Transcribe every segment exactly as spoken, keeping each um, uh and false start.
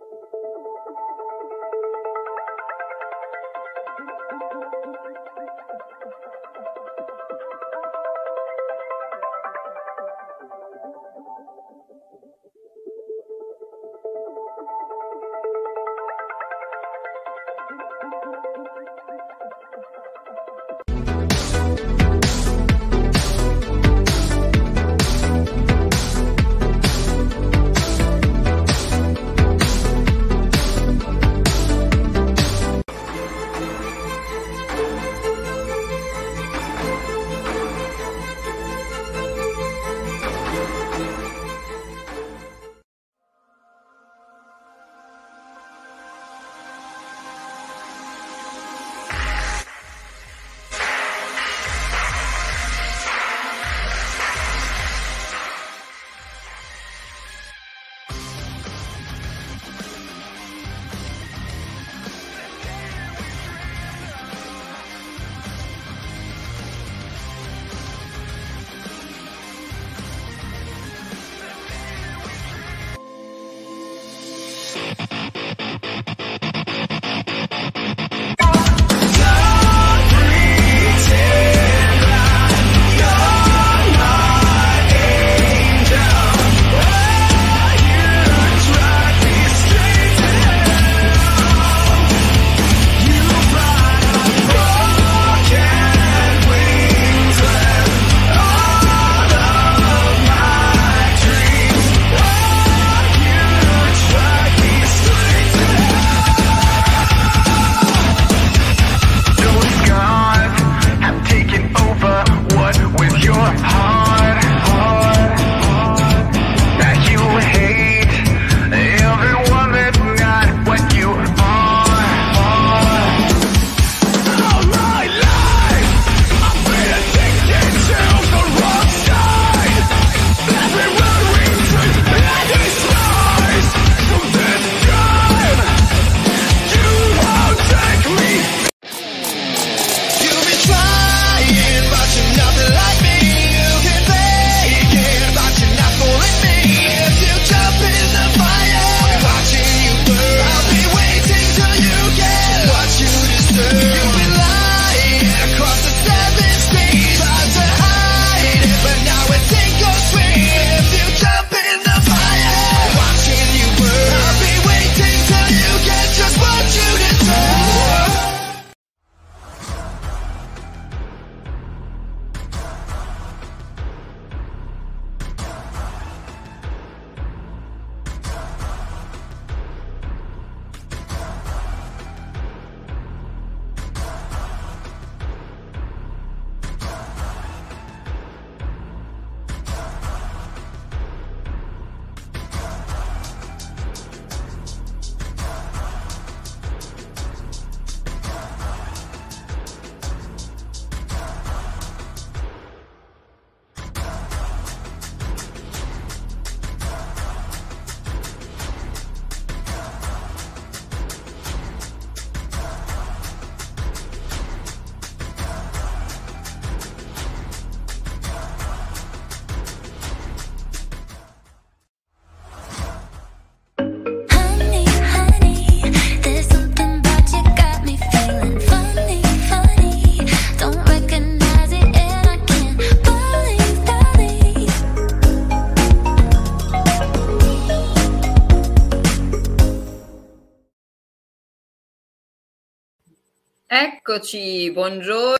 Eccoci, buongiorno,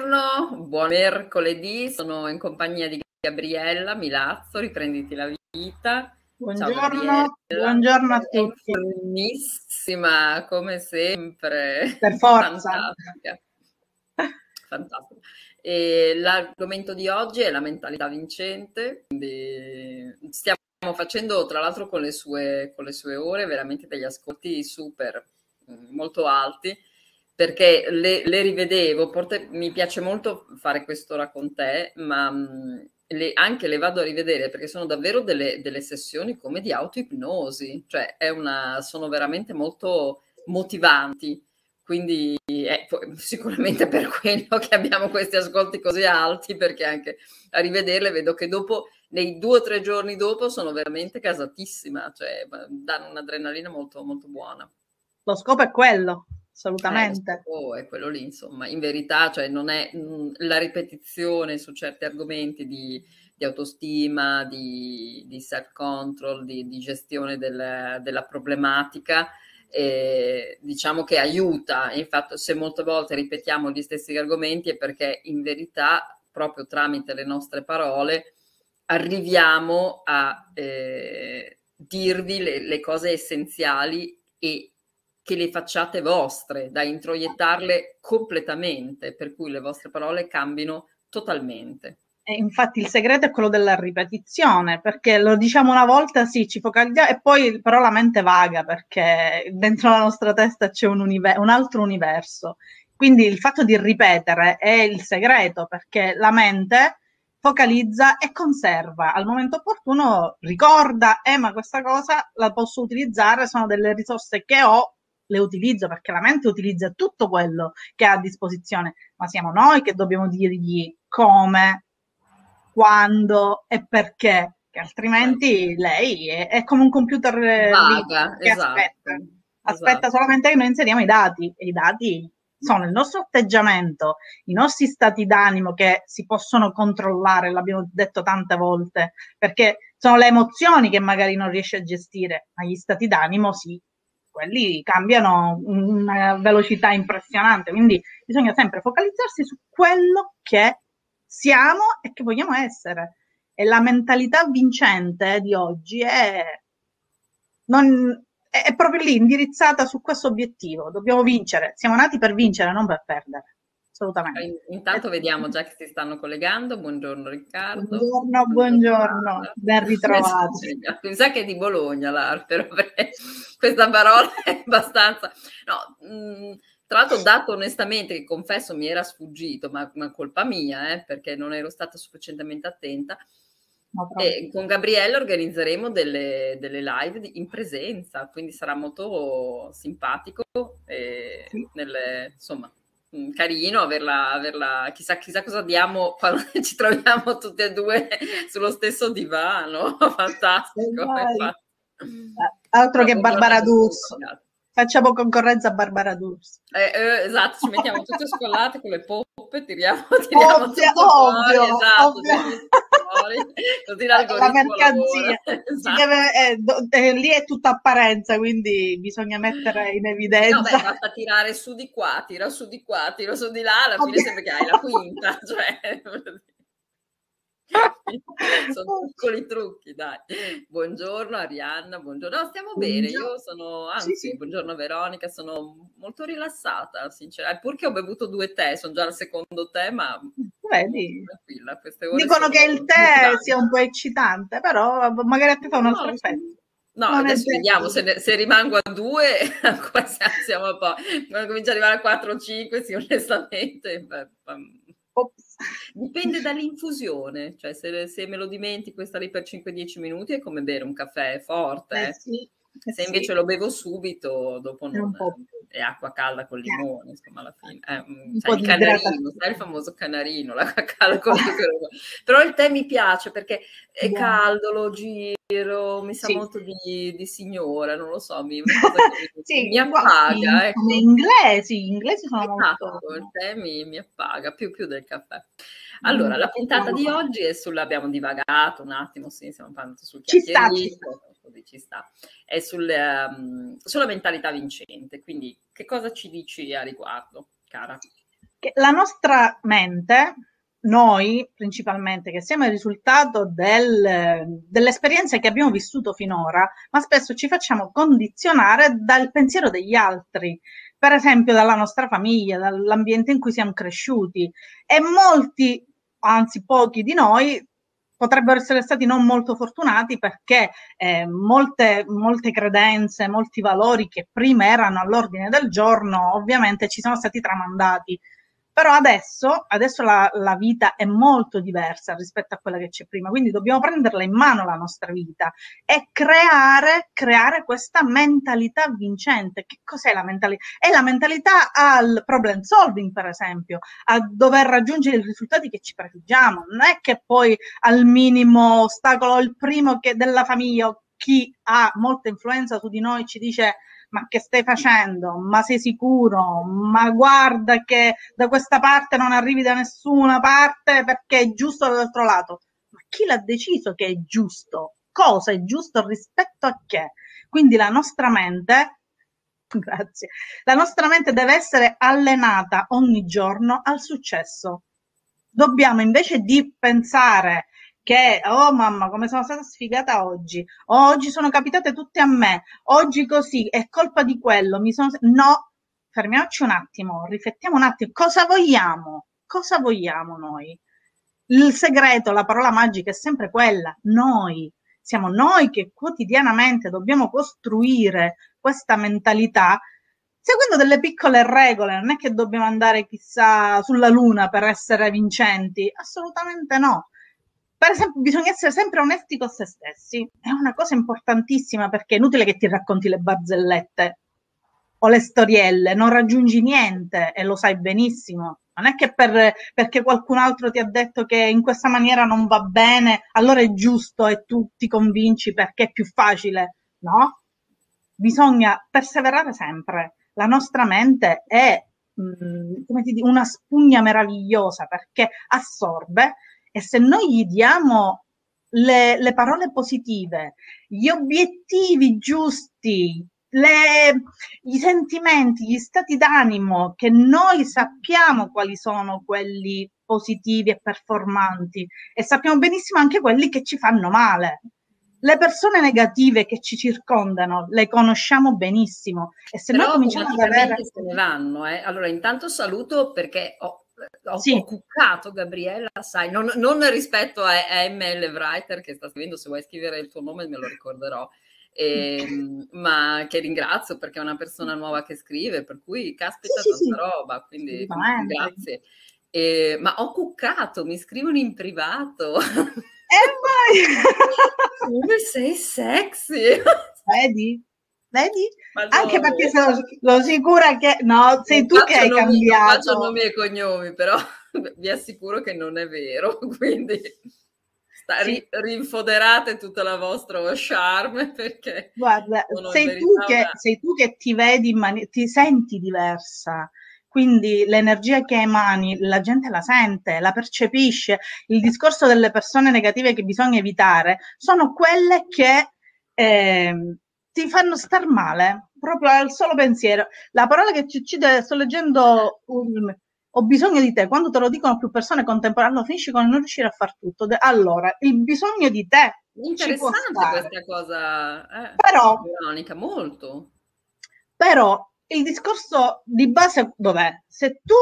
buon mercoledì, sono in compagnia di Gabriella Milazzo, riprenditi la vita. Buongiorno, buongiorno a tutti. Buonissima, come sempre. Per forza. Fantastica. Fantastica. E l'argomento di oggi è la mentalità vincente, quindi stiamo facendo tra l'altro con le sue, con le sue ore veramente degli ascolti super, molto alti, perché le, le rivedevo, porte, mi piace molto fare quest'ora con te, ma mh, le, anche le vado a rivedere perché sono davvero delle, delle sessioni come di autoipnosi, cioè è una, sono veramente molto motivanti, quindi è sicuramente per quello che abbiamo questi ascolti così alti, perché anche a rivederle vedo che dopo nei due o tre giorni dopo sono veramente casatissima, cioè danno un'adrenalina molto, molto buona. Lo scopo è quello, Eh, lo assolutamente. scopo è quello lì, insomma, in verità, cioè non è mh, la ripetizione su certi argomenti di, di autostima, di, di self-control, di, di gestione del- della problematica, eh, diciamo che aiuta. Infatti, se molte volte ripetiamo gli stessi argomenti è perché in verità, proprio tramite le nostre parole, arriviamo a eh, dirvi le, le cose essenziali e che le facciate vostre, da introiettarle completamente, per cui le vostre parole cambino totalmente. E infatti il segreto è quello della ripetizione, perché lo diciamo una volta, sì, ci focalizziamo, e poi però la mente vaga, perché dentro la nostra testa c'è un, univer- un altro universo. Quindi il fatto di ripetere è il segreto, perché la mente focalizza e conserva. Al momento opportuno ricorda, eh, ma questa cosa la posso utilizzare, sono delle risorse che ho, le utilizzo, perché la mente utilizza tutto quello che ha a disposizione, ma siamo noi che dobbiamo dirgli come, quando e perché, che altrimenti lei è, è come un computer eh, lì Vaga, che aspetta, esatto, aspetta esatto. solamente che noi inseriamo i dati, e i dati sono il nostro atteggiamento, i nostri stati d'animo che si possono controllare, l'abbiamo detto tante volte, perché sono le emozioni che magari non riesci a gestire, ma gli stati d'animo sì, quelli cambiano una velocità impressionante, quindi bisogna sempre focalizzarsi su quello che siamo e che vogliamo essere. E la mentalità vincente di oggi è, non, è, è proprio lì, indirizzata su questo obiettivo. Dobbiamo vincere. Siamo nati per vincere, non per perdere. Assolutamente. Intanto vediamo già che si stanno collegando. Buongiorno Riccardo. Buongiorno, Buongiorno buongiorno, Lara. ben ritrovati. Mi sa che è di Bologna Lara, però perché questa parola è abbastanza... No, mh, tra l'altro dato onestamente che confesso mi era sfuggito, ma, ma colpa mia, eh, perché non ero stata sufficientemente attenta. No E con Gabriella organizzeremo delle, delle live di, in presenza, quindi sarà molto simpatico e sì. nelle, insomma, carino averla, averla chissà, chissà cosa diamo quando ci troviamo tutte e due sullo stesso divano. Fantastico. Altro No, che Barbara D'Urso. Facciamo concorrenza a Barbara D'Urso. Eh, eh, esatto, ci mettiamo tutte scollate con le poppe, tiriamo, tiriamo ovvio, tutto ovvio, fuori, esatto, ovvio. Fuori, così l'algoritmo la mercanzia. esatto. Deve, eh, do, eh, lì è tutta apparenza, quindi bisogna mettere in evidenza. No, beh, basta tirare su di qua, tira su di qua, tira su di là, alla fine sembra che hai la quinta, cioè... Sono piccoli trucchi, dai. Buongiorno Arianna, buongiorno. No, stiamo buongiorno. Bene, io sono, anzi, sì, sì. Buongiorno Veronica, sono molto rilassata, sinceramente, purché ho bevuto due tè, sono già al secondo tè, ma vedi, tranquilla, queste ore dicono che il tè sia un po' eccitante, però magari a te fa un altro no, effetto. No, non adesso vediamo, se, ne, se rimango a due, ancora siamo a po'. Quando comincia ad arrivare a quattro o cinque, sì, onestamente... Beh, Ops. Dipende dall'infusione, cioè se, se me lo dimentico e sta lì per cinque dieci minuti è come bere un caffè forte. Eh sì, eh se invece sì. lo bevo subito, dopo non è, è acqua calda con Yeah. limone, insomma alla fine. È, un sai, po' il canarino, sai il famoso canarino, l'acqua calda con limone. Però il tè mi piace perché è buono. Caldo, lo giro, mi sa sì. molto di, di signora, non lo so, mi, una cosa che mi, sì, mi appaga. Sì, ecco. Come inglesi, gli inglesi sono esatto, molto... il tè mi, mi appaga, più, più del caffè. Allora, mm, la puntata di oggi è sulla, abbiamo divagato un attimo, sì, siamo parlando sul chiacchiericcio, così ci sta, è sul, um, sulla mentalità vincente, quindi che cosa ci dici a riguardo, cara? Che la nostra mente, noi principalmente, che siamo il risultato del, delle esperienze che abbiamo vissuto finora, ma spesso ci facciamo condizionare dal pensiero degli altri, per esempio dalla nostra famiglia, dall'ambiente in cui siamo cresciuti, e molti, anzi pochi di noi, potrebbero essere stati non molto fortunati perché eh, molte, molte credenze, molti valori che prima erano all'ordine del giorno, ovviamente ci sono stati tramandati Però adesso, adesso la, la vita è molto diversa rispetto a quella che c'è prima, quindi dobbiamo prenderla in mano la nostra vita e creare, creare questa mentalità vincente. Che cos'è la mentalità? È la mentalità al problem solving, per esempio, a dover raggiungere i risultati che ci prefiggiamo. Non è che poi al minimo ostacolo, il primo che della famiglia, chi ha molta influenza su di noi ci dice: ma che stai facendo? Ma sei sicuro? Ma guarda che da questa parte non arrivi da nessuna parte perché è giusto dall'altro lato. Ma chi l'ha deciso che è giusto? Cosa è giusto rispetto a che? Quindi la nostra mente, grazie, la nostra mente deve essere allenata ogni giorno al successo. Dobbiamo invece di pensare che, oh mamma, come sono stata sfigata oggi, oh, oggi sono capitate tutte a me, oggi così, è colpa di quello, mi sono... No, fermiamoci un attimo, riflettiamo un attimo, cosa vogliamo? Cosa vogliamo noi? Il segreto, la parola magica è sempre quella, noi. Siamo noi che quotidianamente dobbiamo costruire questa mentalità seguendo delle piccole regole. Non è che dobbiamo andare chissà sulla luna per essere vincenti, assolutamente no. Per esempio, bisogna essere sempre onesti con se stessi. È una cosa importantissima, perché è inutile che ti racconti le barzellette o le storielle, non raggiungi niente e lo sai benissimo. Non è che per, perché qualcun altro ti ha detto che in questa maniera non va bene, allora è giusto e tu ti convinci perché è più facile. No, bisogna perseverare sempre. La nostra mente è mh, come ti dico, una spugna meravigliosa, perché assorbe, e se noi gli diamo le, le parole positive, gli obiettivi giusti, le, i sentimenti, gli stati d'animo che noi sappiamo quali sono quelli positivi e performanti, e sappiamo benissimo anche quelli che ci fanno male. Le persone negative che ci circondano le conosciamo benissimo, e se Però noi cominciamo ad avere... se ne vanno, eh. Allora, intanto saluto perché ho, ho, sì. ho cuccato Gabriella, sai, non, non rispetto a, a M L Writer che sta scrivendo, se vuoi scrivere il tuo nome me lo ricorderò, e, ma che ringrazio perché è una persona nuova che scrive, per cui caspita sì, tanta sì, roba, quindi grazie. E, ma ho cuccato, mi scrivono in privato. E vai! Come sei sexy! Vedi? Vedi? Madonna. Anche perché sono, sono sicura che no, sei non tu che hai nomi, cambiato. Non faccio nomi e cognomi, però vi assicuro che non è vero, quindi sta, sì. ri, rinfoderate tutta la vostra charme, perché guarda, sei tu, che, una... sei tu che ti vedi, mani- ti senti diversa. Quindi l'energia che emani, la gente la sente, la percepisce. Il discorso delle persone negative che bisogna evitare sono quelle che eh, ti fanno star male, proprio al solo pensiero. La parola che ci uccide, sto leggendo, um, ho bisogno di te, quando te lo dicono più persone contemporaneamente, finisci con non riuscire a far tutto. Allora, il bisogno di te ci può stare. Interessante questa cosa, eh, però, Veronica, molto. Però il discorso di base dov'è? Se tu,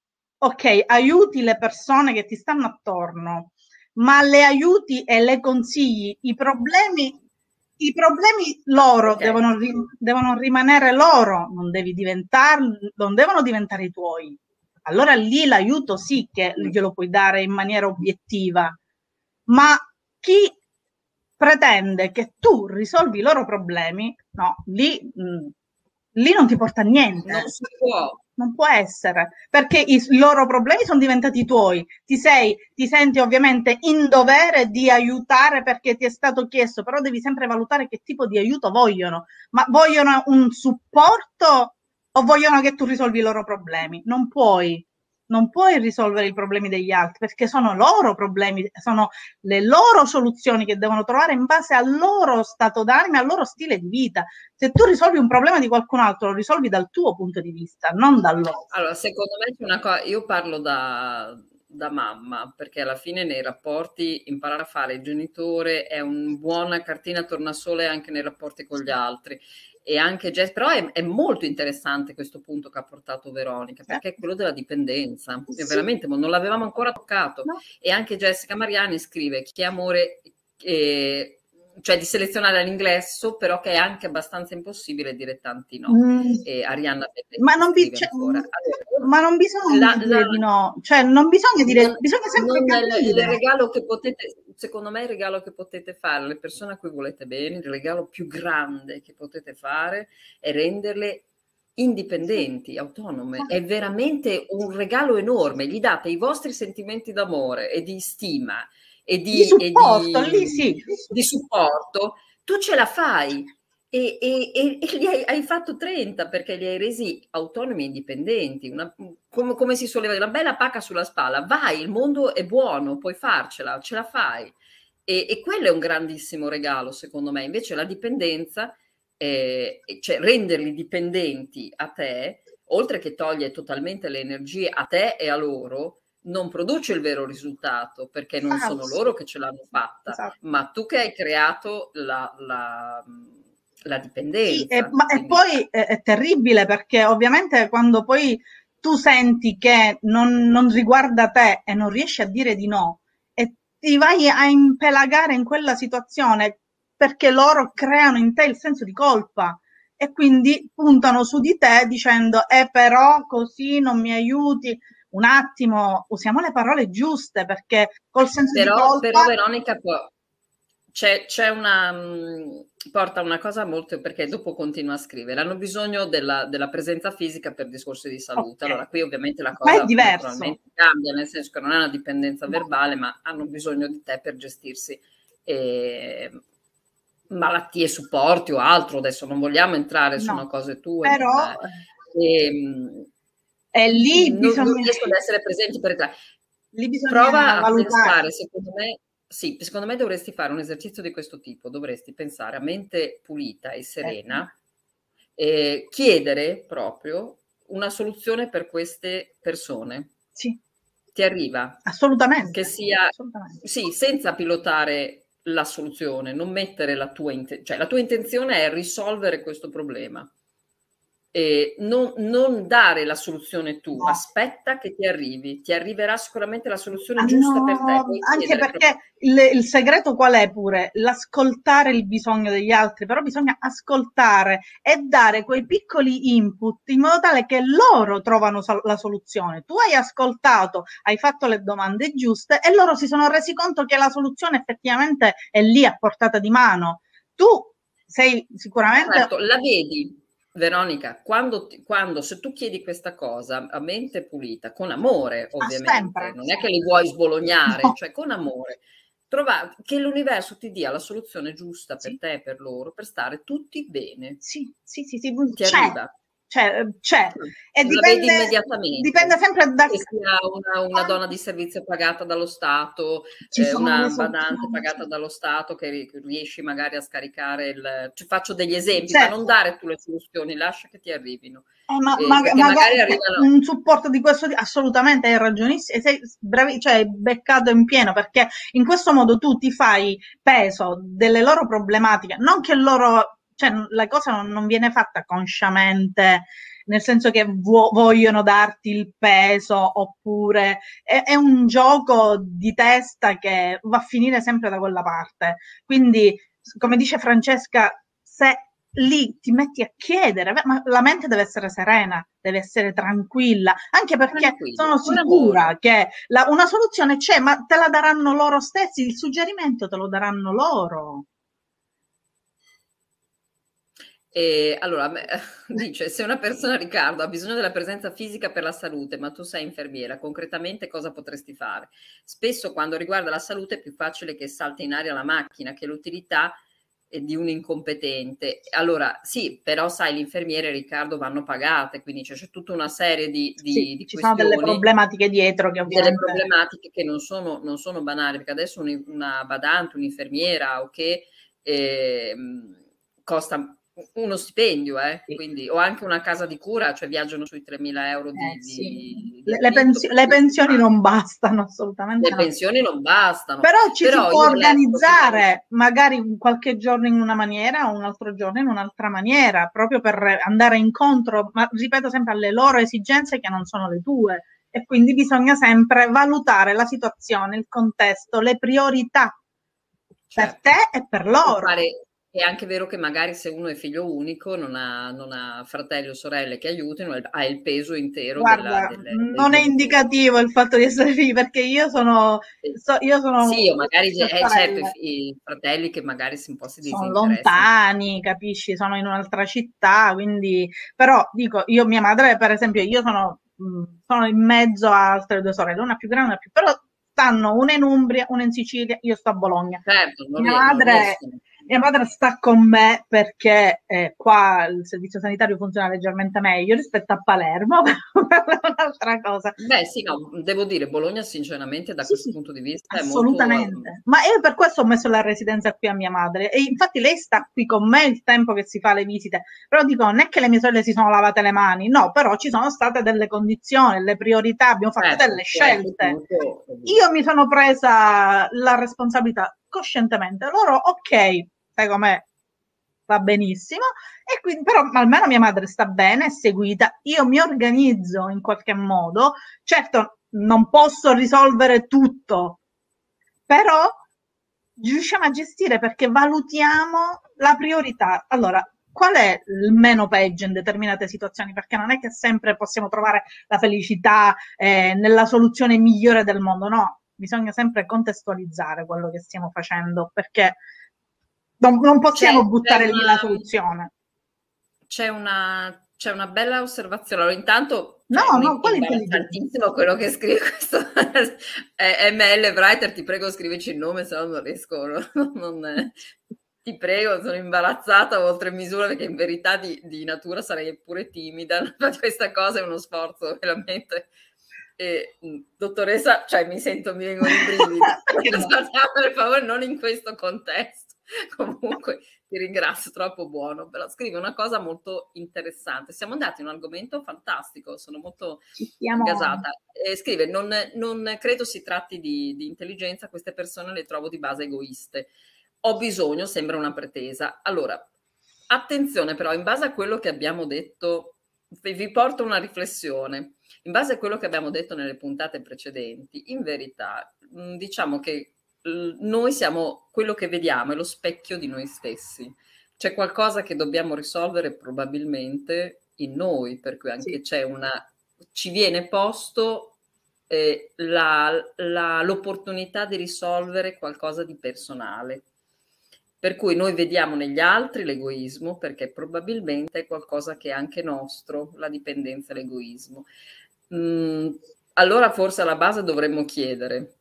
ok, aiuti le persone che ti stanno attorno, ma le aiuti e le consigli, i problemi, i problemi loro okay. devono, devono rimanere loro, non devi diventare, non devono diventare i tuoi. Allora lì l'aiuto sì che glielo puoi dare in maniera obiettiva, ma chi pretende che tu risolvi i loro problemi, no, lì, mh, lì non ti porta a niente. Non si può. Non può essere, perché i loro problemi sono diventati tuoi. Ti sei, ti senti ovviamente in dovere di aiutare perché ti è stato chiesto, però devi sempre valutare che tipo di aiuto vogliono. Ma vogliono un supporto o vogliono che tu risolvi i loro problemi? Non puoi. Non puoi risolvere i problemi degli altri, perché sono loro problemi, sono le loro soluzioni che devono trovare in base al loro stato d'animo e al loro stile di vita. Se tu risolvi un problema di qualcun altro, lo risolvi dal tuo punto di vista, non dal loro. Allora, secondo me c'è una cosa, io parlo da, da mamma, perché alla fine nei rapporti imparare a fare il genitore è una buona cartina tornasole anche nei rapporti con gli altri. E anche Jess, però è, è molto interessante questo punto che ha portato Veronica, perché è quello della dipendenza, sì. Veramente non l'avevamo ancora toccato. No. E anche Jessica Mariani scrive: chi amore, eh, cioè di selezionare all'ingresso, però che è anche abbastanza impossibile dire tanti no. Mm. E Arianna ma, non bi- scrive cioè, ancora. Allora, ma non bisogna la, dire la, di no, cioè non bisogna dire, non, bisogna sempre non è il, il capire. regalo che potete, secondo me il regalo che potete fare alle persone a cui volete bene, il regalo più grande che potete fare è renderle indipendenti, autonome. È veramente un regalo enorme, gli date i vostri sentimenti d'amore e di stima e Di di, e supporto, di, lì sì. di supporto, tu ce la fai. E, e, e, e li hai, hai fatto trenta perché li hai resi autonomi e indipendenti, una, come, come si suol dire, una bella pacca sulla spalla, vai, il mondo è buono, puoi farcela, ce la fai. E, e quello è un grandissimo regalo, secondo me. Invece la dipendenza, eh, cioè renderli dipendenti a te, oltre che toglie totalmente le energie a te e a loro, non produce il vero risultato, perché non sono loro che ce l'hanno fatta, esatto. ma tu che hai creato la... la la dipendenza. Sì, e, ma, quindi... e poi è, è terribile perché ovviamente quando poi tu senti che non, non riguarda te e non riesci a dire di no e ti vai a impelagare in quella situazione perché loro creano in te il senso di colpa e quindi puntano su di te dicendo eh però così non mi aiuti. Un attimo, usiamo le parole giuste perché col senso però, di colpa... Però Veronica può... C'è, c'è una, porta una cosa molto, perché dopo continua a scrivere, hanno bisogno della, della presenza fisica per discorsi di salute. Okay. Allora qui ovviamente la cosa naturalmente cambia, nel senso che non è una dipendenza verbale, ma hanno bisogno di te per gestirsi eh, malattie, supporti o altro. Adesso non vogliamo entrare no, su una cosa tue. Però... E, e lì non, bisogna... non riesco ad essere presenti per te. Lì bisogna prova a valutare. pensare, secondo me, sì, secondo me dovresti fare un esercizio di questo tipo, dovresti pensare a mente pulita e serena, e chiedere proprio una soluzione per queste persone. Sì. Ti arriva? Assolutamente. Che sia, assolutamente. Sì, senza pilotare la soluzione, non mettere la tua intenzione, cioè la tua intenzione è risolvere questo problema. Eh, non, non dare la soluzione tu, no. Aspetta che ti arrivi, ti arriverà sicuramente la soluzione ah, giusta no, per te. Puoi anche perché il, il segreto qual è pure? L'ascoltare il bisogno degli altri, però bisogna ascoltare e dare quei piccoli input in modo tale che loro trovano la soluzione. Tu hai ascoltato, hai fatto le domande giuste e loro si sono resi conto che la soluzione effettivamente è lì a portata di mano. Tu sei sicuramente... Certo, la vedi. Veronica, quando, quando se tu chiedi questa cosa a mente pulita, con amore ovviamente, ah, non è che li vuoi sbolognare, no. Cioè con amore, trova, che l'universo ti dia la soluzione giusta per sì. te e per loro, per stare tutti bene. Sì, sì, sì, sì. Ti arriva. C'è, c'è. E la dipende, vedi immediatamente. Dipende sempre da... Che sia una, una donna di servizio pagata dallo Stato, eh, una badante pagata dallo Stato che riesci magari a scaricare il... Ci faccio degli esempi, certo. Ma non dare tu le soluzioni, lascia che ti arrivino. Eh, ma, eh, ma, magari, magari arrivano... Un supporto di questo tipo, assolutamente, hai ragionissimo, sei bravi, cioè hai beccato in pieno, perché in questo modo tu ti fai peso delle loro problematiche, non che loro... Cioè, la cosa non, non viene fatta consciamente, nel senso che vo- vogliono darti il peso, oppure è, è un gioco di testa che va a finire sempre da quella parte. Quindi, come dice Francesca, se lì ti metti a chiedere, ma la mente deve essere serena, deve essere tranquilla, anche perché tranquilla, sono sicura amore. che la, una soluzione c'è, ma te la daranno loro stessi, il suggerimento te lo daranno loro. E allora dice: se una persona, Riccardo, ha bisogno della presenza fisica per la salute, ma tu sei infermiera, concretamente cosa potresti fare? Spesso quando riguarda la salute è più facile che salti in aria la macchina che l'utilità di un incompetente. Allora sì, però sai, le infermiere, Riccardo, vanno pagate, quindi c'è, c'è tutta una serie di, di, sì, di ci sono delle problematiche dietro che ovviamente... delle problematiche che non sono, non sono banali, perché adesso una badante, un'infermiera o che eh, costa uno stipendio, eh? Sì. Quindi, o anche una casa di cura, cioè viaggiano sui tremila euro di, eh, sì. di, di le, pensio le pensioni non bastano assolutamente. Le no. pensioni non bastano. Però ci Però si può organizzare che... magari qualche giorno in una maniera, un altro giorno in un'altra maniera, proprio per andare incontro, ma ripeto sempre, alle loro esigenze che non sono le tue. E quindi bisogna sempre valutare la situazione, il contesto, le priorità. per certo. te e per loro. Fare, è anche vero che magari se uno è figlio unico, non ha, non ha fratelli o sorelle che aiutino, ha il peso intero della, Guarda, del, del non è genitore. indicativo il fatto di essere figli, perché io sono, so- io sono Sì, o magari, tre eh, certo, i, sorelle. fi- i fratelli che magari si- un po' si Sono disinteressano. lontani, capisci? Sono in un'altra città, quindi, però dico, io, mia madre, per esempio, io sono, mh, sono in mezzo a altre due sorelle, una più grande e una più, però stanno una in Umbria, una in Sicilia, io sto a Bologna. Certo, non, Mia rie- non madre, riescono. mia madre sta con me perché eh, qua il servizio sanitario funziona leggermente meglio rispetto a Palermo, quella è un'altra cosa. Beh, sì, no, devo dire, Bologna sinceramente da Sì, questo sì, punto di vista è molto... eh, assolutamente. Ma io per questo ho messo la residenza qui a mia madre. E infatti lei sta qui con me il tempo che si fa le visite. Però dico, non è che le mie sorelle si sono lavate le mani, no, però ci sono state delle condizioni, delle priorità, abbiamo fatto certo, delle tu hai scelte. potuto... Io mi sono presa la responsabilità coscientemente. Loro, ok, sai com'è, va benissimo. E quindi, però almeno mia madre sta bene, è seguita. Io mi organizzo in qualche modo. Certo, non posso risolvere tutto, però riusciamo a gestire perché valutiamo la priorità. Allora, qual è il meno peggio in determinate situazioni? Perché non è che sempre possiamo trovare la felicità eh, nella soluzione migliore del mondo, no, bisogna sempre contestualizzare quello che stiamo facendo perché non, non C'è possiamo c'è buttare lì la una... soluzione. C'è una, c'è una bella osservazione. Allora, intanto, No, cioè, è un no, im- quale intelligenza? imbarazzantissimo quello che scrive questo è M L Writer, ti prego scrivici il nome, se no non riesco, non- non- ti prego, sono imbarazzata oltre misura perché in verità di, di natura sarei pure timida, ma questa cosa è uno sforzo veramente. E, mh, dottoressa, cioè mi sento, mi vengono i brividi. Perché no? Per favore, non in questo contesto. Comunque, ti ringrazio, troppo buono, però scrive una cosa molto interessante. Siamo andati in un argomento fantastico, sono molto Ci stiamo... gasata. E scrive, non, non credo si tratti di, di intelligenza, queste persone le trovo di base egoiste. Ho bisogno, sembra una pretesa. Allora, attenzione però, in base a quello che abbiamo detto, vi vi porto una riflessione. In base a quello che abbiamo detto nelle puntate precedenti, in verità, mh, diciamo che l- noi siamo quello che vediamo, è lo specchio di noi stessi. C'è qualcosa che dobbiamo risolvere probabilmente in noi, per cui anche Sì. c'è una, ci viene posto eh, la- la- l'opportunità di risolvere qualcosa di personale. Per cui noi vediamo negli altri l'egoismo, perché probabilmente è qualcosa che è anche nostro, la dipendenza e l'egoismo. Mm, allora forse alla base dovremmo chiedere,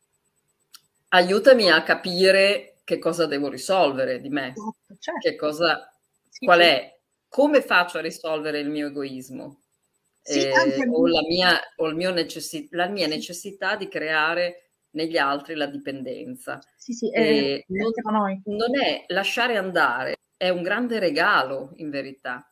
aiutami a capire che cosa devo risolvere di me, Esatto, certo. che cosa, Sì, qual sì. è, come faccio a risolvere il mio egoismo, Sì, anche eh, o, la lì. mia, o il mio necessi- la mia Sì, necessità di creare negli altri la dipendenza. sì, sì, eh, E non, siamo noi. non è lasciare andare, è un grande regalo in verità.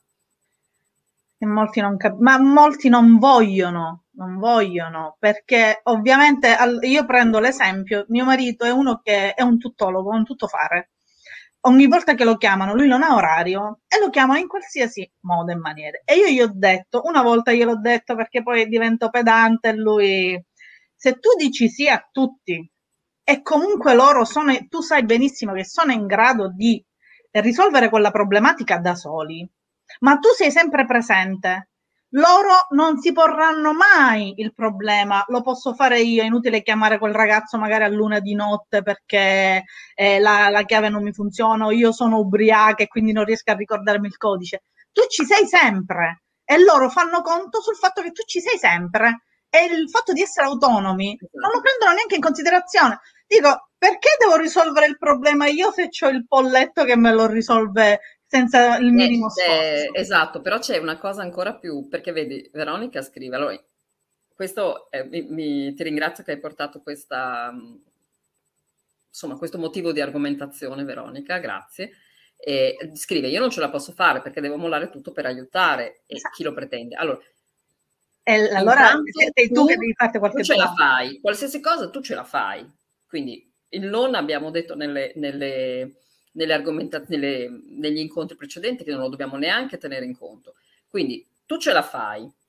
E molti non cap- ma molti non vogliono, non vogliono, perché ovviamente al- io prendo l'esempio, mio marito è uno che è un tuttologo, un tuttofare. Ogni volta che lo chiamano, lui non ha orario e lo chiamano in qualsiasi modo e maniera. E io gli ho detto, una volta gliel'ho detto perché poi divento pedante e lui, se tu dici sì a tutti e comunque loro sono, tu sai benissimo che sono in grado di risolvere quella problematica da soli, ma tu sei sempre presente. Loro non si porranno mai il problema, lo posso fare io, è inutile chiamare quel ragazzo magari a luna di notte perché eh, la, la chiave non mi funziona, o io sono ubriaca e quindi non riesco a ricordarmi il codice. Tu ci sei sempre e loro fanno conto sul fatto che tu ci sei sempre e il fatto di essere autonomi non lo Esatto. prendono neanche in considerazione. Dico, perché devo risolvere il problema io se ho il polletto che me lo risolve senza il Eh, minimo eh, sforzo? esatto, però c'è una cosa ancora più, perché vedi, Veronica scrive, allora, questo eh, mi, mi- ti ringrazio che hai portato questa, mh, insomma, questo motivo di argomentazione, Veronica, grazie. E scrive, io non ce la posso fare perché devo mollare tutto per aiutare e chi Esatto. lo pretende? Allora, E allora intanto sei tu che tu, devi farti tu qualche ce la domanda. fai, qualsiasi cosa tu ce la fai. Quindi il non abbiamo detto nelle, nelle, nelle argomentazioni, negli incontri precedenti che non lo dobbiamo neanche tenere in conto. Quindi tu ce la fai.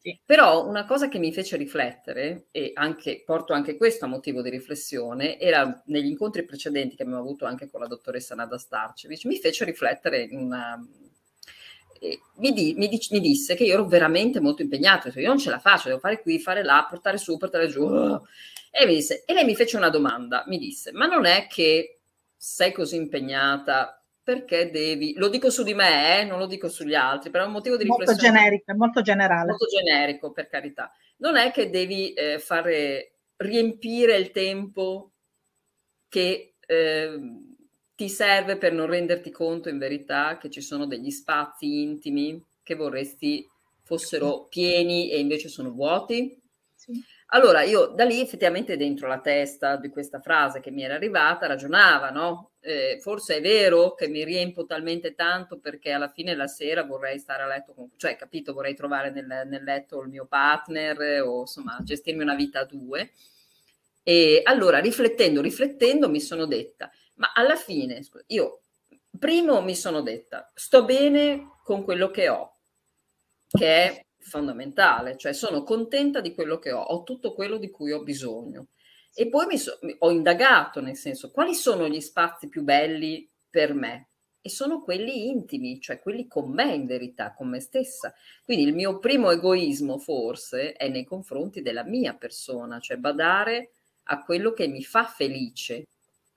Sì. Però una cosa che mi fece riflettere, e anche, porto anche questo a motivo di riflessione, era negli incontri precedenti che abbiamo avuto anche con la dottoressa Nada Starcevic, mi fece riflettere in una... eh, mi, di, mi, di, mi disse che io ero veramente molto impegnata, cioè io non ce la faccio, devo fare qui, fare là, portare su, portare giù. E, mi disse, e lei mi fece una domanda, mi disse, ma non è che sei così impegnata perché devi, lo dico su di me, eh, non lo dico sugli altri, però è un motivo di Molto riflessione generico, molto generale. molto generico, per carità. Non è che devi eh, fare riempire il tempo che eh, ti serve per non renderti conto in verità che ci sono degli spazi intimi che vorresti fossero pieni e invece sono vuoti. Sì. Allora io da lì effettivamente dentro la testa di questa frase che mi era arrivata ragionava, no? Eh, forse è vero che mi riempo talmente tanto perché alla fine la sera vorrei stare a letto con, cioè capito, vorrei trovare nel, nel letto il mio partner o insomma gestirmi una vita a due. E allora riflettendo, riflettendo mi sono detta, ma alla fine io primo mi sono detta sto bene con quello che ho, che è fondamentale, cioè sono contenta di quello che ho, ho tutto quello di cui ho bisogno. E poi mi so, ho indagato, nel senso, quali sono gli spazi più belli per me? E sono quelli intimi, cioè quelli con me in verità, con me stessa. Quindi il mio primo egoismo forse è nei confronti della mia persona, cioè badare a quello che mi fa felice,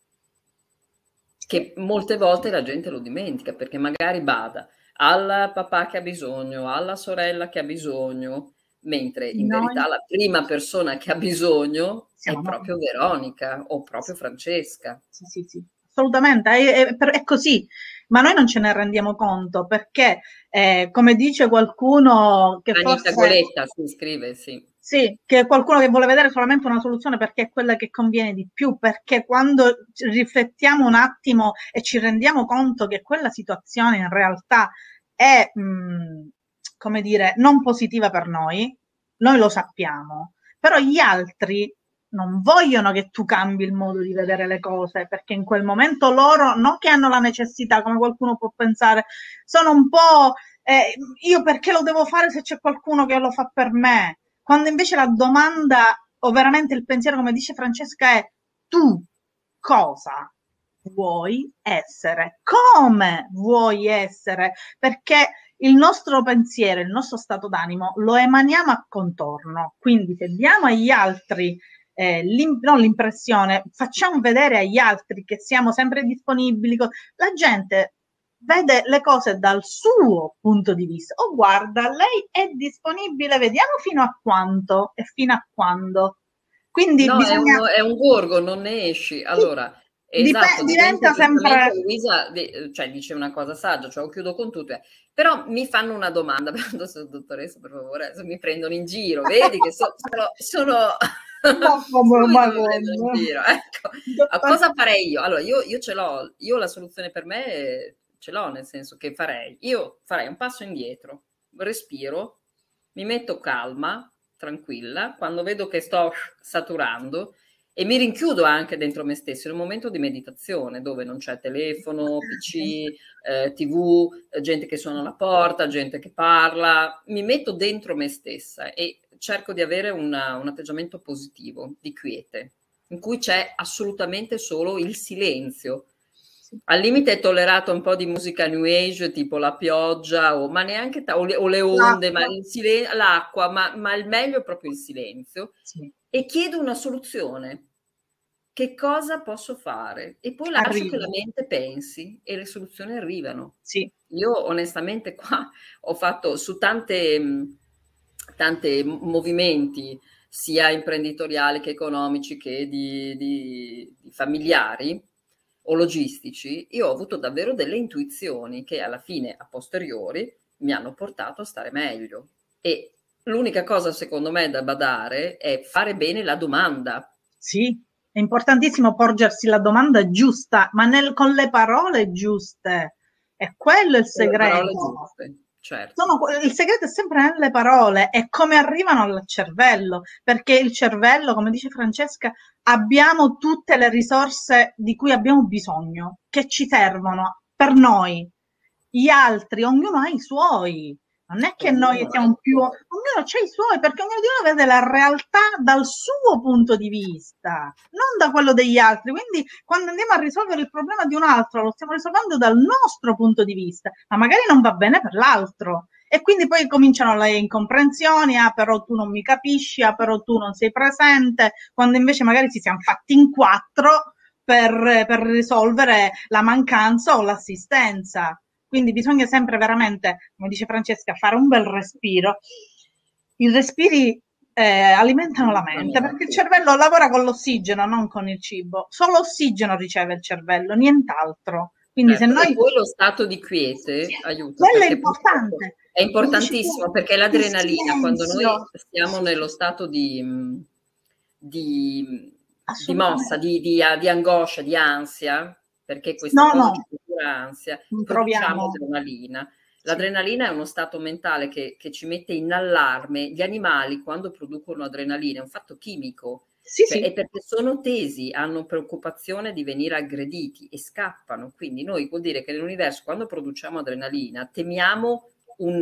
che molte volte la gente lo dimentica, perché magari bada al papà che ha bisogno, alla sorella che ha bisogno, mentre in Noi verità la prima persona che ha bisogno è siamo noi. proprio Veronica o proprio Francesca. Sì, sì, sì, assolutamente, è, è- è così, ma noi non ce ne rendiamo conto perché, eh, come dice qualcuno che Anita forse, Goletta si iscrive, sì. sì, che qualcuno che vuole vedere solamente una soluzione perché è quella che conviene di più, perché quando ci riflettiamo un attimo e ci rendiamo conto che quella situazione in realtà è, mh, come dire, non positiva per noi, noi lo sappiamo, però gli altri non vogliono che tu cambi il modo di vedere le cose, perché in quel momento loro non che hanno la necessità, come qualcuno può pensare, sono un po' eh, io perché lo devo fare se c'è qualcuno che lo fa per me? Quando invece la domanda, o veramente il pensiero, come dice Francesca, è tu cosa vuoi essere? Come vuoi essere? Perché il nostro pensiero, il nostro stato d'animo lo emaniamo a contorno. Quindi se diamo agli altri eh, l'im- non l'impressione, facciamo vedere agli altri che siamo sempre disponibili, la gente vede le cose dal suo punto di vista. Oh, guarda, lei è disponibile, vediamo fino a quanto e fino a quando. Quindi No, è un, bisogna... è un gorgo, non ne esci. Sì, Allora, dip- esatto, diventa diventa giustamente sempre... Luisa, de- cioè dice una cosa saggia, cioè chiudo con tutto. eh. Però mi fanno una domanda, adesso, dottoressa, per favore, adesso mi prendono in giro, vedi che so- sono, sono... Ma come, subito ma mi prendono in come? giro. Ecco, a cosa farei io? Allora, io, io ce l'ho, io la soluzione per me eh, ce l'ho, nel senso che farei, io farei un passo indietro, respiro, mi metto calma, tranquilla, quando vedo che sto saturando e mi rinchiudo anche dentro me stesso in un momento di meditazione dove non c'è telefono, P C, eh, T V, eh, gente che suona alla porta, gente che parla, mi metto dentro me stessa e cerco di avere una, un atteggiamento positivo, di quiete, in cui c'è assolutamente solo il silenzio. Al limite è tollerato un po' di musica new age, tipo la pioggia, o, ma neanche ta- o, le, o le onde, ma il silen- l'acqua, ma, ma il meglio è proprio il silenzio. Sì. E chiedo una soluzione. Che cosa posso fare? E poi lascio che Arriva. la mente pensi e le soluzioni arrivano. Sì. Io onestamente qua ho fatto su tante, mh, tante movimenti, sia imprenditoriali che economici che di, di, di familiari o logistici, io ho avuto davvero delle intuizioni che alla fine, a posteriori, mi hanno portato a stare meglio. E l'unica cosa secondo me da badare è fare bene la domanda. Sì, è importantissimo porgersi la domanda giusta, ma nel- con le parole giuste. È quello il Con le parole segreto. giuste, certo. Sono que- il segreto è sempre nelle parole e come arrivano al cervello, perché il cervello, come dice Francesca, abbiamo tutte le risorse di cui abbiamo bisogno, che ci servono per noi. Gli altri, ognuno ha i suoi. Non è che Ognuno noi ha siamo i più, suoi. ognuno c'ha i suoi, perché ognuno di noi vede la realtà dal suo punto di vista, non da quello degli altri. Quindi quando andiamo a risolvere il problema di un altro, lo stiamo risolvendo dal nostro punto di vista, ma magari non va bene per l'altro. E quindi poi cominciano le incomprensioni, ah però tu non mi capisci, ah però tu non sei presente, quando invece magari ci siamo fatti in quattro per, per risolvere la mancanza o l'assistenza. Quindi bisogna sempre veramente, come dice Francesca, fare un bel respiro. I respiri eh, alimentano la mente perché il cervello lavora con l'ossigeno, non con il cibo. Solo ossigeno riceve il cervello, nient'altro. Quindi se Certo, e noi... poi lo stato di quiete aiuta, Quello è perché purtroppo importante. è Come dici tu, importantissimo, perché il l'adrenalina, quando noi silenzio. siamo Sì, sì, nello sì, stato di, mh, di, di mossa, assolutamente. di, di, di angoscia, di ansia, perché questa No, cosa no, ci procura ansia, non produciamo proviamo. adrenalina. Sì, L'adrenalina è uno stato mentale che, che ci mette in allarme. Gli animali, quando producono adrenalina, è un fatto chimico, sì, cioè è sì. perché sono tesi, hanno preoccupazione di venire aggrediti e scappano. Quindi noi vuol dire che nell'universo, quando produciamo adrenalina, temiamo un,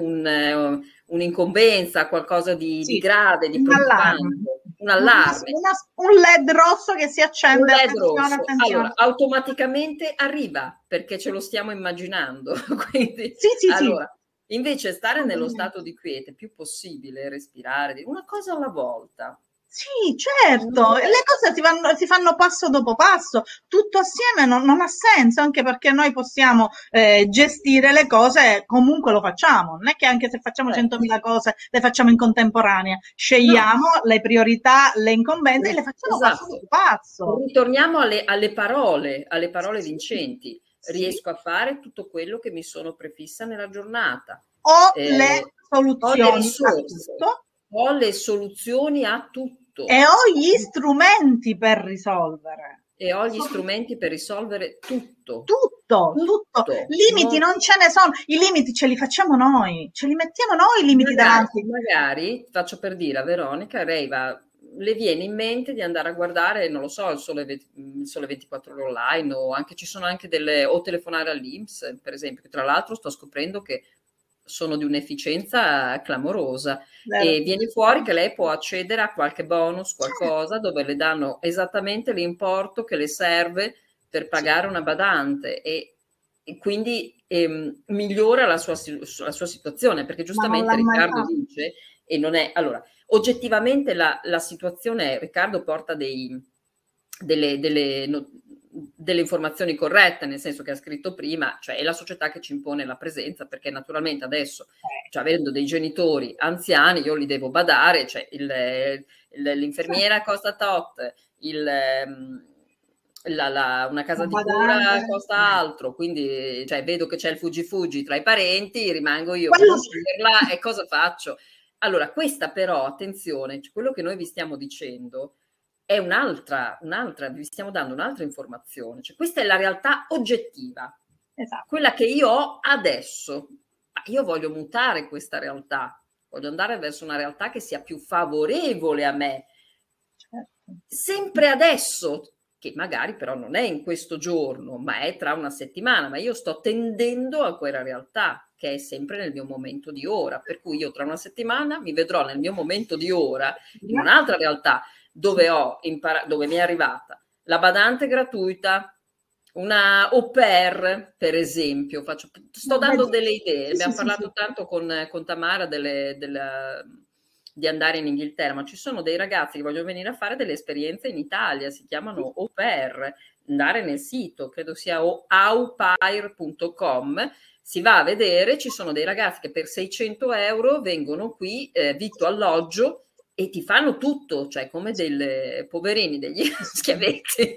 un, un'incombenza, qualcosa di, di Sì, grave, di un allarme. preoccupante, un Una- allarme. una- un L E D rosso che si Un accende, L E D attenzione, rosso, allora attenzione. automaticamente arriva perché ce lo stiamo immaginando. Quindi, Sì, sì, sì, allora, invece stare nello stato assolutamente. di quiete, più possibile respirare, una cosa alla volta. Sì, certo, e le cose si fanno, si fanno passo dopo passo, tutto assieme non, non ha senso, anche perché noi possiamo eh, gestire le cose, comunque lo facciamo, non è che anche se facciamo Eh, centomila cose le facciamo in contemporanea, no, scegliamo le priorità, le incombenze e le facciamo passo esatto. dopo passo. Ritorniamo alle, alle parole, alle parole Sì, vincenti. sì. Riesco a fare tutto quello che mi sono prefissa nella giornata. Ho le Eh, ho le soluzioni a risorse, tutto ho le soluzioni a e tutto. ho gli strumenti per risolvere. E ho gli Sono strumenti per risolvere tutto, tutto, tutto. tutto. Limiti Non, non ce ne sono. I limiti ce li facciamo noi, ce li mettiamo noi i limiti magari, davanti. magari, faccio per dire a Veronica, lei va, le viene in mente di andare a guardare, non lo so, il sole, il sole ventiquattro ore online o anche ci sono anche delle, o telefonare all'I N P S, per esempio, che tra l'altro sto scoprendo che sono di un'efficienza clamorosa Vero? e viene fuori che lei può accedere a qualche bonus, qualcosa dove le danno esattamente l'importo che le serve per Sì, pagare una badante e, e quindi ehm, migliora la sua, la sua situazione, perché ma non giustamente l'ha mai Riccardo fatto. dice, e non è, allora, oggettivamente la, la situazione, Riccardo porta dei, delle, delle, no, delle informazioni corrette, nel senso che ha scritto prima, cioè è la società che ci impone la presenza, perché naturalmente adesso, cioè, avendo dei genitori anziani, io li devo badare, cioè il, il, l'infermiera costa tot, il, la, la, una casa Un di badante. cura costa altro, quindi cioè, vedo che c'è il fuggi fuggi tra i parenti, rimango io che Quello non sì. dirla e cosa faccio? Allora, questa però, attenzione, quello che noi vi stiamo dicendo è un'altra, un'altra, vi stiamo dando un'altra informazione, cioè questa è la realtà oggettiva, Esatto. quella che io ho adesso, ma io voglio mutare questa realtà, voglio andare verso una realtà che sia più favorevole a me, Certo. sempre adesso, che magari però non è in questo giorno, ma è tra una settimana, ma io sto tendendo a quella realtà che è sempre nel mio momento di ora, per cui io tra una settimana mi vedrò nel mio momento di ora in un'altra realtà dove ho imparato, dove mi è arrivata la badante gratuita, una au pair, per esempio, faccio, sto dando delle idee, Sì, sì, abbiamo sì, sì. parlato tanto con, con Tamara delle, della, di andare in Inghilterra, ma ci sono dei ragazzi che vogliono venire a fare delle esperienze in Italia, si chiamano au pair, andare nel sito, credo sia aupair punto com, si va a vedere, ci sono dei ragazzi che per seicento euro vengono qui, eh, vitto, alloggio, e ti fanno tutto, cioè come dei poverini, degli schiavetti.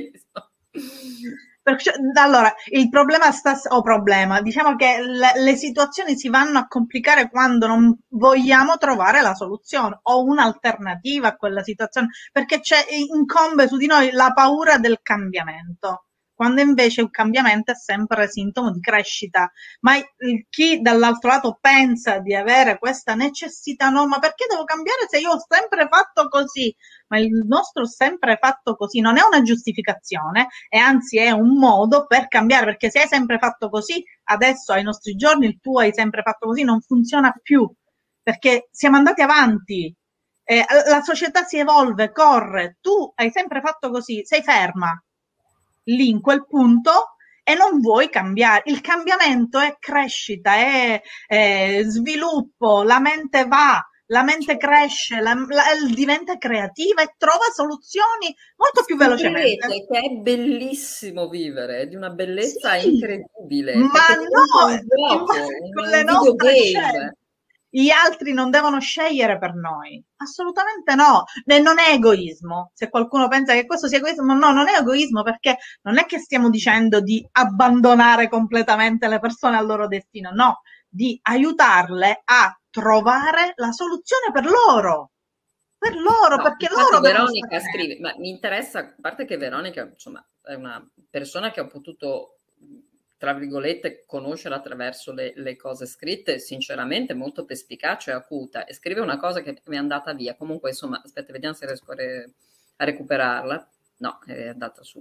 Allora, il problema sta, o problema, diciamo che le, le situazioni si vanno a complicare quando non vogliamo trovare la soluzione o un'alternativa a quella situazione, perché c'è, incombe su di noi la paura del cambiamento. quando invece un cambiamento è sempre sintomo di crescita. Ma chi dall'altro lato pensa di avere questa necessità, no, ma perché devo cambiare se io ho sempre fatto così? Ma il nostro sempre fatto così non è una giustificazione, e anzi è un modo per cambiare, perché se hai sempre fatto così, adesso ai nostri giorni il tuo hai sempre fatto così non funziona più, perché siamo andati avanti. Eh, la società si evolve, corre, tu hai sempre fatto così, sei ferma lì in quel punto e non vuoi cambiare. Il cambiamento è crescita, è, è sviluppo, la mente va, la mente cresce, la, la, diventa creativa e trova soluzioni molto più velocemente. Scoprirete che è bellissimo vivere, è di una bellezza Sì, incredibile, ma perché diventa no, un gioco, con un, le un nostre videogame. scelte. Gli altri non devono scegliere per noi, assolutamente no. E non è egoismo. Se qualcuno pensa che questo sia egoismo, no, non è egoismo, perché non è che stiamo dicendo di abbandonare completamente le persone al loro destino, no, di aiutarle a trovare la soluzione per loro, per loro, No, perché infatti loro devono stare Veronica bene. scrive, ma mi interessa, a parte che Veronica, insomma, è una persona che ho potuto, tra virgolette, conoscere attraverso le, le cose scritte, sinceramente molto perspicace e acuta, e scrive una cosa che mi è andata via. Comunque, insomma, aspetta, vediamo se riesco a, re- a recuperarla. No, è andata su.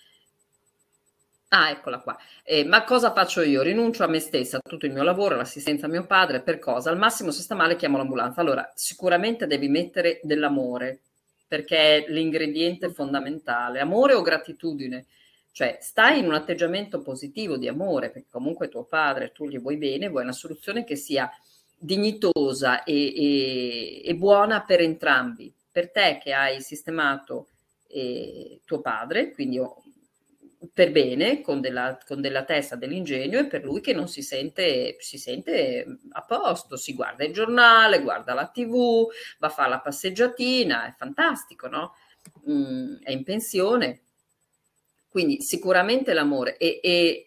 Ah, eccola qua. Eh, ma cosa faccio io? Rinuncio a me stessa, a tutto il mio lavoro, all'assistenza a mio padre, per cosa? Al massimo, se sta male, chiamo l'ambulanza. Allora, sicuramente devi mettere dell'amore, perché è l'ingrediente fondamentale. Amore o gratitudine? Cioè, stai in un atteggiamento positivo di amore, perché comunque tuo padre, tu gli vuoi bene, vuoi una soluzione che sia dignitosa e, e, e buona per entrambi. Per te che hai sistemato eh, tuo padre, quindi ho per bene, con della, con della testa, dell'ingegno, e per lui che non si sente, si sente a posto, si guarda il giornale, guarda la tivù, va a fare la passeggiatina, è fantastico, no? Mm, è in pensione, quindi sicuramente l'amore. E, e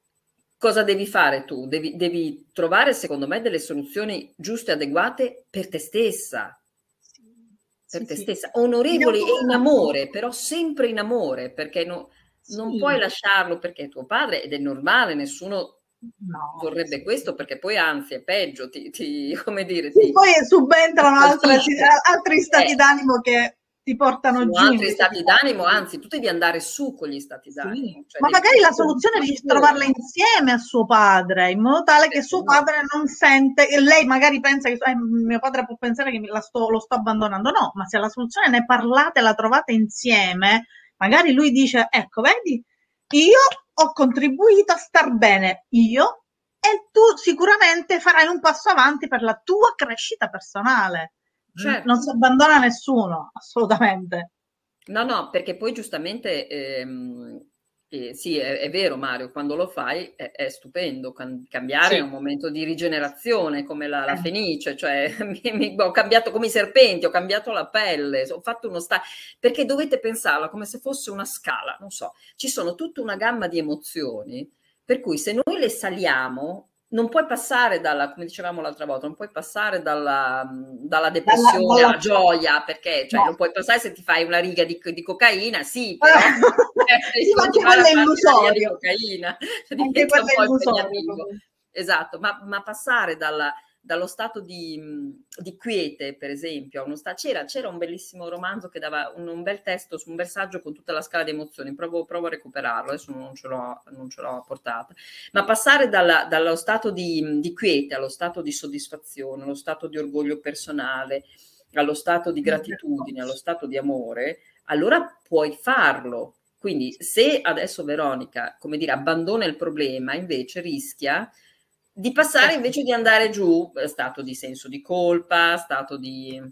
cosa devi fare tu? Devi, devi trovare, secondo me, delle soluzioni giuste e adeguate per te stessa, Sì, per sì, te sì. stessa, In onorevoli e in automatico. amore, però sempre in amore, perché no, non puoi Sì, lasciarlo perché è tuo padre, ed è normale, nessuno no, vorrebbe sì, questo, sì. perché poi anzi è peggio, ti, ti come dire, Sì, ti, poi ti subentrano altre si- squalfisce. altri stati Eh, d'animo che ti portano sono giù altri invece di stati farti d'animo, su. anzi, tu devi andare su con gli stati Sì, d'animo, cioè ma devi magari la portare un soluzione riesce a trovarla fattore, insieme a suo padre, in modo tale che perché suo no? padre non sente, e lei magari pensa che eh, mio padre può pensare che la sto- lo sto abbandonando. No, ma se la soluzione ne parlate, la trovate insieme, magari lui dice, ecco, vedi, io ho contribuito a star bene, io, e tu sicuramente farai un passo avanti per la tua crescita personale. Mm, non Certo. si abbandona nessuno, assolutamente. No, no, perché poi giustamente, ehm, eh, sì, è, è vero Mario, quando lo fai è, è stupendo, Cam- cambiare è Sì, un momento di rigenerazione, come la, la sempre. fenice, cioè mi- mi- ho cambiato come i serpenti, ho cambiato la pelle, ho fatto uno sta, perché dovete pensarla come se fosse una scala, non so, ci sono tutta una gamma di emozioni, per cui se noi le saliamo, non puoi passare dalla, come dicevamo l'altra volta, non puoi passare dalla, dalla Dalla, depressione dalla... alla gioia, perché cioè, No. lo puoi passare se ti fai una riga di, di cocaina, sì, però eh, devi Sì, ma anche continuare quello a è farti la riga di illusorio. cocaina, Anche diventa quello un è po' illusorio impegnativo. comunque. Esatto, ma, ma passare dalla, dallo stato di, di quiete, per esempio, a uno stato... C'era, c'era un bellissimo romanzo che dava un, un bel testo su un bersaglio con tutta la scala di emozioni, provo, provo a recuperarlo, adesso non ce l'ho, non ce l'ho portata, ma passare dalla, dallo stato di, di quiete allo stato di soddisfazione, allo stato di orgoglio personale, allo stato di gratitudine, allo stato di amore, allora puoi farlo. Quindi se adesso Veronica, come dire, abbandona il problema, invece rischia di passare, invece di andare giù, stato di senso di colpa, stato di,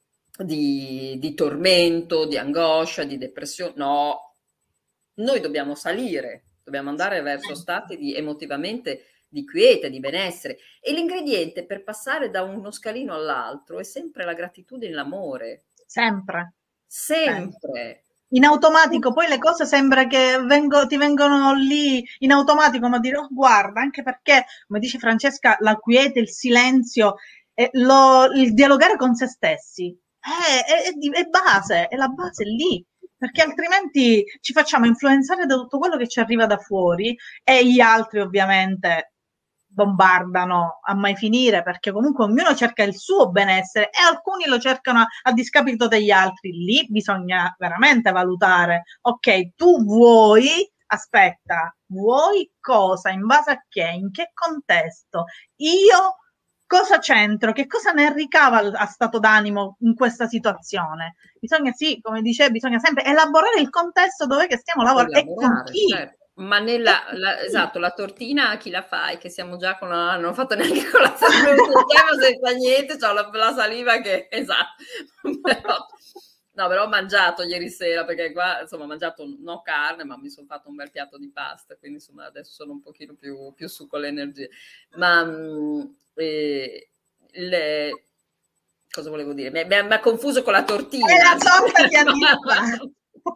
di, di tormento, di angoscia, di depressione. No, noi dobbiamo salire, dobbiamo andare verso stati di emotivamente di quiete, di benessere. E l'ingrediente per passare da uno scalino all'altro è sempre la gratitudine e l'amore. Sempre, sempre. Sempre. In automatico, poi le cose sembra che vengo- ti vengono lì in automatico, ma dire, oh, guarda, anche perché, come dice Francesca, la quiete, il silenzio, eh, lo- il dialogare con se stessi, eh, è, è di- è base, è la base lì. perché altrimenti ci facciamo influenzare da tutto quello che ci arriva da fuori e gli altri ovviamente bombardano a mai finire, perché comunque ognuno cerca il suo benessere e alcuni lo cercano a, a discapito degli altri. Lì bisogna veramente valutare, ok, tu vuoi, aspetta, vuoi cosa, in base a che, in che contesto, io cosa c'entro, che cosa ne ricava a stato d'animo in questa situazione. Bisogna, sì, come dicevi, bisogna sempre elaborare il contesto dove che stiamo lavorando e con chi. Certo. Ma nella, la, esatto, la tortina a chi la fai? Che siamo già con la, non ho fatto neanche colazione, senza niente, ho la, la saliva che, esatto, però, no, però ho mangiato ieri sera, perché qua, insomma, ho mangiato no carne, ma mi sono fatto un bel piatto di pasta, quindi insomma adesso sono un pochino più, più su con le energie. Ma mh, eh, le, cosa volevo dire? Mi, mi, mi ha confuso con la tortina. È la torta di anniversario.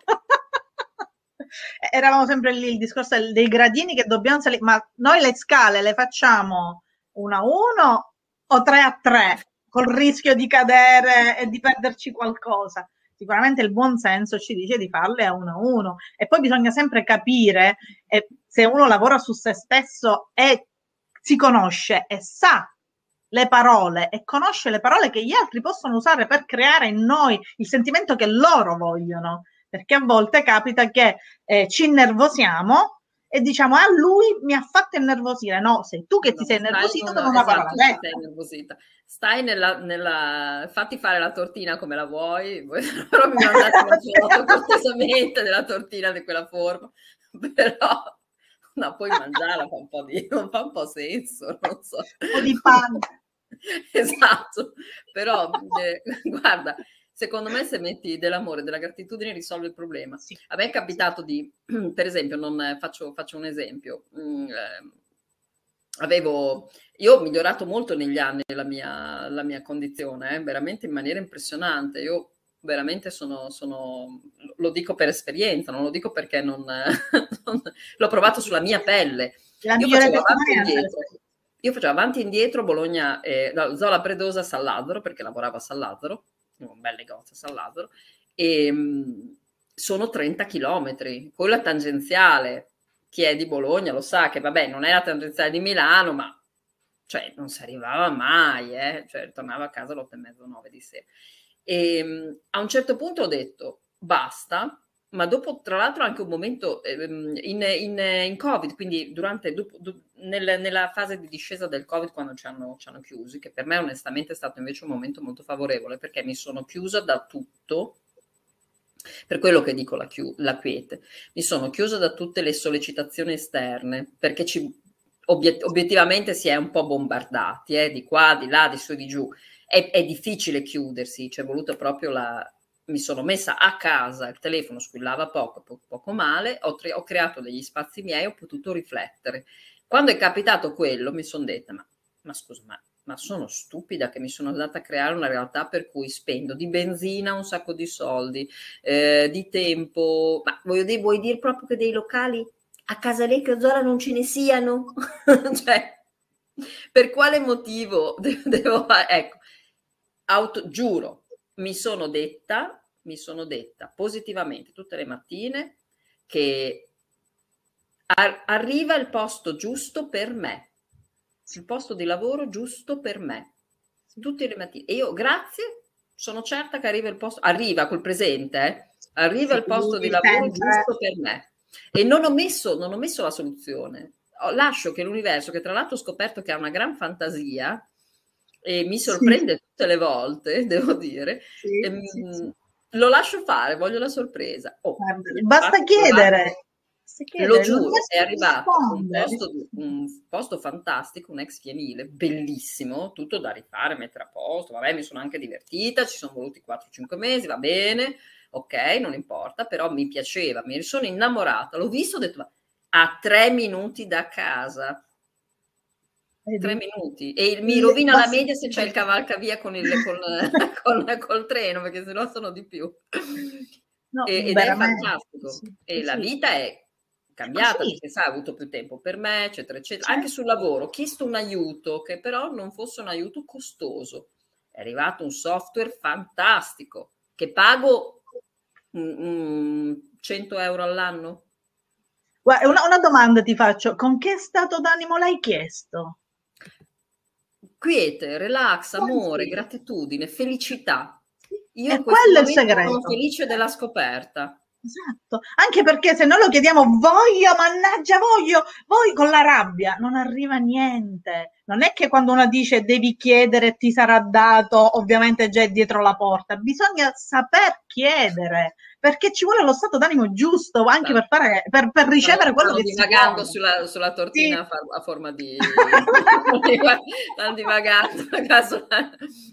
Eravamo sempre lì, il discorso dei gradini che dobbiamo salire, ma noi le scale le facciamo uno a uno o tre a tre, col rischio di cadere e di perderci qualcosa. Sicuramente il buon senso ci dice di farle a uno a uno e poi bisogna sempre capire eh, se uno lavora su se stesso e si conosce e sa le parole e conosce le parole che gli altri possono usare per creare in noi il sentimento che loro vogliono, perché a volte capita che eh, ci innervosiamo e diciamo ah lui mi ha fatto innervosire, no, sei tu che No, ti sei innervosito una, con una esatto, parola detta. sei nervosita. Stai nella, nella, fatti fare la tortina come la vuoi, però mi mandate una foto cortesemente della tortina di quella forma, però no, poi mangiarla fa un po' di, non fa un po' senso, non so. Un po' di pane. Esatto, però eh, guarda, secondo me se metti dell'amore, della gratitudine risolve il problema. Sì. A me è capitato di, per esempio, non faccio, faccio un esempio, mm, eh, avevo, io ho migliorato molto negli anni la mia, la mia condizione, eh, veramente in maniera impressionante. Io veramente sono, sono, lo dico per esperienza, non lo dico perché non, non l'ho provato sulla mia pelle. La Io migliore facevo avanti e testimonianza. indietro. Io facevo avanti e indietro Bologna, eh, no, Zola Predosa, San Lazzaro, perché lavoravo a San Lazzaro, un bel negozio a San Lazzaro, e mh, sono trenta chilometri, con la tangenziale. Chi è di Bologna lo sa che, vabbè, non è la tangenziale di Milano, ma cioè, non si arrivava mai, eh? Cioè, tornavo a casa alle otto e mezzo, nove di sera. E mh, a un certo punto ho detto, basta, ma dopo, tra l'altro, anche un momento ehm, in, in, in Covid, quindi durante, dopo, do, nel, nella fase di discesa del Covid, quando ci hanno, ci hanno chiusi, che per me onestamente è stato invece un momento molto favorevole, perché mi sono chiusa da tutto, per quello che dico la, chiu- la quiete, mi sono chiusa da tutte le sollecitazioni esterne, perché ci, obiet- obiettivamente si è un po' bombardati, eh, di qua, di là, di su, di giù. È, è difficile chiudersi, c'è voluto proprio la... Mi sono messa a casa, il telefono squillava poco, poco, poco male, ho, tre- ho creato degli spazi miei, ho potuto riflettere. Quando è capitato quello mi sono detta, ma, ma scusa, ma ma sono stupida che mi sono andata a creare una realtà per cui spendo di benzina un sacco di soldi, eh, di tempo, ma voglio dire, vuoi dire proprio che dei locali a Casalecchio Zola non ce ne siano? Cioè, per quale motivo devo fare? Ecco, auto, giuro, mi sono detta, mi sono detta positivamente tutte le mattine che ar- arriva il posto giusto per me, il posto di lavoro giusto per me, tutte le mattine. E io, grazie, sono certa che arriva il posto, arriva col presente, eh? Arriva Sì, il posto di lavoro sempre. giusto per me. E non ho messo, non ho messo la soluzione. Lascio che l'universo, che tra l'altro ho scoperto che ha una gran fantasia, e mi Sì, sorprende tutte le volte, devo dire, sì, ehm, sì, sì. lo lascio fare, voglio la sorpresa. Oh, Basta chiedere. Basta lo chiedere, giuro, è l'universo arrivato un risponde, posto, risponde. un posto fantastico, un ex fienile, bellissimo, tutto da rifare, mettere a posto, vabbè, mi sono anche divertita, ci sono voluti quattro cinque mesi, va bene, ok, non importa, però mi piaceva, mi sono innamorata, l'ho visto, ho detto, a tre minuti da casa, tre Vedi? minuti, e mi Il- rovina la basta media se c'è il chiedere. cavalcavia con il, con, con, col treno, perché sennò sono di più. No, E, ed è veramente. fantastico. Sì, E sì, la sì. vita è È cambiata così. perché sai, ho avuto più tempo per me, eccetera, eccetera. Anche Certo. sul lavoro ho chiesto un aiuto che però non fosse un aiuto costoso. È arrivato un software fantastico che pago Mm, mm, cento euro all'anno? Guarda, una, una domanda ti faccio, con che stato d'animo l'hai chiesto? Quiete, relax, Eh, amore, sì, gratitudine, felicità. sì. Io E in questo quello è il momento sono segreto. felice della scoperta. Esatto, anche perché se noi lo chiediamo voglio, mannaggia voglio, voi con la rabbia non arriva niente. Non è che quando uno dice devi chiedere e ti sarà dato, ovviamente già è dietro la porta. Bisogna saper chiedere, perché ci vuole lo stato d'animo giusto anche per fare, per, per Stanno, ricevere quello stanno che si divagando vuole. sulla, sulla Sì. tortina a, far- a forma di... stanno divagando. sulla-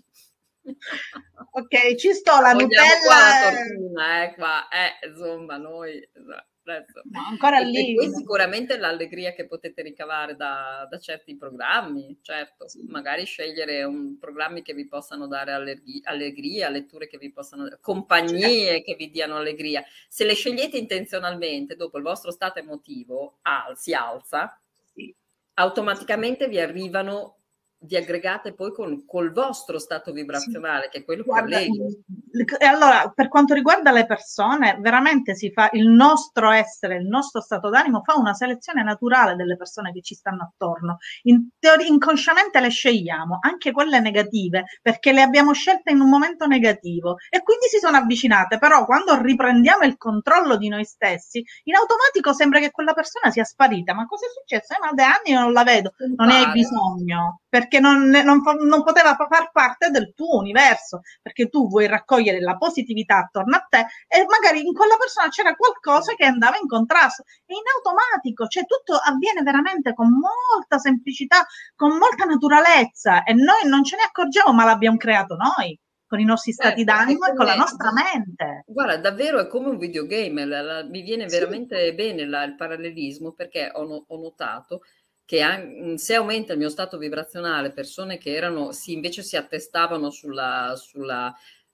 Ok, ci sto, La la vogliamo qua la Nutella. eh, tortina, eh, qua, eh, insomma, noi... esatto, adesso. No, ancora E, e lì. poi sicuramente l'allegria che potete ricavare da, da certi programmi, certo, Sì, magari scegliere un, programmi che vi possano dare allegri- allegria, letture che vi possano, certo, compagnie che vi diano allegria. Se le scegliete intenzionalmente, dopo il vostro stato emotivo al- si alza, sì. automaticamente vi arrivano, vi aggregate poi con, col vostro stato Sì. vibrazionale, che è quello più Guarda, allegro. mhmm, e allora per quanto riguarda le persone, veramente si fa il nostro essere, il nostro stato d'animo fa una selezione naturale delle persone che ci stanno attorno. In teoria, inconsciamente le scegliamo, anche quelle negative, perché le abbiamo scelte in un momento negativo e quindi si sono avvicinate, però quando riprendiamo il controllo di noi stessi, in automatico sembra che quella persona sia sparita. Ma cosa è successo? Eh, ma da anni non la vedo. Non ne hai Compare. bisogno, perché non, non, non poteva far parte del tuo universo, perché tu vuoi raccogliere la positività attorno a te e magari in quella persona c'era qualcosa che andava in contrasto e in automatico, cioè tutto avviene veramente con molta semplicità, con molta naturalezza e noi non ce ne accorgiamo, ma l'abbiamo creato noi con i nostri stati Certo, è d'animo e con la come, nostra mente. guarda, davvero è come un videogame, la- la- mi viene Sì, veramente bene la- il parallelismo perché ho, no- ho notato che an- se aumenta il mio stato vibrazionale, persone che erano, sì, invece si attestavano sulla, sulla,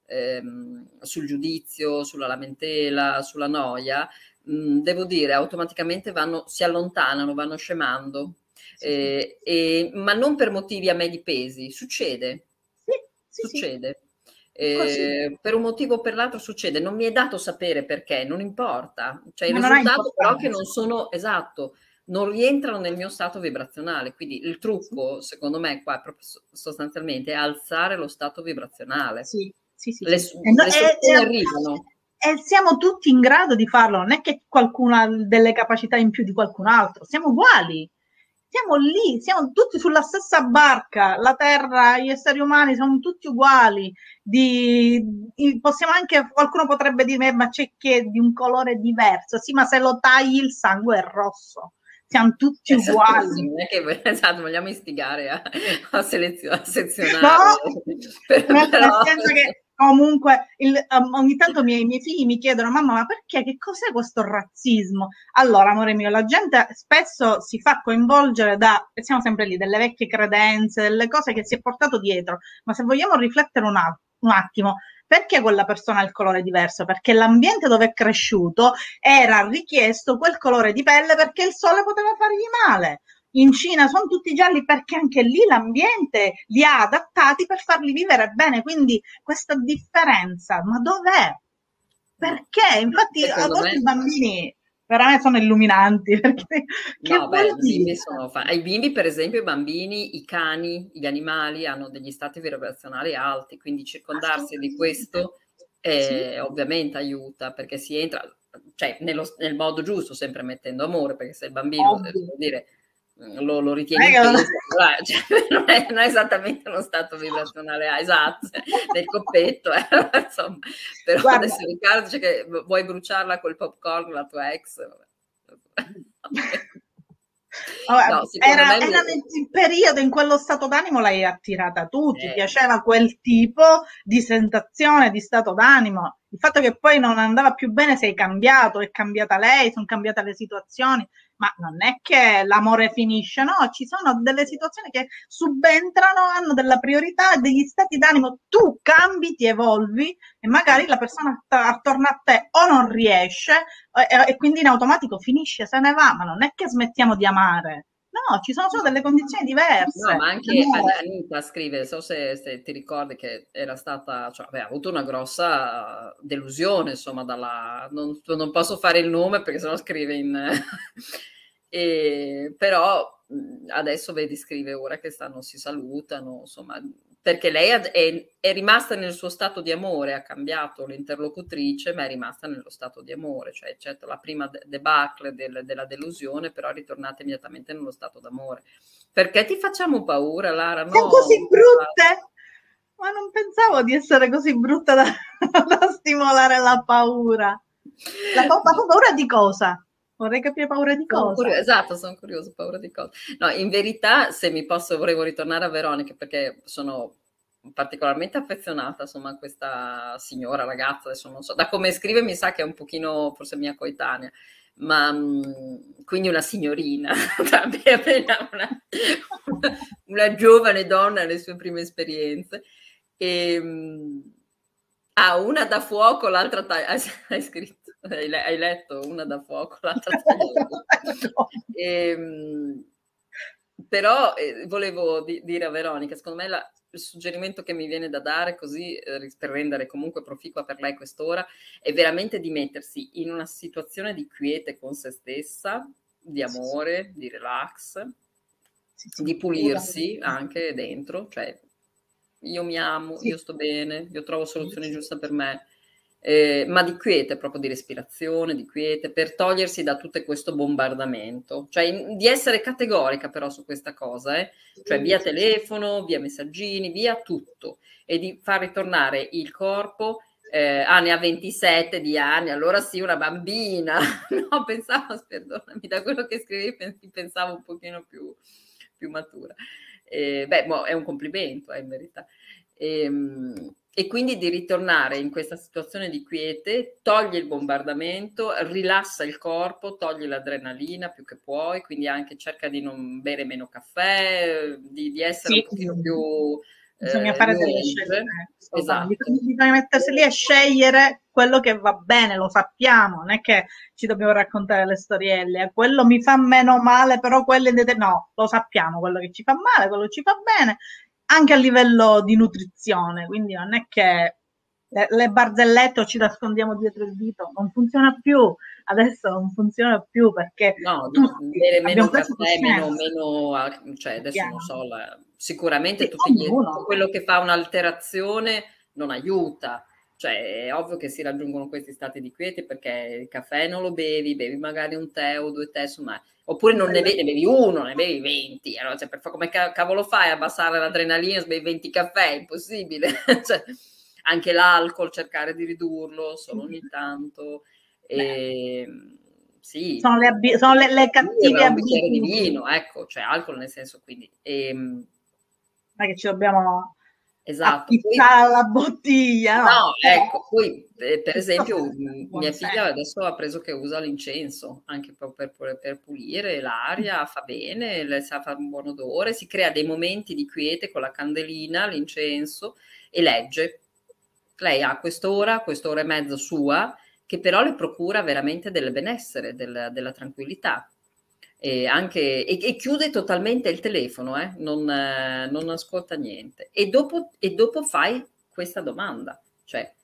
ehm, sul giudizio, sulla lamentela, sulla noia, mh, devo dire, automaticamente vanno, si allontanano, vanno scemando, sì, sì, eh, e- ma non per motivi a me di pesi, succede, sì, sì, sì, succede. è così, Eh, per un motivo o per l'altro succede, non mi è dato sapere perché, non importa. Cioè il ma non ha risultato però è che importanza. non sono esatto, non rientrano nel mio stato vibrazionale. Quindi il Sì. trucco, secondo me, qua è proprio so- sostanzialmente è alzare lo stato vibrazionale. Sì, sì, sì, Le, sì. su- E, no- le e- soluzioni e- arrivano. e siamo tutti in grado di farlo, non è che qualcuno ha delle capacità in più di qualcun altro, siamo uguali, siamo lì, siamo tutti sulla stessa barca, la Terra, gli esseri umani sono tutti uguali, di, di- possiamo anche, qualcuno potrebbe dire, "Eh, ma c'è che è di un colore diverso, sì, ma se lo tagli il sangue è rosso, siamo tutti Esatto, sì, uguali. non è che esatto, vogliamo istigare a, a selezio- a No, sezionare, per- nel, però nel senso che comunque il, um, ogni tanto i miei, i miei figli mi chiedono, mamma, ma perché? Che cos'è questo razzismo? Allora, amore mio, la gente spesso si fa coinvolgere da, e siamo sempre lì, delle vecchie credenze, delle cose che si è portato dietro, ma se vogliamo riflettere un, a- un attimo, perché quella persona ha il colore diverso? Perché l'ambiente dove è cresciuto era richiesto quel colore di pelle perché il sole poteva fargli male. In Cina sono tutti gialli perché anche lì l'ambiente li ha adattati per farli vivere bene, quindi questa differenza, ma dov'è? no. Perché? Infatti a Secondo volte i me bambini veramente sono illuminanti, perché che no, vuol beh, i bimbi dire? sono fa- ai bimbi, per esempio, i bambini, i cani, gli animali hanno degli stati vibrazionali alti, quindi circondarsi di Assolutamente. questo Sì, eh, ovviamente aiuta perché si entra, cioè, nello- nel modo giusto, sempre mettendo amore, perché se il bambino, eh, ovvio. devo dire, mm, lo, lo Non ritieni è un che non- peso, allora, cioè, non, è, non è esattamente uno stato vibrazionale ah, esatto, nel coppetto, eh, insomma. Però Guarda, adesso Riccardo dice che vuoi bruciarla col popcorn, la tua ex. Vabbè. vabbè, No, secondo era, me era lo- nel il periodo in quello stato d'animo l'hai attirata tu, ti eh, piaceva quel tipo di sensazione, di stato d'animo. Il fatto che poi non andava più bene, sei cambiato, è cambiata lei, sono cambiate le situazioni, ma non è che l'amore finisce, no, ci sono delle situazioni che subentrano, hanno della priorità, degli stati d'animo, tu cambi, ti evolvi e magari sì. la persona attorno a te o non riesce e, e quindi in automatico finisce, se ne va, ma non è che smettiamo di amare. no, ci sono solo delle condizioni diverse. No, ma anche Anita scrive, so se, se ti ricordi che era stata, cioè aveva avuto una grossa delusione, insomma, dalla, non, non posso fare il nome perché sennò scrive in... e, però adesso vedi, scrive ora che stanno, si salutano, insomma, perché lei è, è rimasta nel suo stato di amore, ha cambiato l'interlocutrice, ma è rimasta nello stato di amore, cioè certo la prima debacle del, della delusione, però è ritornata immediatamente nello stato d'amore. Perché ti facciamo paura, Lara? No, siamo così brutte? Ma non pensavo di essere così brutta da, da stimolare la paura. La, pa- la paura di cosa? Vorrei capire paura di sono cosa. Curiosa, esatto, sono curiosa, paura di cosa. No, in verità, se mi posso, volevo ritornare a Veronica perché sono particolarmente affezionata, insomma, a questa signora, ragazza, adesso non so, da come scrive mi sa che è un pochino, forse mia coetanea, ma mh, quindi una signorina, appena una, una, una giovane donna alle sue prime esperienze. E, mh, ah, una da fuoco, l'altra taglia. Hai scritto, hai, le- hai letto una da fuoco, l'altra taglia. E, mh, però eh, volevo di- dire a Veronica, secondo me la- il suggerimento che mi viene da dare così eh, per rendere comunque proficua per lei quest'ora è veramente di mettersi in una situazione di quiete con se stessa, di amore, di relax, Sì, sì. di pulirsi anche dentro, cioè io mi amo, Sì. io sto bene, io trovo soluzione giusta per me, eh, ma di quiete, proprio di respirazione, di quiete, per togliersi da tutto questo bombardamento, cioè in- di essere categorica però su questa cosa, eh? Cioè via telefono, via messaggini, via tutto, e di far ritornare il corpo. Eh, ah, ne ha ventisette di anni, allora sì, una bambina. No, pensavo, perdonami, da quello che scrivevi pensavo un pochino più, più matura. Eh, beh, mo, è un complimento, eh, in verità. E, e quindi di ritornare in questa situazione di quiete, togli il bombardamento, rilassa il corpo, togli l'adrenalina più che puoi, quindi anche cerca di non bere meno caffè, di, di essere Sì, un pochino più bisogna eh, fare delle nuance. scelte. Esatto. Bisogna, bisogna mettersi lì a scegliere quello che va bene, lo sappiamo, non è che ci dobbiamo raccontare le storielle, quello mi fa meno male, però quello è det- no, lo sappiamo, quello che ci fa male, quello che ci fa bene, anche a livello di nutrizione, quindi non è che le, le barzellette o ci nascondiamo dietro il dito, non funziona più, adesso non funziona più perché No, di tutti bere meno abbiamo preso caffè, meno, coscienza. meno, ah, cioè adesso non Piano. so, la- sicuramente Sì, tutti gli- tutto ognuno. quello che fa un'alterazione non aiuta, cioè è ovvio che si raggiungono questi stati di quiete perché il caffè non lo bevi, bevi magari un tè o due tè, insomma, oppure non ne bevi, ne bevi uno, ne bevi venti, allora cioè, per fa- come ca- cavolo fai a abbassare l'adrenalina se bevi venti caffè? È impossibile, cioè, anche l'alcol, cercare di ridurlo solo ogni tanto. E, sì, Sono le, abi- sono le, le cattive birra, un bicchiere di abitudini. vino, ecco, cioè alcol nel senso quindi. ehm, Non è che ci dobbiamo esatto. Poi, appiccare alla bottiglia, no. no, Però ecco, poi eh, per piuttosto esempio il m- buon mia figlia senso. adesso ha preso che usa l'incenso, anche proprio per, per pulire l'aria, fa bene, le sa fa un buon odore, si crea dei momenti di quiete con la candelina, l'incenso e legge. Lei ha quest'ora, quest'ora e mezza sua, che però le procura veramente del benessere, del- della tranquillità. E, anche, e, e chiude totalmente il telefono, eh? non, eh, non ascolta niente. E dopo, e dopo fai questa domanda, cioè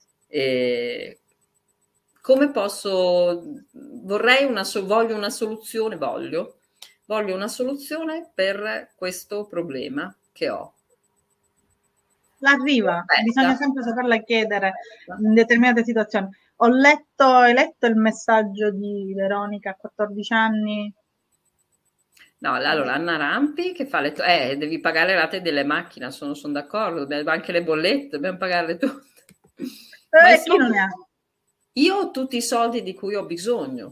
eh, come posso, vorrei una, so- voglio una soluzione, voglio, voglio una soluzione per questo problema che ho. L'arriva, bisogna Aspetta, sempre saperla chiedere aspetta. in determinate situazioni. Ho letto, hai letto il messaggio di Veronica a quattordici anni? No, allora Anna Rampi che fa le to- eh, devi pagare le rate delle macchine, sono, sono d'accordo, dobbiamo- anche le bollette, dobbiamo pagarle tutte. Ma i Eh, chi non ne soldi, ha? io ho tutti i soldi di cui ho bisogno.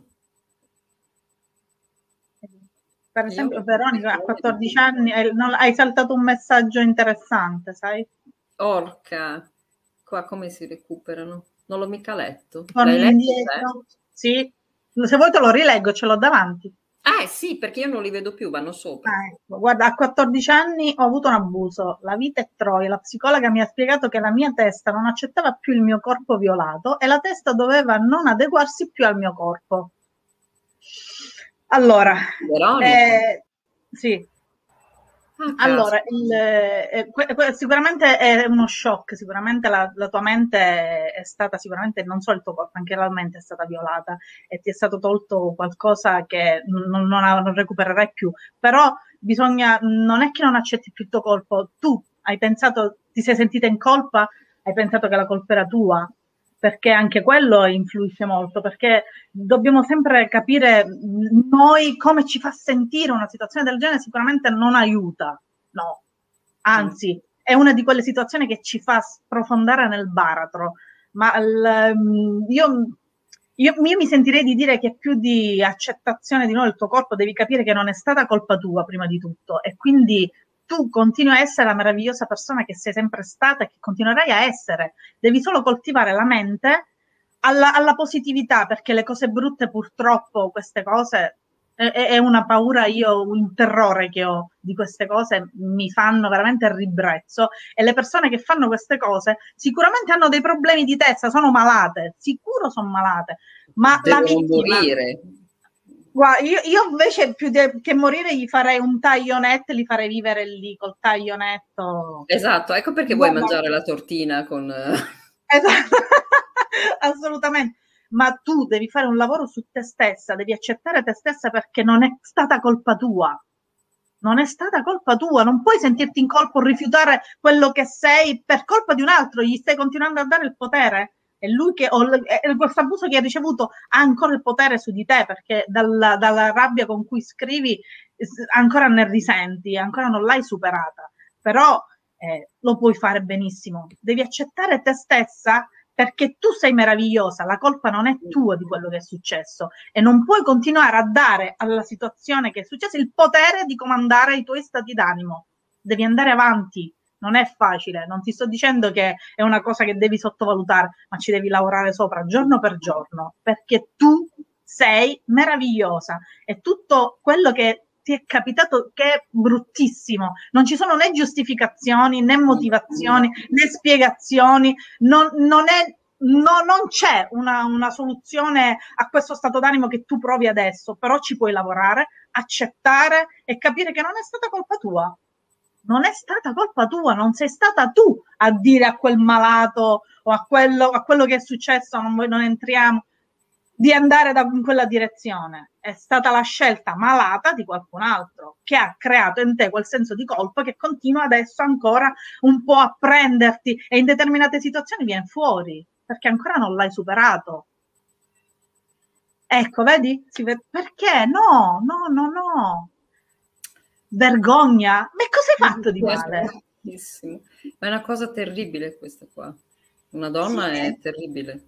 Per Io esempio, ho tutti i Veronica a soldi di cui quattordici anni hai, non- hai saltato un messaggio interessante, sai? Orca, qua come si recuperano? Non l'ho mica letto. L'hai Torni letto te? indietro? Sì. Se vuoi te lo rileggo, ce l'ho davanti. Ah, eh sì, perché io non li vedo più, vanno sopra. Ah, ecco. Guarda, a quattordici anni ho avuto un abuso. La vita è troia. La psicologa mi ha spiegato che la mia testa non accettava più il mio corpo violato e la testa doveva non adeguarsi più al mio corpo. Allora, Veronica. eh, Sì. Ah, Allora, caspita. il, eh, que- que- sicuramente è uno shock, sicuramente la, la tua mente è stata, sicuramente non solo il tuo corpo, anche la mente è stata violata e ti è stato tolto qualcosa che non, non, non recupererai più. Però bisogna, non è che non accetti più il tuo colpo, tu hai pensato, ti sei sentita in colpa, hai pensato che la colpa era tua, perché anche quello influisce molto, perché dobbiamo sempre capire noi come ci fa sentire una situazione del genere, sicuramente non aiuta, no, Mm. anzi è una di quelle situazioni che ci fa sprofondare nel baratro, ma il, io, io, io mi sentirei di dire che più di accettazione di noi del tuo corpo devi capire che non è stata colpa tua prima di tutto e quindi tu continui a essere la meravigliosa persona che sei sempre stata e che continuerai a essere, devi solo coltivare la mente alla, alla positività, perché le cose brutte purtroppo, queste cose, è, è una paura, io, un terrore che ho di queste cose, mi fanno veramente ribrezzo e le persone che fanno queste cose sicuramente hanno dei problemi di testa, sono malate, sicuro sono malate, ma la Devono vittima... morire. Guarda, io, io invece più de- che morire gli farei un taglionetto, li farei vivere lì col taglionetto. Esatto, ecco perché vuoi Guarda, mangiare la tortina con... esatto. Assolutamente. Ma tu devi fare un lavoro su te stessa, devi accettare te stessa perché non è stata colpa tua. Non è stata colpa tua, non puoi sentirti in colpa o rifiutare quello che sei per colpa di un altro, gli stai continuando a dare il potere. E lui che, o e questo abuso che ha ricevuto ha ancora il potere su di te perché dalla, dalla rabbia con cui scrivi ancora ne risenti, ancora non l'hai superata. Però eh, lo puoi fare benissimo. Devi accettare te stessa perché tu sei meravigliosa, la colpa non è tua di quello che è successo e non puoi continuare a dare alla situazione che è successa il potere di comandare i tuoi stati d'animo. Devi andare avanti, non è facile, non ti sto dicendo che è una cosa che devi sottovalutare, ma ci devi lavorare sopra giorno per giorno, perché tu sei meravigliosa e tutto quello che ti è capitato che è bruttissimo, non ci sono né giustificazioni né motivazioni No. né spiegazioni, non, non è No, non c'è una, una, soluzione a questo stato d'animo che tu provi adesso, però ci puoi lavorare, accettare e capire che non è stata colpa tua. Non è stata colpa tua, non sei stata tu a dire a quel malato o a quello, a quello che è successo, non, non entriamo, di andare da, in quella direzione. È stata la scelta malata di qualcun altro che ha creato in te quel senso di colpa che continua adesso ancora un po' a prenderti e in determinate situazioni viene fuori perché ancora non l'hai superato. Ecco, vedi? Si vede... Perché? No, no, no, no. Vergogna. Ma cosa hai fatto di male? Bellissimo. Ma è una cosa terribile questa qua. Una Sì. donna è terribile.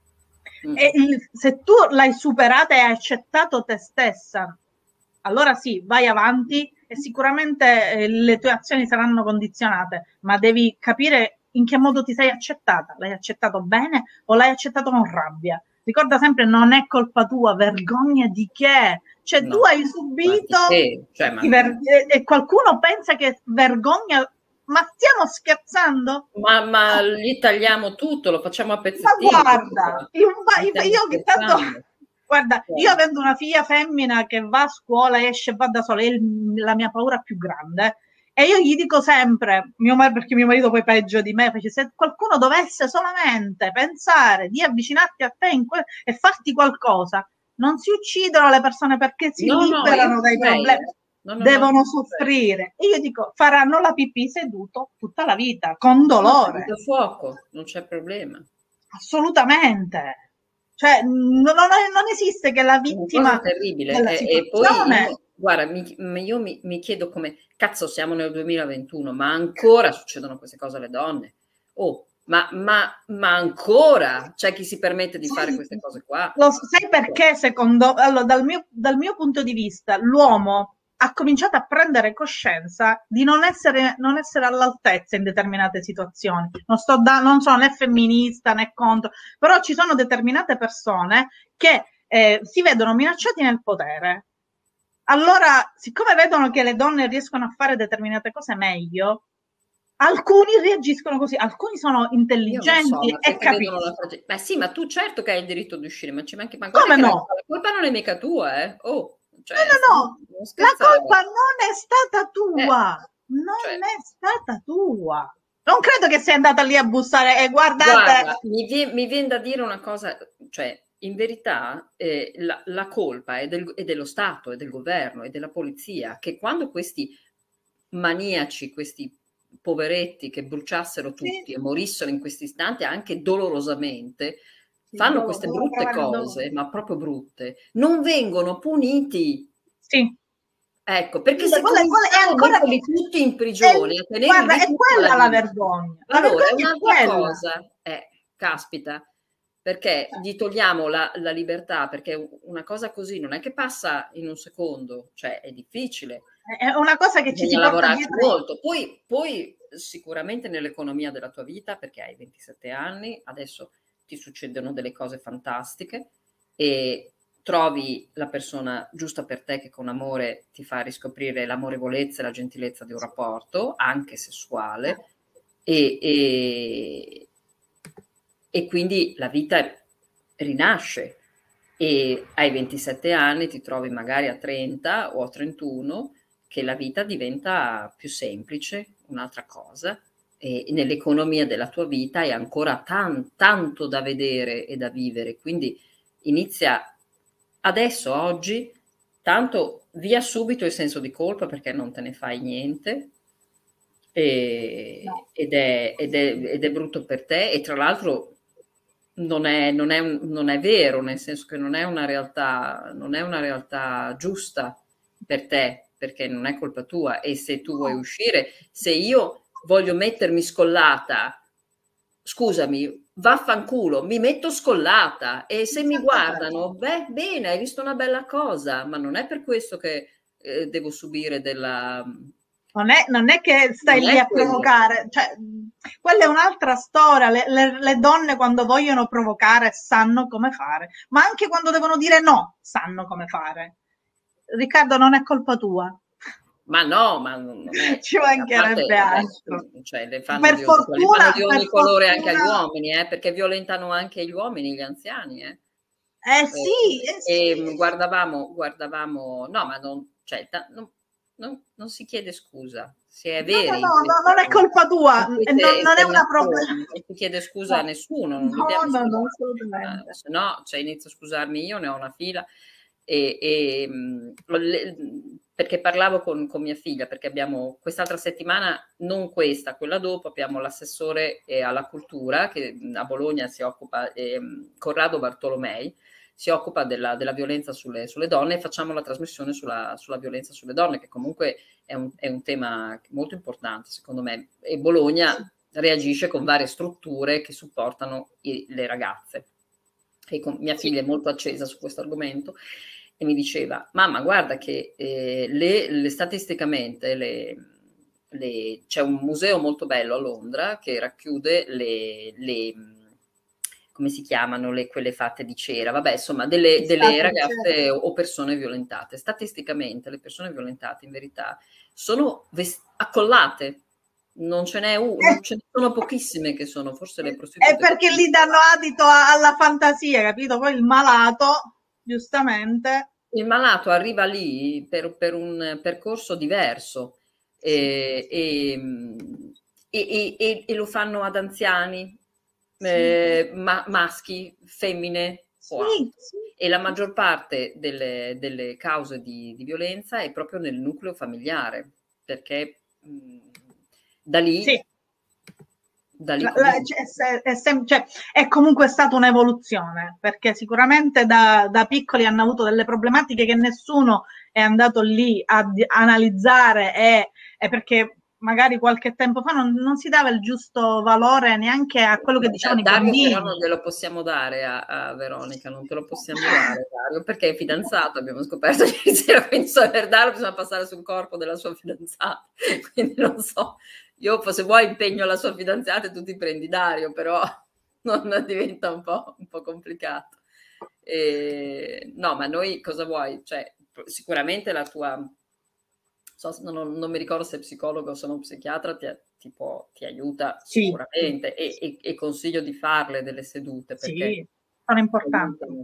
E Mm. il, se tu l'hai superata e hai accettato te stessa, allora sì, vai avanti e sicuramente eh, le tue azioni saranno condizionate, ma devi capire in che modo ti sei accettata. L'hai accettato bene o l'hai accettato con rabbia? Ricorda sempre, non è colpa tua, vergogna di che? Cioè, tu No, hai ma di subito che? Cioè, ma, e, e qualcuno pensa che vergogna, ma stiamo scherzando? ma, ma No. gli tagliamo tutto, lo facciamo a Ma pezzettini. Tutto guarda, qua. io, Ma io, stiamo io ogni tanto, scherzando. guarda, io Cioè, avendo una figlia femmina che va a scuola, esce e va da sola, è il- la mia paura più grande. E io gli dico sempre, mio mar- perché mio marito poi peggio di me, face, se qualcuno dovesse solamente pensare di avvicinarti a te in que- e farti qualcosa, non si uccidono le persone perché si no, no, io liberano dai saprei, problemi, eh. No, no, no, devono saprei. soffrire. E io dico, faranno la pipì seduto tutta la vita, con No, seduto dolore. a fuoco, non c'è problema. Assolutamente. Cioè, non, non è- non esiste che la È una cosa vittima terribile. della E, e poi situazione... io, guarda, mi, io mi, mi chiedo come, cazzo, siamo nel duemilaventuno, ma ancora succedono queste cose alle donne? Oh, ma, ma, ma ancora c'è chi si permette di fare Sai, queste cose qua? lo, sai perché, secondo... Allora, dal mio, dal mio punto di vista, l'uomo ha cominciato a prendere coscienza di non essere, non essere all'altezza in determinate situazioni. Non, sto da, non sono né femminista né contro, però ci sono determinate persone che eh, si vedono minacciati nel potere. Allora, siccome vedono che le donne riescono a fare determinate cose meglio, alcuni reagiscono così, alcuni sono Io lo so, intelligenti ma e perché vedono la capiscono. fragilità? Ma sì, ma tu certo che hai il diritto di uscire, ma ci manchi, ma guarda Come che la, no? la colpa non è mica tua, eh? Oh, cioè, no, no, no, non la scherzare. colpa non è stata tua, Eh, non cioè, è stata tua. Non credo che sei andata lì a bussare e guardate. guarda, mi vie mi vien da dire una cosa, cioè in verità, ehm, la la colpa è del è dello Stato, è del governo, è della polizia, che quando questi maniaci, questi poveretti che bruciassero Sì, tutti e morissero in quest'istante anche dolorosamente, sì, il fanno dolore, queste doveva brutte provare il dolore. cose, ma proprio brutte, non vengono puniti. Sì. Ecco, perché Quella, se quella- quella è cominciamo a ancora, metterli tutti in è- prigione, a tenerli guarda, lì è tutta la quella la vita, vergogna. La allora è vergogna è un'altra quella. cosa, eh, caspita, perché gli togliamo la, la libertà, perché una cosa così non è che passa in un secondo, cioè è difficile, È una cosa che ci si bisogna porta lavorarci dietro. molto. Poi, poi sicuramente nell'economia della tua vita, perché hai ventisette anni, adesso ti succedono delle cose fantastiche e trovi la persona giusta per te che con amore ti fa riscoprire l'amorevolezza e la gentilezza di un rapporto, anche sessuale, e, e, e quindi la vita rinasce e ai ventisette anni ti trovi magari a trenta o a trentuno che la vita diventa più semplice, un'altra cosa, e nell'economia della tua vita hai ancora tan, tanto da vedere e da vivere, quindi inizia adesso, oggi, tanto via subito il senso di colpa perché non te ne fai niente e, No. ed, è, ed, è, ed è brutto per te e tra l'altro non è, non, è un, non è vero, nel senso che non è una realtà, non è una realtà giusta per te, perché non è colpa tua e se tu vuoi No. uscire, se io voglio mettermi scollata, scusami, vaffanculo, mi metto scollata e se mi guardano, beh, bene, hai visto una bella cosa, ma non è per questo che eh, devo subire della... Non è, non è che stai Non lì è a quello. provocare, cioè, quella è un'altra storia. Le, le- le donne quando vogliono provocare sanno come fare, ma anche quando devono dire no, sanno come fare. Riccardo, non è colpa tua. Ma no, ma non è, Ci cioè, a mancherebbe parte, vabbè, altro. scusa, cioè, le fanno Per di ogni, le fanno di fortuna, per ogni colore anche agli fortuna, uomini, eh, perché violentano anche gli uomini, gli anziani, eh. eh sì, Eh, eh e sì. guardavamo, guardavamo, no, ma non, cioè, ta- non, non- non si chiede scusa, si è No, no, veri in no, no, queste, non è colpa tua, in queste non, non è una problema. esternazioni, non si chiede scusa a No, nessuno, non no, dobbiamo no, no, scusarci, eh, assolutamente. se no, cioè, inizio a scusarmi io, ne ho una fila, e, e, mh, le- perché parlavo con, con mia figlia, perché abbiamo quest'altra settimana, non questa, quella dopo, abbiamo l'assessore eh, alla cultura che a Bologna si occupa, eh, Corrado Bartolomei, si occupa della, della violenza sulle, sulle, donne e facciamo la trasmissione sulla, sulla violenza sulle donne, che comunque è un, è un tema molto importante secondo me, e Bologna reagisce con varie strutture che supportano i, le ragazze. E con, mia figlia è molto accesa su questo argomento e mi diceva, mamma guarda che eh, le, le, statisticamente le, le, c'è un museo molto bello a Londra che racchiude le, le come si chiamano, le, quelle fatte di cera, vabbè insomma delle, delle ragazze o persone violentate. Statisticamente le persone violentate in verità sono vest- accollate, non ce n'è una, non ce ne sono pochissime che sono, forse le È prostitute. perché gli danno adito a- alla fantasia, capito? Poi il malato, giustamente, Il malato arriva lì per, per un percorso diverso sì, e, e, e, e, e lo fanno ad anziani, sì, eh, ma, maschi, femmine o sì, altro. sì, E la sì. maggior parte delle, delle cause di, di violenza è proprio nel nucleo familiare, perché mh, da lì, Sì. da lì La- la- comincia. cioè, è, sem- cioè, è comunque stata un'evoluzione, perché sicuramente da, da piccoli hanno avuto delle problematiche che nessuno è andato lì a di- analizzare e, e perché magari qualche tempo fa non, non si dava il giusto valore neanche a quello che dicevano i Dario però non bambini. glielo possiamo dare a, a Veronica, non te lo possiamo dare Dario, perché è fidanzato, abbiamo scoperto ieri sera, quindi so per darlo bisogna passare sul corpo della sua fidanzata, quindi non so, io se vuoi impegno la sua fidanzata e tu ti prendi Dario, però non diventa un po', un po' complicato. E, no, ma noi cosa vuoi? Cioè, sicuramente la tua... So, non, non mi ricordo se è psicologo o sono psichiatra, ti, ti, può, ti aiuta Sì, sì, sicuramente e, e, e consiglio di farle delle sedute perché sì, sono importanti. aiutano,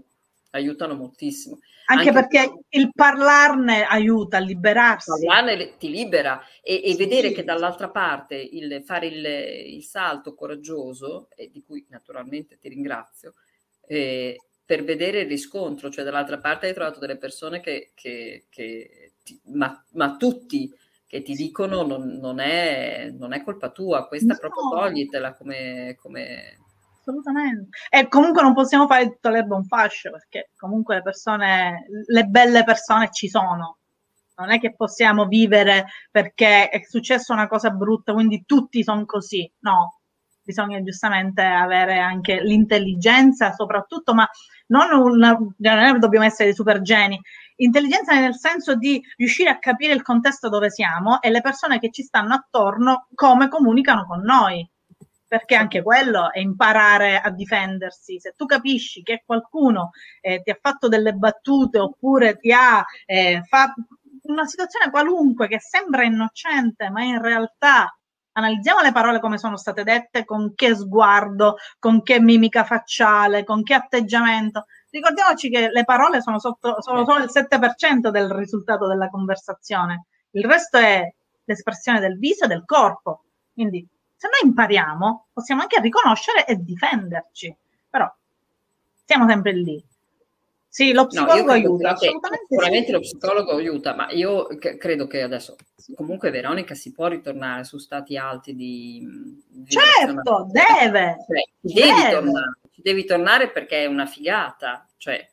aiutano moltissimo. Anche, Anche perché il parlarne aiuta a liberarsi. Parlarne ti libera e, e Sì. vedere che dall'altra parte il fare il, il salto coraggioso, e di cui naturalmente ti ringrazio, eh, per vedere il riscontro, cioè dall'altra parte hai trovato delle persone che, che, che ti, ma, ma tutti che ti dicono non, non, è, non è colpa tua, questa No. proprio toglitela come... come... Assolutamente. E comunque non possiamo fare tutta l'erba un fascio, perché comunque le persone, le belle persone ci sono. Non è che possiamo vivere perché è successa una cosa brutta, quindi tutti sono così. No, bisogna giustamente avere anche l'intelligenza soprattutto, ma non una, non è che dobbiamo essere dei super geni. Intelligenza nel senso di riuscire a capire il contesto dove siamo e le persone che ci stanno attorno come comunicano con noi. Perché anche quello è imparare a difendersi. Se tu capisci che qualcuno eh, ti ha fatto delle battute oppure ti ha eh, fatto una situazione qualunque che sembra innocente, ma in realtà analizziamo le parole come sono state dette, con che sguardo, con che mimica facciale, con che atteggiamento. Ricordiamoci che le parole sono, sotto, sono solo il sette per cento del risultato della conversazione, il resto è l'espressione del viso e del corpo. Quindi se noi impariamo, possiamo anche riconoscere e difenderci, però siamo sempre lì. Sì, lo psicologo no, aiuta, assolutamente sicuramente sì. lo psicologo aiuta, ma io credo che adesso, comunque Veronica si può ritornare su stati alti di vibrazione. Certo, deve, cioè, ci deve. devi tornare, ci devi tornare perché è una figata, cioè,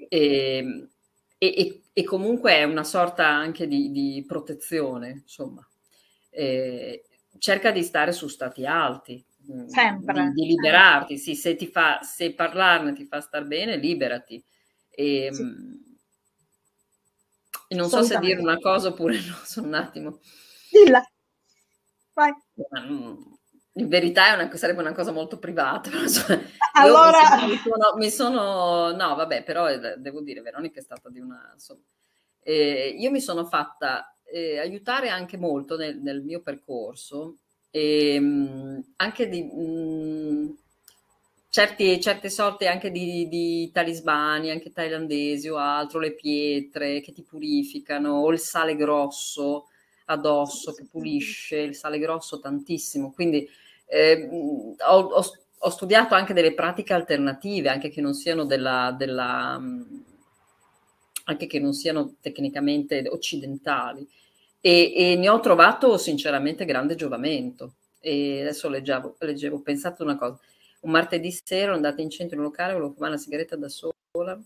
e, e, e comunque è una sorta anche di, di protezione, insomma. E cerca di stare su stati alti, sempre, di, di liberarti, sì, se, ti fa, se parlarne ti fa star bene, liberati. E, sì. e non so se dire una cosa oppure no, sono un attimo. Dilla. Vai. In verità è una, sarebbe una cosa molto privata. Allora... Io mi sono, mi, sono, mi sono, no vabbè, però devo dire, Veronica è stata di una, insomma, eh, io mi sono fatta eh, aiutare anche molto nel, nel mio percorso, e, mh, anche di mh, certi, certe sorte anche di, di talismani, anche thailandesi o altro, le pietre che ti purificano, o il sale grosso addosso che pulisce, il sale grosso tantissimo, quindi eh, ho, ho, ho studiato anche delle pratiche alternative, anche che non siano della, della anche che non siano tecnicamente occidentali, e, e ne ho trovato sinceramente grande giovamento. E adesso leggevo, leggevo, ho pensato una cosa, un martedì sera ero andata in centro in un locale, volevo fumare una sigaretta da sola,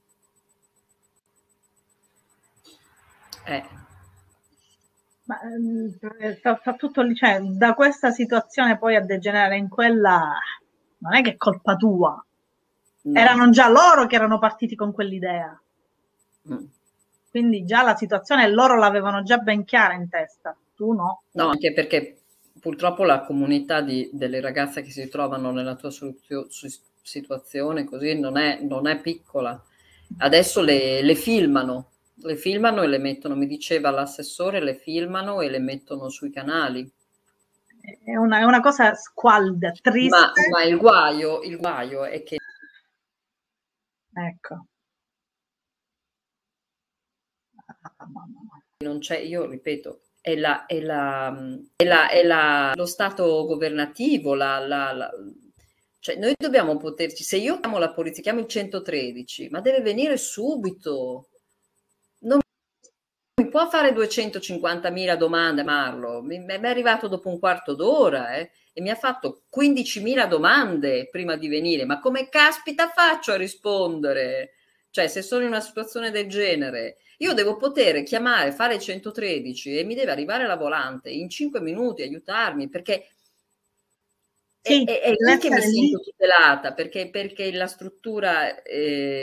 eh Ma, sta, sta tutto lì, cioè, da questa situazione poi a degenerare in quella, non è che è colpa tua. No. Erano già loro che erano partiti con quell'idea. Mm. Quindi già la situazione loro l'avevano già ben chiara in testa, tu no. No, anche perché purtroppo la comunità di, delle ragazze che si trovano nella tua situazione così non è, non è piccola. Adesso le, le filmano, le filmano e le mettono, mi diceva l'assessore, le filmano e le mettono sui canali. È una, è una cosa squalida, triste. Ma, ma il guaio, il guaio è che... Ecco. Non c'è, io ripeto, è, la, è, la, è, la, è la, lo stato governativo, la, la, la, cioè noi dobbiamo poterci, se io chiamo la polizia, chiamo il centotredici, ma deve venire subito, non mi può fare duecentocinquantamila domande, Marlo, mi, mi è arrivato dopo un quarto d'ora eh, e mi ha fatto quindicimila domande prima di venire, ma come caspita faccio a rispondere? Cioè se sono in una situazione del genere, io devo poter chiamare, fare il centotredici e mi deve arrivare la volante in cinque minuti, aiutarmi, perché sì, è, è, è lì che mi sento lì. tutelata, perché, perché la struttura eh,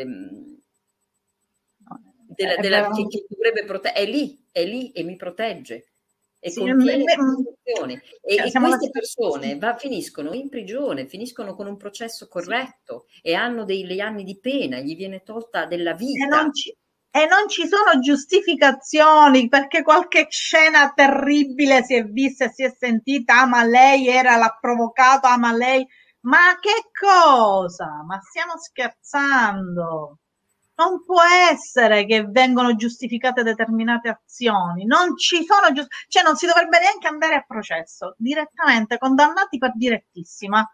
della, della, che, che dovrebbe proteggere, è lì, è lì e mi protegge. E sì, contiene me, me, e, e queste persone va, finiscono in prigione, finiscono con un processo corretto sì. e hanno degli anni di pena, gli viene tolta della vita. E non ci, e non ci sono giustificazioni, perché qualche scena terribile si è vista e si è sentita, ah ma lei era, l'ha provocato, ah ma lei, ma che cosa? Ma stiamo scherzando? Non può essere che vengono giustificate determinate azioni, non ci sono giust- cioè non si dovrebbe neanche andare a processo, direttamente condannati per direttissima.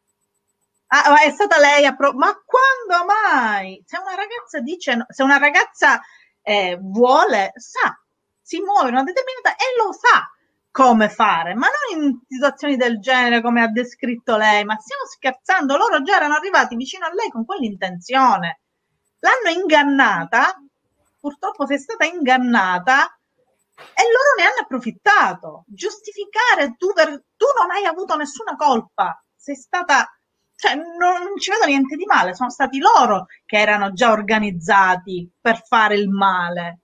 Ah, è stata lei a pro- ma quando mai? Se una ragazza dice, no- se una ragazza eh, vuole, sa, si muove in una determinata e lo sa come fare, ma non in situazioni del genere come ha descritto lei, ma stiamo scherzando, loro già erano arrivati vicino a lei con quell'intenzione. L'hanno ingannata, purtroppo sei stata ingannata e loro ne hanno approfittato. Giustificare tu, per, tu non hai avuto nessuna colpa, sei stata, cioè non, non ci vedo niente di male, sono stati loro che erano già organizzati per fare il male.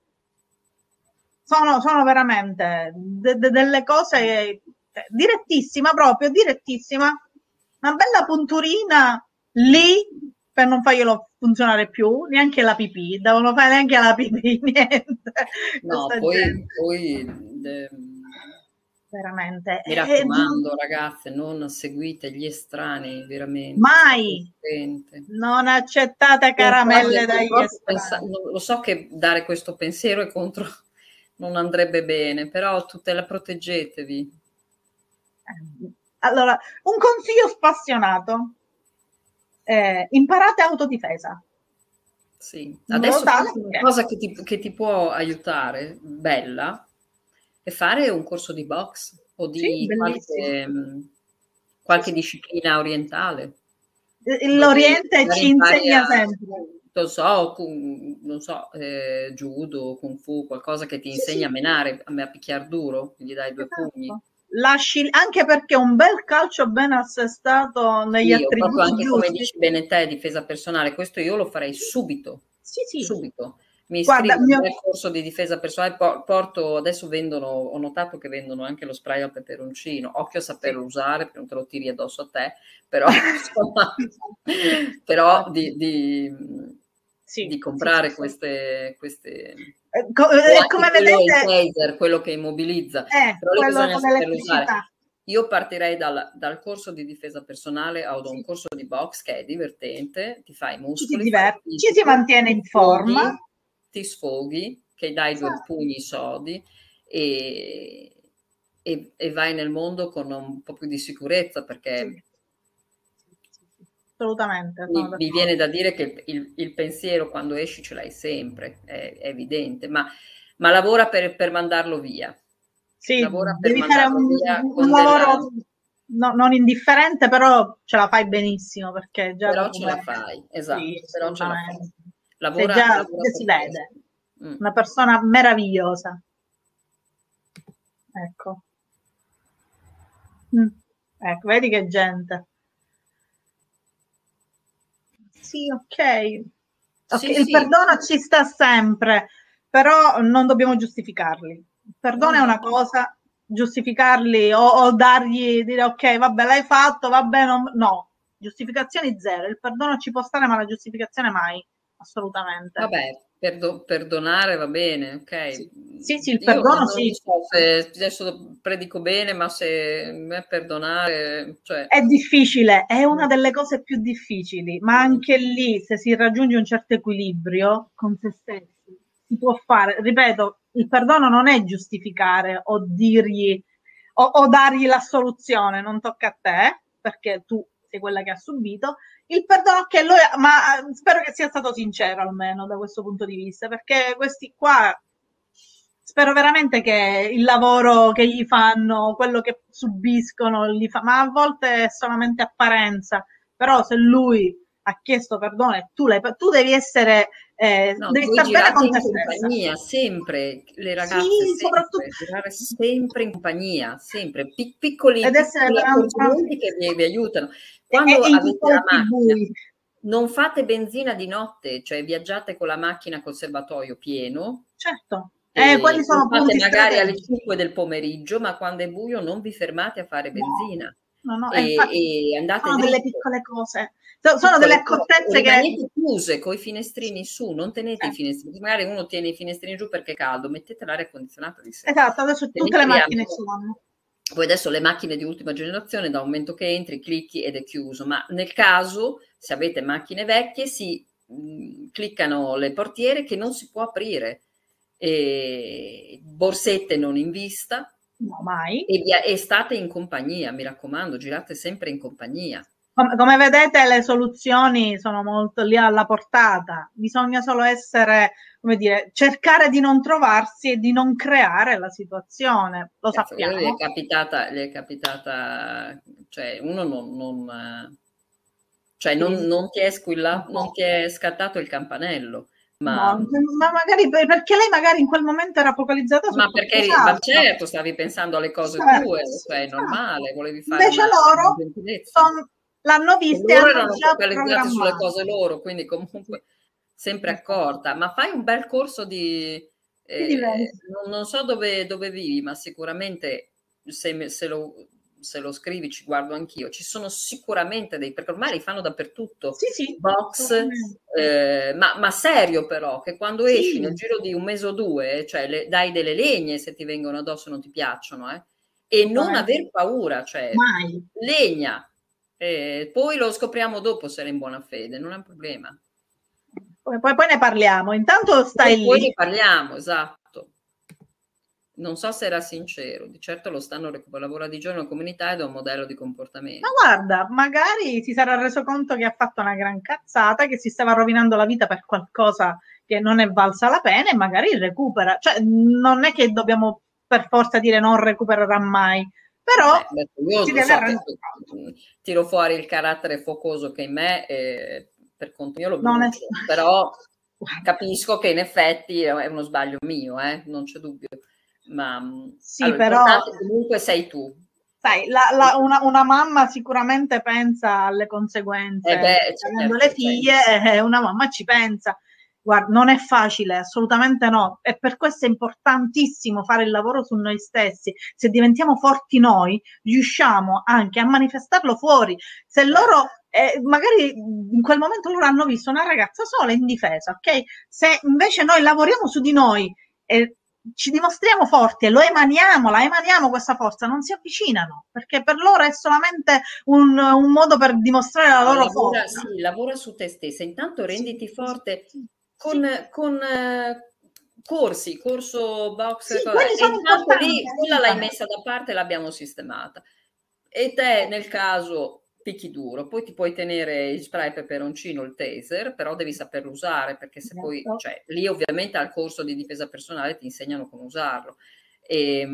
Sono, sono veramente de, de, delle cose direttissima, proprio direttissima. Una bella punturina lì per non farglielo funzionare più, neanche la pipì, devono fare neanche la pipì, niente. No, Questa poi, gente. poi de- Veramente. mi E- raccomando, ragazze, non seguite gli estranei, veramente, state mai attente. non accettate Io quasi caramelle sto dagli proprio pensa- estranei. lo so che dare questo pensiero è contro, non andrebbe bene, però tutela, proteggetevi. Allora, un consiglio spassionato. Eh, imparate autodifesa. Sì, In modo adesso tale forse una che... cosa che ti, che ti può aiutare, bella, è fare un corso di box o Sì, di bellissimo. qualche, mh, Sì, qualche sì. disciplina orientale, dove L'Oriente magari ci impari a, insegna sempre. non so, kung- non so, eh, judo, kung fu, qualcosa che ti Sì, insegna a sì, menare, a, a picchiar duro, gli dai due pugni. esatto. Lasci, anche perché un bel calcio ben assestato negli Sì, o proprio attributi anche come giusti. dici bene te, difesa personale, questo io lo farei subito, Sì, sì. subito. Mi Guarda, iscrivo a un mio... bel corso di difesa personale, po- porto, adesso vendono, ho notato che vendono anche lo spray al peperoncino, occhio a Sì. saperlo usare, perché non te lo tiri addosso a te, però insomma, però di, di, Sì, di sì, sì, comprare sì. queste, queste, Eh, co- o eh, anche come quello, il vedete, taser, quello che immobilizza, è però lì quello bisogna con saperlo usare. l'elettricità. Io partirei dal, dal corso di difesa personale ad un Sì. corso di box che è divertente, ti fai i Ci si muscoli, fai il diverte, ci si fisico, mantiene ti in forma. sfoghi, ti sfoghi, che dai due Esatto. pugni sodi e, e, e vai nel mondo con un po' più di sicurezza, Sì. perché Sì, sì, sì. Assolutamente, sono mi, mi viene d'accordo. da dire che il, il pensiero quando esci ce l'hai sempre, è, è evidente, ma, ma lavora per, per mandarlo via. Sì, Lavora per devi fare mandarlo un, via un con della... lavoro no- non indifferente, però ce la fai benissimo perché già Però dopo ce la me. fai, Sì, esatto, però ce la fai. assolutamente. Sei Lavora, già, lavora si per vede, questo. Mm. una persona meravigliosa. Ecco. Mm. Ecco, vedi che gente. Sì, ok. Ok, Sì, il sì, perdono ci sta sempre, però non dobbiamo giustificarli. Il no, perdono è no, una cosa, giustificarli o, o dargli, dire ok, vabbè, l'hai fatto, vabbè, non... no. Giustificazioni zero. Il perdono ci può stare, ma la giustificazione mai. Assolutamente. vabbè, perdo- perdonare va bene, Sì, ok. sì, sì, il Io perdono non sì. so se adesso predico bene, ma se me perdonare, cioè, È difficile, è una mm, delle cose più difficili, ma mm, anche lì, se si raggiunge un certo equilibrio con se stessi, si può fare. Ripeto, il perdono non è giustificare o dirgli o, o dargli la soluzione, non tocca a te, perché tu sei quella che ha subito. Il perdono che lui, ma eh, spero che sia stato sincero almeno da questo punto di vista, perché questi qua spero veramente che il lavoro che gli fanno, quello che subiscono, gli fa, ma a volte è solamente apparenza, però se lui ha chiesto perdono e tu, l'hai, tu devi essere, eh, no, devi voi star bene girate con in te stessa. compagnia, sempre, le ragazze, Sì, soprattutto, sempre, girare sempre in compagnia, sempre, Pic- piccoli, ed essere piccoli tran- tran- accorgimenti che vi, vi aiutano. e, e- Quando e i avete la colpi macchina, bui, non fate benzina di notte, cioè viaggiate con la macchina col serbatoio pieno, certo, eh, quelli e lo sono fate punti magari alle strategici. cinque del pomeriggio, ma quando è buio non vi fermate a fare No, benzina no, no, e infatti e, e andate sono delle dritto. piccole cose, So- sono delle Piccole cose, e accortezze che... rimanete chiuse coi Sì, finestrini su, non tenete i certo. finestrini, magari uno tiene i finestrini giù perché è caldo, mettete l'aria condizionata di sé, Esatto, adesso tutte le teneteli a macchine ce l'hanno. poi adesso le macchine di ultima generazione, dal momento che entri, clicchi ed è chiuso, ma nel caso, se avete macchine vecchie, si mh, cliccano le portiere che non si può aprire, e borsette non in vista. No, mai. E, via, e state in compagnia, mi raccomando, girate sempre in compagnia. Come, come vedete, le soluzioni sono molto lì alla portata, bisogna solo essere, come dire, cercare di non trovarsi e di non creare la situazione, lo Cazzo, quello gli è sappiamo. capitata, gli è capitata, cioè uno non, non cioè non, Sì, non ti è squillato, no, non ti è scattato il campanello, ma, no, ma magari per- perché lei magari in quel momento era focalizzata su ma perché, ma qualcos'altro. certo, stavi pensando alle cose Certo, tue, sì, cioè è esatto. normale, volevi fare Invece una, una loro gentilezza. son- l'hanno E vista e loro hanno erano già focalizzati sulle programmato. cose loro, quindi Sì, comunque sempre esatto. accorta. Ma fai un bel corso di... Ti eh, diventi. non, non so dove, dove vivi, ma sicuramente se, me- se lo, se lo scrivi ci guardo anch'io. Ci sono sicuramente dei... perché ormai li fanno dappertutto. Sì, sì, Box, assolutamente. eh, ma, ma serio però, che quando esci nel Sì, giro di un mese o due, cioè le- dai delle legne se ti vengono addosso e non ti piacciono, eh? E non assolutamente. aver paura, cioè Mai. legna. E poi lo scopriamo dopo se era in buona fede, non è un problema. Poi, poi- poi ne parliamo. Intanto Poi, stai poi ne lì. parliamo, esatto. Non so se era sincero, di certo lo stanno recuperando, lavora di giorno in comunità ed è un modello di Ma comportamento. guarda, magari si sarà reso conto che ha fatto una gran cazzata, che si stava rovinando la vita per qualcosa che non è valsa la pena e magari recupera. Cioè, non è che dobbiamo per forza dire non recupererà mai, però Beh, adesso io si lo deve so che rendere conto. mh, tiro fuori il carattere focoso che in me e per conto mio lo Non è... brucio, però Guarda, capisco che in effetti è uno sbaglio mio, eh, non c'è dubbio. Ma mh, sì, allora, però l'importante comunque sei tu. sai, la- la- una, una mamma sicuramente pensa alle Eh conseguenze beh, avendo le certo, cioè, figlie, e una mamma ci pensa. Guarda, non è facile, assolutamente no. E per questo è importantissimo fare il lavoro su noi stessi. Se diventiamo forti noi, riusciamo anche a manifestarlo fuori. Se certo. loro, eh, magari in quel momento loro hanno visto una ragazza sola e indifesa, ok? Se invece noi lavoriamo su di noi e ci dimostriamo forti e lo emaniamo, la emaniamo questa forza, non si avvicinano, perché per loro è solamente un, un modo per dimostrare la No, loro lavora, forza. sì, lavora su te stessa, intanto Sì, renditi sì, forte sì, con, sì. con eh, corsi, corso Sì, box, cosa- quelli e sono intanto importanti, lì quella l'hai aiutano. messa da parte e l'abbiamo sistemata. E te nel caso picchi duro, poi ti puoi tenere il spray peperoncino, il taser, però devi saperlo usare perché se poi, Certo. cioè lì ovviamente al corso di difesa personale ti insegnano come usarlo. E,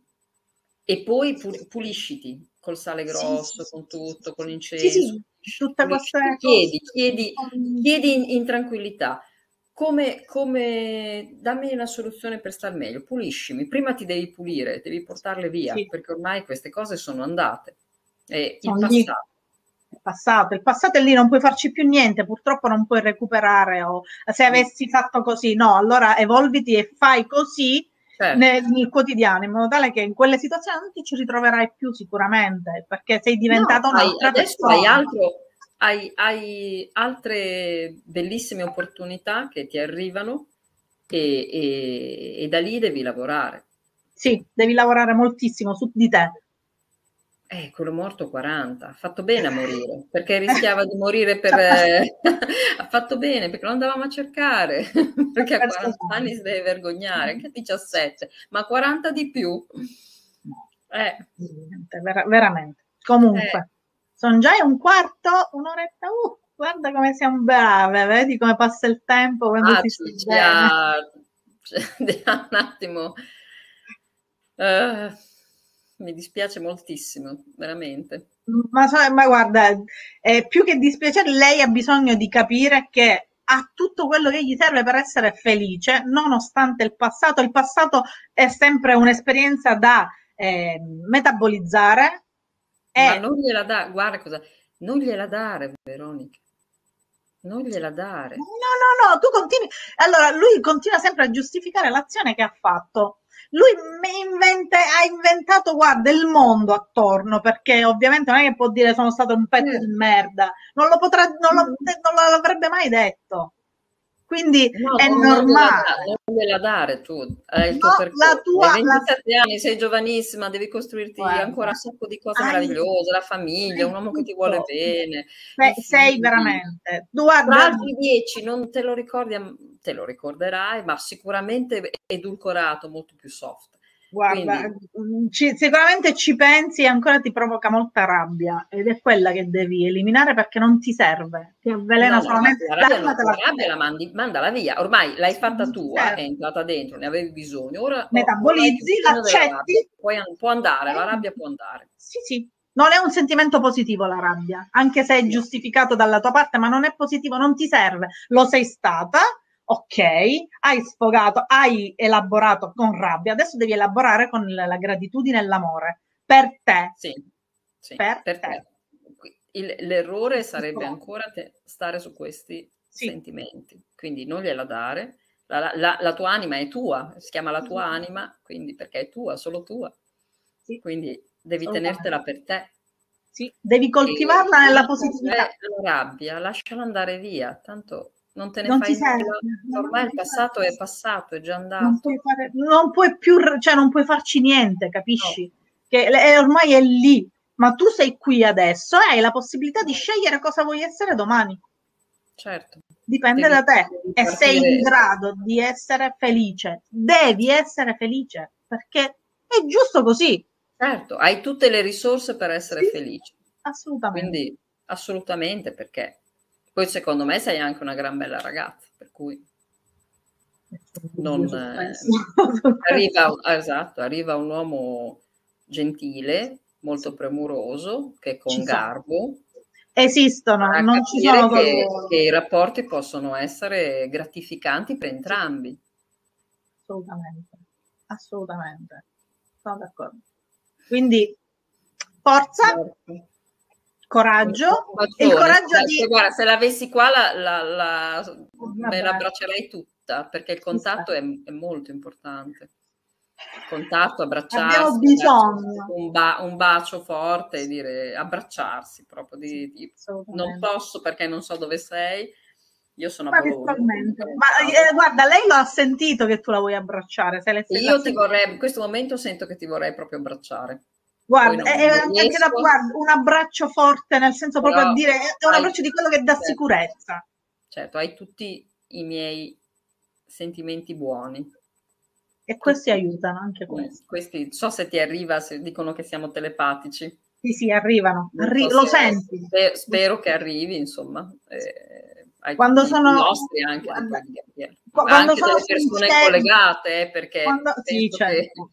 e poi pu- pulisciti col sale Sì, sì, grosso, sì, con sì, sì, tutto, con sì. Sì, l'incenso, sì, pulisciti, tutte pulisciti, queste cose chiedi, chiedi, sono... chiedi in, in tranquillità. Come, come dammi una soluzione per star meglio, puliscimi, prima ti devi pulire, devi portarle via, Sì, perché ormai queste cose sono andate. È il sono lì, passato. è passato, il passato è lì, non puoi farci più niente, purtroppo non puoi recuperare o se Mm, avessi fatto così, no, allora evolviti e fai così certo. nel, nel quotidiano, in modo tale che in quelle situazioni non ti ci ritroverai più sicuramente, perché sei No, diventata hai, un'altra adesso hai persona. altro, hai, hai altre bellissime opportunità che ti arrivano e, e- e da lì devi lavorare. Sì, devi lavorare moltissimo su di te. Eh, quello morto quaranta, ha fatto bene a morire, perché rischiava di morire Ci per... ha perso, eh, ha fatto bene, perché lo andavamo a cercare, ci ha perché a perso quaranta tanto. anni si deve vergognare, che Sì, sì. diciassette, ma quaranta di più. No, Eh, niente, vera- veramente. eh, Comunque, sono già un quarto, un'oretta. Uh, guarda come siamo brave, vedi come passa il tempo quando ah, si sta ci, ci bene. ha, ci ha un attimo... eh, mi dispiace moltissimo, veramente. Ma, so- ma guarda, eh, più che dispiacere, lei ha bisogno di capire che ha tutto quello che gli serve per essere felice, nonostante il passato. Il passato è sempre un'esperienza da eh, metabolizzare Ma e non gliela dà, guarda cosa, non gliela dare, Veronica, non gliela dare. no, no, no, tu continui. Allora, lui continua sempre a giustificare l'azione che ha fatto. Lui mi inventa- ha inventato, guarda, il mondo attorno, perché ovviamente non è che può dire sono stato un pezzo Eh, di merda. Non lo potrà, non lo- non l'avrebbe mai detto. quindi no, è non, non gliela normale. da, non gliela dare tu, hai il No, tuo la percorso, tua, hai la, ventisette anni, sei giovanissima, devi costruirti ancora guarda, un sacco di cose hai, meravigliose, la famiglia, un hai uomo che ti vuole tutto. bene, i Sei, sei figli. veramente, Tra guarda, altri dieci non te lo ricordi, te lo ricorderai, ma sicuramente edulcorato, molto più soft. guarda, Quindi ci- sicuramente ci pensi e ancora ti provoca molta rabbia ed è quella che devi eliminare perché non ti serve, ti no, avvelena no, ma solamente, la rabbia, no, la dammatela rabbia la mandi, mandala via. Ormai l'hai fatta non ti tua, è serve. entrata dentro, ne avevi bisogno. Ora, o- ora hai più Metabolizzi, bisogno della rabbia. l'accetti. Puoi an- può andare, la Eh, rabbia può andare. Sì, sì, non è un sentimento positivo la rabbia, anche se è No, giustificato dalla tua parte, ma non è positivo, non ti serve. Lo sei stata, ok, hai sfogato, hai elaborato con rabbia, adesso devi elaborare con la la gratitudine e l'amore per te, sì, sì, per per te. te. Qui- il- l'errore sarebbe Giusto? ancora te- stare su questi Sì, sentimenti, quindi non gliela dare. La, la- la tua anima è tua, si chiama la tua assolutamente. anima, quindi perché è tua, solo tua. Sì, Quindi devi assolutamente. tenertela per te. Sì, devi E coltivarla nella lascia positività. stare la rabbia, lasciala andare via, tanto non te ne Non ti fai serve, nulla. no, Ormai non il ti passato è serve. passato, è già Non puoi andato. fare, non puoi più, cioè non puoi farci niente, No, capisci? Che è- ormai è lì, ma tu sei qui adesso e hai la possibilità di no, scegliere cosa vuoi essere domani. certo, Dipende devi, da te devi e sei in partire. grado di essere felice. Devi essere felice perché è giusto così. Certo, hai tutte le risorse per essere Sì, felice. assolutamente. Quindi assolutamente, perché poi secondo me sei anche una gran bella ragazza, per cui Io non su eh, questo, su arriva, questo. esatto, arriva un uomo gentile, molto Sì, premuroso, che ci con sono. garbo Esistono, farà non ci capire sono che, solo. che i rapporti possono essere gratificanti per Sì, entrambi. assolutamente, assolutamente, sono d'accordo. Quindi forza, Certo. Un coraggio e il bacione. coraggio Se, di guarda, se l'avessi qua la, la- la- un me abbraccio, l'abbraccerei tutta, perché il ci sta. contatto è, è molto importante. Contatto, Abbiamo abbracciarsi, darsi bisogno, un, ba- un bacio forte e dire abbracciarsi proprio sì, di, di- non assolutamente. posso perché non so dove sei, io sono a Ma Bologna, quindi virtualmente. sono in Ma casa. eh, guarda, lei lo ha sentito che tu la vuoi abbracciare, se l'è E l'ha io ti sentito. vorrei, in questo momento sento che ti vorrei proprio abbracciare. Poi Guarda, non, è è non anche da riesco, guarda, un abbraccio forte, nel senso proprio a però dire, è un hai, abbraccio di quello che dà certo, sicurezza. certo, hai tutti i miei sentimenti buoni, E questi tutti. aiutano, anche Mm, questi. questi, so se ti arriva, se dicono che siamo telepatici. Sì, sì, arrivano, Non arri- so lo se, senti. spe- Lo spero che senti. arrivi, insomma, eh, ai Quando tutti i sono, nostri, anche di guarda, poi di Gabriele, qu- ma quando anche sono delle persone sinceri, collegate, eh, perché quando, sì, penso che certo.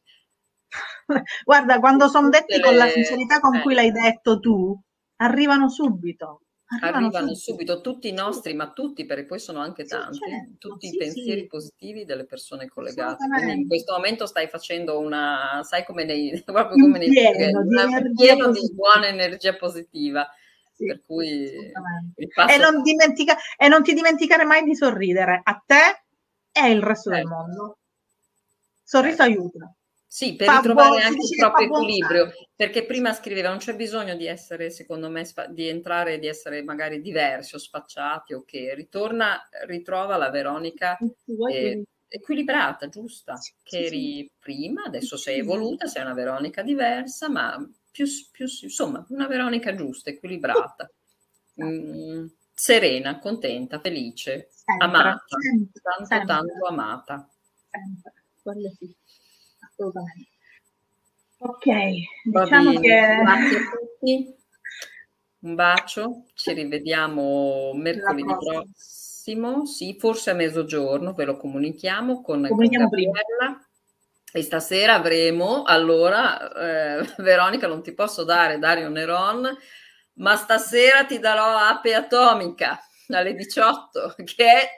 Guarda, quando sono tutte detti con la le... sincerità con eh, cui l'hai detto tu, arrivano subito, arrivano arrivano subito. subito tutti i Sì, nostri, ma tutti, perché poi sono anche sì, tanti, certo, tutti i sì, pensieri sì, positivi delle persone collegate. Quindi in assolutamente. questo momento stai facendo una, sai come nei, proprio In come nei pieno videogame, di una- un energia pieno di positiva. buona energia positiva, Sì, per cui assolutamente. il E passo... non dimentica- e non ti dimenticare mai di sorridere a te e al resto del Certo, mondo. Sorriso certo. aiuta. Sì, per Fa buon, ritrovare si anche il dice che fa proprio buon equilibrio, sangue. perché prima scriveva non c'è bisogno di essere, secondo me, sfa- di entrare, di essere magari diversi o sfacciati o che ritorna, ritrova la Veronica Il tuo eh, equilibrio. equilibrata, giusta, Sì, che sì, sì. eri prima, adesso sei Sì. evoluta, sei una Veronica diversa, ma più, più insomma, una Veronica giusta, Sì. equilibrata, mm, serena, contenta, felice, Sempre, amata, sempre, tanto sempre, tanto amata. sempre. Quello sì, assolutamente. Ok, Va diciamo bene, che grazie a tutti, un bacio, ci rivediamo alla mercoledì prossima. prossimo, sì, forse a mezzogiorno, ve lo comunichiamo con, con Comunichiamo prima. Gabriella e stasera avremo, allora, eh, Veronica non ti posso dare Dario Neron, ma stasera ti darò Ape Atomica alle diciotto, che è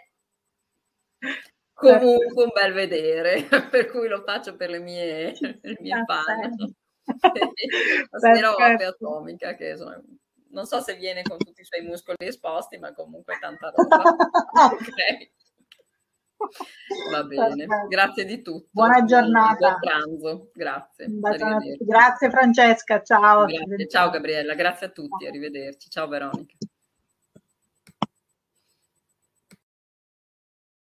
comunque Perfetto. un bel vedere, per cui lo faccio per le mie, Ci le mie sta fan. sempre. Stasera ho Ape Perfetto. Atomica, che insomma, non so se viene con tutti i suoi muscoli esposti, ma comunque tanta roba. Ok. Va bene, Perfetto. grazie di tutto, Buona buon, buon giornata. pranzo, grazie, Un bacione a tutti. arrivederci. Grazie Francesca, ciao, ci Grazie, ciao sentiamo. Gabriella, grazie a tutti, Ciao. arrivederci, ciao Veronica.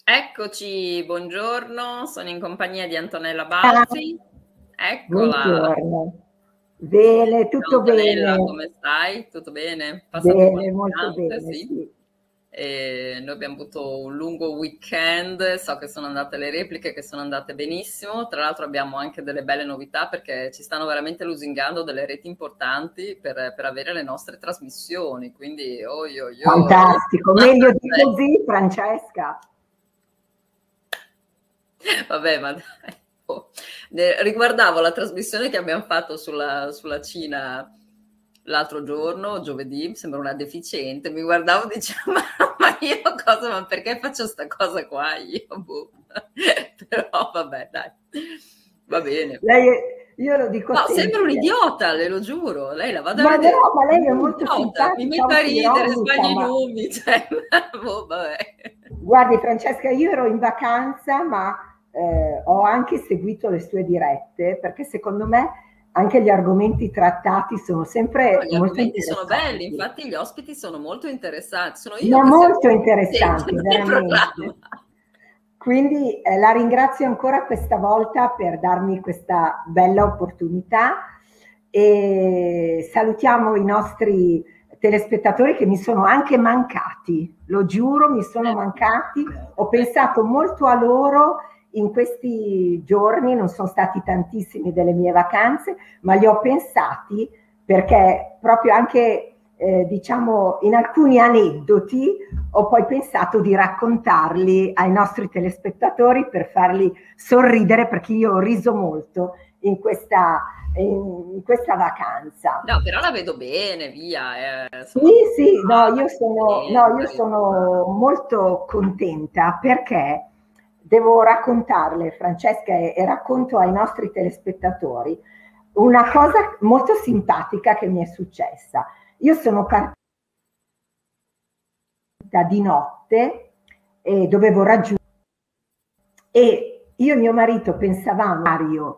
Eccoci, buongiorno, sono in compagnia di Antonella Balzi. Eccola. Buongiorno. Bene, tutto Antonella, bene. come stai? Tutto bene? Passato Bene, un buon molto weekend, bene, sì. sì. E noi abbiamo avuto un lungo weekend, so che sono andate le repliche, che sono andate benissimo. Tra l'altro abbiamo anche delle belle novità perché ci stanno veramente lusingando delle reti importanti per, per avere le nostre trasmissioni. Quindi, oi, oi, oi. Fantastico, meglio di così, Francesca. Vabbè, ma dai. Oh. Riguardavo la trasmissione che abbiamo fatto sulla, sulla Cina l'altro giorno, giovedì, mi sembra una deficiente, mi guardavo e dicevo, ma, ma io cosa, ma perché faccio sta cosa qua io? Boh. Però vabbè, dai, va bene. Lei è, io lo dico no, sempre. Sembra un idiota, le lo giuro, lei la vado a ma vedere. No, ma lei è un molto idiota. Mi simpatica, metto a ridere, sbaglio i ma... nomi, cioè, boh, vabbè. Guardi Francesca, io ero in vacanza, ma eh, ho anche seguito le sue dirette, perché secondo me anche gli argomenti trattati sono sempre no, gli molto argomenti sono belli, interessanti. infatti gli ospiti sono molto interessanti, sono io Ma che molto seguo interessanti, il veramente. programma. Quindi eh, la ringrazio ancora questa volta per darmi questa bella opportunità e salutiamo i nostri telespettatori che mi sono anche mancati, lo giuro, mi sono mancati, ho pensato molto a loro in questi giorni, non sono stati tantissimi delle mie vacanze, ma li ho pensati perché proprio anche eh, diciamo in alcuni aneddoti ho poi pensato di raccontarli ai nostri telespettatori per farli sorridere, perché io ho riso molto in questa, in questa vacanza. No, però la vedo bene, via. Eh, sì, sì, no, io sono, no, io sono molto contenta perché devo raccontarle, Francesca, e, e racconto ai nostri telespettatori una cosa molto simpatica che mi è successa. Io sono partita di notte e dovevo raggiungere e io e mio marito pensavamo orario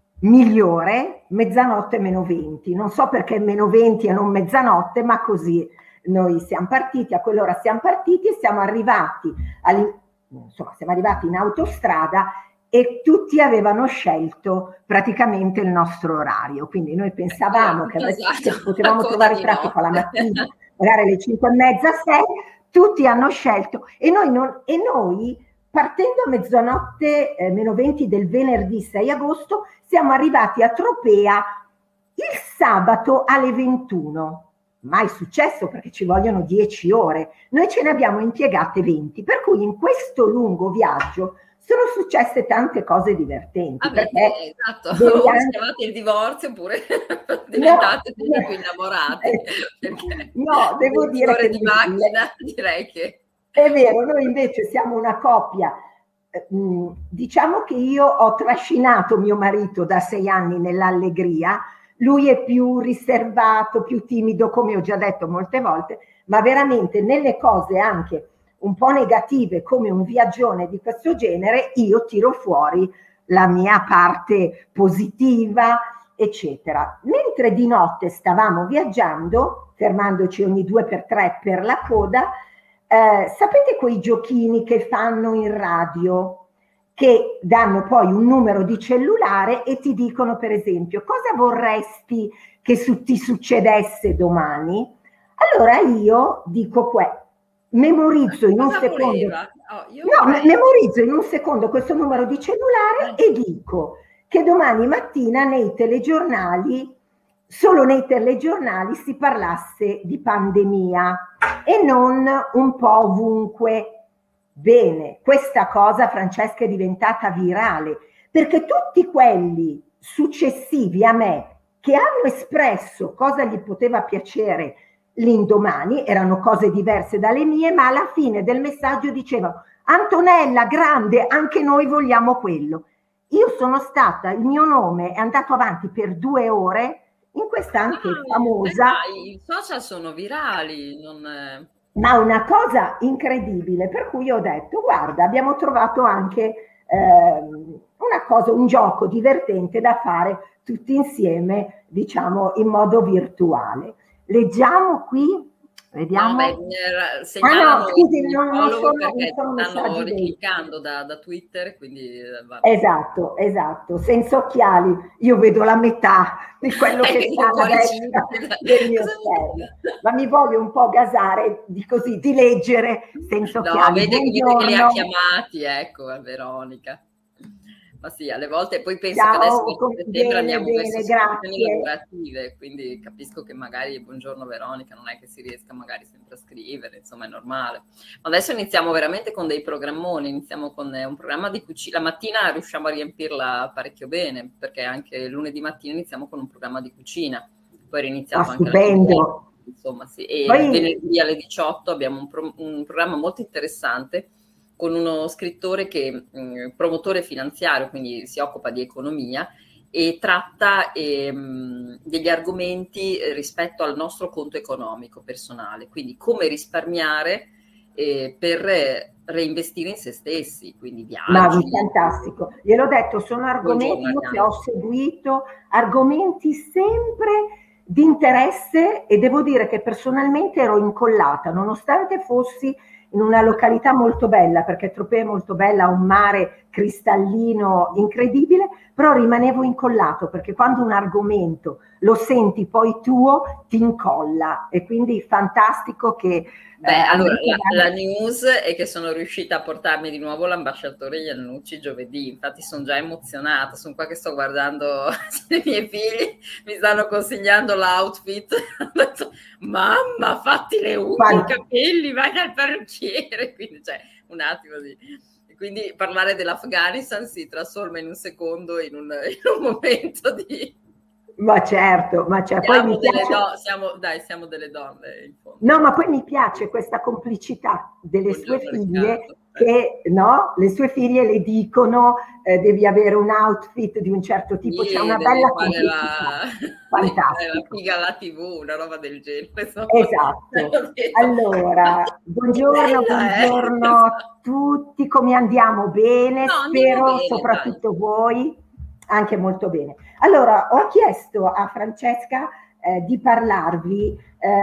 migliore mezzanotte meno venti, non so perché meno venti e non mezzanotte, ma così noi siamo partiti, a quell'ora siamo partiti e siamo arrivati insomma siamo arrivati in autostrada e tutti avevano scelto praticamente il nostro orario, quindi noi pensavamo che, esatto, che potevamo trovare traffico alla mattina, magari alle cinque e mezza, sei, tutti hanno scelto e noi, non, e noi partendo a mezzanotte eh, meno venti del venerdì sei agosto siamo arrivati a Tropea il sabato alle ventuno. Mai successo perché ci vogliono dieci ore, noi ce ne abbiamo impiegate venti, per cui in questo lungo viaggio sono successe tante cose divertenti. Avete, perché esatto, anche... o scavate il divorzio oppure diventate no, tutti innamorati. Perché no, devo dire che di macchina direi che... È vero, noi invece siamo una coppia, eh, diciamo che io ho trascinato mio marito da sei anni nell'allegria, lui è più riservato, più timido, come ho già detto molte volte, ma veramente nelle cose anche un po' negative come un viaggione di questo genere, io tiro fuori la mia parte positiva, eccetera. Mentre di notte stavamo viaggiando, fermandoci ogni due per tre per la coda, eh, sapete quei giochini che fanno in radio? Che danno poi un numero di cellulare e ti dicono per esempio cosa vorresti che su- ti succedesse domani? Allora io dico que- memorizzo in un cosa secondo oh, io no, vorrei... memorizzo in un secondo questo numero di cellulare eh. e dico che domani mattina nei telegiornali solo nei telegiornali si parlasse di pandemia e non un po' ovunque. Bene, questa cosa, Francesca, è diventata virale, perché tutti quelli successivi a me che hanno espresso cosa gli poteva piacere l'indomani, erano cose diverse dalle mie, ma alla fine del messaggio dicevano Antonella, grande, anche noi vogliamo quello. Io sono stata, il mio nome è andato avanti per due ore in questa anche ah, famosa... I social sono virali, non... È... Ma una cosa incredibile, per cui ho detto, guarda, abbiamo trovato anche eh, una cosa, un gioco divertente da fare tutti insieme, diciamo, in modo virtuale. Leggiamo qui Vediamo. No, beh, segnalano ah, no, scusi, i non, non sono, perché non sono stanno messaggi ricliccando da, da Twitter, quindi vanno. Esatto, esatto, senza occhiali, io vedo la metà di quello che sta a destra del mio schermo, ma mi voglio un po' gasare di così, di leggere senza occhiali. No, vede, vede che li ha chiamati, ecco, a Veronica. Ma sì, alle volte poi penso Ciao, che adesso in settembre bene, andiamo bene, verso situazioni grazie. lavorative, quindi capisco che magari buongiorno Veronica non è che si riesca magari sempre a scrivere, insomma è normale. Ma adesso iniziamo veramente con dei programmoni, iniziamo con un programma di cucina, la mattina riusciamo a riempirla parecchio bene, perché anche lunedì mattina iniziamo con un programma di cucina, poi è iniziato ah, anche stupendo. la insomma sì, e poi, il venerdì alle diciotto abbiamo un, pro, un programma molto interessante con uno scrittore che mh, promotore finanziario, quindi si occupa di economia e tratta ehm, degli argomenti rispetto al nostro conto economico personale, quindi come risparmiare eh, per reinvestire in se stessi, quindi viaggi. Ma fantastico, gliel'ho detto, sono argomenti io che ho seguito, argomenti sempre di interesse, e devo dire che personalmente ero incollata, nonostante fossi in una località molto bella, perché Tropea è molto bella, ha un mare cristallino incredibile, però rimanevo incollato, perché quando un argomento lo senti poi tuo ti incolla, e quindi fantastico che... Beh, eh, allora la, la news è che sono riuscita a portarmi di nuovo l'ambasciatore Iannucci giovedì, infatti sono già emozionata, sono qua che sto guardando i miei figli, mi stanno consigliando l'outfit, ho detto mamma fatti le unghie, i capelli, vai dal parrucchiere, quindi c'è un attimo di... Quindi parlare dell'Afghanistan si trasforma in un secondo in un, in un momento di... Ma certo, ma certo. Siamo, poi mi delle piace... do- siamo, dai, siamo delle donne in fondo. No, ma poi mi piace questa complicità delle Buongiorno, sue figlie, Riccardo. che no, le sue figlie le dicono eh, devi avere un outfit di un certo tipo, sì, c'è una bella complicità. La... Fantastico. La figa alla tivù, una roba del genere. Esatto. Allora, buongiorno, buongiorno a tutti, come andiamo? Bene, no, spero bene, soprattutto dai. Voi, anche molto bene. Allora, ho chiesto a Francesca eh, di parlarvi,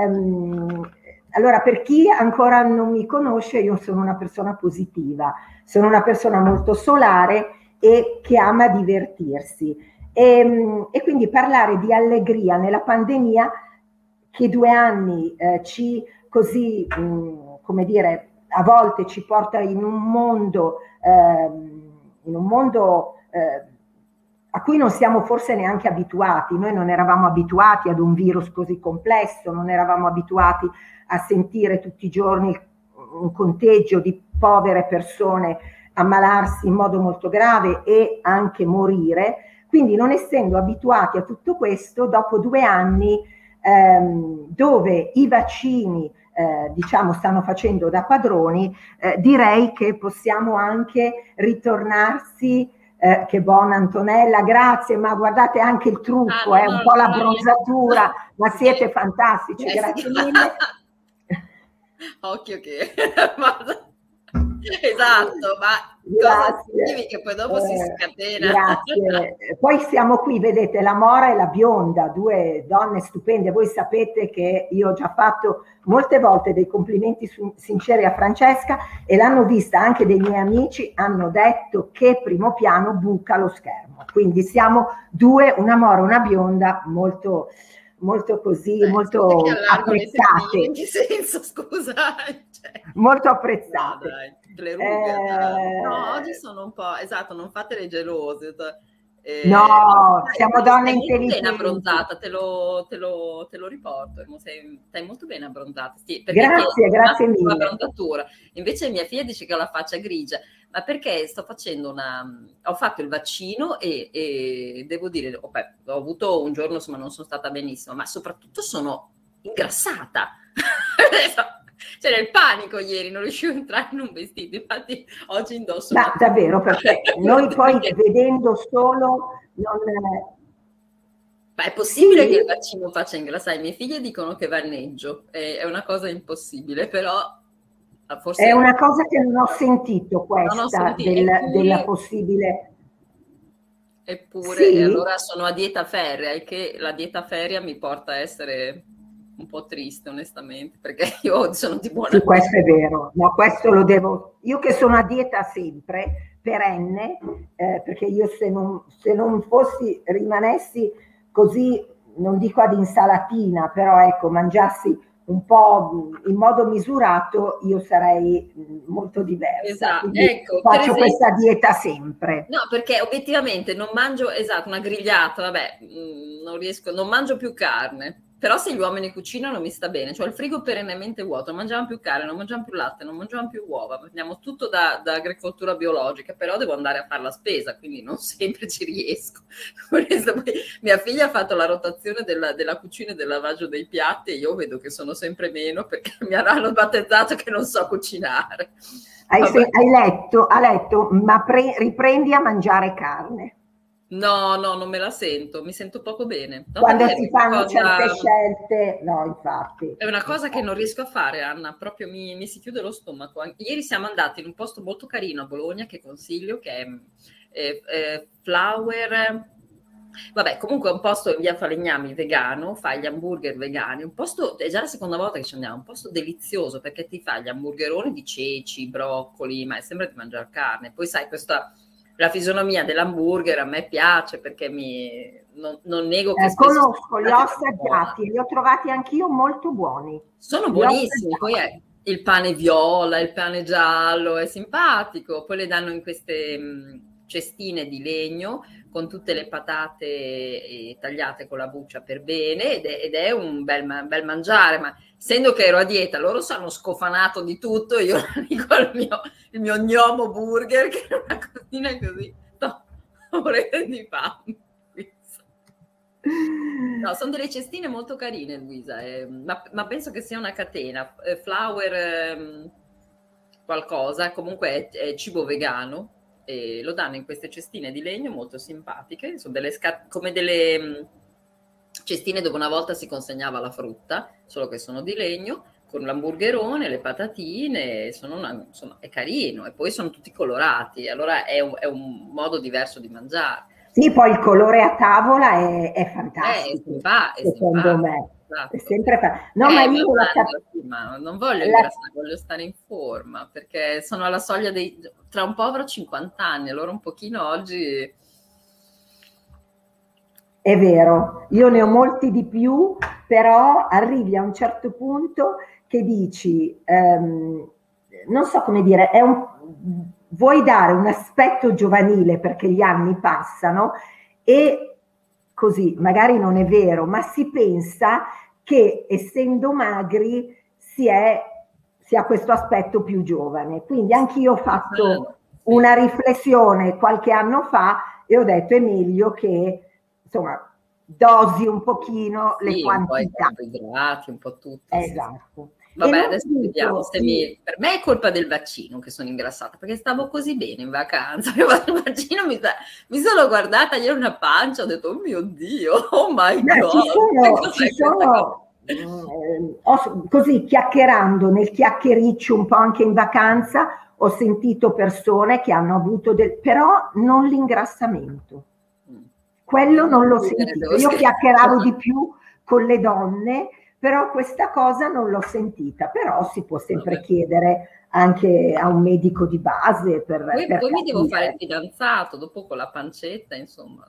ehm, allora per chi ancora non mi conosce, io sono una persona positiva, sono una persona molto solare e che ama divertirsi, e, e quindi parlare di allegria nella pandemia, che due anni eh, ci così, mh, come dire, a volte ci porta in un mondo, eh, in un mondo eh, a cui non siamo forse neanche abituati. Noi non eravamo abituati ad un virus così complesso, non eravamo abituati a sentire tutti i giorni un conteggio di povere persone ammalarsi in modo molto grave e anche morire. Quindi, non essendo abituati a tutto questo, dopo due anni ehm, dove i vaccini eh, diciamo stanno facendo da padroni, eh, direi che possiamo anche ritornarsi. Eh, che buona Antonella, grazie, ma guardate anche il trucco, è ah, no, eh, un no, po' no, la bronzatura, no. Ma siete fantastici, eh, grazie sì. mille. Occhio che... Esatto, ma grazie, che poi dopo eh, si scatena. Grazie. Poi siamo qui, vedete, la Mora e la Bionda, due donne stupende. Voi sapete che io ho già fatto molte volte dei complimenti sinceri a Francesca, e l'hanno vista anche dei miei amici, hanno detto che Primo Piano buca lo schermo. Quindi siamo due, una Mora e una Bionda, molto... molto così, Beh, molto apprezzate. In che senso, scusa? Cioè, molto apprezzate. No, dai, le rughe, eh... no, oggi sono un po', esatto, non fatele gelose. Eh, no, dai, siamo donne intelligenti. Sei molto bene abbronzata, te lo, te lo, te lo riporto, sei, sei molto bene abbronzata. Sì, grazie, grazie mille. Abbronzatura. Invece mia figlia dice che ho la faccia grigia, ma perché sto facendo una... ho fatto il vaccino e, e devo dire, oh, beh, ho avuto un giorno, insomma, non sono stata benissimo, ma soprattutto sono ingrassata. C'era il panico ieri, non riuscivo a entrare in un vestito, infatti oggi indosso... Ma davvero, perché noi poi vedendo solo... Non... Ma è possibile sì. che il vaccino faccia ingrassare? I miei figli dicono che vanneggio, è una cosa impossibile, però... Forse è una cosa che non ho sentito, questa, non ho sentito. Del, Eppure, della possibile... Eppure, sì. E allora sono a dieta ferrea, e che la dieta ferrea mi porta a essere un po' triste onestamente, perché io sono di buona Sì, questo è vero, no, questo lo devo, io che sono a dieta sempre, perenne, eh, perché io se non, se non fossi, rimanessi così, non dico ad insalatina, però ecco, mangiassi un po' in modo misurato, io sarei molto diversa. Esatto, ecco, faccio esempio, questa dieta sempre. No, perché obiettivamente non mangio, esatto, una grigliata, vabbè, mh, non riesco, non mangio più carne. Però se gli uomini cucinano mi sta bene, cioè il frigo perennemente vuoto, non mangiamo più carne, non mangiamo più latte, non mangiamo più uova, mangiamo tutto da, da agricoltura biologica, però devo andare a fare la spesa, quindi non sempre ci riesco. Mia figlia ha fatto la rotazione della, della cucina e del lavaggio dei piatti e io vedo che sono sempre meno perché mi hanno battezzato che non so cucinare. Hai, se, hai letto, ha letto, ma pre, riprendi a mangiare carne. No, no, non me la sento, mi sento poco bene. No, quando si fanno cosa... certe scelte, no, infatti. È una cosa che non riesco a fare, Anna, proprio mi, mi si chiude lo stomaco. Ieri siamo andati in un posto molto carino a Bologna, che consiglio, che è, è, è Flower... Vabbè, comunque è un posto in via Falegnami vegano, fa gli hamburger vegani, un posto, è già la seconda volta che ci andiamo, un posto delizioso perché ti fa gli hamburgeroni di ceci, broccoli, ma sembra di mangiare carne. Poi sai, questa... la fisionomia dell'hamburger a me piace perché mi non, non nego che eh, conosco, li ho assaggiati, li ho trovati anch'io molto buoni. Sono li buonissimi, poi è il pane viola, il pane giallo, è simpatico, poi le danno in queste mh, cestine di legno con tutte le patate eh, tagliate con la buccia per bene ed è, ed è un bel, bel mangiare, ma essendo che ero a dieta, loro si hanno scofanato di tutto, io dico il mio, il mio gnomo burger, che è una cosina così, no, vorrei di fame. No, sono delle cestine molto carine, Luisa, eh, ma, ma penso che sia una catena, eh, Flower eh, qualcosa, comunque è, è cibo vegano, e lo danno in queste cestine di legno molto simpatiche, sono delle sca- come delle mh, cestine dove una volta si consegnava la frutta, solo che sono di legno, con l'hamburgerone, le patatine, sono una, insomma, è carino, e poi sono tutti colorati, allora è un, è un modo diverso di mangiare. Sì, poi il colore a tavola è, è fantastico, eh, è simpa- è secondo simpatico, me. esatto. È sempre fa- no, eh, ma io ma, la cap- ma non voglio la... ingrassare, voglio stare in forma, perché sono alla soglia dei... tra un po' avrò cinquanta anni, allora un pochino oggi... È vero, io ne ho molti di più, però arrivi a un certo punto che dici, ehm, non so come dire, è un... vuoi dare un aspetto giovanile perché gli anni passano e così, magari non è vero, ma si pensa che essendo magri si, è, si ha questo aspetto più giovane. Quindi anch'io ho fatto una riflessione qualche anno fa e ho detto è meglio che insomma dosi un pochino sì, le quantità. Un po' idrati, un po' tutto. Esatto. Vabbè, adesso vediamo se mi... Per me è colpa del vaccino che sono ingrassata, perché stavo così bene in vacanza. Avevo il vaccino, mi, sta... mi sono guardata ieri una pancia, ho detto, oh mio Dio, oh my no, God. Ci sono, ci sono eh, così chiacchierando, nel chiacchiericcio un po' anche in vacanza, ho sentito persone che hanno avuto del... però non l'ingrassamento. Quello non l'ho sentito. Io chiacchieravo di più con le donne, però questa cosa non l'ho sentita, però si può sempre Vabbè. chiedere anche a un medico di base per, poi, per poi mi devo fare il fidanzato dopo con la pancetta, insomma.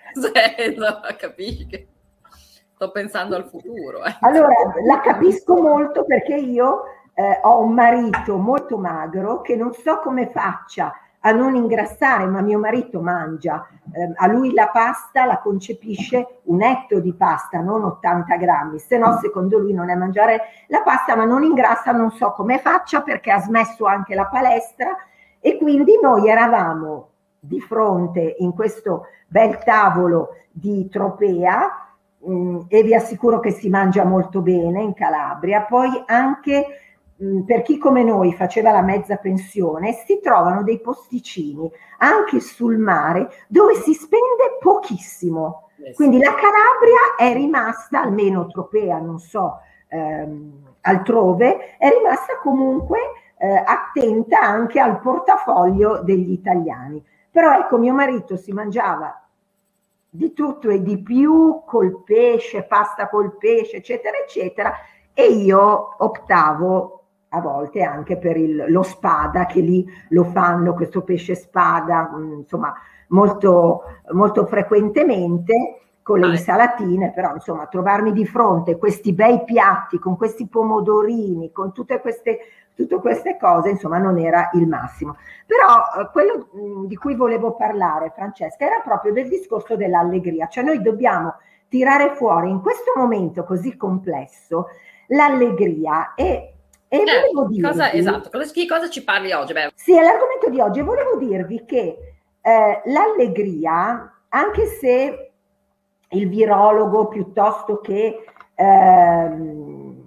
Capisci che sto pensando al futuro. Eh. Allora, la capisco molto perché io eh, ho un marito molto magro che non so come faccia a non ingrassare, ma mio marito mangia, eh, a lui la pasta la concepisce un etto di pasta, non ottanta grammi, se no secondo lui non è mangiare la pasta, ma non ingrassa, non so come faccia perché ha smesso anche la palestra e quindi noi eravamo di fronte in questo bel tavolo di Tropea mh, e vi assicuro che si mangia molto bene in Calabria, poi anche per chi come noi faceva la mezza pensione, si trovano dei posticini anche sul mare dove si spende pochissimo. Quindi la Calabria è rimasta, almeno Tropea, non so, ehm, altrove, è rimasta comunque eh, attenta anche al portafoglio degli italiani. Però ecco, mio marito si mangiava di tutto e di più col pesce, pasta col pesce, eccetera, eccetera, e io optavo a volte anche per il, lo spada, che lì lo fanno, questo pesce spada, insomma, molto, molto frequentemente, con le insalatine, però insomma trovarmi di fronte questi bei piatti con questi pomodorini, con tutte queste, tutte queste cose, insomma non era il massimo. Però eh, quello mh, di cui volevo parlare, Francesca, era proprio del discorso dell'allegria, cioè noi dobbiamo tirare fuori in questo momento così complesso l'allegria e, e eh, volevo dirvi... Cosa, esatto, cosa, di cosa ci parli oggi? Beh. Sì, è l'argomento di oggi, volevo dirvi che eh, l'allegria, anche se il virologo piuttosto che ehm,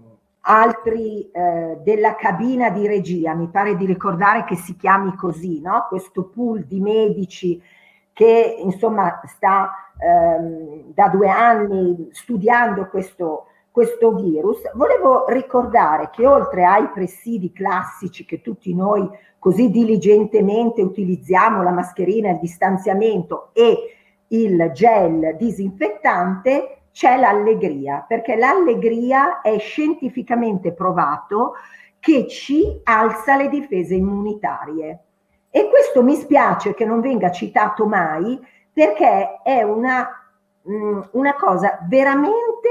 altri eh, della cabina di regia, mi pare di ricordare che si chiami così, no? Questo pool di medici che insomma sta ehm, da due anni studiando questo, questo virus, volevo ricordare che oltre ai presidi classici che tutti noi così diligentemente utilizziamo, la mascherina, il distanziamento e il gel disinfettante, c'è l'allegria, perché l'allegria è scientificamente provato che ci alza le difese immunitarie. E questo mi spiace che non venga citato mai, perché è una, mh, una cosa veramente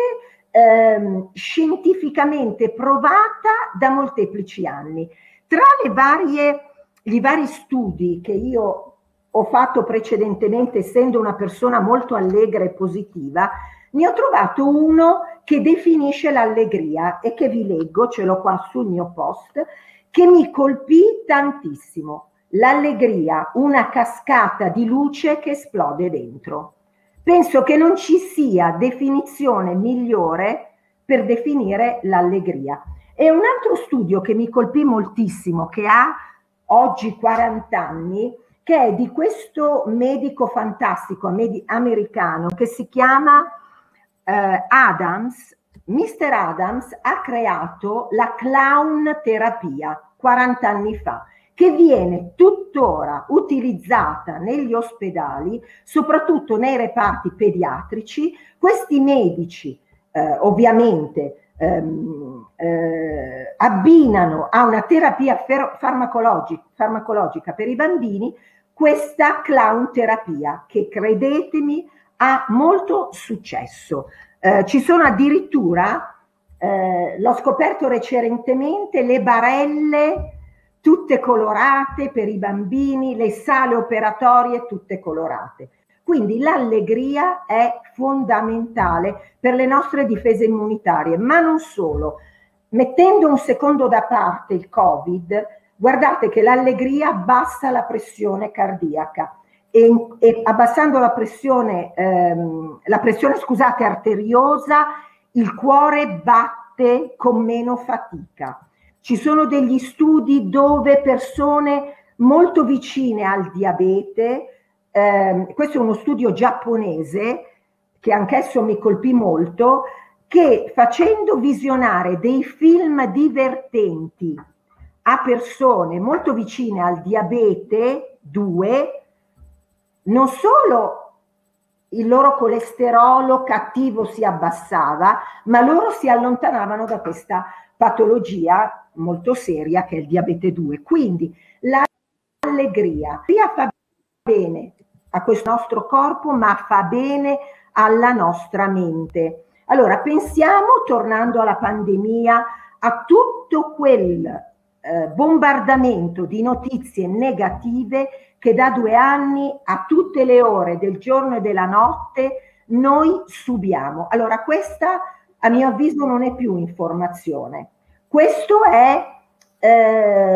ehm, scientificamente provata da molteplici anni. Tra le varie, i vari studi che io ho fatto precedentemente, essendo una persona molto allegra e positiva, ne ho trovato uno che definisce l'allegria e che vi leggo, ce l'ho qua sul mio post, che mi colpì tantissimo. L'allegria, una cascata di luce che esplode dentro. Penso che non ci sia definizione migliore per definire l'allegria. E un altro studio che mi colpì moltissimo, che ha oggi quaranta anni, che è di questo medico fantastico americano che si chiama eh, Adams. mister Adams ha creato la clown terapia quaranta anni fa, che viene tuttora utilizzata negli ospedali, soprattutto nei reparti pediatrici. Questi medici eh, ovviamente ehm, eh, abbinano a una terapia farmacologica, farmacologica per i bambini questa clown terapia, che credetemi ha molto successo. Eh, ci sono addirittura, eh, l'ho scoperto recentemente, le barelle tutte colorate per i bambini, le sale operatorie tutte colorate. Quindi l'allegria è fondamentale per le nostre difese immunitarie, ma non solo. Mettendo un secondo da parte il Covid, guardate che l'allegria abbassa la pressione cardiaca e, e abbassando la pressione, ehm, la pressione scusate, arteriosa, il cuore batte con meno fatica. Ci sono degli studi dove persone molto vicine al diabete, ehm, questo è uno studio giapponese che anch'esso mi colpì molto, che facendo visionare dei film divertenti a persone molto vicine al diabete due, non solo il loro colesterolo cattivo si abbassava, ma loro si allontanavano da questa patologia molto seria che è il diabete due. Quindi l'allegria fa bene a questo nostro corpo, ma fa bene alla nostra mente. Allora pensiamo, tornando alla pandemia, a tutto quel eh, bombardamento di notizie negative che da due anni a tutte le ore del giorno e della notte noi subiamo. Allora questa, a mio avviso, non è più informazione. Questo è, eh,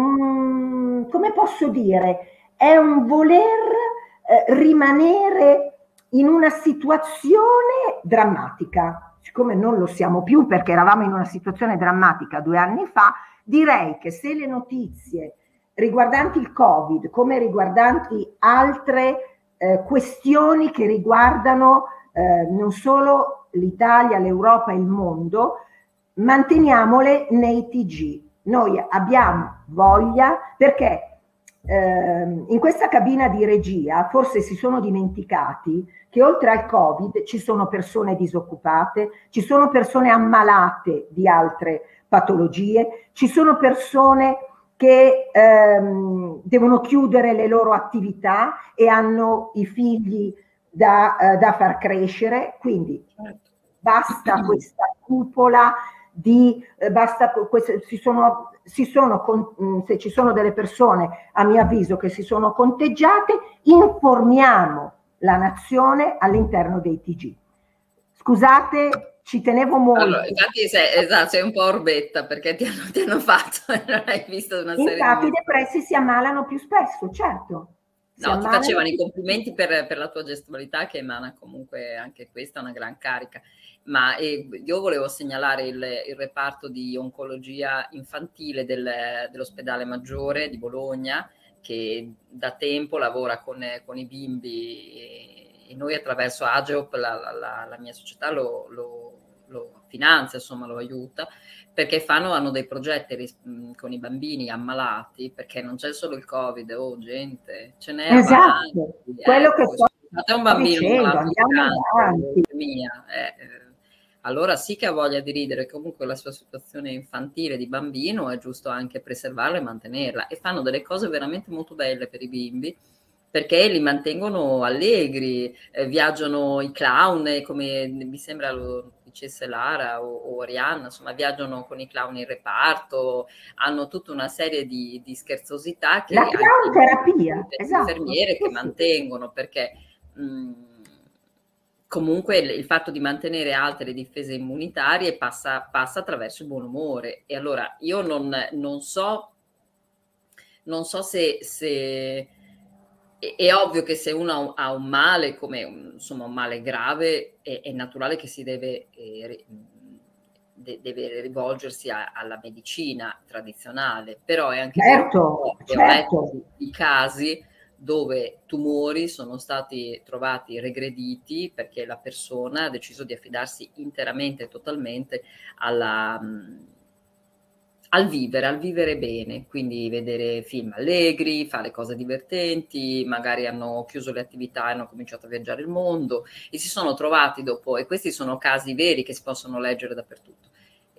mm, come posso dire, è un voler eh, rimanere in una situazione drammatica. Siccome non lo siamo più perché eravamo in una situazione drammatica due anni fa, direi che se le notizie riguardanti il Covid, come riguardanti altre eh, questioni che riguardano eh, non solo l'Italia, l'Europa e il mondo, manteniamole nei T G. Noi abbiamo voglia, perché eh, in questa cabina di regia forse si sono dimenticati che oltre al Covid ci sono persone disoccupate, ci sono persone ammalate di altre patologie, ci sono persone che ehm, devono chiudere le loro attività e hanno i figli da, eh, da far crescere, quindi basta questa cupola di eh, basta queste, si sono, si sono con, se ci sono delle persone a mio avviso che si sono conteggiate, informiamo la nazione all'interno dei T G. Scusate, ci tenevo molto. Allora, infatti sei, esatto, sei un po' orbetta perché ti hanno, ti hanno fatto e non hai visto una serie infatti di... i depressi si ammalano più spesso, certo. Si No, ti facevano i complimenti per, per la tua gestualità, che emana comunque anche questa una gran carica, ma eh, io volevo segnalare il, il reparto di oncologia infantile del, dell'ospedale Maggiore di Bologna, che da tempo lavora con, con i bimbi e, e noi attraverso Ageop, la, la, la mia società, lo, lo, lo finanzia, insomma lo aiuta, perché fanno, hanno dei progetti ris- con i bambini ammalati, perché non c'è solo il Covid, oh gente, ce n'è esatto, avanti, quello ecco, che sto è un bambino dicendo, malato di andiamo avanti. mia, eh, eh, allora sì che ha voglia di ridere, comunque la sua situazione infantile di bambino è giusto anche preservarla e mantenerla, e fanno delle cose veramente molto belle per i bimbi, perché li mantengono allegri, eh, viaggiano i clown, come mi sembra lo dicesse Lara o, o Oriana, insomma viaggiano con i clown in reparto, hanno tutta una serie di, di scherzosità che la clown terapia, le esatto, infermiere sì, che sì. mantengono, perché mh, comunque il, il fatto di mantenere alte le difese immunitarie passa, passa attraverso il buon umore, e allora io non, non so non so se, se è, è ovvio che se uno ha un male come insomma un male grave è, è naturale che si deve, eh, de, deve rivolgersi a, alla medicina tradizionale, però è anche certo, vero che certo. ho letto di, di casi dove tumori sono stati trovati regrediti perché la persona ha deciso di affidarsi interamente e totalmente alla, al vivere, al vivere bene, quindi vedere film allegri, fare cose divertenti, magari hanno chiuso le attività e hanno cominciato a viaggiare il mondo e si sono trovati dopo, e questi sono casi veri che si possono leggere dappertutto,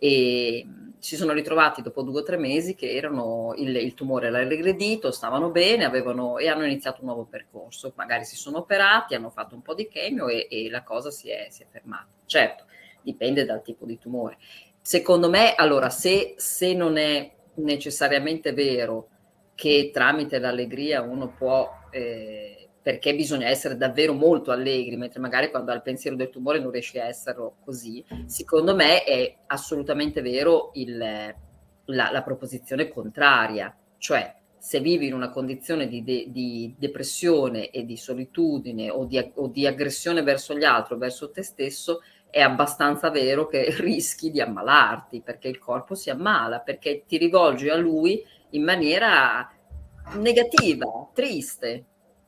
e si sono ritrovati dopo due o tre mesi che erano il, il tumore era regredito, stavano bene, avevano, e hanno iniziato un nuovo percorso, magari si sono operati, hanno fatto un po' di chemio e, e la cosa si è, si è fermata. Certo, dipende dal tipo di tumore. Secondo me, allora, se, se non è necessariamente vero che tramite l'allegria uno può, eh, perché bisogna essere davvero molto allegri, mentre magari quando hai il pensiero del tumore non riesci a esserlo così, secondo me è assolutamente vero il, la, la proposizione contraria, cioè se vivi in una condizione di, de, di depressione e di solitudine o di, o di aggressione verso gli altri o verso te stesso, è abbastanza vero che rischi di ammalarti, perché il corpo si ammala, perché ti rivolgi a lui in maniera negativa, triste.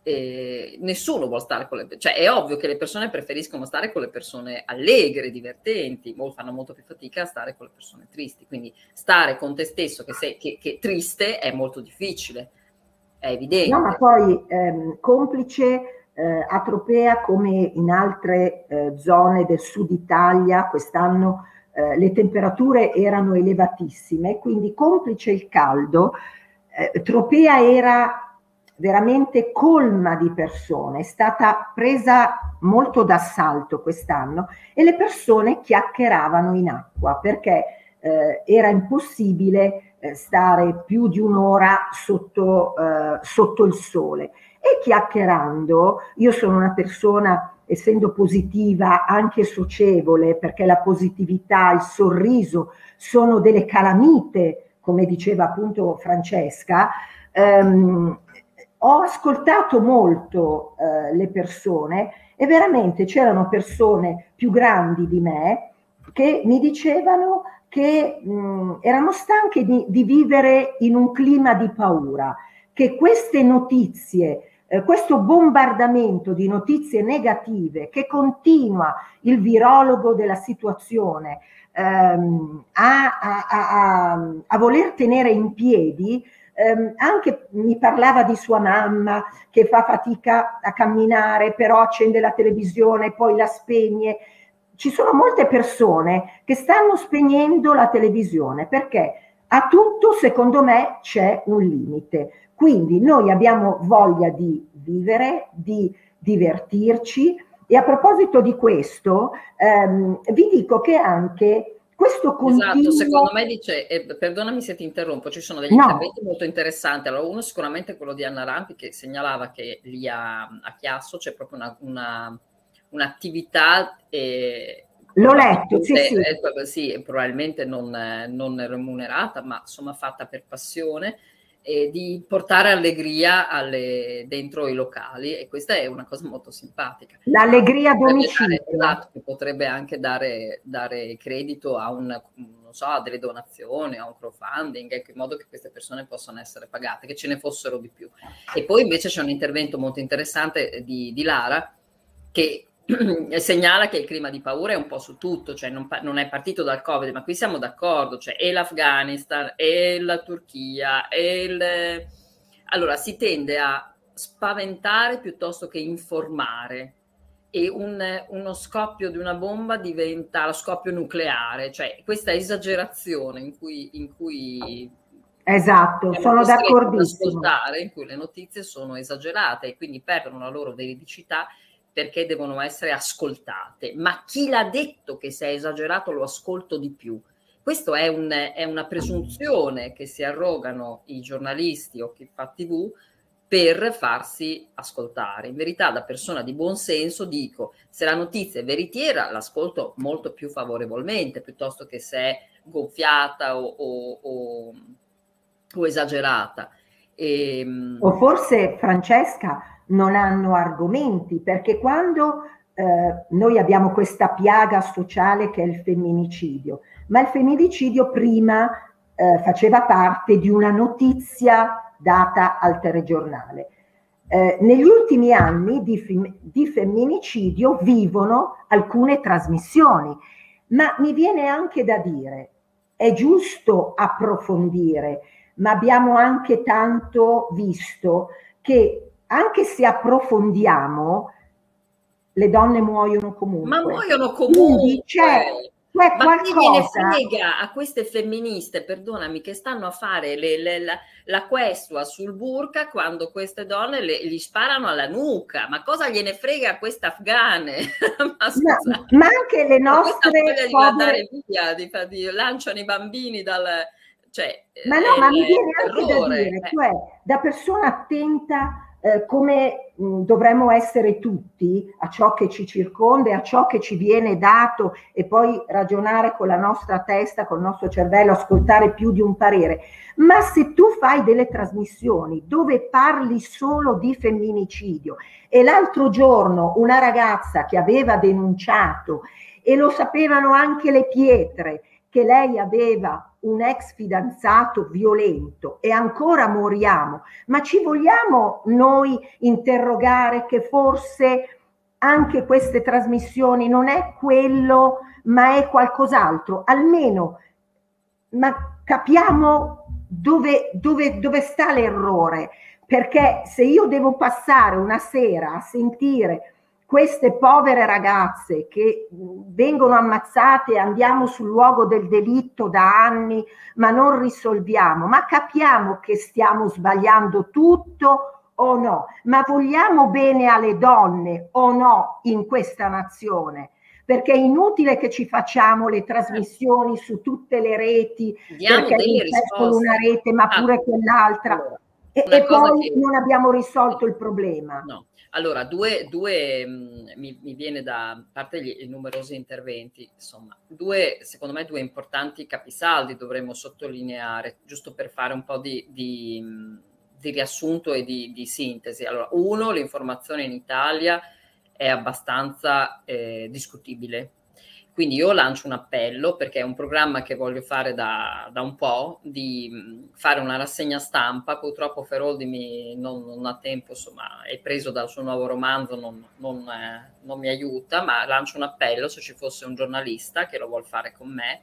E nessuno vuole stare con le persone, cioè è ovvio che le persone preferiscono stare con le persone allegre, divertenti, o fanno molto più fatica a stare con le persone tristi, quindi stare con te stesso che sei che, che triste è molto difficile, è evidente. No, ma poi ehm, complice Eh, a Tropea, come in altre eh, zone del sud Italia, quest'anno eh, le temperature erano elevatissime, quindi complice il caldo, eh, Tropea era veramente colma di persone, è stata presa molto d'assalto quest'anno e le persone chiacchieravano in acqua perché eh, era impossibile eh, stare più di un'ora sotto, eh, sotto il sole. E chiacchierando, io sono una persona, essendo positiva, anche socievole, perché la positività, il sorriso sono delle calamite, come diceva appunto Francesca, ehm, ho ascoltato molto eh, le persone e veramente c'erano persone più grandi di me che mi dicevano che mh, erano stanche di, di vivere in un clima di paura, che queste notizie, eh, questo bombardamento di notizie negative che continua il virologo della situazione ehm, a, a, a, a voler tenere in piedi, ehm, anche mi parlava di sua mamma che fa fatica a camminare, però accende la televisione, poi la spegne. Ci sono molte persone che stanno spegnendo la televisione perché a tutto, secondo me, c'è un limite. Quindi noi abbiamo voglia di vivere, di divertirci, e a proposito di questo, ehm, vi dico che anche questo continuo... Esatto, secondo me dice, eh, perdonami se ti interrompo, ci sono degli No. interventi molto interessanti. Allora, uno sicuramente quello di Anna Rampi, che segnalava che lì a, a Chiasso c'è proprio una, una, un'attività... Eh, L'ho letto, sì, sì. Eh, sì, probabilmente non, non remunerata, ma insomma fatta per passione, e di portare allegria alle, dentro i locali, e questa è una cosa molto simpatica. L'allegria a domicilio. Esatto, che potrebbe anche dare, dare credito a, un, non so, a delle donazioni, a un crowdfunding, ecco, in modo che queste persone possano essere pagate, che ce ne fossero di più. E poi invece c'è un intervento molto interessante di, di Lara, che segnala che il clima di paura è un po' su tutto, cioè non, non è partito dal Covid, ma qui siamo d'accordo, cioè e l'Afghanistan, e la Turchia, e il... Allora si tende a spaventare piuttosto che informare, e un, uno scoppio di una bomba diventa lo scoppio nucleare, cioè questa esagerazione in cui... In cui esatto, sono d'accordissimo. Ascoltare, in cui le notizie sono esagerate e quindi perdono la loro veridicità, perché devono essere ascoltate. Ma chi l'ha detto che se è esagerato lo ascolto di più? Questo è, un, è una presunzione che si arrogano i giornalisti o chi fa tivù per farsi ascoltare. In verità, da persona di buon senso dico, se la notizia è veritiera l'ascolto molto più favorevolmente, piuttosto che se è gonfiata o, o, o, o esagerata. E, o forse, Francesca, non hanno argomenti, perché quando eh, noi abbiamo questa piaga sociale che è il femminicidio, ma il femminicidio prima eh, faceva parte di una notizia data al telegiornale. Eh, negli ultimi anni di, di femminicidio vivono alcune trasmissioni, ma mi viene anche da dire, è giusto approfondire, ma abbiamo anche tanto visto che anche se approfondiamo, le donne muoiono comunque. Ma muoiono comunque. Quindi c'è, c'è ma qualcosa... chi gliene frega a queste femministe, perdonami, che stanno a fare le, le, la, la questua sul burka quando queste donne le, gli sparano alla nuca? Ma cosa gliene frega a queste afghane? ma, ma, ma anche le nostre... Questa di mandare via, di, di, lanciano i bambini dal... Cioè, ma no, è, ma mi viene anche terrore, da dire, eh. cioè, da persona attenta eh, come mh, dovremmo essere tutti a ciò che ci circonda e a ciò che ci viene dato, e poi ragionare con la nostra testa, col nostro cervello, ascoltare più di un parere. Ma se tu fai delle trasmissioni dove parli solo di femminicidio, e l'altro giorno una ragazza che aveva denunciato, e lo sapevano anche le pietre, che lei aveva un ex fidanzato violento, e ancora moriamo, ma ci vogliamo noi interrogare che forse anche queste trasmissioni non è quello, ma è qualcos'altro? Almeno, ma capiamo dove, dove, dove sta l'errore, perché se io devo passare una sera a sentire queste povere ragazze che vengono ammazzate e andiamo sul luogo del delitto da anni, ma non risolviamo, ma capiamo che stiamo sbagliando tutto o no? Ma vogliamo bene alle donne o no in questa nazione? Perché è inutile che ci facciamo le trasmissioni su tutte le reti, Diamo perché delle non c'è solo una rete, ma pure ah, quell'altra. Allora, e e poi che... non abbiamo risolto il problema. No. Allora, due, due mh, mi, mi viene da parte gli, i numerosi interventi, insomma, due, secondo me, due importanti capisaldi dovremmo sottolineare, giusto per fare un po' di, di, di riassunto e di, di sintesi. Allora, uno, l'informazione in Italia è abbastanza eh, discutibile. Quindi io lancio un appello, perché è un programma che voglio fare da, da un po', di fare una rassegna stampa. Purtroppo Feroldi mi, non, non ha tempo, insomma, è preso dal suo nuovo romanzo, non, non, eh, non mi aiuta, ma lancio un appello se ci fosse un giornalista che lo vuol fare con me,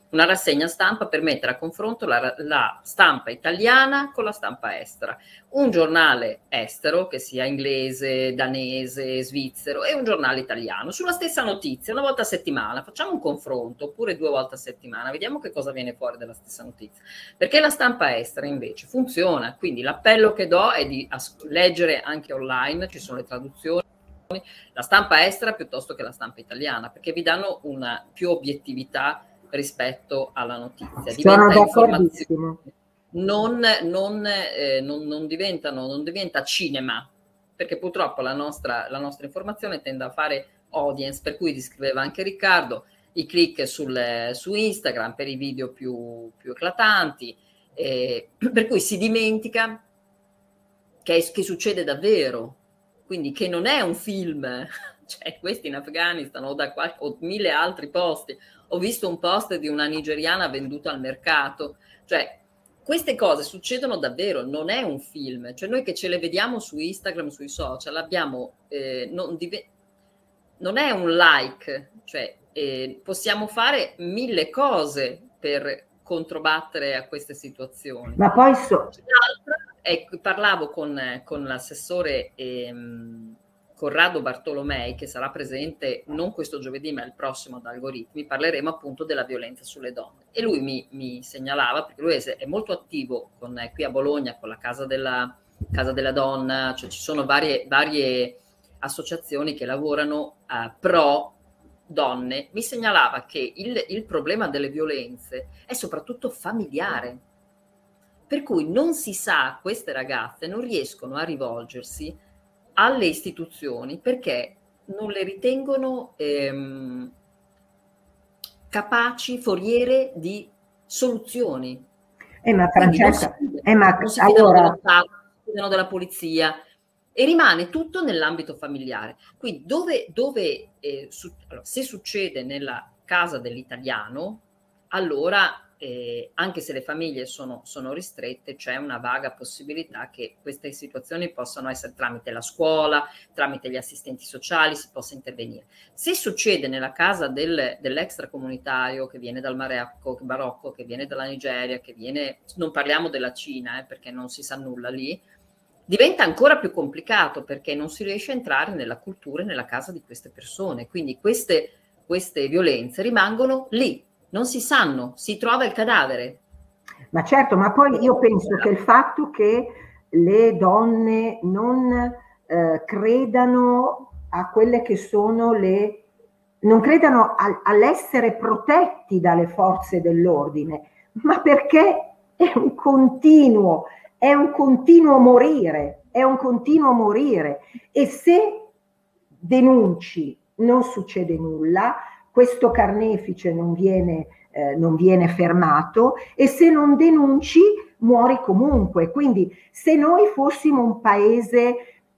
una rassegna stampa per mettere a confronto la, la stampa italiana con la stampa estera. Un giornale estero, che sia inglese, danese, svizzero, e un giornale italiano, sulla stessa notizia, una volta a settimana. Facciamo un confronto, oppure due volte a settimana, vediamo che cosa viene fuori dalla stessa notizia. Perché la stampa estera invece funziona, quindi l'appello che do è di leggere anche online, ci sono le traduzioni, la stampa estera piuttosto che la stampa italiana, perché vi danno una più obiettività rispetto alla notizia. Sono d'accordissimo. Non, non, eh, non, non diventano, non diventa cinema, perché purtroppo la nostra, la nostra informazione tende a fare audience, per cui descriveva anche Riccardo, i click sul, su Instagram per i video più, più eclatanti, eh, per cui si dimentica che, che succede davvero, quindi che non è un film, cioè questi in Afghanistan o da qualche, o mille altri posti. Ho visto un post di una nigeriana venduta al mercato, cioè queste cose succedono davvero, non è un film, cioè noi che ce le vediamo su Instagram, sui social, abbiamo, eh, non, div- non è un like, cioè eh, possiamo fare mille cose per controbattere a queste situazioni. Ma poi so... È, parlavo con, con l'assessore ehm, Corrado Bartolomei, che sarà presente non questo giovedì ma il prossimo ad Algoritmi. Parleremo appunto della violenza sulle donne, e lui mi, mi segnalava, perché lui è, è molto attivo con, eh, qui a Bologna con la Casa della, Casa della Donna, cioè ci sono varie, varie associazioni che lavorano uh, pro donne. Mi segnalava che il, il problema delle violenze è soprattutto familiare, per cui non si sa, queste ragazze non riescono a rivolgersi alle istituzioni perché non le ritengono ehm, capaci, foriere di soluzioni. Eh, ma Francesca, non si, eh, ma non si allora... dello Stato, non si fidano della polizia, e rimane tutto nell'ambito familiare. Quindi dove, dove eh, su, allora, se succede nella casa dell'italiano, allora eh, anche se le famiglie sono, sono ristrette, c'è una vaga possibilità che queste situazioni possano essere tramite la scuola, tramite gli assistenti sociali, si possa intervenire. Se succede nella casa del, dell'extracomunitario che viene dal Marocco, Marocco, che viene dalla Nigeria, che viene, non parliamo della Cina, eh, perché non si sa nulla lì, diventa ancora più complicato perché non si riesce a entrare nella cultura e nella casa di queste persone. Quindi queste, queste violenze rimangono lì, non si sanno, si trova il cadavere. Ma certo, ma poi io penso che il fatto che le donne non eh, credano a quelle che sono le... non credano al, all'essere protetti dalle forze dell'ordine, ma perché è un continuo, è un continuo morire, è un continuo morire. E se denunci non succede nulla, questo carnefice non viene, eh, non viene fermato, e se non denunci muori comunque. Quindi se noi fossimo un paese,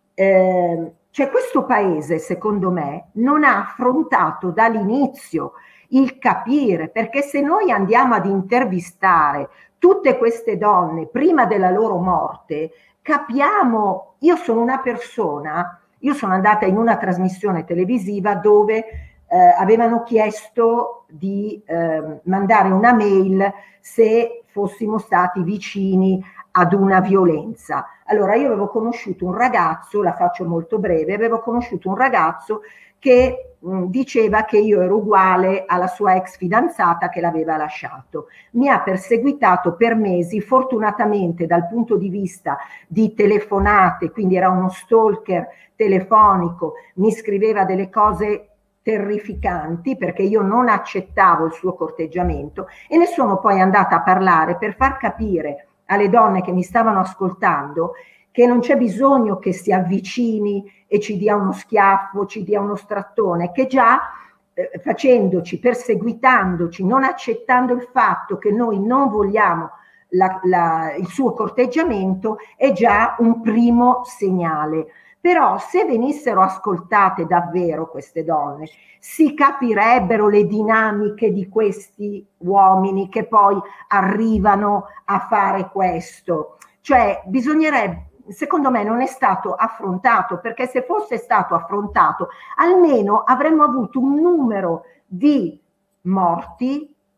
eh, cioè questo paese secondo me non ha affrontato dall'inizio il capire, perché se noi andiamo ad intervistare tutte queste donne prima della loro morte, capiamo, io sono una persona, io sono andata in una trasmissione televisiva dove Eh, avevano chiesto di eh, mandare una mail se fossimo stati vicini ad una violenza. Allora io avevo conosciuto un ragazzo, la faccio molto breve, avevo conosciuto un ragazzo che mh, diceva che io ero uguale alla sua ex fidanzata che l'aveva lasciato. Mi ha perseguitato per mesi, fortunatamente dal punto di vista di telefonate, quindi era uno stalker telefonico, mi scriveva delle cose terrificanti perché io non accettavo il suo corteggiamento, e ne sono poi andata a parlare per far capire alle donne che mi stavano ascoltando che non c'è bisogno che si avvicini e ci dia uno schiaffo, ci dia uno strattone, che già eh, facendoci, perseguitandoci, non accettando il fatto che noi non vogliamo la, la, il suo corteggiamento è già un primo segnale. Però se venissero ascoltate davvero queste donne, si capirebbero le dinamiche di questi uomini che poi arrivano a fare questo. Cioè bisognerebbe, secondo me non è stato affrontato, perché se fosse stato affrontato almeno avremmo avuto un numero di morti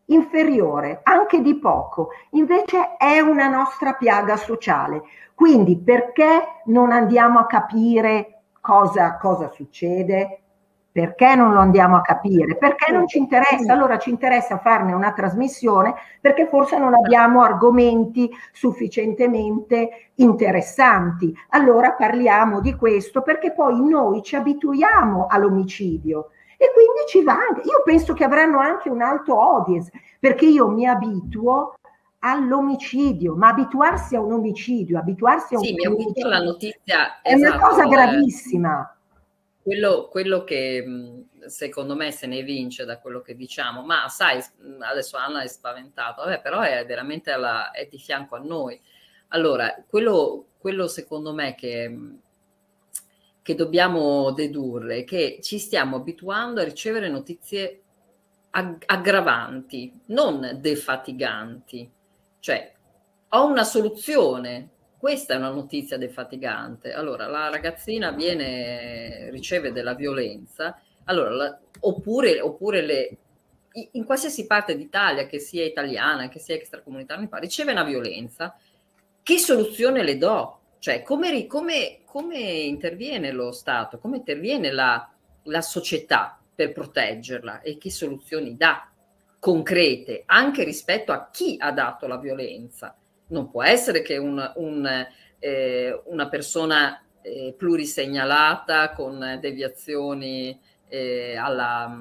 inferiore, anche di poco, invece è una nostra piaga sociale. Quindi perché non andiamo a capire cosa, cosa succede? Perché non lo andiamo a capire? Perché non ci interessa? Allora ci interessa farne una trasmissione perché forse non abbiamo argomenti sufficientemente interessanti. Allora parliamo di questo perché poi noi ci abituiamo all'omicidio e quindi ci va anche. Io penso che avranno anche un alto audience perché io mi abituo all'omicidio, ma abituarsi a un omicidio, abituarsi a un Sì, mi avuto la notizia, è una esatto, cosa eh, gravissima. Quello, quello che mh, secondo me se ne evince da quello che diciamo, ma sai, mh, adesso Anna è spaventata, vabbè, però è veramente alla, è di fianco a noi. Allora, quello, quello secondo me che, mh, che dobbiamo dedurre è che ci stiamo abituando a ricevere notizie ag- aggravanti, non defatiganti. Cioè, ho una soluzione. Questa è una notizia defatigante. Allora, la ragazzina viene, riceve della violenza, allora, la, oppure, oppure le, in qualsiasi parte d'Italia, che sia italiana, che sia extracomunitaria, riceve una violenza, che soluzione le do? Cioè, come, come, come interviene lo Stato? Come interviene la, la società per proteggerla? E che soluzioni dà concrete, anche rispetto a chi ha dato la violenza? Non può essere che un, un, eh, una persona eh, plurisegnalata con deviazioni eh, alla,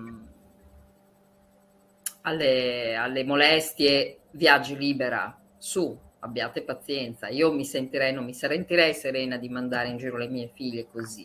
alle, alle molestie viaggi libera. Su, abbiate pazienza. Io mi sentirei, non mi sentirei serena di mandare in giro le mie figlie così.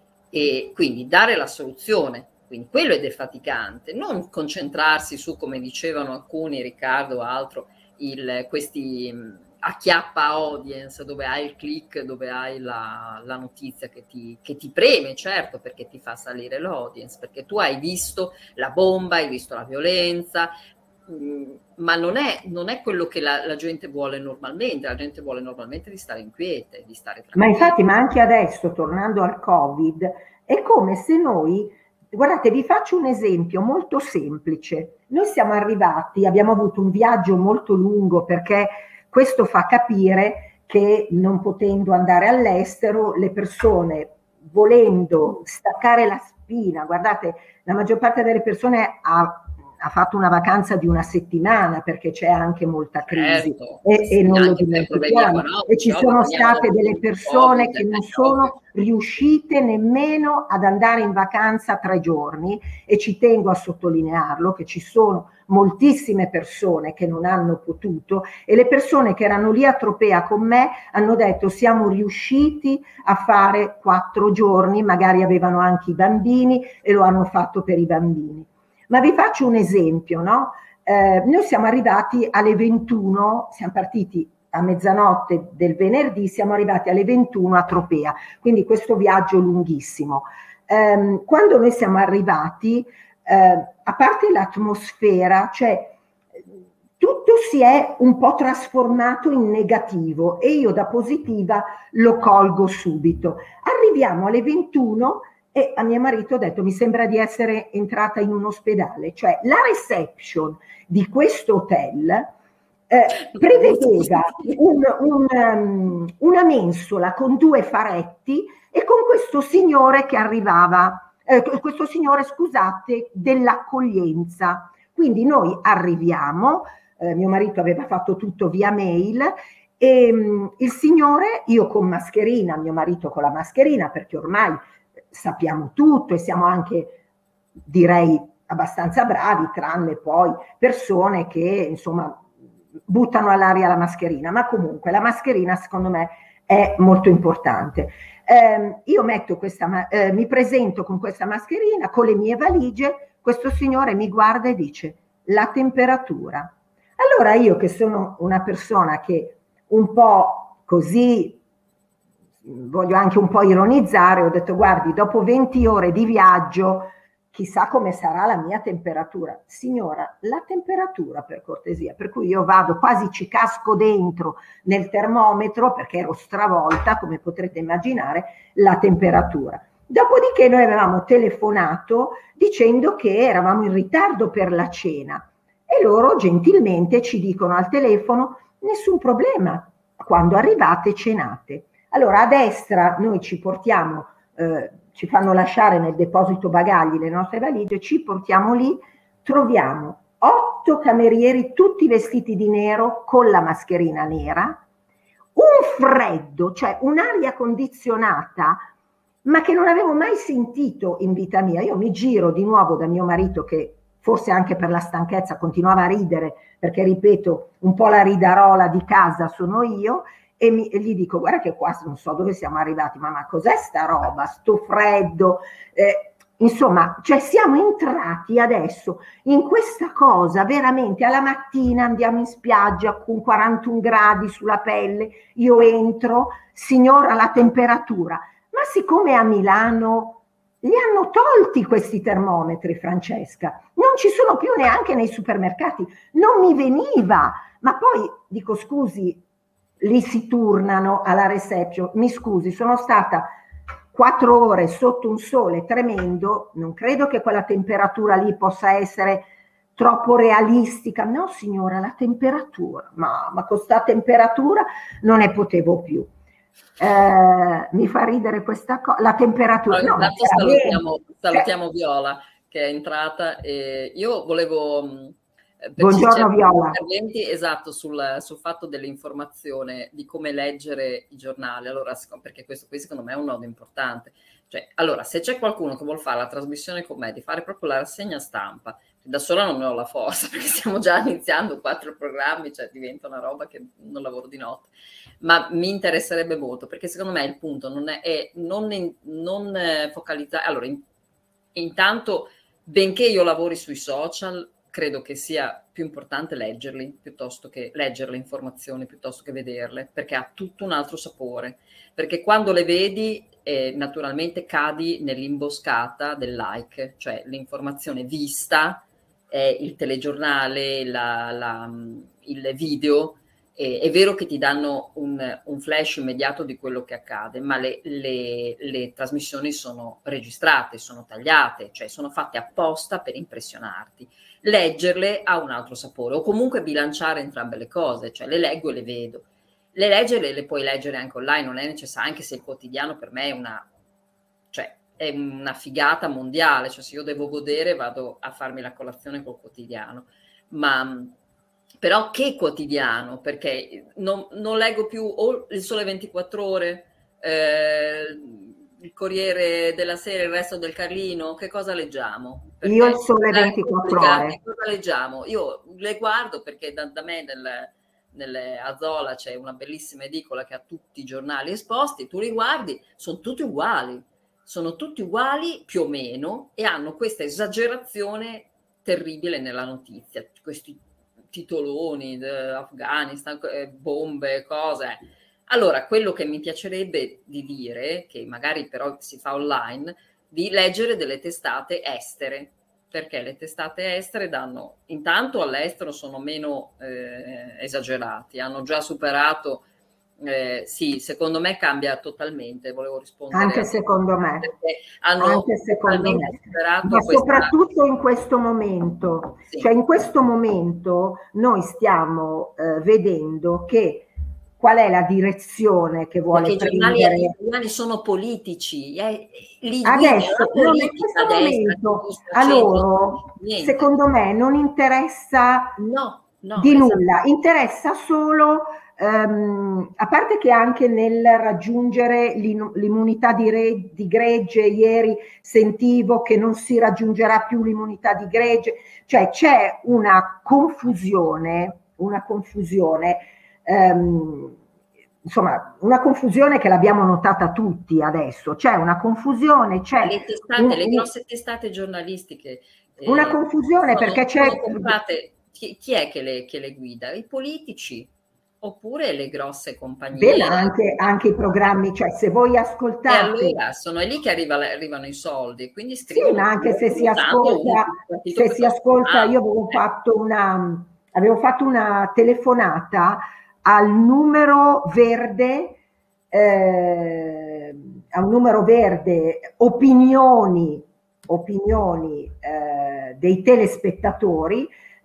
E quindi dare la soluzione. Quindi quello è defaticante, non concentrarsi su, come dicevano alcuni, Riccardo o altro, il, questi mh, acchiappa audience dove hai il click, dove hai la, la notizia che ti, che ti preme, certo, perché ti fa salire l'audience, perché tu hai visto la bomba, hai visto la violenza, mh, ma non è, non è quello che la, la gente vuole normalmente. La gente vuole normalmente di stare in quiete, di stare tranquilla. Ma infatti, ma anche adesso, tornando al Covid, è come se noi, guardate, vi faccio un esempio molto semplice. Noi siamo arrivati, abbiamo avuto un viaggio molto lungo perché questo fa capire che non potendo andare all'estero, le persone volendo staccare la spina, guardate, la maggior parte delle persone ha, ha fatto una vacanza di una settimana perché c'è anche molta crisi, certo, e, e non lo dimentichiamo, e ci sono state delle persone che non sono riuscite nemmeno ad andare in vacanza tre giorni, e ci tengo a sottolinearlo che ci sono moltissime persone che non hanno potuto, e le persone che erano lì a Tropea con me hanno detto siamo riusciti a fare quattro giorni, magari avevano anche i bambini e lo hanno fatto per i bambini. Ma vi faccio un esempio, no? Eh, noi siamo arrivati alle ventuno, siamo partiti a mezzanotte del venerdì, siamo arrivati alle ventuno a Tropea, quindi questo viaggio lunghissimo. Eh, quando noi siamo arrivati, eh, a parte l'atmosfera, cioè tutto si è un po' trasformato in negativo, e io da positiva lo colgo subito. Arriviamo alle ventuno e a mio marito ho detto mi sembra di essere entrata in un ospedale, cioè la reception di questo hotel eh, prevedeva un, un, um, una mensola con due faretti e con questo signore che arrivava, eh, questo signore, scusate, dell'accoglienza. Quindi noi arriviamo, eh, mio marito aveva fatto tutto via mail, e um, il signore, io con mascherina, mio marito con la mascherina, perché ormai sappiamo tutto e siamo anche, direi, abbastanza bravi, tranne poi persone che insomma buttano all'aria la mascherina, ma comunque la mascherina secondo me è molto importante. Eh, io metto questa, eh, mi presento con questa mascherina, con le mie valigie, questo signore mi guarda e dice la temperatura. Allora io, che sono una persona che un po' così, voglio anche un po' ironizzare, ho detto guardi, dopo venti ore di viaggio chissà come sarà la mia temperatura. Signora, la temperatura, per cortesia, per cui io vado, quasi ci casco dentro nel termometro perché ero stravolta, come potrete immaginare, la temperatura. Dopodiché noi avevamo telefonato dicendo che eravamo in ritardo per la cena, e e loro gentilmente ci dicono al telefono: nessun problema, quando arrivate cenate. Allora a destra noi ci portiamo, eh, ci fanno lasciare nel deposito bagagli le nostre valigie, ci portiamo lì, troviamo otto camerieri tutti vestiti di nero con la mascherina nera, un freddo, cioè un'aria condizionata, ma che non avevo mai sentito in vita mia. Io mi giro di nuovo da mio marito, che forse anche per la stanchezza continuava a ridere, perché ripeto, un po' la ridarola di casa sono io, e, mi, e gli dico: guarda che qua non so dove siamo arrivati, ma, ma cos'è sta roba, sto freddo? Eh, insomma, cioè siamo entrati adesso in questa cosa veramente, alla mattina andiamo in spiaggia con quarantuno gradi sulla pelle, io entro, signora la temperatura, ma siccome a Milano li hanno tolti questi termometri, Francesca, non ci sono più neanche nei supermercati, non mi veniva, ma poi dico: scusi, lì si turnano alla reception, mi scusi, sono stata quattro ore sotto un sole tremendo, non credo che quella temperatura lì possa essere troppo realistica. No signora, la temperatura, ma, ma con questa temperatura non ne potevo più. Eh, mi fa ridere questa cosa, la temperatura. Allora, no, intanto salutiamo, salutiamo Viola che è entrata, e io volevo... Buongiorno Viola. Interventi, esatto, sul, sul fatto dell'informazione, di come leggere i giornali. Allora, perché questo qui secondo me è un nodo importante. Cioè, allora, se c'è qualcuno che vuol fare la trasmissione con me, di fare proprio la rassegna stampa, da sola non ne ho la forza, perché stiamo già iniziando quattro programmi, cioè diventa una roba che non lavoro di notte. Ma mi interesserebbe molto, perché secondo me il punto non è, è non, non focalizzare. Allora, in, intanto, benché io lavori sui social, credo che sia più importante leggerli piuttosto che leggere le informazioni piuttosto che vederle, perché ha tutto un altro sapore. Perché quando le vedi, eh, naturalmente cadi nell'imboscata del like, cioè l'informazione vista, eh, il telegiornale, la, la, il video. Eh, è vero che ti danno un, un flash immediato di quello che accade, ma le, le, le trasmissioni sono registrate, sono tagliate, cioè sono fatte apposta per impressionarti. Leggerle ha un altro sapore, o comunque bilanciare entrambe le cose, cioè le leggo e le vedo. Le leggere le puoi leggere anche online, non è necessario, anche se il quotidiano per me è una, cioè, è una figata mondiale, cioè se io devo godere vado a farmi la colazione col quotidiano, ma però che quotidiano, perché non, non leggo più o il Sole ventiquattro Ore, eh, il Corriere della Sera, il Resto del Carlino, che cosa leggiamo? Perché io il Sole ventiquattro Ore. Che cosa leggiamo? Io le guardo perché da, da me nel, nelle Azola c'è una bellissima edicola che ha tutti i giornali esposti, tu li guardi, sono tutti uguali, sono tutti uguali più o meno, e hanno questa esagerazione terribile nella notizia, questi titoloni, Afghanistan, bombe, cose. Allora, quello che mi piacerebbe di dire, che magari però si fa online, di leggere delle testate estere, perché le testate estere danno, intanto all'estero sono meno eh, esagerati, hanno già superato, eh, sì, secondo me cambia totalmente, volevo rispondere. Anche secondo me, hanno anche secondo me, ma questa... soprattutto in questo momento, sì. Cioè in questo momento noi stiamo eh, vedendo che qual è la direzione che vuole perché prendere. I giornali italiani sono politici, eh, li adesso non in questo momento a loro niente. Secondo me non interessa no, no, di esatto. nulla, interessa solo um, a parte che anche nel raggiungere l'immunità di, re, di gregge, ieri sentivo che non si raggiungerà più l'immunità di gregge, cioè c'è una confusione, una confusione Um, insomma, una confusione che l'abbiamo notata tutti adesso, c'è una confusione, c'è le testate, un, le grosse testate giornalistiche, una eh, confusione sono, perché c'è comprate, chi, chi è che le, che le guida? I politici oppure le grosse compagnie? Beh, anche, anche i programmi, cioè se voi ascoltate, e allora sono lì che arriva, arrivano i soldi, quindi scrivono. Sì, ma anche se si ascolta, se si ascolta, io avevo fatto una avevo fatto una telefonata al numero verde, eh, a un numero verde opinioni, opinioni eh, dei telespettatori,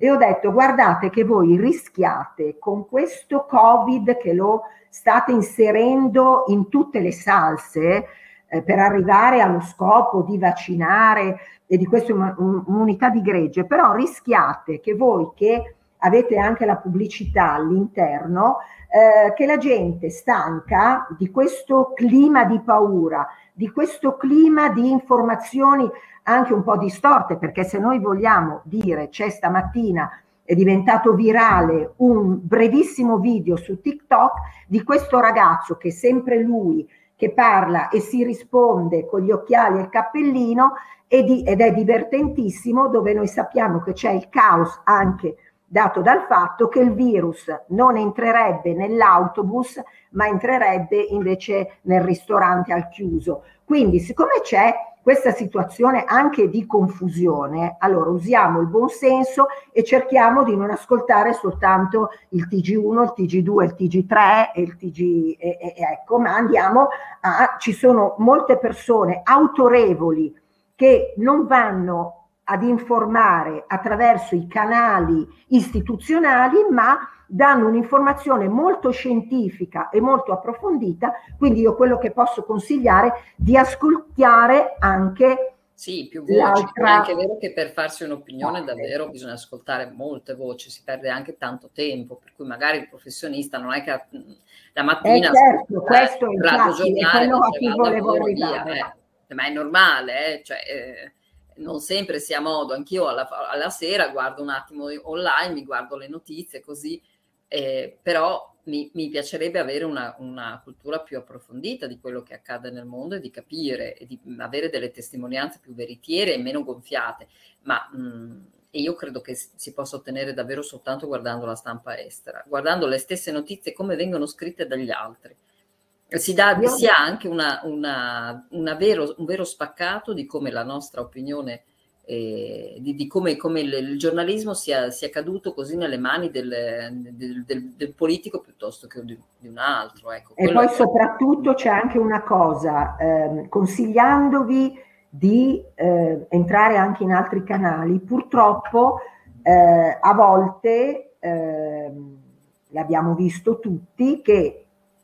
e ho detto guardate che voi rischiate con questo Covid che lo state inserendo in tutte le salse eh, per arrivare allo scopo di vaccinare e di questa un'unità di gregge, però rischiate che voi che avete anche la pubblicità all'interno, eh, che la gente stanca di questo clima di paura, di questo clima di informazioni anche un po' distorte, perché se noi vogliamo dire c'è stamattina è diventato virale un brevissimo video su TikTok di questo ragazzo che è sempre lui che parla e si risponde con gli occhiali e il cappellino ed è divertentissimo, dove noi sappiamo che c'è il caos anche dato dal fatto che il virus non entrerebbe nell'autobus ma entrerebbe invece nel ristorante al chiuso. Quindi siccome c'è questa situazione anche di confusione, allora usiamo il buon senso e cerchiamo di non ascoltare soltanto il T G uno, il T G due, il T G tre e il T G e, e, ecco, ma andiamo a, ci sono molte persone autorevoli che non vanno ad informare attraverso i canali istituzionali, ma danno un'informazione molto scientifica e molto approfondita, quindi io quello che posso consigliare di ascoltare anche sì, più voci. È anche vero che per farsi un'opinione davvero bisogna ascoltare molte voci, si perde anche tanto tempo, per cui magari il professionista non è che la mattina eh certo, questo è infatti è quello a cui volevo arrivare. Eh, ma è normale, eh? Cioè, eh, non sempre si ha modo, anch'io alla, alla sera guardo un attimo online, mi guardo le notizie così, eh, però mi, mi piacerebbe avere una, una cultura più approfondita di quello che accade nel mondo e di capire e di avere delle testimonianze più veritiere e meno gonfiate, ma mh, io credo che si possa ottenere davvero soltanto guardando la stampa estera, guardando le stesse notizie come vengono scritte dagli altri. Si, dà, si ha anche una, una, una vero, un vero spaccato di come la nostra opinione, eh, di, di come, come il, il giornalismo sia, sia caduto così nelle mani del, del, del, del politico piuttosto che di, di un altro. Ecco, e poi soprattutto c'è anche una cosa, eh, consigliandovi di eh, entrare anche in altri canali, purtroppo eh, a volte, eh, l'abbiamo visto tutti, che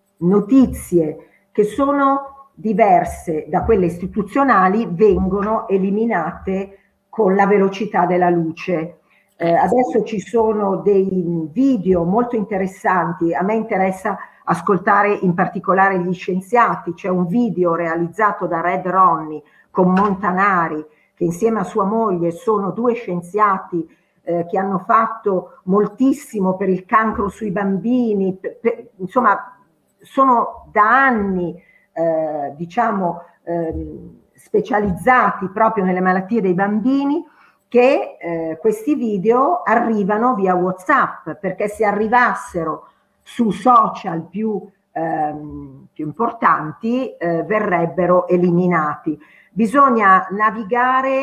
notizie che sono diverse da quelle istituzionali vengono eliminate con la velocità della luce. Eh, adesso ci sono dei video molto interessanti, a me interessa ascoltare in particolare gli scienziati, c'è un video realizzato da Red Ronnie con Montanari, che insieme a sua moglie sono due scienziati eh, che hanno fatto moltissimo per il cancro sui bambini, per, per, insomma sono da anni eh, diciamo eh, specializzati proprio nelle malattie dei bambini, che eh, questi video arrivano via WhatsApp, perché se arrivassero su social più, ehm, più importanti eh, verrebbero eliminati. Bisogna navigare,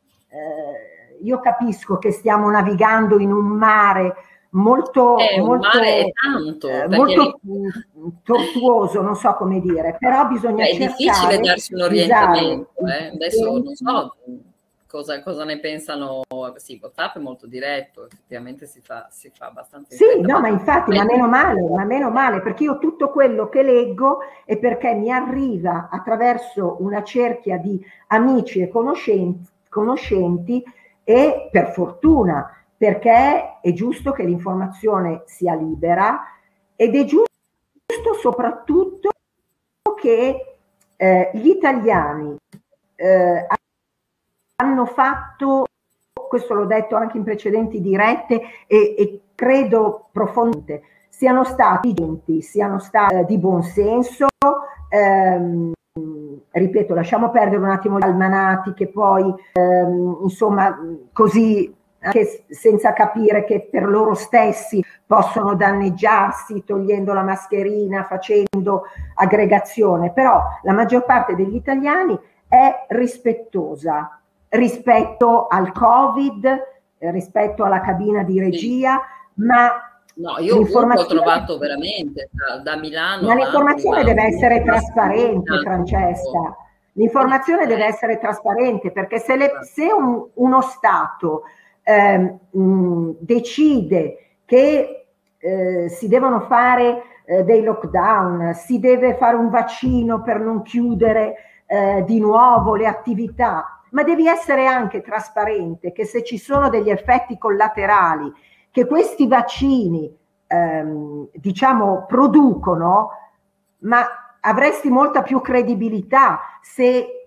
eh, io capisco che stiamo navigando in un mare molto, è un molto, mare tanto, eh, molto tortuoso, non so come dire, però bisogna è cercare difficile darsi un orientamento, eh? Adesso non so cosa, cosa ne pensano. Sì, WhatsApp è molto diretto, effettivamente si fa, si fa abbastanza. Sì, no, ma infatti, ma meno male, ma meno male, perché io tutto quello che leggo è perché mi arriva attraverso una cerchia di amici e conoscenti, conoscenti e per fortuna, perché è giusto che l'informazione sia libera ed è giusto soprattutto che eh, gli italiani eh, hanno fatto, questo l'ho detto anche in precedenti dirette e, e credo profondamente, siano stati giunti, siano stati di buon senso, ehm, ripeto, lasciamo perdere un attimo gli almanati che poi, ehm, insomma, così, anche senza capire che per loro stessi possono danneggiarsi togliendo la mascherina, facendo aggregazione, però la maggior parte degli italiani è rispettosa rispetto al Covid, eh, rispetto alla cabina di regia, sì. ma no, io ho trovato veramente da, da Milano. Ma l'informazione deve essere trasparente, Francesca. L'informazione deve essere trasparente, perché se, le, se un, uno Stato eh, mh, decide che eh, si devono fare eh, dei lockdown, si deve fare un vaccino per non chiudere eh, di nuovo le attività, ma devi essere anche trasparente che se ci sono degli effetti collaterali che questi vaccini ehm, diciamo producono, ma avresti molta più credibilità se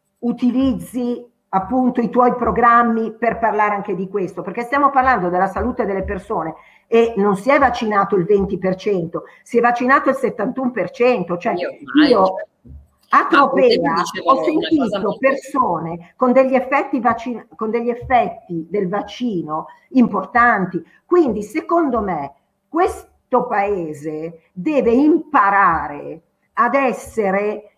utilizzi appunto i tuoi programmi per parlare anche di questo, perché stiamo parlando della salute delle persone e non si è vaccinato il venti per cento, si è vaccinato il settantuno per cento, cioè io, io a Tropea ho sentito persone con degli effetti vaccin- con degli effetti del vaccino importanti, quindi secondo me questo paese deve imparare ad essere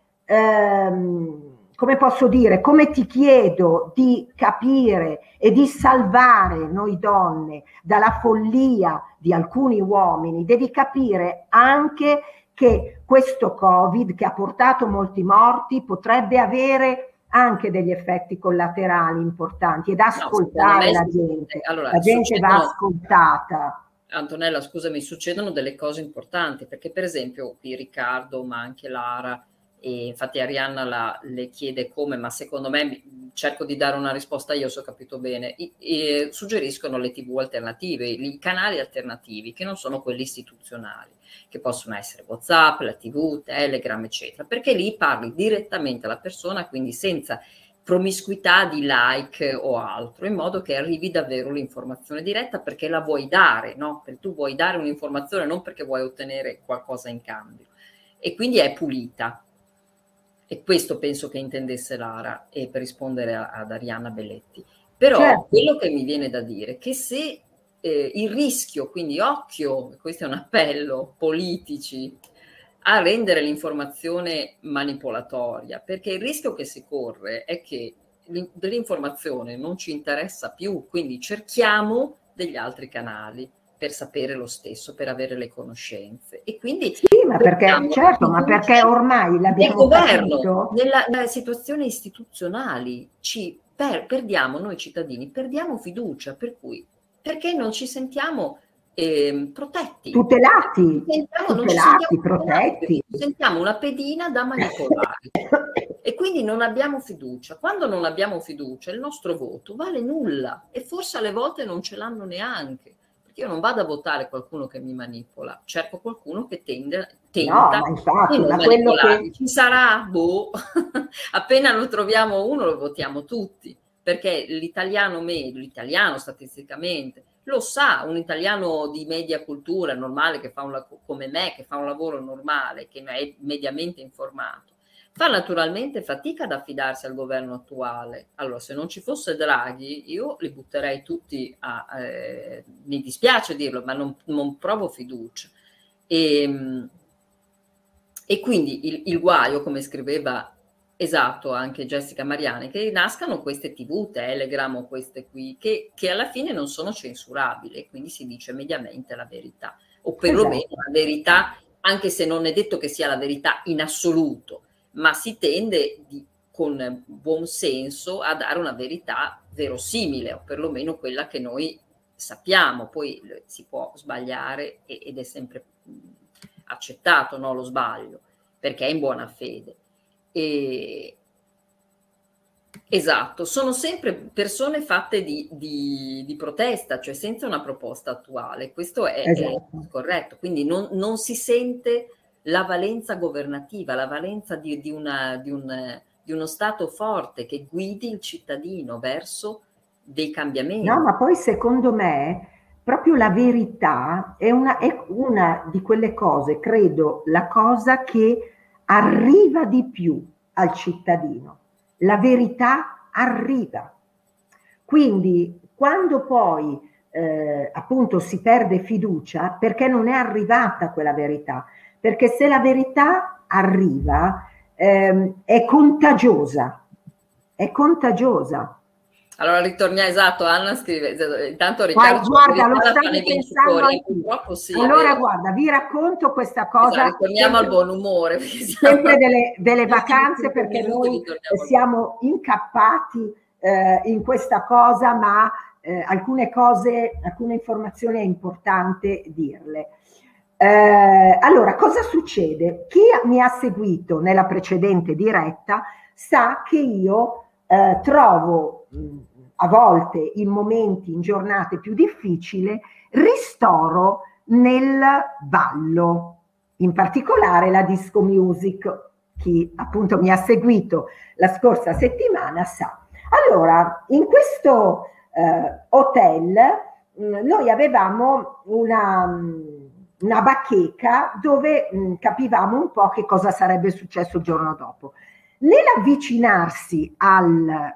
ehm, come posso dire, come ti chiedo di capire e di salvare noi donne dalla follia di alcuni uomini, devi capire anche che questo Covid, che ha portato molti morti, potrebbe avere anche degli effetti collaterali importanti ed ascoltare no, la gente. Allora, la gente succedono, va ascoltata. Antonella, scusami, succedono delle cose importanti, perché per esempio qui Riccardo, ma anche Lara, e infatti Arianna la, le chiede come, ma secondo me cerco di dare una risposta io, se ho capito bene, I, e suggeriscono le tv alternative, i canali alternativi che non sono quelli istituzionali, che possono essere WhatsApp, la tv, Telegram, eccetera, perché lì parli direttamente alla persona, quindi senza promiscuità di like o altro, in modo che arrivi davvero l'informazione diretta perché la vuoi dare, no? Perché tu vuoi dare un'informazione non perché vuoi ottenere qualcosa in cambio, e quindi è pulita. E questo penso che intendesse Lara, e per rispondere a, ad Arianna Belletti. Però certo, quello che mi viene da dire è che se eh, il rischio, quindi occhio, questo è un appello, politici, a rendere l'informazione manipolatoria, perché il rischio che si corre è che dell'informazione non ci interessa più, quindi cerchiamo degli altri canali per sapere lo stesso, per avere le conoscenze. E quindi sì, ma perché, certo, ma perché ormai l'abbiamo governo, capito. Nella, nelle situazioni istituzionali ci per, perdiamo, noi cittadini, perdiamo fiducia, per cui perché non ci sentiamo eh, protetti. Tutelati, sentiamo, tutelati, non ci protetti. Ci sentiamo una pedina da manipolare. E quindi non abbiamo fiducia. Quando non abbiamo fiducia, il nostro voto vale nulla, e forse alle volte non ce l'hanno neanche. Perché io non vado a votare qualcuno che mi manipola, cerco qualcuno che tende, tenta no, ma infatti, di non ma quello che... Ci sarà? Boh. Appena lo troviamo uno lo votiamo tutti, perché l'italiano medio, l'italiano statisticamente, lo sa, un italiano di media cultura normale, che fa un, come me, che fa un lavoro normale, che è mediamente informato, fa naturalmente fatica ad affidarsi al governo attuale. Allora, se non ci fosse Draghi, io li butterei tutti a... Eh, mi dispiace dirlo, ma non, non provo fiducia. E, e quindi il, il guaio, come scriveva esatto anche Jessica Mariani, che nascano queste tv, Telegram o queste qui, che, che alla fine non sono censurabili, quindi si dice mediamente la verità, o perlomeno esatto, la verità, anche se non è detto che sia la verità in assoluto, ma si tende di, con buon senso a dare una verità verosimile, o perlomeno quella che noi sappiamo. Poi si può sbagliare ed è sempre accettato, no, lo sbaglio, perché è in buona fede. E... esatto, sono sempre persone fatte di, di, di protesta, cioè senza una proposta attuale. Questo è, esatto, è corretto, quindi non, non si sente la valenza governativa, la valenza di, di, una, di, un, di uno Stato forte che guidi il cittadino verso dei cambiamenti. No, ma poi secondo me proprio la verità è una, è una di quelle cose, credo, la cosa che arriva di più al cittadino. La verità arriva. Quindi quando poi eh, appunto si perde fiducia, perché non è arrivata quella verità, perché se la verità arriva ehm, è contagiosa, è contagiosa. Allora ritorniamo, esatto, Anna scrive, intanto Riccardo, guarda, lo stavo pensando anch'io. Sì, allora guarda, vi racconto questa cosa. Esatto, ritorniamo sempre, al buon umore. Sempre delle, delle vacanze, perché noi siamo incappati eh, in questa cosa, ma eh, alcune cose, alcune informazioni è importante dirle. Eh, allora, cosa succede? Chi mi ha seguito nella precedente diretta sa che io eh, trovo mh, a volte in momenti, in giornate più difficili, ristoro nel ballo, in particolare la disco music. Chi appunto mi ha seguito la scorsa settimana sa. Allora, in questo eh, hotel mh, noi avevamo una, mh, una bacheca dove mh, capivamo un po' che cosa sarebbe successo il giorno dopo. Nell'avvicinarsi al,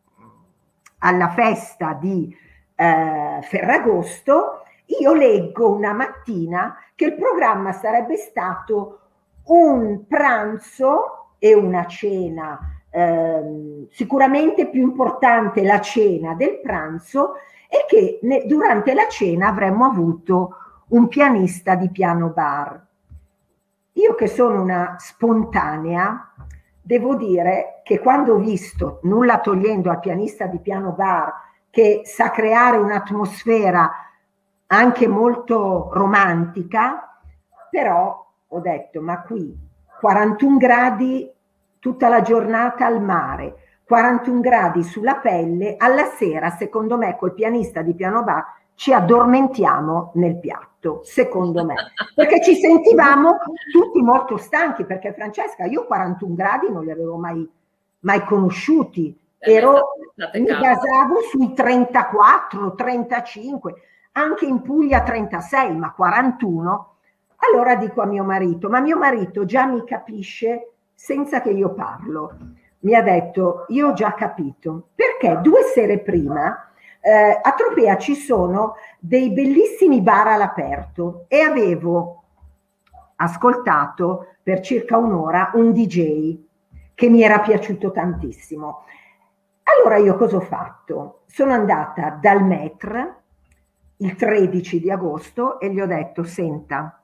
alla festa di eh, Ferragosto, io leggo una mattina che il programma sarebbe stato un pranzo e una cena, eh, sicuramente più importante la cena del pranzo, e che ne, durante la cena avremmo avuto un pianista di piano bar. Io che sono una spontanea, devo dire che quando ho visto, nulla togliendo al pianista di piano bar, che sa creare un'atmosfera anche molto romantica, però ho detto, ma qui quarantuno gradi tutta la giornata al mare, quarantuno gradi sulla pelle, alla sera secondo me col pianista di piano bar ci addormentiamo nel piatto, secondo me, perché ci sentivamo tutti molto stanchi, perché Francesca, io quarantuno gradi non li avevo mai, mai conosciuti, ero, mi gasavo sui trentaquattro, trentacinque, anche in Puglia trentasei, ma quarantuno. Allora dico a mio marito, ma mio marito già mi capisce senza che io parlo. Mi ha detto, io ho già capito, perché due sere prima eh, a Tropea ci sono dei bellissimi bar all'aperto e avevo ascoltato per circa un'ora un D J che mi era piaciuto tantissimo. Allora io cosa ho fatto? Sono andata dal Maître il tredici di agosto e gli ho detto, senta,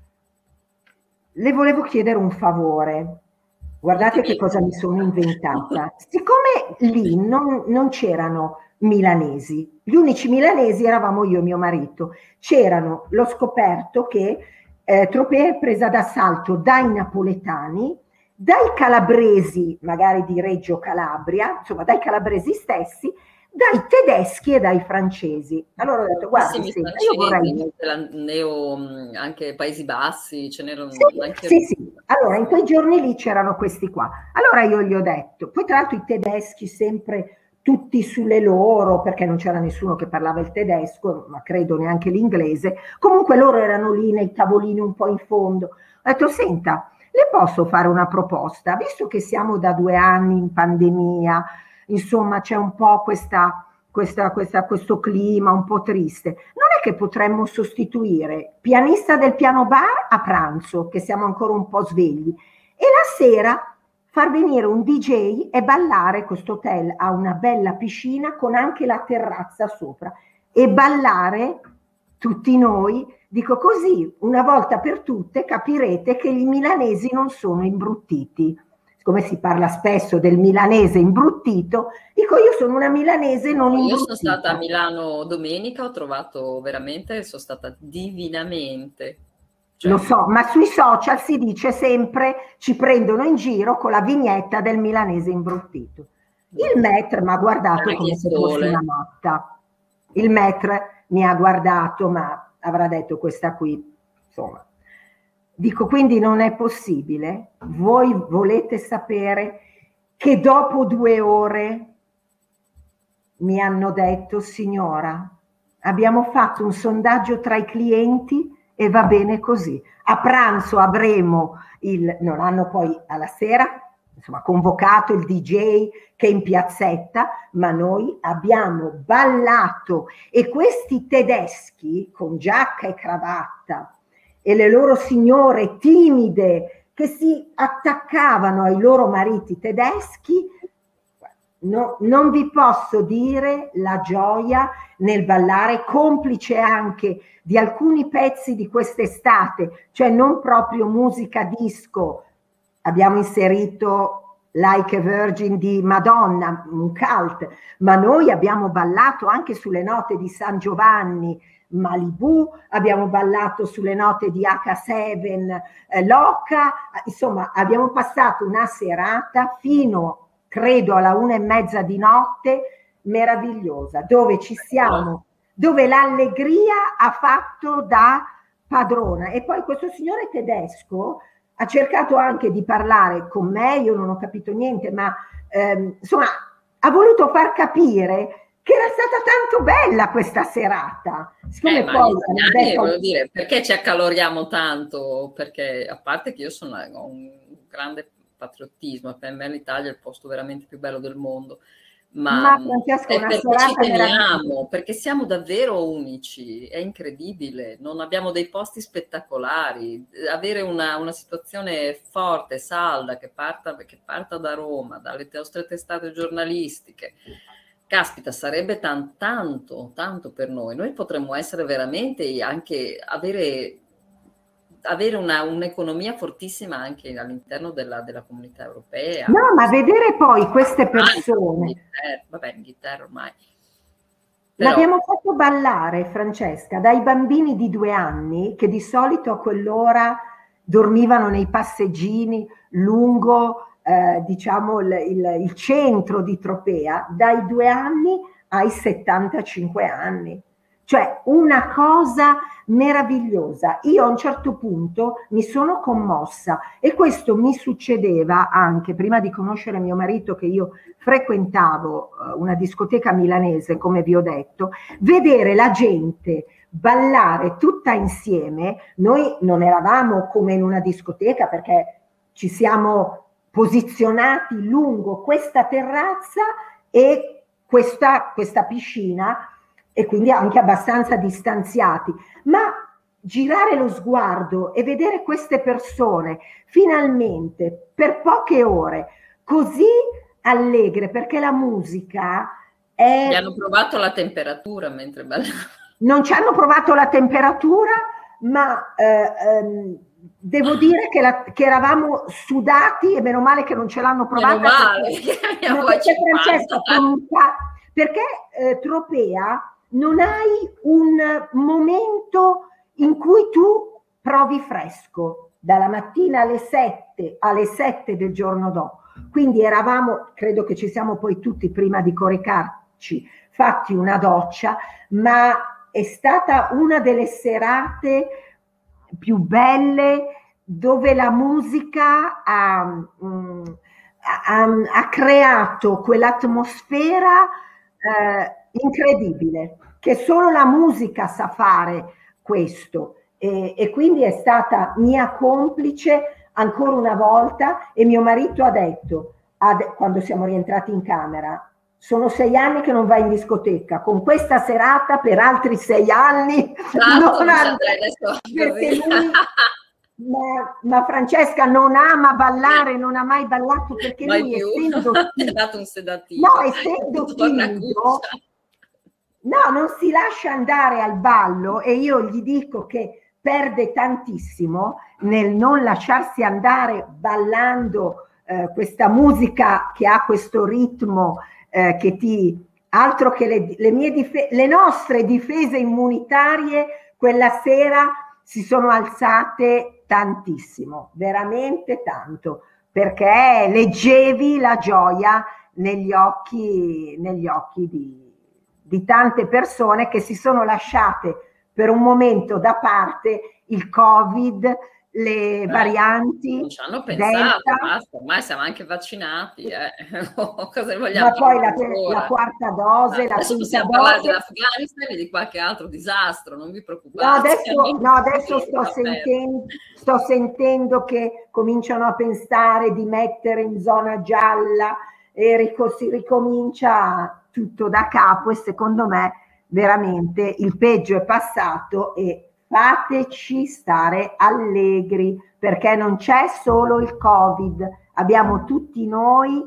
le volevo chiedere un favore, guardate che cosa mi sono inventata. Siccome lì non, non c'erano milanesi, gli unici milanesi eravamo io e mio marito, c'erano, l'ho scoperto che eh, Tropea è presa d'assalto dai napoletani, dai calabresi, magari di Reggio Calabria, insomma dai calabresi stessi, dai tedeschi e dai francesi. Allora ho detto, guarda, sì, io vorrei... Neo, anche Paesi Bassi, ce n'erano sì, anche... Sì, sì, allora in quei giorni lì c'erano questi qua. Allora io gli ho detto, poi tra l'altro i tedeschi sempre tutti sulle loro, perché non c'era nessuno che parlava il tedesco, ma credo neanche l'inglese, comunque loro erano lì nei tavolini un po' in fondo. Ho detto, senta, le posso fare una proposta, visto che siamo da due anni in pandemia, insomma c'è un po' questa, questa, questa, questo clima un po' triste, non è che potremmo sostituire pianista del piano bar a pranzo, che siamo ancora un po' svegli, e la sera far venire un D J e ballare? Questo hotel ha una bella piscina con anche la terrazza sopra, e ballare tutti noi, dico così, una volta per tutte capirete che i milanesi non sono imbruttiti. Come si parla spesso del milanese imbruttito, dico io sono una milanese non imbruttita. Io sono stata a Milano domenica, ho trovato veramente, sono stata divinamente. Cioè, lo so, ma sui social si dice sempre, ci prendono in giro con la vignetta del milanese imbruttito. Il Maître mi ha guardato come se fosse una matta. Il Maître mi ha guardato, ma avrà detto questa qui, insomma. Dico, quindi non è possibile? Voi volete sapere che dopo due ore mi hanno detto, signora, abbiamo fatto un sondaggio tra i clienti e va bene così. A pranzo avremo il, non hanno poi alla sera, insomma, convocato il D J che è in piazzetta, ma noi abbiamo ballato, e questi tedeschi con giacca e cravatta e le loro signore timide che si attaccavano ai loro mariti tedeschi, no, non vi posso dire la gioia nel ballare, complice anche di alcuni pezzi di quest'estate, cioè non proprio musica disco. Abbiamo inserito Like a Virgin di Madonna, un cult, ma noi abbiamo ballato anche sulle note di San Giovanni, Malibu, abbiamo ballato sulle note di acca sette, eh, Loca, insomma abbiamo passato una serata fino, credo, alla una e mezza di notte, meravigliosa, dove ci siamo, dove l'allegria ha fatto da padrona. E poi questo signore tedesco ha cercato anche di parlare con me, io non ho capito niente, ma ehm, insomma ha voluto far capire che era stata tanto bella questa serata. Eh, ma poi, gli italiani, detto... voglio dire, perché ci accaloriamo tanto? Perché a parte che io sono, ho un grande patriottismo, per me l'Italia è il posto veramente più bello del mondo. Ma, ma Francesca, è una perché ci teniamo, perché siamo davvero unici, è incredibile, non abbiamo dei posti spettacolari, avere una, una situazione forte, salda, che parta, che parta da Roma, dalle nostre testate giornalistiche, caspita, sarebbe tan, tanto, tanto per noi, noi potremmo essere veramente anche, avere... avere una, un'economia fortissima anche all'interno della, della comunità europea. No, ma vedere poi queste persone... Inghilterra, vabbè, Inghilterra ormai. Però... L'abbiamo fatto ballare, Francesca, dai bambini di due anni che di solito a quell'ora dormivano nei passeggini lungo, eh, diciamo, il, il, il centro di Tropea, dai due anni ai settantacinque anni. Cioè una cosa meravigliosa. Io a un certo punto mi sono commossa e questo mi succedeva anche prima di conoscere mio marito, che io frequentavo una discoteca milanese, come vi ho detto, vedere la gente ballare tutta insieme. Noi non eravamo come in una discoteca perché ci siamo posizionati lungo questa terrazza e questa, questa piscina, e quindi anche abbastanza distanziati, ma girare lo sguardo e vedere queste persone finalmente per poche ore così allegre, perché la musica è... Gli hanno provato la temperatura mentre ballavano. Non ci hanno provato la temperatura, ma eh, ehm, devo dire che, la, che eravamo sudati e meno male che non ce l'hanno provata. Meno male, perché, no, perché Francesca, perché eh, Tropea non hai un momento in cui tu provi fresco, dalla mattina alle sette alle sette del giorno dopo. Quindi eravamo, credo che ci siamo poi tutti prima di coricarci fatti una doccia, ma è stata una delle serate più belle dove la musica ha, mh, ha, ha creato quell'atmosfera eh, incredibile, che solo la musica sa fare questo, e, e quindi è stata mia complice ancora una volta. E mio marito ha detto, ad, quando siamo rientrati in camera, sono sei anni che non vai in discoteca, con questa serata per altri sei anni esatto, non andrei, perché lui, ma, ma Francesca non ama ballare, non ha mai ballato, perché mai lui più. essendo è dato un sedativo, no, essendo timido, no, non si lascia andare al ballo, e io gli dico che perde tantissimo nel non lasciarsi andare ballando eh, questa musica che ha questo ritmo eh, che ti, altro che le, le mie difese, le nostre difese immunitarie quella sera si sono alzate tantissimo, veramente tanto, perché leggevi la gioia negli occhi, negli occhi di, di tante persone che si sono lasciate per un momento da parte il Covid, le Beh, varianti. Non ci hanno pensato, basta, ormai siamo anche vaccinati. Eh. Cosa vogliamo Ma poi la, la quarta dose, no, la adesso possiamo dose. parlare dell'Afghanistan e di qualche altro disastro, non vi preoccupate. No, adesso, no, adesso sto, sentendo, sto sentendo che cominciano a pensare di mettere in zona gialla e ric- si ricomincia tutto da capo, e secondo me veramente il peggio è passato, e fateci stare allegri, perché non c'è solo il Covid, abbiamo tutti noi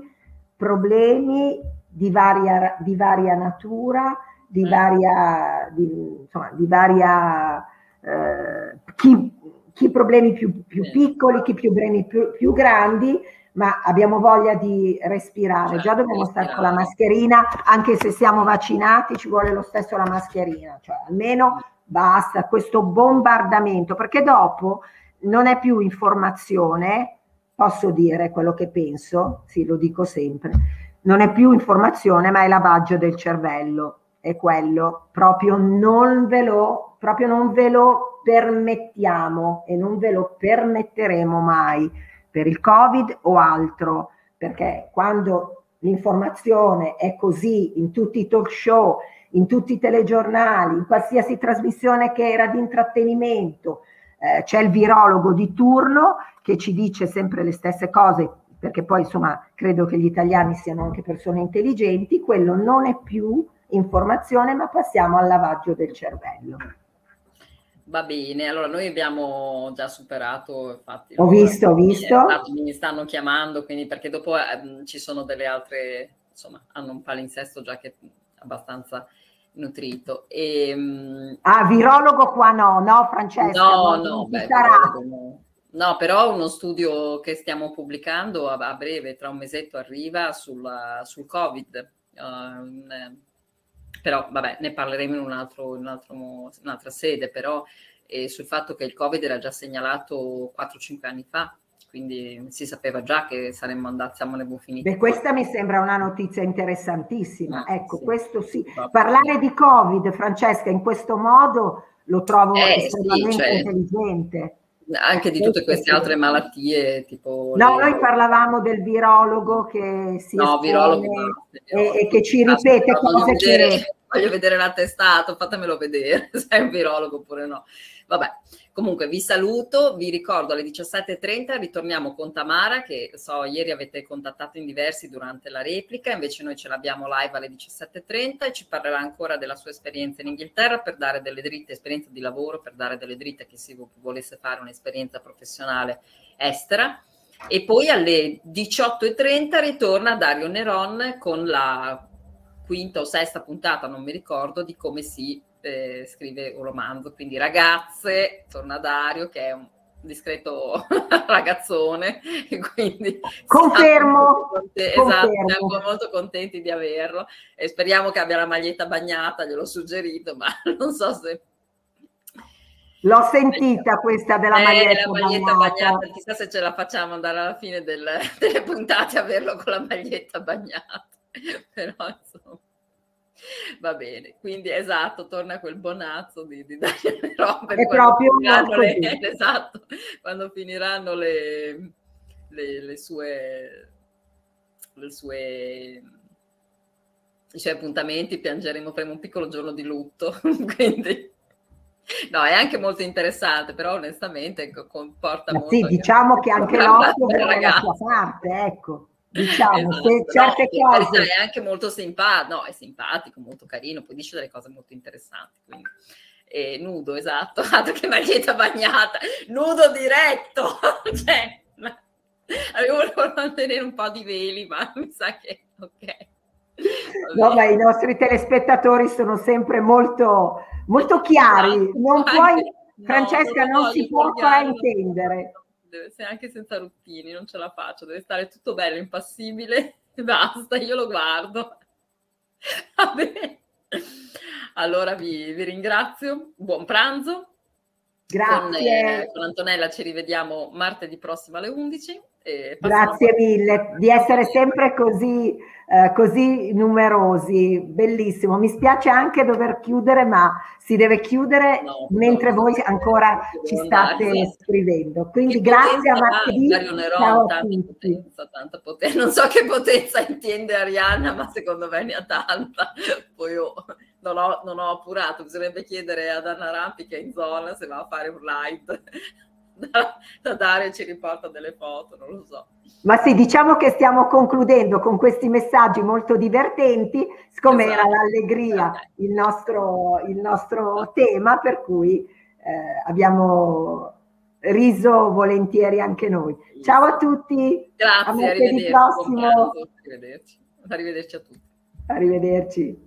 problemi di varia, di varia natura, di varia, di, insomma, di varia eh, chi, chi problemi più, più piccoli, chi problemi più, più grandi, ma abbiamo voglia di respirare. Cioè, Già dobbiamo respirare. stare con la mascherina, anche se siamo vaccinati, ci vuole lo stesso la mascherina, cioè almeno basta questo bombardamento, perché dopo non è più informazione, posso dire quello che penso, sì, lo dico sempre, non è più informazione, ma è lavaggio del cervello, è quello, proprio non ve lo, proprio non ve lo permettiamo e non ve lo permetteremo mai per il Covid o altro, perché quando l'informazione è così in tutti i talk show, in tutti i telegiornali, in qualsiasi trasmissione che era di intrattenimento, eh, c'è il virologo di turno che ci dice sempre le stesse cose, perché poi insomma credo che gli italiani siano anche persone intelligenti, quello non è più informazione, ma passiamo al lavaggio del cervello. Va bene, allora noi abbiamo già superato, infatti. Ho visto, ho visto. Esatto, mi stanno chiamando, quindi perché dopo eh, ci sono delle altre, insomma, hanno un palinsesto già che è abbastanza nutrito. E, ah, virologo qua no, no Francesca? No, no, no, beh, sarà. no. No, però uno studio che stiamo pubblicando a, a breve, tra un mesetto arriva sulla, sul Covid. Uh, però vabbè, ne parleremo in, un altro, in un altro, un'altra sede, però eh, sul fatto che il Covid era già segnalato quattro cinque anni fa, quindi si sapeva già che saremmo andati, siamo ne finiti. Beh, questa mi sembra una notizia interessantissima. Ah, ecco, sì, questo sì. Proprio. Parlare di Covid, Francesca, in questo modo lo trovo eh, estremamente sì, cioè, intelligente. Anche di tutte queste altre malattie, tipo... No, le... noi parlavamo del virologo che si no, espone virologo, no, e, e che ci ripete no, cose voglio vedere, che... Voglio vedere l'attestato, fatemelo vedere, se è un virologo oppure no. Vabbè, comunque vi saluto, vi ricordo alle diciassette e trenta ritorniamo con Tamara, che so ieri avete contattato in diversi durante la replica, invece noi ce l'abbiamo live alle diciassette e trenta e ci parlerà ancora della sua esperienza in Inghilterra per dare delle dritte, esperienza di lavoro, per dare delle dritte a chi si volesse fare un'esperienza professionale estera. E poi alle diciotto e trenta ritorna Dario Neron con la quinta o sesta puntata, non mi ricordo, di come si eh, scrive un romanzo. Quindi ragazze, torna Dario che è un discreto ragazzone, e quindi confermo, esatto, confermo. Siamo molto contenti di averlo e speriamo che abbia la maglietta bagnata, gliel'ho suggerito, ma non so se... L'ho sentita questa della eh, maglietta, la maglietta bagnata. bagnata, chissà se ce la facciamo andare alla fine del, delle puntate a averlo con la maglietta bagnata, però insomma va bene, quindi esatto, torna quel bonazzo di, di Daniel Robert, è proprio le, esatto, quando finiranno le, le, le sue le sue i suoi appuntamenti, piangeremo, faremo un piccolo giorno di lutto, quindi no, è anche molto interessante, però onestamente comporta ma molto. Sì, diciamo che anche l'occhio vuole la sua parte, ecco. Diciamo, esatto. se certe no, cose... è anche molto simpatico, no, è simpatico, molto carino, poi dice delle cose molto interessanti, quindi e nudo, esatto, altro che maglietta bagnata, nudo diretto, cioè, ma... volevo mantenere un po' di veli, ma mi sa che ok. No, ma i nostri telespettatori sono sempre molto, molto chiari, esatto. non puoi, anche, Francesca, no, non, non si può fraintendere. Deve essere anche senza ruttini, non ce la faccio, deve stare tutto bello, impassibile, basta, io lo guardo. Va bene. Allora vi, vi ringrazio, buon pranzo. Grazie. Con, eh, con Antonella ci rivediamo martedì prossimo alle undici. E Grazie mille di essere sempre così, eh, così numerosi, bellissimo. Mi spiace anche dover chiudere, ma si deve chiudere no, mentre no, voi ancora ci state andare, scrivendo. Quindi che grazie a martedì. Ciao a tutti. Potenza, tanta potenza. Non so che potenza intende Arianna, ma secondo me ne ha tanta. Poi io non ho, non ho appurato, bisognerebbe chiedere ad Anna Rampi che è in zona se va a fare un live. Da, da Dario ci riporta delle foto, non lo so. Ma sì, diciamo che stiamo concludendo con questi messaggi molto divertenti, siccome esatto. era l'allegria il nostro, il nostro tema, per cui eh, abbiamo riso volentieri anche noi. Ciao a tutti. Grazie, a arrivederci. Prossimo. Arrivederci. Arrivederci a tutti. Arrivederci.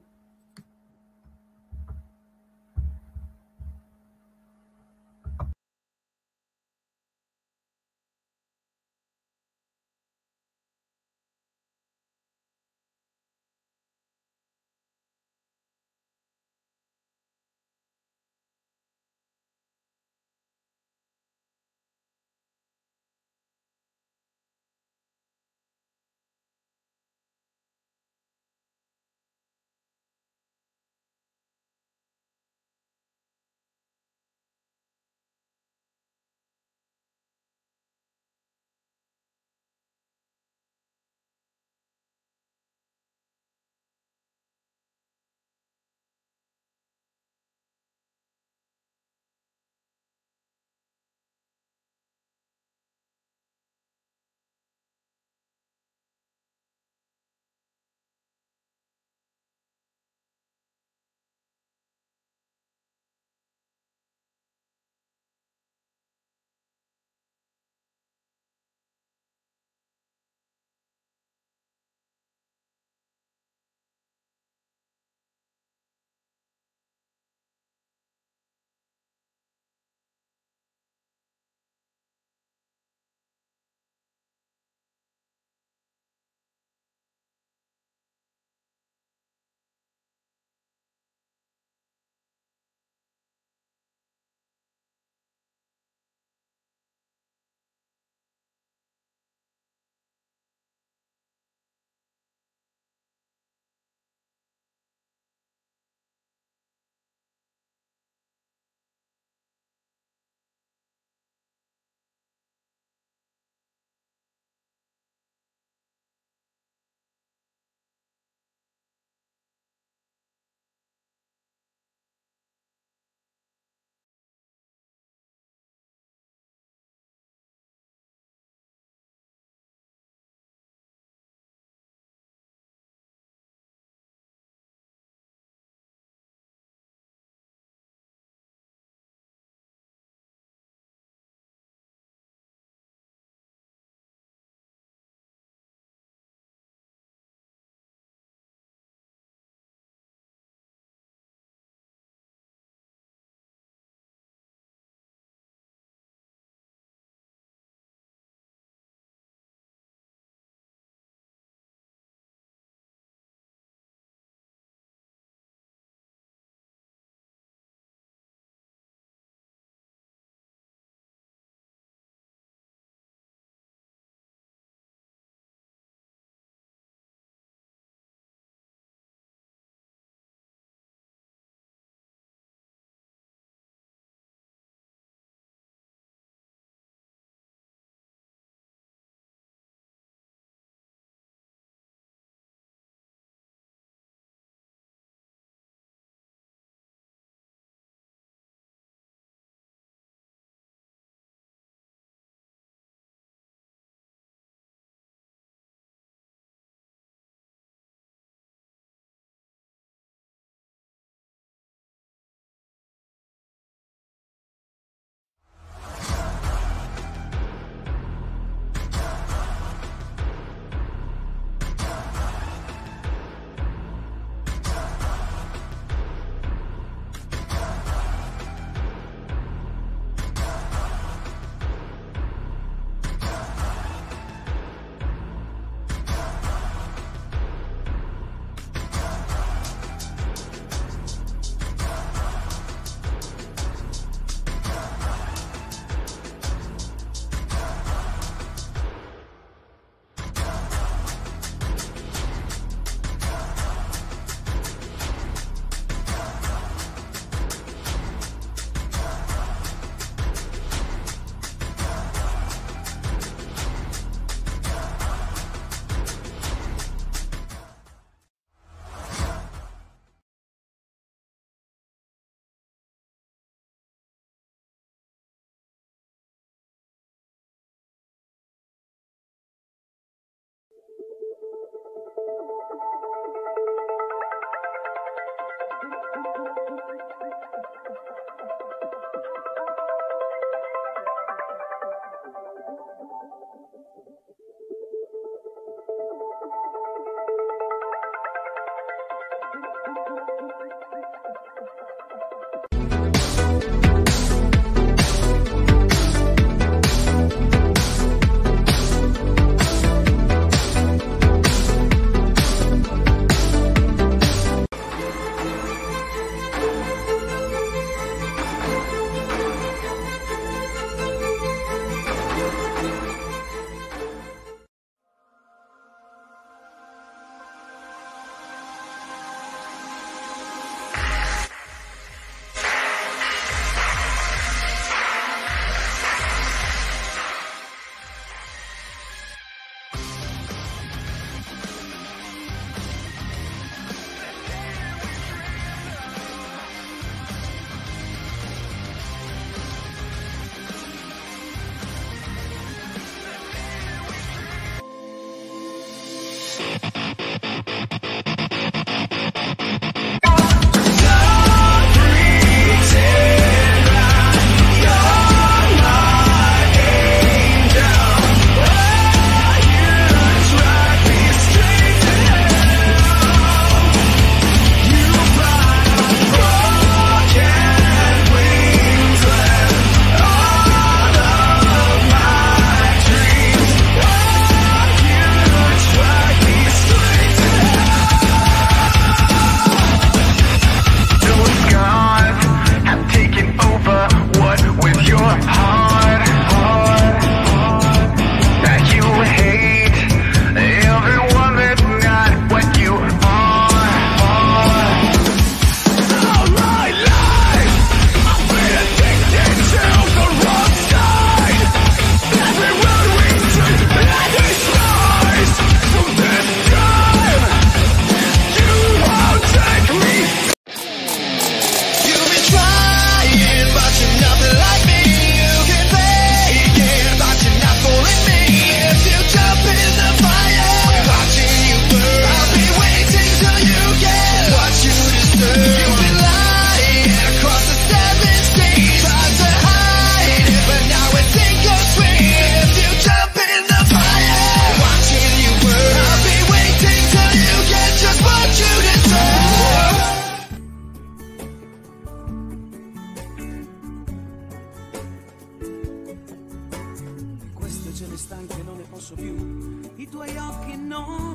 posso più, i tuoi occhi non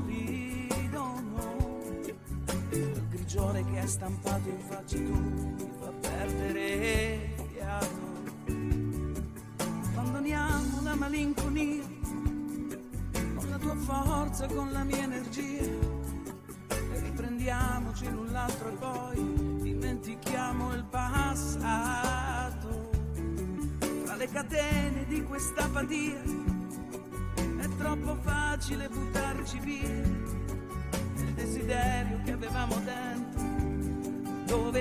ridono, il grigiore che hai stampato in faccia tu mi fa perdere fiato. Abbandoniamo la malinconia, con la tua forza, con la mia energia, e riprendiamoci l'un l'altro e poi dimentichiamo il passato. Tra le catene di questa apatia è troppo facile buttarci via, il desiderio che avevamo dentro dove è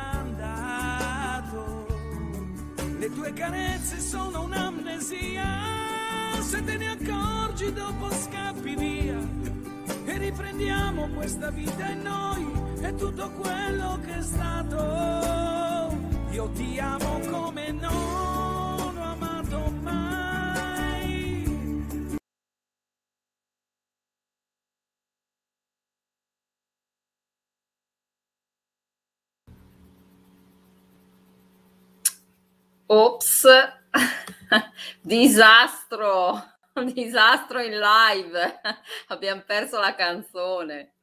andato? Le tue carezze sono un'amnesia, se te ne accorgi dopo scappi via, e riprendiamo questa vita in noi e tutto quello che è stato. Io ti amo come non ho amato mai. Ops, disastro, disastro in live, abbiamo perso la canzone.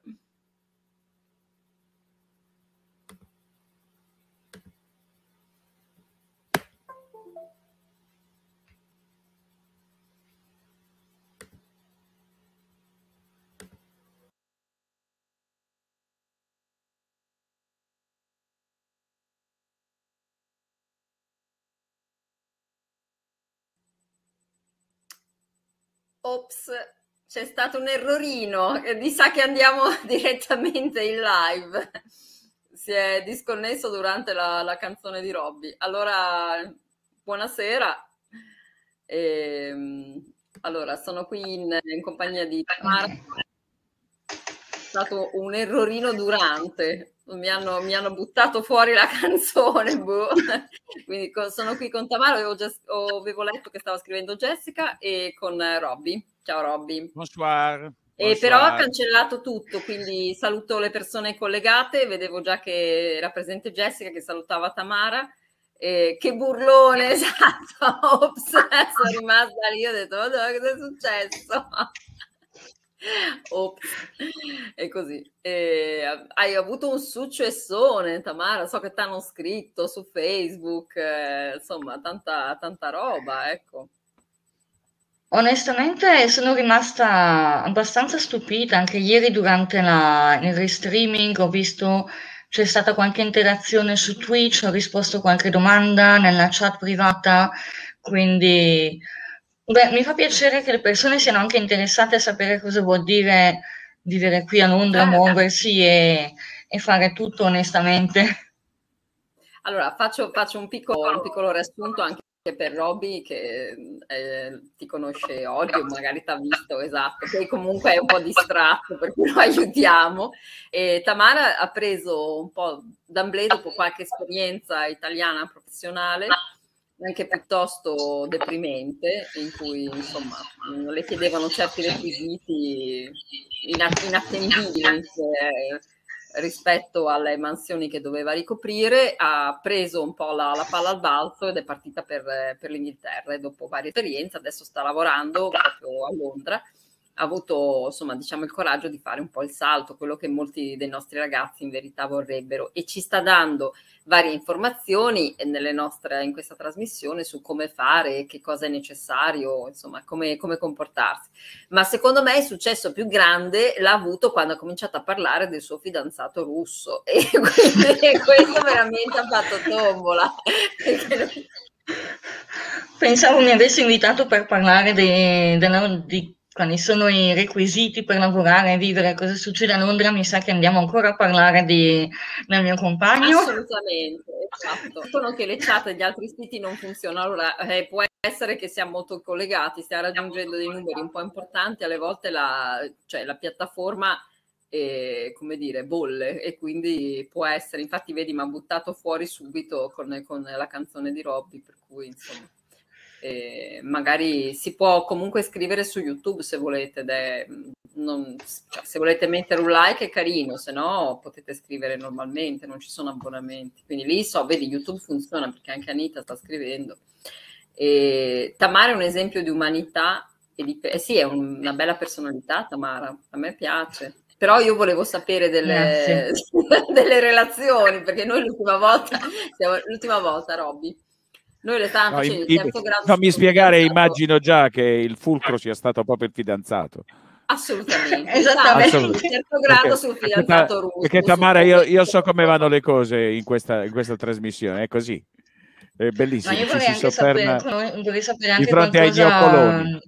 Ops, c'è stato un errorino, mi sa che andiamo direttamente in live. Si è disconnesso durante la, la canzone di Robby. Allora, buonasera. E, allora, sono qui in, in compagnia di Marco stato un errorino durante. Mi hanno, mi hanno buttato fuori la canzone, boh. Quindi sono qui con Tamara, avevo, già, avevo letto che stava scrivendo Jessica e con Robby. Ciao Robby. Bonsoir. E Bonsoir. però ha cancellato tutto, quindi saluto le persone collegate, vedevo già che era presente Jessica che salutava Tamara. Eh, che burlone, esatto. Ops, sono rimasta lì, ho detto, ma cosa è successo? Ops. E così e hai avuto un successone, Tamara, so che ti hanno scritto su Facebook, eh, insomma tanta, tanta roba, ecco. Onestamente sono rimasta abbastanza stupita, anche ieri durante la, il restreaming ho visto c'è stata qualche interazione su Twitch, ho risposto a qualche domanda nella chat privata, quindi beh, mi fa piacere che le persone siano anche interessate a sapere cosa vuol dire vivere qui a Londra, muoversi e, e fare tutto onestamente. Allora, faccio, faccio un, piccolo, un piccolo riassunto anche per Robby che eh, ti conosce oggi o magari ti ha visto, esatto, poi comunque è un po' distratto per cui lo aiutiamo. E Tamara ha preso un po' d'amblè dopo qualche esperienza italiana professionale anche piuttosto deprimente, in cui insomma le chiedevano certi requisiti inattendibili eh, rispetto alle mansioni che doveva ricoprire. Ha preso un po' la, la palla al balzo ed è partita per, per l'Inghilterra e dopo varie esperienze adesso sta lavorando proprio a Londra. Ha avuto insomma diciamo il coraggio di fare un po' il salto, quello che molti dei nostri ragazzi in verità vorrebbero, e ci sta dando varie informazioni nelle nostre, in questa trasmissione su come fare, che cosa è necessario, insomma come, come comportarsi. Ma secondo me il successo più grande l'ha avuto quando ha cominciato a parlare del suo fidanzato russo e quindi questo veramente ha fatto tombola. Pensavo mi avessi invitato per parlare di, della, di quali sono i requisiti per lavorare e vivere, cosa succede a Londra. Mi sa che andiamo ancora a parlare di, del mio compagno. Assolutamente, esatto. Dicono che le chat degli altri siti non funzionano, allora eh, può essere che siamo molto collegati, stiamo raggiungendo dei numeri un po' importanti, alle volte la, cioè, la piattaforma eh, come dire, bolle e quindi può essere, infatti vedi mi ha buttato fuori subito con, con la canzone di Robby, per cui insomma Eh, magari si può comunque scrivere su YouTube se volete, è, non, cioè, se volete mettere un like è carino, se no potete scrivere normalmente, non ci sono abbonamenti, quindi lì so, vedi YouTube funziona perché anche Anita sta scrivendo. E Tamara è un esempio di umanità e di, eh sì, è un, una bella personalità Tamara, a me piace, però io volevo sapere delle, delle relazioni, perché noi l'ultima volta siamo, l'ultima volta Robby noi le stavamo no, facendo il in, terzo grado. Fammi spiegare, immagino già che il fulcro sia stato proprio il fidanzato. Assolutamente, esattamente. Assolutamente. Il terzo grado perché, sul fidanzato perché, russo. Perché Tamara, io, io so come vanno le cose in questa, in questa trasmissione, è così. È bellissimo. Ma io vorrei si anche sofferma sapere, vorrei sapere anche di fronte qualcosa... ai neocoloni.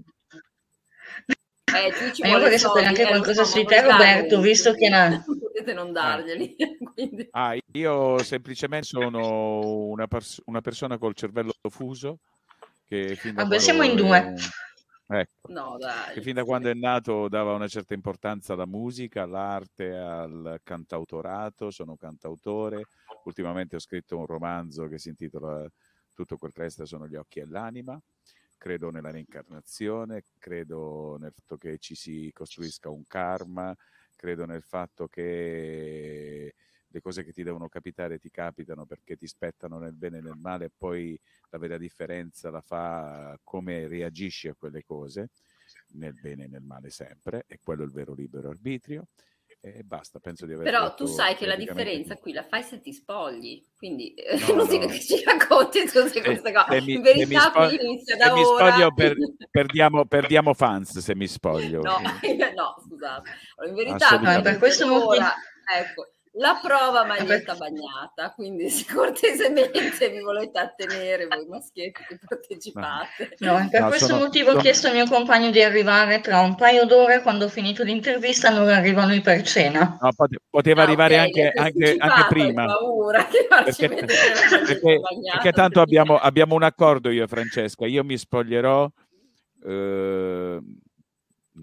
Eh, ci Ma io vorrei sapere anche qualcosa su te, Roberto, visto che na... potete non darglieli. Quindi. Ah, io semplicemente sono una, pers- una persona col cervello fuso che fin da ah, beh, siamo in due. È, ecco, no, dai, che fin da quando è nato dava una certa importanza alla musica, all'arte, al cantautorato. Sono cantautore. Ultimamente ho scritto un romanzo che si intitola Tutto quel che resta sono gli occhi e l'anima. Credo nella reincarnazione, credo nel fatto che ci si costruisca un karma, credo nel fatto che le cose che ti devono capitare ti capitano perché ti spettano nel bene e nel male, e poi la vera differenza la fa come reagisci a quelle cose, nel bene e nel male sempre, e quello è il vero libero arbitrio. E basta, penso di aver Però detto tu sai che la differenza qui la fai se ti spogli, quindi no, non si no. che ci racconti tutte queste cose. Se mi, in verità spo- qui inizia se da mi ora. Spoglio per, perdiamo, perdiamo fans se mi spoglio. No, no scusate. In verità no, per questo ora, ecco, la prova maglietta bagnata, quindi se cortesemente vi volete attenere voi maschietti che partecipate. No, per no, questo sono, motivo sono... ho chiesto al mio compagno di arrivare tra un paio d'ore, quando ho finito l'intervista non arriva lui per cena. No, pote- poteva ah, arrivare okay, anche, anche, anche prima. Paura che perché, perché, perché tanto abbiamo, abbiamo un accordo io e Francesca, io mi spoglierò eh, no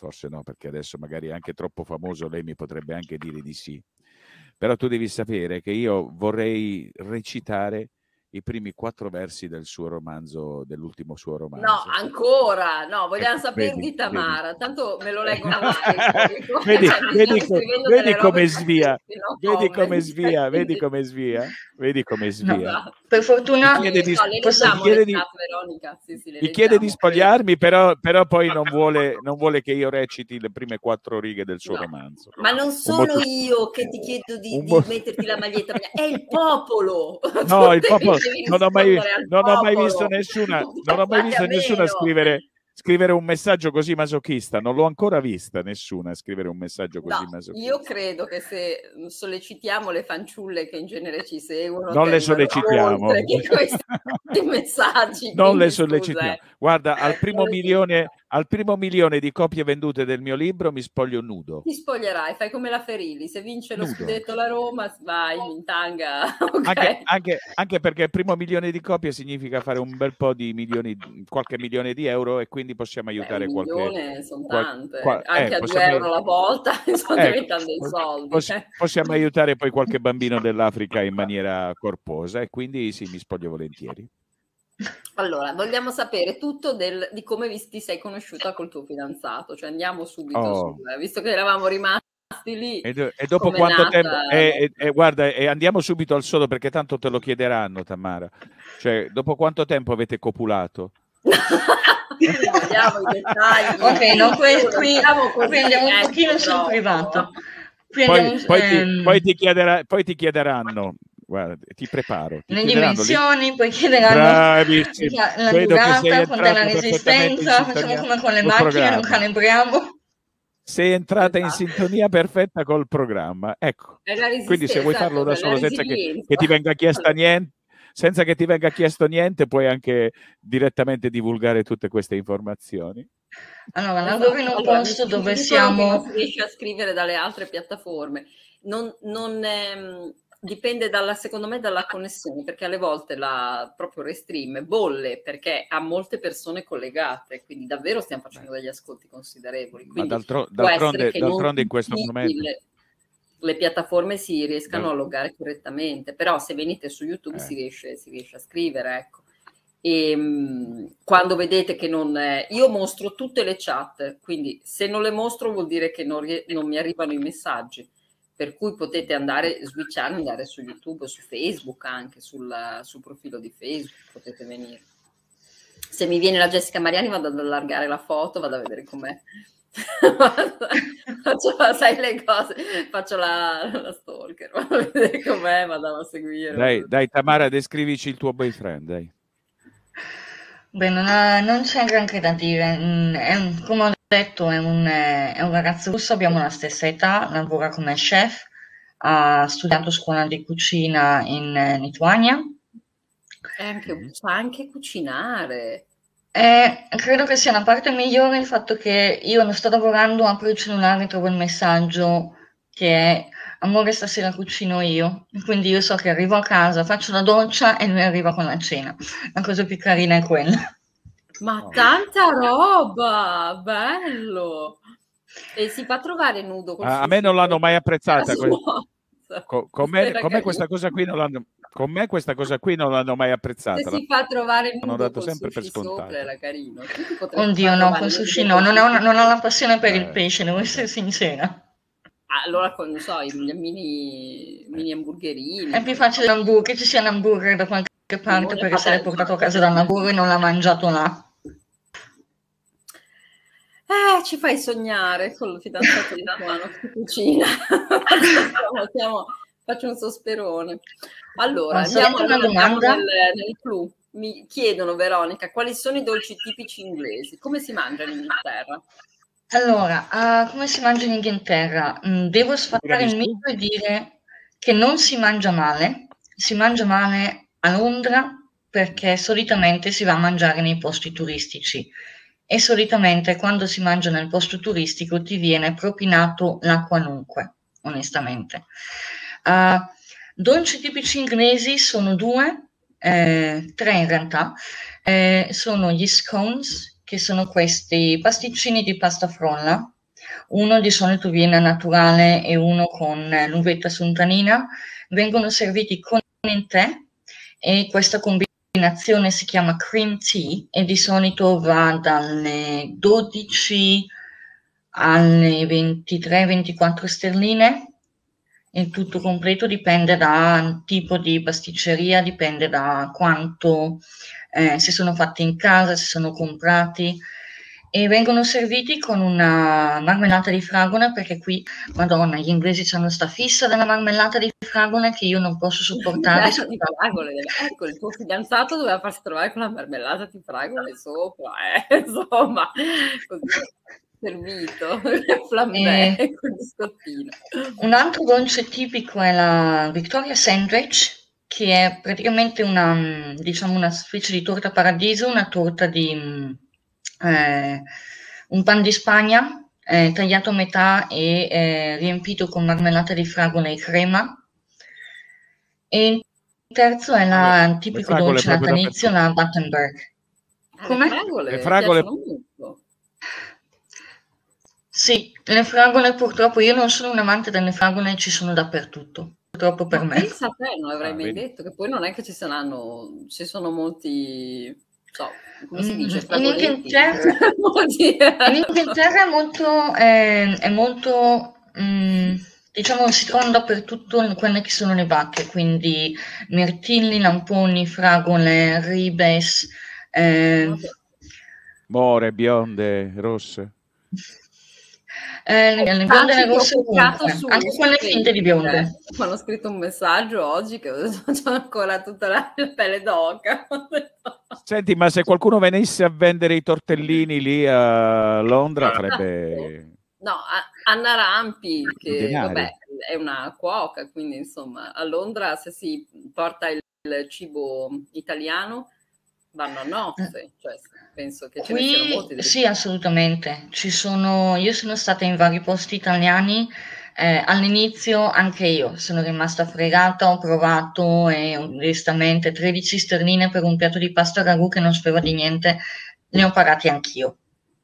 forse no, perché adesso magari è anche troppo famoso, lei mi potrebbe anche dire di sì. Però tu devi sapere che io vorrei recitare i primi quattro versi del suo romanzo, dell'ultimo suo romanzo. No, ancora, no, vogliamo Ecco, sapere vedi, di Tamara, vedi. tanto me lo leggono live. Vedi, Cioè, mi vedi, stanno co- scrivendo vedi delle come robe svia, pazzesche, no vedi come comment, svia, vedi quindi- come svia, vedi come No, svia. Esatto. per fortuna Mi chiede di, No, le posso- mi leggiamo chiede le di, chat, Veronica. Sì, sì, le mi chiede di leggiamo. spogliarmi, però, però poi non vuole, non vuole che io reciti le prime quattro righe del suo No, romanzo. ma non Un sono motivo- io che ti chiedo di, un di mo- metterti la maglietta, è il popolo. No, Tu il devi- popolo, devi non ho mai, rispondere al non ho mai popolo. visto nessuna, non ho mai Fate visto a nessuna meno. scrivere, scrivere un messaggio così masochista, non l'ho ancora vista nessuna scrivere un messaggio così No, masochista. io credo che se sollecitiamo le fanciulle che in genere ci seguono, Non che le arrivano sollecitiamo. oltre che questi messaggi. Non quindi le scusa, sollecitiamo. eh. Guarda, al Eh, primo, non le milione, al primo milione di copie vendute del mio libro mi spoglio nudo. Ti spoglierai, fai come la Ferilli, se vince lo Nudo. scudetto la Roma, vai in tanga. Ok. Anche, anche, anche perché il primo milione di copie significa fare un bel po' di milioni, qualche milione di euro, e quindi possiamo aiutare Beh, un qualche... milione sono qual- tante, qual- anche eh, a possiamo- due euro la volta stanno Ecco, diventando dei soldi. poss- eh. possiamo aiutare poi qualche bambino dell'Africa in maniera corposa, e quindi sì, mi spoglio volentieri. Allora, vogliamo sapere tutto del, di come vi, ti sei conosciuta col tuo fidanzato, cioè andiamo subito Oh. su, eh, visto che eravamo rimasti lì. E, do- e dopo com'è quanto nata tempo? la- E, e- e guarda, e andiamo subito al sodo, perché tanto te lo chiederanno, Tamara. Cioè, dopo quanto tempo avete copulato? Non vogliamo i dettagli. Ok, no, que- Non qui, siamo così qui andiamo un diretti, pochino sul troppo. privato. Qui Poi, andiamo, poi ti, ehm, poi ti chiederà- poi ti chiederanno, guarda, ti preparo. Ti le chiederanno lì- dimensioni, poi chiederanno Bravissimo. la, la Vedo che sei durata, quant'è la entrata perfettamente in resistenza, facciamo sintonia come con le col macchine, non programma. calibriamo. Sei entrata in Esatto. sintonia perfetta col programma. Ecco. È la Quindi se vuoi resistenza, farlo da la solo senza che, resilienza. che ti venga chiesto Allora, niente, senza che ti venga chiesto niente, puoi anche direttamente divulgare tutte queste informazioni. Allora, esatto. lavoro in un Allora, posto mi- dove mi dicono che siamo... non si riesce a scrivere dalle altre piattaforme. Non, non, ehm, dipende dalla, secondo me, dalla connessione, perché alle volte la proprio Restream bolle perché ha molte persone collegate, quindi davvero stiamo facendo degli ascolti considerevoli. Ma Quindi d'altro- può d'altronde, essere che non d'altronde in questo tutti momento... le, le piattaforme si riescano Dal- a loggare correttamente, però se venite su YouTube Eh. si, riesce, si riesce a scrivere, ecco. E mh, quando vedete che non è, io mostro tutte le chat, quindi se non le mostro vuol dire che non, rie- non mi arrivano i messaggi, per cui potete andare, switchare, andare su YouTube, su Facebook, anche sul, sul profilo di Facebook potete venire. Se mi viene la Jessica Mariani vado ad allargare la foto, vado a vedere com'è. Faccio, sai le cose, faccio la, la stalker, vado a vedere com'è, vado a seguire. Dai, dai, Tamara, descrivici il tuo boyfriend, dai. Beh, non, ha- non c'è granché da dire. Mm, è un- come ho detto, è un, eh, è un ragazzo russo, abbiamo la stessa età, lavora come chef, ha studiato scuola di cucina in eh, Lituania. È anche, sa anche cucinare. E credo che sia la parte migliore il fatto che io non sto lavorando, apro il cellulare e trovo il messaggio che è amore, stasera cucino io. Quindi io so che arrivo a casa, faccio la doccia e lui arriva con la cena. La cosa più carina è quella. Ma tanta roba, bello! E si fa trovare nudo col A, a suo me non l'hanno sito? mai apprezzata. Caso que- nostro. co- con, me, Era con me questa carino. cosa qui non l'hanno, con me questa cosa qui non l'hanno mai Se apprezzata. si fa trovare L'hanno nudo dato col sempre per sushi sopra scontato. era carino. Tu ti potresti Oddio, far no, trovare con nudo sushi col no, non ho, sushi. non ho la passione per il Eh, pesce, devo vabbè. essere sincera. Allora con, non so, i mini, mini hamburgerini. È più facile l'hamburger, che ci sia un hamburger da qualche parte Simone, perché se l'è vabbè, portato a casa da un lavoro e non l'ha mangiato là. Eh, ci fai sognare con il fidanzato di Tuano che cucina. Siamo- siamo- faccio un sosperone. Allora, Posso andiamo, fare una allora, andiamo domanda? nel, nel clou. Mi chiedono, Veronica, quali sono i dolci tipici inglesi? Come si mangia in Inghilterra? Allora, ah, come si mangia in Inghilterra? Mm, devo sfatare il Tiramisù? mito e dire che non si mangia male, si mangia male a Londra perché solitamente si va a mangiare nei posti turistici e solitamente quando si mangia nel posto turistico ti viene propinato la qualunque, onestamente. Ah, dolci tipici inglesi sono due, eh, tre in realtà, eh, sono gli scones, che sono questi pasticcini di pasta frolla. Uno di solito viene naturale e uno con eh, l'uvetta sultanina. Vengono serviti con il tè e questa combinazione si chiama cream tea e di solito va dalle dodici alle ventitré ventiquattro sterline. Il tutto completo dipende dal tipo di pasticceria, dipende da quanto, eh, se sono fatti in casa, se sono comprati, e vengono serviti con una marmellata di fragole, perché qui, madonna, gli inglesi hanno sta fissa della marmellata di fragole che io non posso sopportare. Di fragole. Ecco, il tuo fidanzato doveva farsi trovare con la marmellata di fragole sopra, eh, insomma, così servito, flambè, Eh, col biscottino. Un altro dolce tipico è la Victoria Sandwich, che è praticamente una, mm, diciamo, una specie di torta paradiso, una torta di mm, eh, un pan di Spagna eh, tagliato a metà e eh, riempito con marmellata di fragole e crema. E il terzo è la Le tipico fragole dolce proprio natalizio, dappertutto. la Battenberg. Ah, le Come? fragole Le fragole piacciono molto. Sì, le fragole purtroppo, io non sono un amante delle fragole, ci sono dappertutto, purtroppo per Ma me. pensa a te, non l'avrei Ah, mai vedi. detto, che poi non è che ci saranno, ci sono molti, so, come si Mm, dice, In fragoletti. Inghilterra, Molti- in Inghilterra è molto, eh, è molto, mm, diciamo, si trovano dappertutto quelle che sono le bacche, quindi mirtilli, lamponi, fragole, ribes, eh, Ok. More, bionde, rosse. eh, le, le bionde e le Tanti che ho rosse cliccato ovunque, su, anche su quelle finte di Facebook, bionde. eh. Mi hanno scritto un messaggio oggi che ho ancora tutta la pelle d'oca. Senti, ma se qualcuno venisse a vendere i tortellini lì a Londra farebbe No, a- Anna Rampi, i che denari. vabbè è una cuoca, quindi insomma a Londra se si porta il cibo italiano vanno a nozze, cioè penso che ce ne siano molti. Qui dei- sì, assolutamente. Ci sono, io sono stata in vari posti italiani. eh, all'inizio anche io sono rimasta fregata, ho provato e onestamente tredici sterline per un piatto di pasta ragù che non sapeva di niente, ne ho pagati anch'io.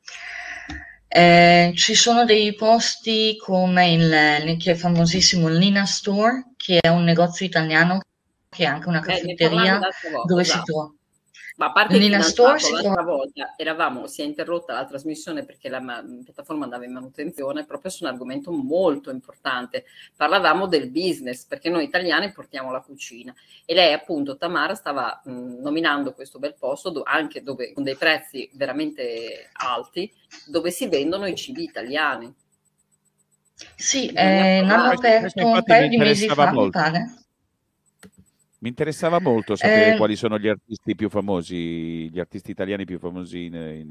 Eh, ci sono dei posti come il, che è famosissimo il Lina Store, che è un negozio italiano che è anche una Eh, ne parlavi caffetteria l'altra volta, dove si esatto. trova. Ma a parte il Lina Store fidanzato, si l'altra trova. volta eravamo, si è interrotta la trasmissione perché la ma- piattaforma andava in manutenzione proprio su un argomento molto importante. Parlavamo del business, perché noi italiani portiamo la cucina e lei appunto, Tamara, stava mh, nominando questo bel posto do- anche dove con dei prezzi veramente alti, dove si vendono i cibi italiani. Sì, Bisogna eh, l'hanno provare. Questo, questo aperto un infatti mi paio di mesi interessava fa, mi molto. pare. Mi interessava molto sapere Eh, quali sono gli artisti più famosi, gli artisti italiani più famosi in, in-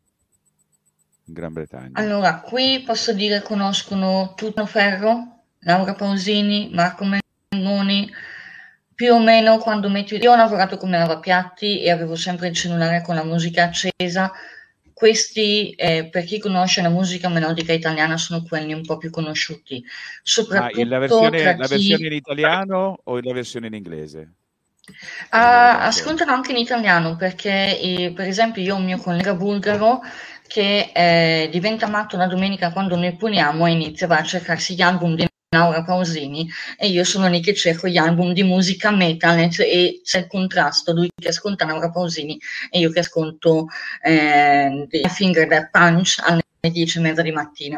in Gran Bretagna. allora, qui posso dire che conoscono Tutto Ferro, Laura Pausini, Marco Mengoni, più o meno quando metti... Io ho lavorato come lavapiatti e avevo sempre il cellulare con la musica accesa. Questi, eh, per chi conosce la musica melodica italiana, sono quelli un po' più conosciuti, Ma soprattutto in la versione, tra la versione chi... in italiano o la versione in inglese? Ah, Delle canzoni. ascoltano anche in italiano perché, eh, per esempio, io ho un mio collega bulgaro che eh, diventa matto la domenica quando noi puniamo e inizia va a cercarsi gli album di Laura Pausini e io sono lì che cerco gli album di musica metal e c'è e c'è il contrasto, lui che ascolta Laura Pausini e io che ascolto eh, The Finger That Punch alle dieci e mezza di mattina.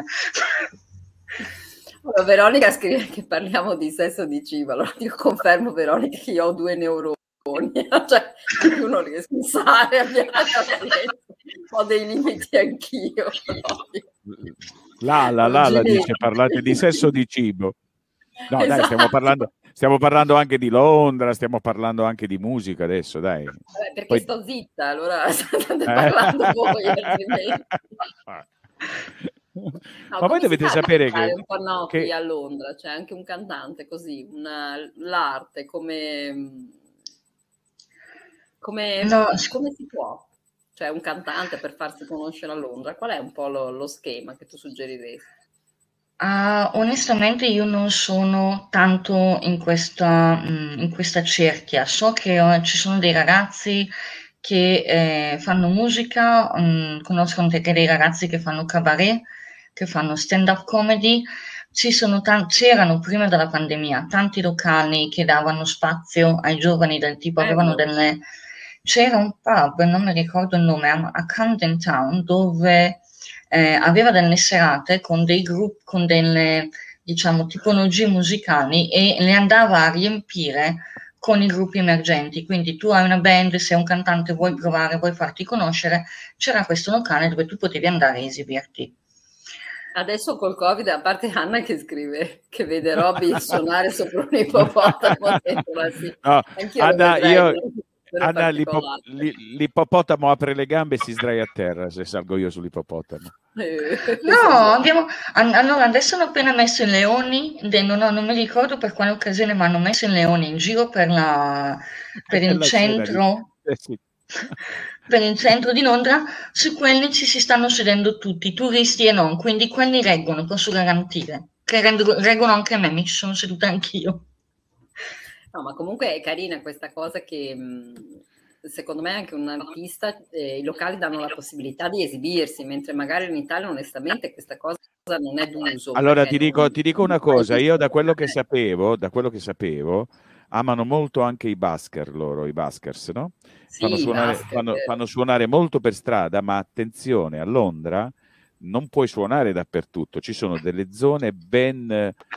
Allora, Veronica scrive che parliamo di sesso e di cibo, allora io confermo, Veronica, che io ho due neuroni, cioè io non riesco a stare, abbiamo ho dei limiti anch'io. proprio. Lala, Lala dice parlate di sesso o di cibo. No, dai, stiamo Esatto. parlando, stiamo parlando anche di Londra, stiamo parlando anche di musica adesso, dai. Vabbè, perché Poi- sto zitta, allora state Eh. parlando voi altrimenti. No, Ma come voi si dovete fa ad sapere entrare che, un po' noti che- a Londra, c'è anche un cantante così, una- l'arte, come, come, No, come si può? Cioè un cantante per farsi conoscere a Londra, qual è un po' lo, lo schema che tu suggeriresti? Ah, onestamente io non sono tanto in questa, mm, in questa cerchia. So che eh, ci sono dei ragazzi che eh, fanno musica, mh, conosco anche dei ragazzi che fanno cabaret, che fanno stand-up comedy. Ci sono tan- c'erano prima della pandemia tanti locali che davano spazio ai giovani, del tipo avevano delle... C'era un pub, non mi ricordo il nome, a, a Camden Town, dove eh, aveva delle serate con dei gruppi, con delle, diciamo, tipologie musicali, e le andava a riempire con i gruppi emergenti. Quindi tu hai una band, sei un cantante, vuoi provare, vuoi farti conoscere, c'era questo locale dove tu potevi andare a esibirti. Adesso col Covid, a parte Anna che scrive che vede Robby suonare sopra un ippopotamo dentro la sì. No, Anch'io Anna, lo io, vedrei, Anna l'ippo- li- l'ippopotamo apre le gambe e si sdraia a terra se salgo io sull'ippopotamo. No, abbiamo, allora adesso hanno appena messo i leoni, de, non, ho, non mi ricordo per quale occasione, ma hanno messo i leoni in giro per, la, per il centro. Eh sì. Per il centro di Londra. Su quelli ci si stanno sedendo tutti, turisti e non, quindi quelli reggono, posso garantire, che reggono anche me, mi ci sono seduta anch'io. No, ma comunque è carina questa cosa che secondo me anche un artista, eh, i locali danno la possibilità di esibirsi, mentre magari in Italia onestamente questa cosa non è d'uso. Allora ti dico, ti dico una cosa, io da quello che sapevo, da quello che sapevo, amano molto anche i busker loro, i buskers, no? Sì, fanno, suonare, busker, fanno, fanno suonare molto per strada, ma attenzione, a Londra non puoi suonare dappertutto, ci sono delle zone ben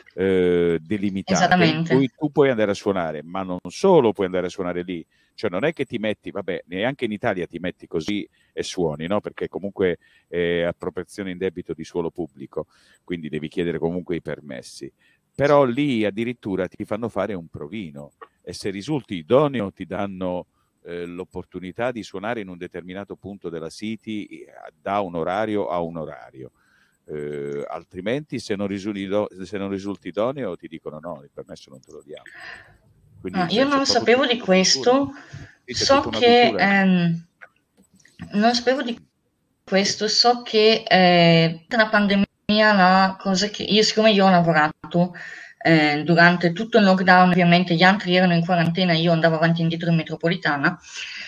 eh, delimitate in cui tu puoi andare a suonare, ma non solo puoi andare a suonare lì, cioè non è che ti metti, vabbè, neanche in Italia ti metti così e suoni, no? Perché comunque è appropriazione in debito di suolo pubblico, quindi devi chiedere comunque i permessi. Però lì addirittura ti fanno fare un provino e se risulti idoneo ti danno eh, l'opportunità di suonare in un determinato punto della City eh, da un orario a un orario. Eh, altrimenti se non, risulti, se non risulti idoneo ti dicono no, il permesso non te lo diamo. Quindi, ah, io non sapevo di questo, so che ehm, non sapevo di questo, so che eh, la pandemia, la cosa che io, siccome io ho lavorato eh, durante tutto il lockdown, ovviamente gli altri erano in quarantena, io andavo avanti e indietro in metropolitana,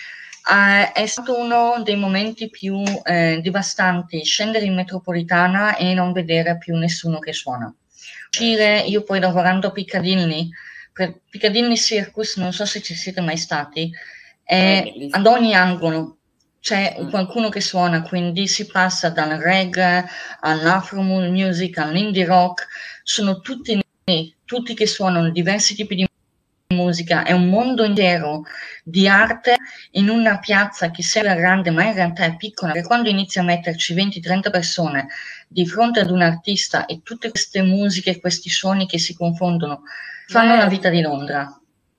eh, è stato uno dei momenti più eh, devastanti scendere in metropolitana e non vedere più nessuno che suona. Uscire, io poi lavorando a Piccadilly, per Piccadilly Circus, non so se ci siete mai stati, è ad ogni angolo c'è qualcuno che suona, quindi si passa dal reggae all'afro music, all'indie rock, sono tutti lì, tutti che suonano diversi tipi di musica, è un mondo intero di arte in una piazza che sembra grande ma in realtà è piccola, perché quando inizi a metterci venti trenta persone di fronte ad un artista e tutte queste musiche, questi suoni che si confondono, fanno la vita di Londra.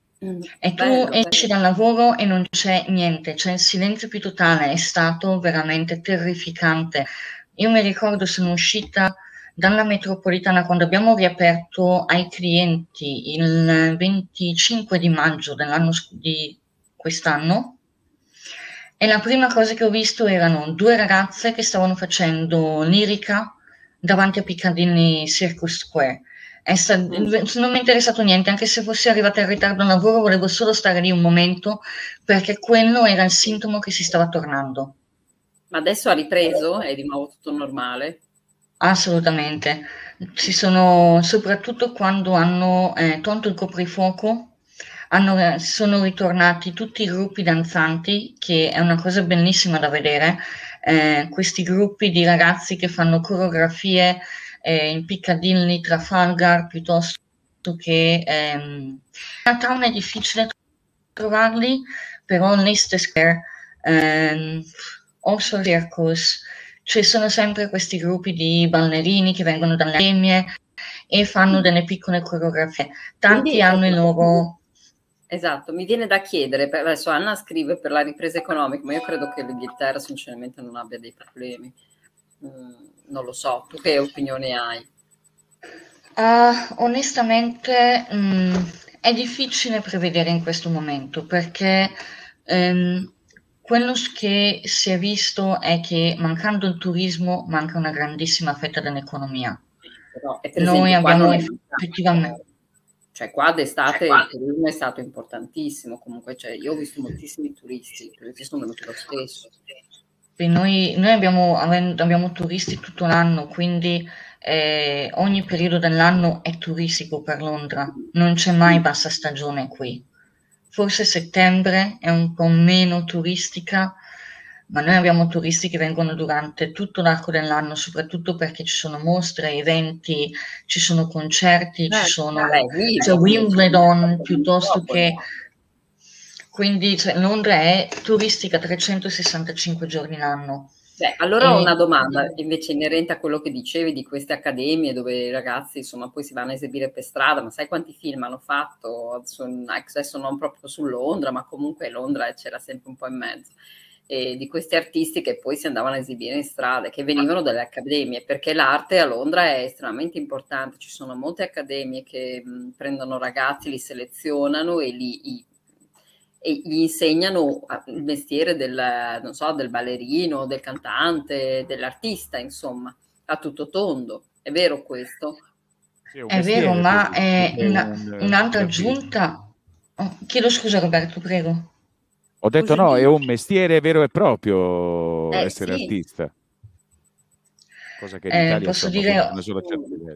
E tu bello, esci bello. dal lavoro e non c'è niente, c'è il silenzio più totale, è stato veramente terrificante. Io mi ricordo, sono uscita dalla metropolitana quando abbiamo riaperto ai clienti il venticinque di maggio dell'anno di quest'anno, e la prima cosa che ho visto erano due ragazze che stavano facendo lirica davanti a Piccadilly Circus Square. È stato, non mi è interessato niente, anche se fossi arrivata in ritardo al lavoro, volevo solo stare lì un momento, perché quello era il sintomo che si stava tornando. Ma adesso ha ripreso? È di nuovo tutto normale? Assolutamente. Ci sono, soprattutto quando hanno eh, tolto il coprifuoco, hanno, sono ritornati tutti i gruppi danzanti, che è una cosa bellissima da vedere, eh, questi gruppi di ragazzi che fanno coreografie eh, in Piccadilly, Trafalgar, piuttosto che ehm, a Town è difficile trovarli, però Leicester Square, ehm, Oxford Circus, ci sono sempre questi gruppi di ballerini che vengono dalle accademie e fanno delle piccole coreografie. Tanti Quindi, hanno il loro... Esatto, mi viene da chiedere, per, adesso Anna scrive per la ripresa economica, ma io credo che l'Inghilterra sinceramente non abbia dei problemi. Mm, non lo so, tu che opinione hai? Uh, onestamente mh, è difficile prevedere in questo momento, perché um, quello che si è visto è che mancando il turismo manca una grandissima fetta dell'economia. Però, Noi abbiamo effettivamente... Cioè qua d'estate il turismo è stato importantissimo, comunque cioè, io ho visto moltissimi turisti, i turisti sono venuti lo stesso. Noi, noi abbiamo, abbiamo turisti tutto l'anno, quindi eh, ogni periodo dell'anno è turistico per Londra, non c'è mai bassa stagione qui. Forse settembre è un po' meno turistica, ma noi abbiamo turisti che vengono durante tutto l'arco dell'anno, soprattutto perché ci sono mostre, eventi, ci sono concerti, Eh, ci sono, beh, sì, c'è sì, Wimbledon sì, piuttosto dopo, che... no. Quindi cioè, Londra è turistica trecentosessantacinque giorni l'anno. Beh, allora ho E- una domanda invece inerente a quello che dicevi di queste accademie dove i ragazzi insomma poi si vanno a esibire per strada, ma sai quanti film hanno fatto? Su, adesso non proprio su Londra, ma comunque Londra c'era sempre un po' in mezzo. E di questi artisti che poi si andavano a esibire in strada, che venivano dalle accademie, perché l'arte a Londra è estremamente importante, ci sono molte accademie che mh, prendono ragazzi, li selezionano e li... I, e gli insegnano il mestiere del, non so, del ballerino, del cantante, dell'artista, insomma, a tutto tondo. È vero questo? Sì, è un È vero, mestiere, ma più, più è che una- un, un'altra un artista. aggiunta. Oh, chiedo scusa Roberto, prego. Ho detto Scusi, no, è dimmi. un mestiere vero e proprio Eh essere sì. artista, cosa che in Eh, Italia posso insomma dire, funziona solo a certi livelli.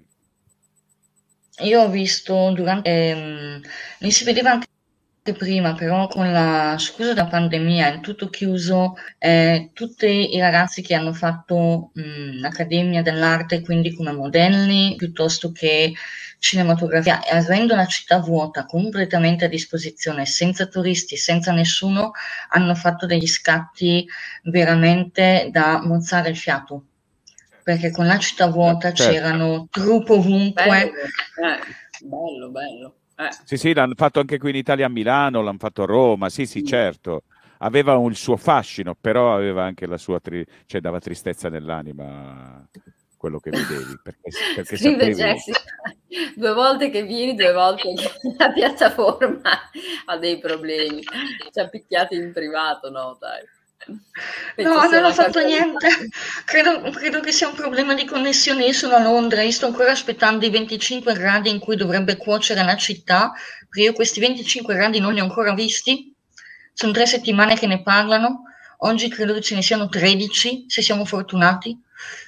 io ho visto durante, ehm, mi si vedeva anche prima, però con la scusa della pandemia è tutto chiuso, eh, tutti i ragazzi che hanno fatto mh, l'Accademia dell'Arte, quindi come modelli, piuttosto che cinematografia, e avendo la città vuota completamente a disposizione, senza turisti, senza nessuno, hanno fatto degli scatti veramente da mozzare il fiato. Perché con la città vuota Certo. c'erano truppe ovunque. Bello, eh, bello, bello. Eh. Sì, sì, l'hanno fatto anche qui in Italia a Milano, l'hanno fatto a Roma, sì, sì, certo. Aveva un, il suo fascino, però aveva anche la sua, tri- cioè dava tristezza nell'anima quello che vedevi, perché, perché Scrive sapevi... Jessica, due volte che vieni, due volte che la piattaforma ha dei problemi. Ci ha picchiati in privato, no, dai. Penso No, sia non ho una fatto casualità. niente. Credo, credo che sia un problema di connessione. Io sono a Londra, io sto ancora aspettando i venticinque gradi in cui dovrebbe cuocere la città, perché io questi venticinque gradi non li ho ancora visti. Sono tre settimane che ne parlano. Oggi credo che ce ne siano tredici, se siamo fortunati.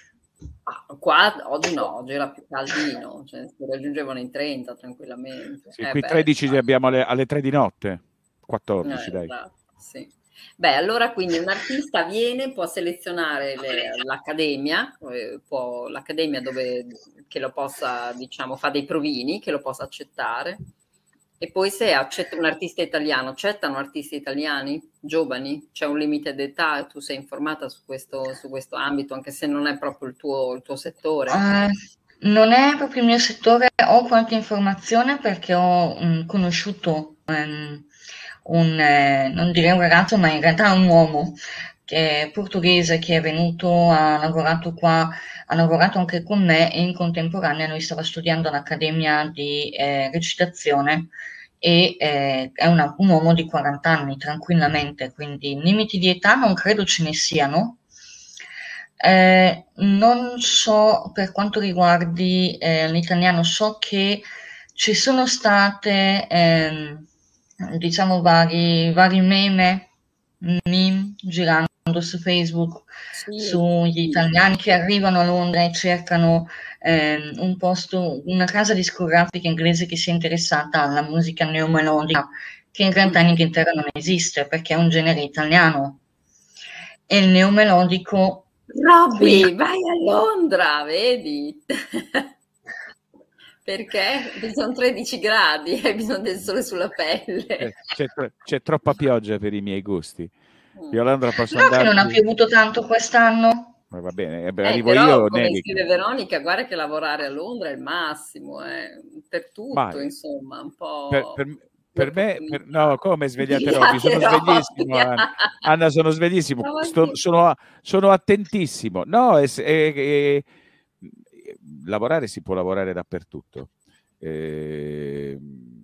Ah, qua oggi no, oggi era più caldino, cioè si raggiungevano i trenta tranquillamente. Sì, Eh qui beh, tredici li infatti. abbiamo alle, alle tre di notte, quattordici Eh, dai. esatto, sì. Beh, allora quindi un artista viene, può selezionare le- l'accademia, eh, può- l'accademia dove che lo possa, diciamo, fa dei provini, che lo possa accettare. E poi se accetta un artista italiano, accettano artisti italiani, giovani? C'è un limite d'età? Tu sei informata su questo, su questo ambito, anche se non è proprio il tuo, il tuo settore? Eh, non è proprio il mio settore, ho qualche informazione perché ho mm, conosciuto ehm, un, eh, non direi un ragazzo, ma in realtà un uomo che è portoghese che è venuto, ha lavorato qua, ha lavorato anche con me e in contemporanea lui stava studiando all'Accademia di eh, recitazione e eh, è una- un uomo di quaranta anni tranquillamente, quindi limiti di età non credo ce ne siano. Eh, non so per quanto riguardi eh, l'italiano, so che ci sono state, ehm, diciamo, vari, vari meme, meme girando su Facebook Sì, sugli italiani che arrivano a Londra e cercano ehm, un posto, una casa discografica inglese che sia interessata alla musica neomelodica, che in realtà in Inghilterra non esiste perché è un genere italiano. E il neomelodico qui Robby, vai a Londra, vedi? Perché? Perché sono tredici gradi, hai bisogno del sole sulla pelle. C'è, c'è tro- c'è troppa pioggia per i miei gusti. Mm. Io a Londra posso no che non ha andarci, piovuto tanto quest'anno. ma va bene, eh, beh, Eh, arrivo però, io, come nevica. scrive Veronica, guarda che lavorare a Londra è il massimo, eh, per Ma tutto, insomma, un per, po' per- di per me, per- opportunità. no, come svegliate Robby? Svegliate Sono sveglissimo, Robby! Anna. Anna, sono sveglissimo, sto- Stamattina. sono, sono attentissimo. No, è- è- è- lavorare si può lavorare dappertutto. Eh,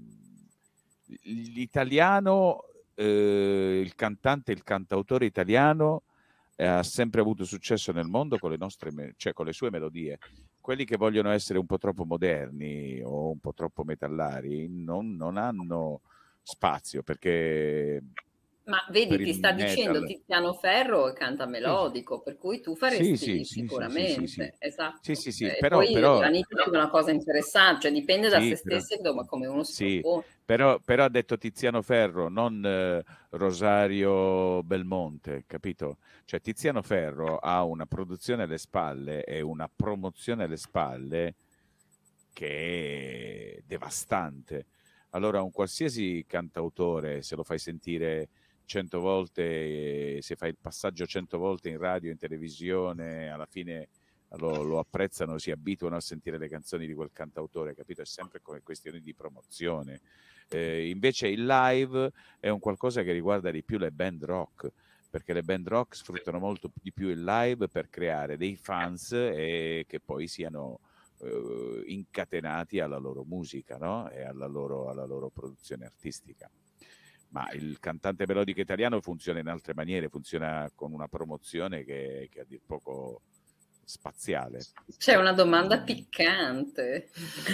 l'italiano, eh, il cantante, il cantautore italiano eh, ha sempre avuto successo nel mondo con le nostre, me- cioè con le sue melodie. quelli che vogliono essere un po' troppo moderni o un po' troppo metallari non, non hanno spazio, perché Ma vedi, per ti il sta dicendo metal... Tiziano Ferro canta Sì, melodico, per cui tu sì, faresti sì, sì, sì, sì, sì, sicuramente, sì, esatto. sì, sì, E però, poi però, Gianni dice una cosa interessante, cioè dipende da se sì, però, stessi come come uno si sì, propone. però, però ha detto Tiziano Ferro, non eh, Rosario Belmonte, capito? Cioè Tiziano Ferro ha una produzione alle spalle e una promozione alle spalle che è devastante. Allora un qualsiasi cantautore, se lo fai sentire cento volte, se fai il passaggio cento volte in radio, in televisione, alla fine lo, lo apprezzano, si abituano a sentire le canzoni di quel cantautore, capito? È sempre come questioni di promozione. Eh, invece il live è un qualcosa che riguarda di più le band rock, perché le band rock sfruttano molto di più il live per creare dei fans e che poi siano eh, incatenati alla loro musica, no? E alla loro, alla loro produzione artistica. Ma il cantante melodico italiano funziona in altre maniere, funziona con una promozione che, che a dir poco spaziale. C'è una domanda piccante.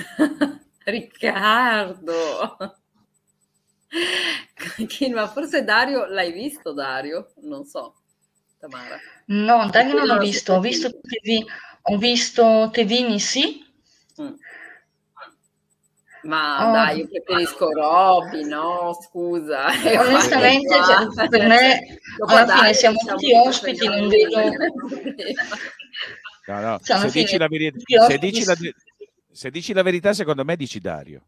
Riccardo. Ma forse Dario, l'hai visto Dario? Non so, Tamara. No, Dario non l'ho Non visto, ho visto T V, ho visto Tevini, sì. Mm. Ma Oh, dai, io preferisco Robby, no? Scusa. onestamente, cioè, per me alla fine siamo tutti ospiti, non vedo. No, no, Cioè, alla se, fine, dici la veri- tutti se, ospiti. dici la, se dici la verità, secondo me dici Dario.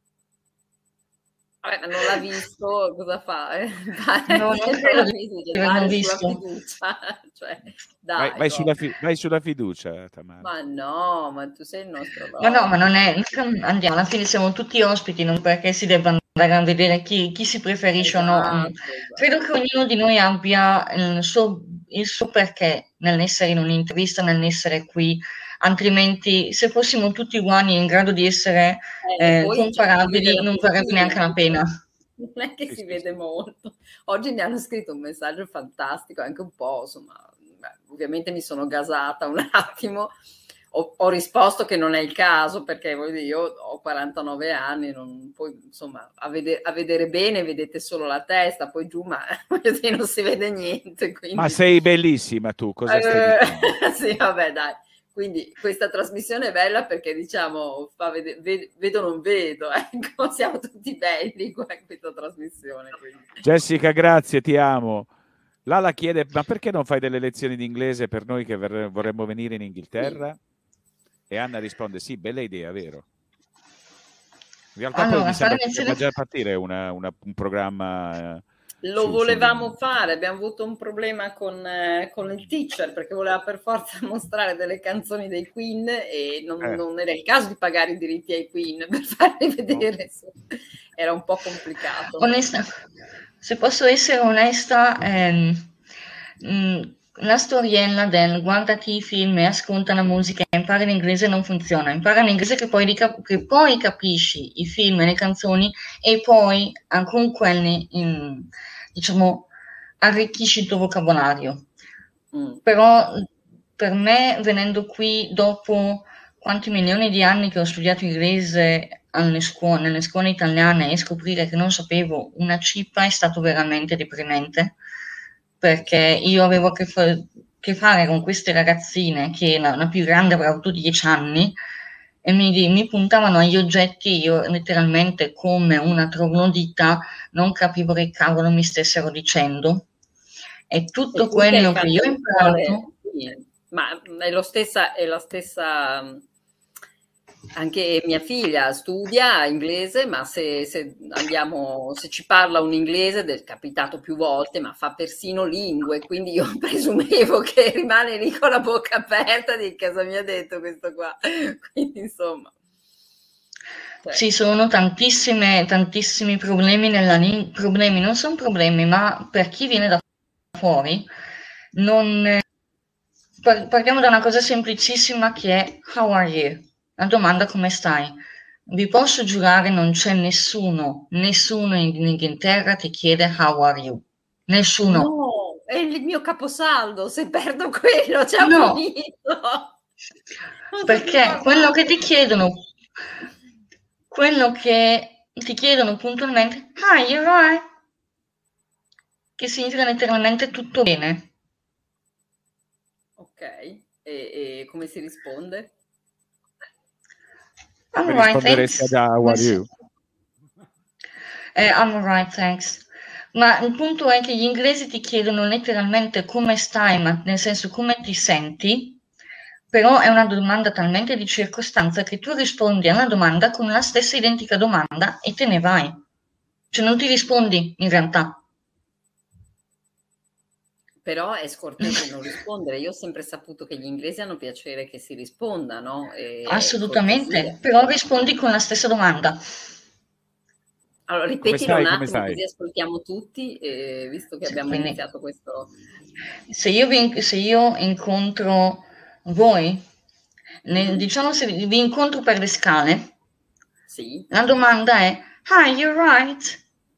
Vabbè, non l'ha visto, cosa fa? Eh? No, non credo di averlo visto. Sulla fiducia. Cioè, dai, vai, vai, sulla fi- vai sulla fiducia, Tamara. Ma no, ma tu sei il nostro Ma no, ma Robby. non è, andiamo, alla fine siamo tutti ospiti, non perché si debba andare a vedere chi, chi si preferisce o no. Esatto, Mm. esatto. Credo che ognuno di noi abbia il suo, il suo perché nell'essere in un'intervista, nell'essere qui, altrimenti se fossimo tutti uguali in grado di essere Eh, eh, poi c'è chi vede comparabili la non varrebbe neanche la pena. Non è che Sì, si sì, vede sì. molto. Oggi mi hanno scritto un messaggio fantastico, anche un po', insomma, beh, ovviamente mi sono gasata un attimo. Ho, ho risposto che non è il caso, perché voglio dire, io ho quarantanove anni, non, poi insomma a, vede, a vedere bene vedete solo la testa, poi giù ma voglio dire, non si vede niente. Quindi... Ma sei bellissima tu, cosa stai dicendo? Eh, sì, vabbè, dai. Quindi questa trasmissione è bella perché diciamo fa vede, ved, vedo non vedo, ecco, siamo tutti belli qua in questa trasmissione. Quindi. Jessica, grazie, ti amo. Lala chiede, ma perché non fai delle lezioni di inglese per noi che ver- vorremmo venire in Inghilterra? Sì. E Anna risponde, sì, bella idea, vero? In realtà Allora, poi mi sembra che lezione... debba già partire una, una, un programma... Eh, Lo su, volevamo sul... fare, abbiamo avuto un problema con, eh, con il teacher perché voleva per forza mostrare delle canzoni dei Queen e non, eh. non era il caso di pagare i diritti ai Queen per farli vedere. No. Era un po' complicato. Onesta, se posso essere onesta, ehm, mh, la storiella del guardati i film e ascolta la musica e impara l'inglese non funziona. Impara l'inglese che poi, che poi capisci i film e le canzoni e poi con quelli, in, diciamo, arricchisci il tuo vocabolario. Mm. Però per me, venendo qui dopo quanti milioni di anni che ho studiato inglese alle scuole, nelle scuole italiane e scoprire che non sapevo una cippa è stato veramente deprimente. Perché io avevo a che, fa- che fare con queste ragazzine che la, la più grande avrà avuto dieci anni e mi, mi puntavano agli oggetti, io letteralmente come una troglodita non capivo che cavolo mi stessero dicendo e tutto e quello che io ho imparato sì, ma è lo stessa, è la stessa. Anche mia figlia studia inglese, ma se, se andiamo, se ci parla un inglese, è capitato più volte, ma fa persino lingue, quindi io presumevo che rimane lì con la bocca aperta di cosa mi ha detto questo qua. Quindi insomma. Cioè. Ci sono tantissime, tantissimi problemi nella lingua, problemi non sono problemi, ma per chi viene da fuori, non... Partiamo da una cosa semplicissima che è how are you? La domanda come stai? Vi posso giurare non c'è nessuno, nessuno in Inghilterra ti chiede how are you. Nessuno. No, è il mio caposaldo, se perdo quello, già no. finito. Perché quello che ti chiedono, quello che ti chiedono puntualmente, hi, you're right, che significa letteralmente tutto bene. Ok, e, e come si risponde? I'm Come alright, risponderesti thanks. ad How are you? Eh, I'm alright, thanks. Ma il punto è che gli inglesi ti chiedono letteralmente come stai, ma nel senso come ti senti, però è una domanda talmente di circostanza che tu rispondi a una domanda con la stessa identica domanda e te ne vai. Cioè non ti rispondi in realtà. Però è scortese non rispondere. Io ho sempre saputo che gli inglesi hanno piacere che si risponda, no? E Assolutamente, cortesia. però rispondi con la stessa domanda. Allora, Come ripetilo stai? un Come attimo stai? così ascoltiamo tutti, eh, visto che Sì, abbiamo quindi, iniziato questo... se io, vi, se io incontro voi, ne- Mhm. diciamo se vi vi incontro per le scale, Sì, la domanda è Hi, you're right.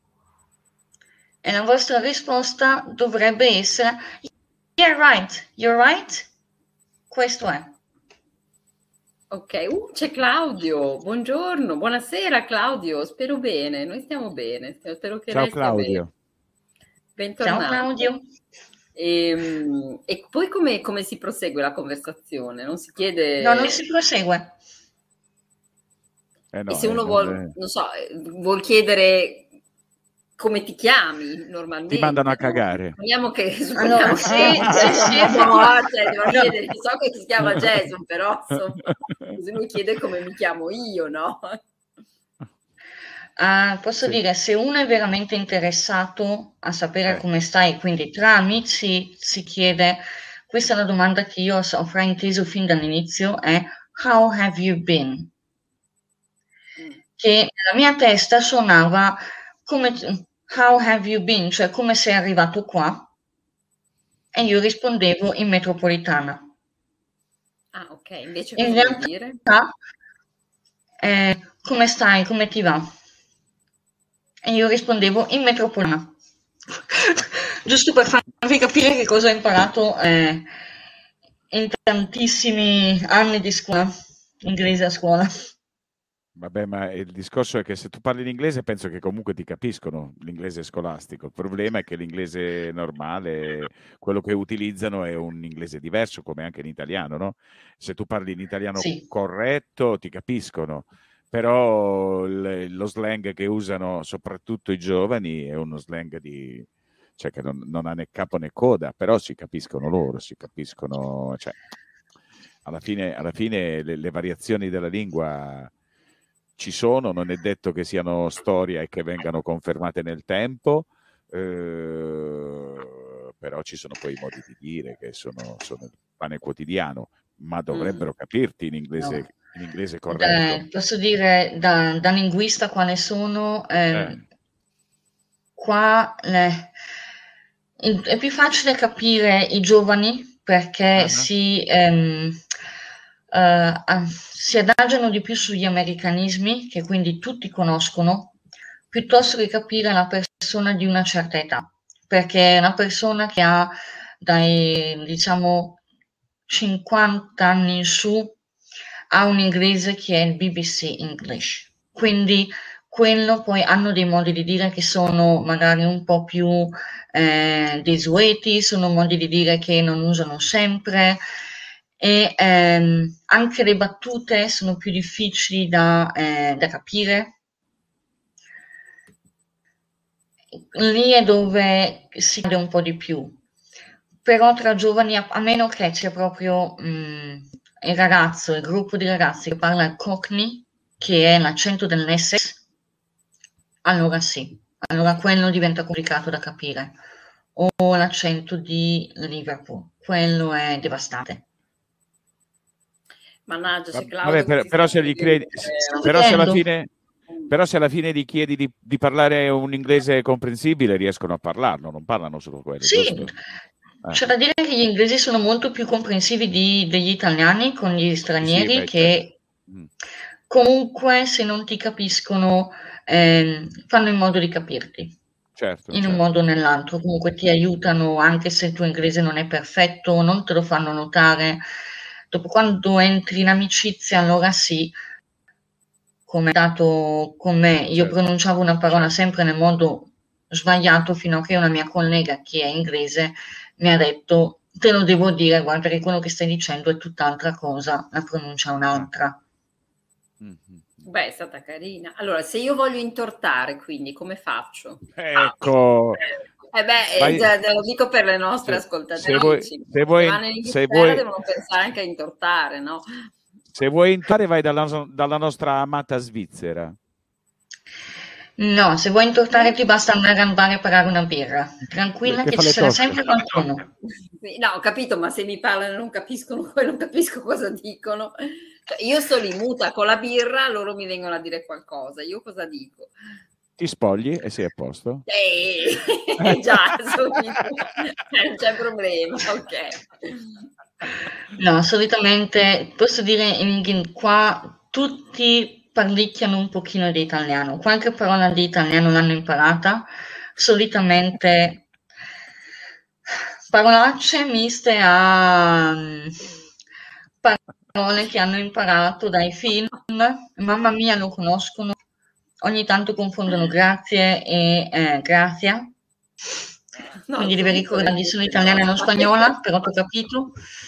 E la vostra risposta dovrebbe essere Yeah, right, you're right. Questo è. ok. Uh, c'è Claudio, buongiorno, buonasera Claudio, spero bene, noi stiamo bene, spero che Ciao lei stia bene. Claudio. Bentornato. Ciao Claudio. E, e poi come, come si prosegue la conversazione? Non si chiede... No, non si prosegue. Eh E no, se eh, uno non vuol, è- non so, eh, vuol chiedere come ti chiami normalmente, ti mandano a no? cagare. Supponiamo che, Allora, supponiamo sì, che sì, sì, no, effettivamente. cioè, devo No. chiedere, so che si chiama Jason, però insomma, così lui chiede come mi chiamo io, no? Ah, posso Sì. dire, se uno è veramente interessato a sapere Eh. come stai, quindi tra amici si chiede, questa è una domanda che io ho frainteso fin dall'inizio, è How have you been? Mm. Che nella mia testa suonava come How have you been? Cioè come sei arrivato qua? E io rispondevo in metropolitana. Ah, ok, invece In cosa vuol realtà, dire? eh, come stai? Come ti va? E io rispondevo in metropolitana. Giusto per farvi capire che cosa ho imparato eh, in tantissimi anni di scuola, inglese a scuola. Vabbè, ma il discorso è che se tu parli l'inglese penso che comunque ti capiscono l'inglese scolastico. Il problema è che l'inglese normale, quello che utilizzano è un inglese diverso, come anche in italiano, no? Se tu parli in italiano Sì. corretto ti capiscono, però il- lo slang che usano soprattutto i giovani è uno slang di... cioè che non, non ha né capo né coda, però si capiscono loro, si capiscono... Cioè, alla fine, alla fine le, le variazioni della lingua ci sono, non è detto che siano storia e che vengano confermate nel tempo, eh, però ci sono poi i modi di dire che sono, sono il pane quotidiano, ma dovrebbero Mm. capirti in inglese, No. in inglese corretto. Da- posso dire da, da linguista quale sono, ehm, Eh. qua le- il- è più facile capire i giovani perché Ah, si, ehm, eh, ah, si adagiano di più sugli americanismi, che quindi tutti conoscono, piuttosto che capire la persona di una certa età, perché una persona che ha dai, diciamo, cinquanta anni in su ha un inglese che è il B B C English, quindi quello poi hanno dei modi di dire che sono magari un po' più eh, desueti, sono modi di dire che non usano sempre e ehm, anche le battute sono più difficili da, eh, da capire. Lì è dove si vede un po' di più, però tra giovani, a, a meno che c'è proprio mh, il ragazzo, il gruppo di ragazzi che parla il Cockney, che è l'accento dell'Essex, allora sì, allora quello diventa complicato da capire, o l'accento di Liverpool, quello è devastante. Mannaggia, c'è Vabbè, Claudio che per- ti però sta se gli credi, chiedendo, Sto però se alla vedendo. fine, però se alla fine gli chiedi di, di parlare un inglese comprensibile, riescono a parlarlo, non parlano solo quello, Sì, giusto? Eh. c'è da dire che gli inglesi sono molto più comprensivi di- degli italiani con gli Sì, stranieri beh, certo. che Mm. comunque se non ti capiscono ehm, fanno in modo di capirti Certo, in un certo. modo o nell'altro, comunque ti aiutano anche se il tuo inglese non è perfetto, non te lo fanno notare, dopo quando entri in amicizia, allora sì, come è stato con me, io Certo. pronunciavo una parola sempre nel modo sbagliato fino a che una mia collega che è inglese mi ha detto te lo devo dire, guarda che quello che stai dicendo è tutt'altra cosa, la pronuncia è un'altra. Mm-hmm. Beh, è stata carina. Allora, se io voglio intortare, quindi come faccio? Ecco. Eh beh, Vai- eh, già, te lo dico per le nostre se, ascoltatrici. se vuoi, Se, se vuoi, vanno in se Inghilterra vuoi, devono pensare anche a intortare, no? se vuoi intortare vai dalla, dalla nostra amata Svizzera. No, se vuoi intortare ti basta andare al bar e pagare una birra. Tranquilla Che che fa ci le sarà torte. sempre qualcuno. Sì, no, ho capito, ma se mi parlano e non capiscono, poi non capisco cosa dicono. Cioè, io sto lì muta con la birra, loro mi vengono a dire qualcosa. Io cosa dico? Ti spogli e sei a posto. Eh, già, subito. Cioè, non c'è problema, ok. No, solitamente posso dire in, qua tutti parlicchiano un pochino di italiano, qualche parola di italiano l'hanno imparata, solitamente parolacce miste a um, parole che hanno imparato dai film, mamma mia lo conoscono, ogni tanto confondono grazie e eh, grazia, No, quindi devi subito ricordare le di sono tutte italiana e no. non spagnola, però ti ho capito.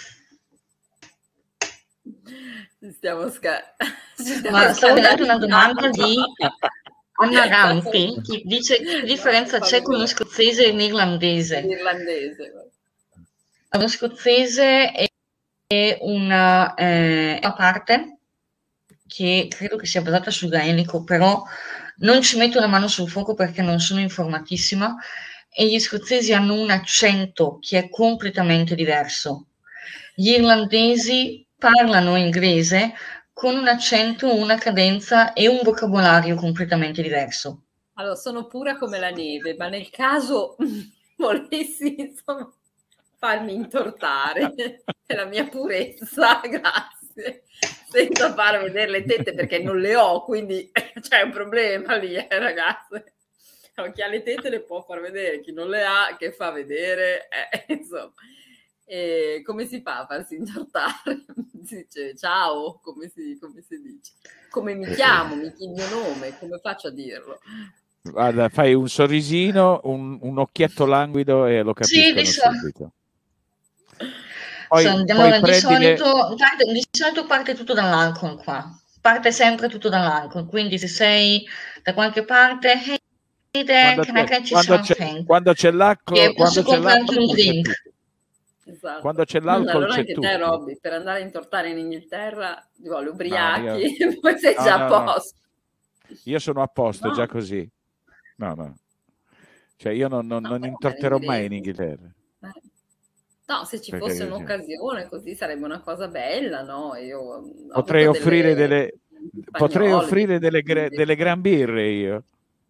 Stiamo scherzando. Ma stavo vedendo una domanda di Anna Rampi che dice che differenza No, c'è con lo scozzese e l'irlandese. L'irlandese. Lo scozzese è una, eh, una parte che credo che sia basata sul gaelico, però non ci metto la mano sul fuoco perché non sono informatissima, e gli scozzesi hanno un accento che è completamente diverso. Gli irlandesi parlano inglese con un accento, una cadenza e un vocabolario completamente diverso. Allora, sono pura come la neve, ma nel caso volessi, insomma, farmi intortare per la mia purezza, grazie, senza far vedere le tette perché non le ho, quindi c'è un problema lì, eh, ragazze. Allora, chi ha le tette le può far vedere, chi non le ha che fa vedere, eh, insomma. E come si fa a farsi intortare? Si dice ciao, come si, come si dice? Come mi chiamo, mi il mio nome, come faccio a dirlo? Guarda, fai un sorrisino, un, un occhietto languido e lo capiscono sì, di, so- subito. Poi, so, poi allora, di, prendile... solito, parte, di solito parte tutto dall'alcol qua, parte sempre tutto dall'alcol, quindi se sei da qualche parte, hey there, quando can I c'è, get you quando c'è, something? quando c'è l'alcol, Posso quando c'è comprarti un l'alcol c'è drink? tutto. Esatto. Quando c'è l'alcol allora c'è anche tutto. te, Robby, per andare a intortare in Inghilterra ti vuole ubriachi, No, io... poi sei no, già no, a posto. No. Io sono a posto, No. già così. No, no. Cioè io non, non, No, non però intorterò mai in inglese. Inghilterra. Eh. No, se ci Perché, fosse cioè, un'occasione così sarebbe una cosa bella, no? Io ho potrei avuto offrire delle delle, potrei spagnole, offrire delle, delle... delle gran birre io.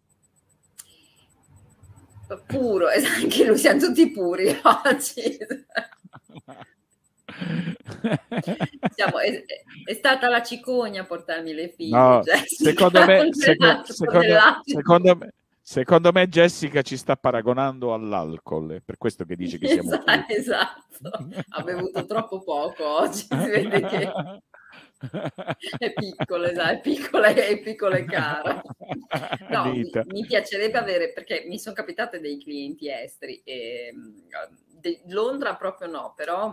Puro, anche lui, siamo tutti puri oggi. Diciamo, è, è stata la cicogna a portarmi le figlie. No, Jessica, secondo me, seco, secondo, dell'altro. secondo, me, secondo me Jessica ci sta paragonando all'alcol, è per questo che dice che siamo esatto, puri. esatto, ha bevuto troppo poco oggi, si vede che è piccola, esatto, è piccola e piccola e cara. No, mi, mi piacerebbe avere, perché mi sono capitate dei clienti esteri, e, de, Londra proprio no, però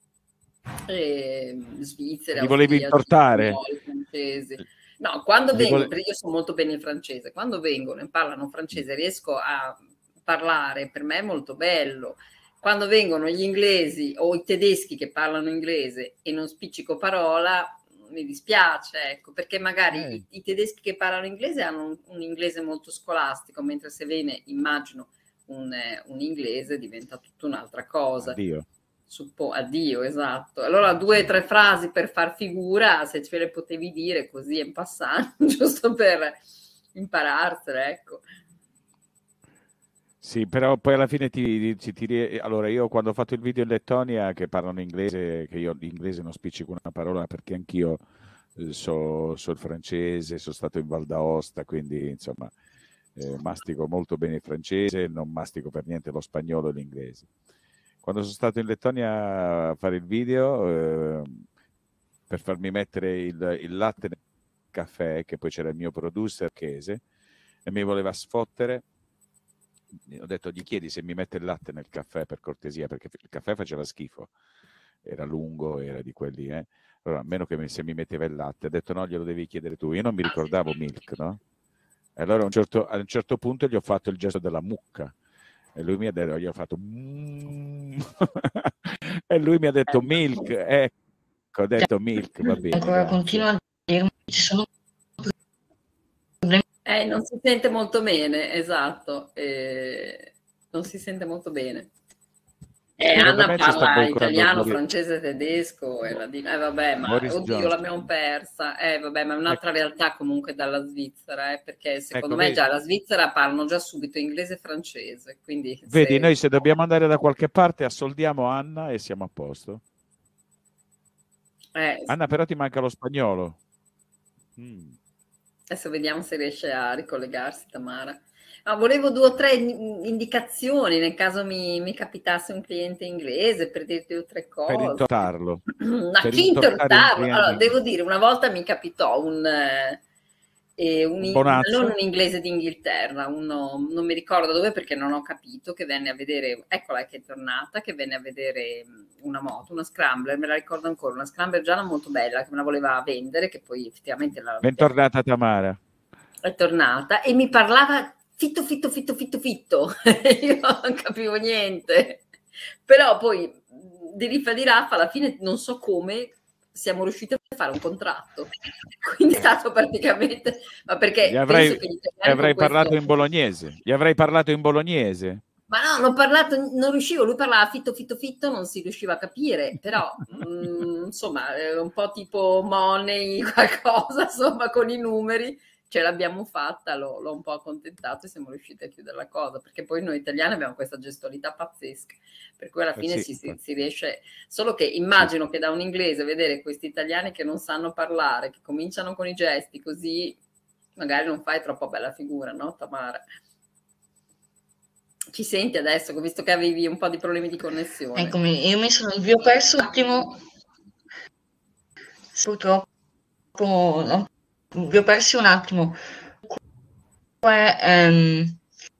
eh, Svizzera, li volevi intortare? Francesi. No, quando Li vengono, vole... perché io so molto bene il francese, quando vengono e parlano francese riesco a parlare, per me è molto bello. Quando vengono gli inglesi o i tedeschi che parlano inglese e non spiccico parola, mi dispiace, ecco, perché magari eh. i, i tedeschi che parlano inglese hanno un, un inglese molto scolastico, mentre se viene, immagino, un, eh, un inglese diventa tutta un'altra cosa. Addio. Suppo- addio, esatto. Allora due o tre frasi per far figura, se ce le potevi dire così in passando, giusto per impararsele, ecco. Sì, però poi alla fine ti, ti, ti... Allora, io quando ho fatto il video in Lettonia, che parlano inglese, che io l'inglese non spiccico una parola perché anch'io eh, so, so il francese, sono stato in Val d'Aosta, quindi insomma eh, mastico molto bene il francese, non mastico per niente lo spagnolo e l'inglese. Quando sono stato in Lettonia a fare il video, eh, per farmi mettere il, il latte nel caffè, che poi c'era il mio producer Chese, e mi voleva sfottere. Ho detto, gli chiedi se mi mette il latte nel caffè per cortesia, perché il caffè faceva schifo, era lungo, era di quelli, eh. Allora, a meno che mi, se mi metteva il latte, ha detto no, glielo devi chiedere tu. Io non mi ricordavo Milk, no? E allora a un certo, a un certo punto gli ho fatto il gesto della mucca, e lui mi ha detto, gli ho fatto mm. E lui mi ha detto Milk, ecco, ho detto Milk, va bene. Ancora continua a dirmi ci sono problemi. Eh, non si sente molto bene, esatto, eh, non si sente molto bene. Eh, Anna parla italiano, francese, tedesco, e la di... eh, vabbè, ma Boris oddio, Johnson. L'abbiamo persa. Eh, vabbè, ma è un'altra ecco. realtà comunque dalla Svizzera, eh, perché secondo ecco, me vedi. già la Svizzera parlano già subito inglese e francese. Quindi vedi, se... noi se dobbiamo andare da qualche parte assoldiamo Anna e siamo a posto. Eh, Anna, però ti manca lo spagnolo. Mm. Adesso vediamo se riesce a ricollegarsi Tamara. Ma volevo due o tre indicazioni nel caso mi, mi capitasse un cliente inglese, per dirti due o tre cose. Per intortarlo. Ma per chi intortarlo? Allora, devo dire, una volta mi capitò un, eh, un, un non un inglese d'Inghilterra, uno, non mi ricordo dove perché non ho capito, che venne a vedere, eccola che è tornata, che venne a vedere una moto, una Scrambler, me la ricordo ancora, una Scrambler gialla molto bella, che me la voleva vendere, che poi effettivamente la... Bentornata Tamara. È tornata e mi parlava fitto, fitto, fitto, fitto, fitto. Io non capivo niente. Però poi, di riffa di raffa, alla fine non so come siamo riusciti a fare un contratto. Quindi è stato praticamente... Ma perché gli avrei, penso che gli gli avrei questo... parlato in bolognese. Gli avrei parlato in bolognese. Ma no, l'ho parlato, non riuscivo, lui parlava fitto, fitto, fitto, non si riusciva a capire, però mh, insomma, un po' tipo money, qualcosa, insomma, con i numeri, ce l'abbiamo fatta, l'ho, l'ho un po' accontentato e siamo riusciti a chiudere la cosa, perché poi noi italiani abbiamo questa gestualità pazzesca, per cui alla fine eh sì, si, si, si riesce, solo che immagino sì. che da un inglese vedere questi italiani che non sanno parlare, che cominciano con i gesti così, magari non fai troppo bella figura, no Tamara? Ci senti adesso, visto che avevi un po' di problemi di connessione? Eccomi, io mi sono, vi ho perso un attimo, purtroppo, no, vi ho perso un attimo. Comunque, ehm,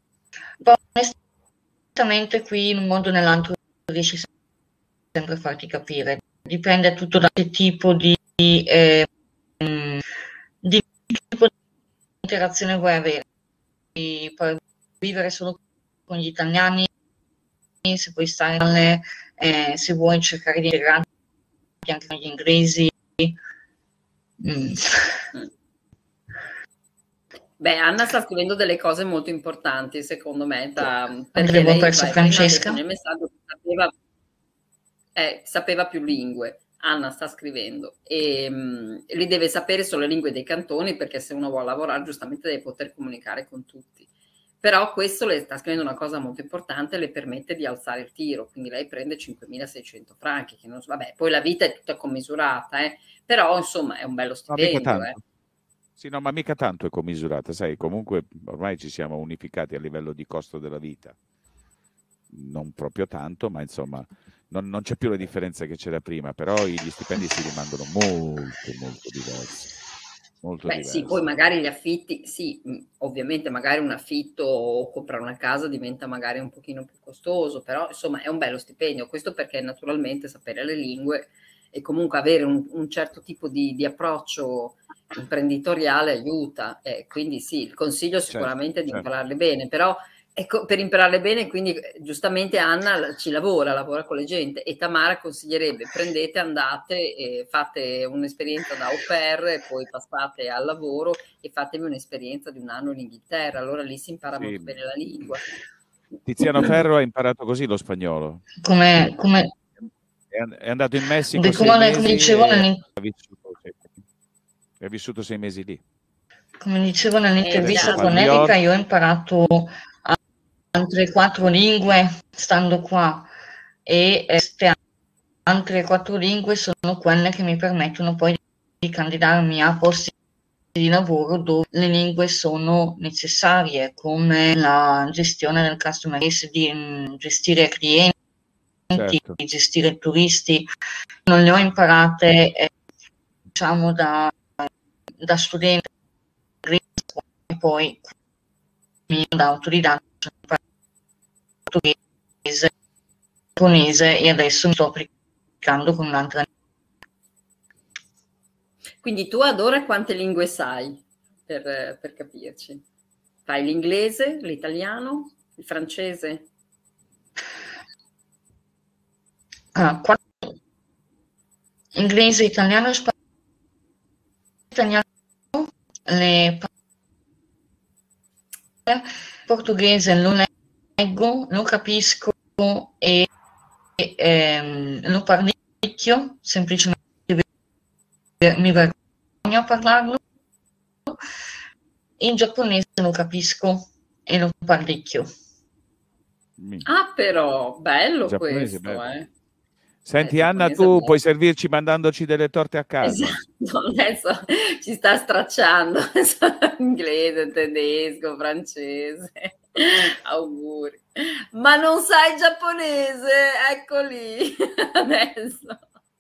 onestamente qui in un modo o nell'altro riesci sempre a farti capire. Dipende tutto da che tipo di, eh, di tipo di interazione vuoi avere. Puoi vivere solo con gli italiani, se puoi stare, eh, se vuoi cercare di integrarti anche con gli inglesi. Mm. Beh, Anna sta scrivendo delle cose molto importanti, secondo me, da, perché lei perso vai, Francesca. Nel messaggio sapeva, eh, sapeva più lingue. Anna sta scrivendo e um, li deve sapere solo le lingue dei cantoni, perché se uno vuole lavorare giustamente deve poter comunicare con tutti. Però questo le sta scrivendo una cosa molto importante, le permette di alzare il tiro, quindi lei prende cinquemilaseicento franchi, che non so, vabbè, poi la vita è tutta commisurata, eh, però insomma è un bello stipendio. Eh. Sì, no, ma mica tanto è commisurata, sai, comunque ormai ci siamo unificati a livello di costo della vita. Non proprio tanto, ma insomma non, non c'è più la differenza che c'era prima, però gli stipendi si rimangono molto, molto diversi. Molto Beh, diversi. Sì, poi magari gli affitti, sì, ovviamente magari un affitto o comprare una casa diventa magari un pochino più costoso, però insomma è un bello stipendio, questo perché naturalmente sapere le lingue e comunque avere un, un certo tipo di, di approccio imprenditoriale aiuta, eh, quindi sì, il consiglio sicuramente certo, è di certo. impararle bene, però ecco, per impararle bene, quindi giustamente Anna ci lavora, lavora con le gente e Tamara consiglierebbe prendete, andate e fate un'esperienza da au pair e poi passate al lavoro e fatevi un'esperienza di un anno in Inghilterra, allora lì si impara sì. molto bene la lingua. Tiziano Ferro ha imparato così lo spagnolo. Come... come... È andato in Messico sei come, mesi come dicevo, e nel... ha, vissuto, ha vissuto sei mesi lì. Come dicevo nell'intervista con Erika, io ho imparato altre quattro lingue stando qua e queste altre quattro lingue sono quelle che mi permettono poi di candidarmi a posti di lavoro dove le lingue sono necessarie, come la gestione del customer base, di gestire clienti, certo. di gestire turisti. Non le ho imparate eh, diciamo da, da studente e poi da autodidatta portoghese, giapponese e adesso mi sto applicando con un'altra. Quindi tu ad ora quante lingue sai, per, per capirci? Fai l'inglese, l'italiano, il francese? Ah, quattro. Inglese, italiano, spagnolo, italiano, le parole, portoghese lo leggo, lo capisco e, e ehm, lo parlicchio, semplicemente mi vergogno a parlarlo. In giapponese lo capisco e lo parlicchio. Ah, però, bello Giapponese, questo, bello. eh. Senti Eh, Anna, giapponese tu bello. puoi servirci mandandoci delle torte a casa? Esatto, adesso ci sta stracciando inglese, tedesco, francese. Auguri. Ma non sai giapponese? Ecco lì, adesso.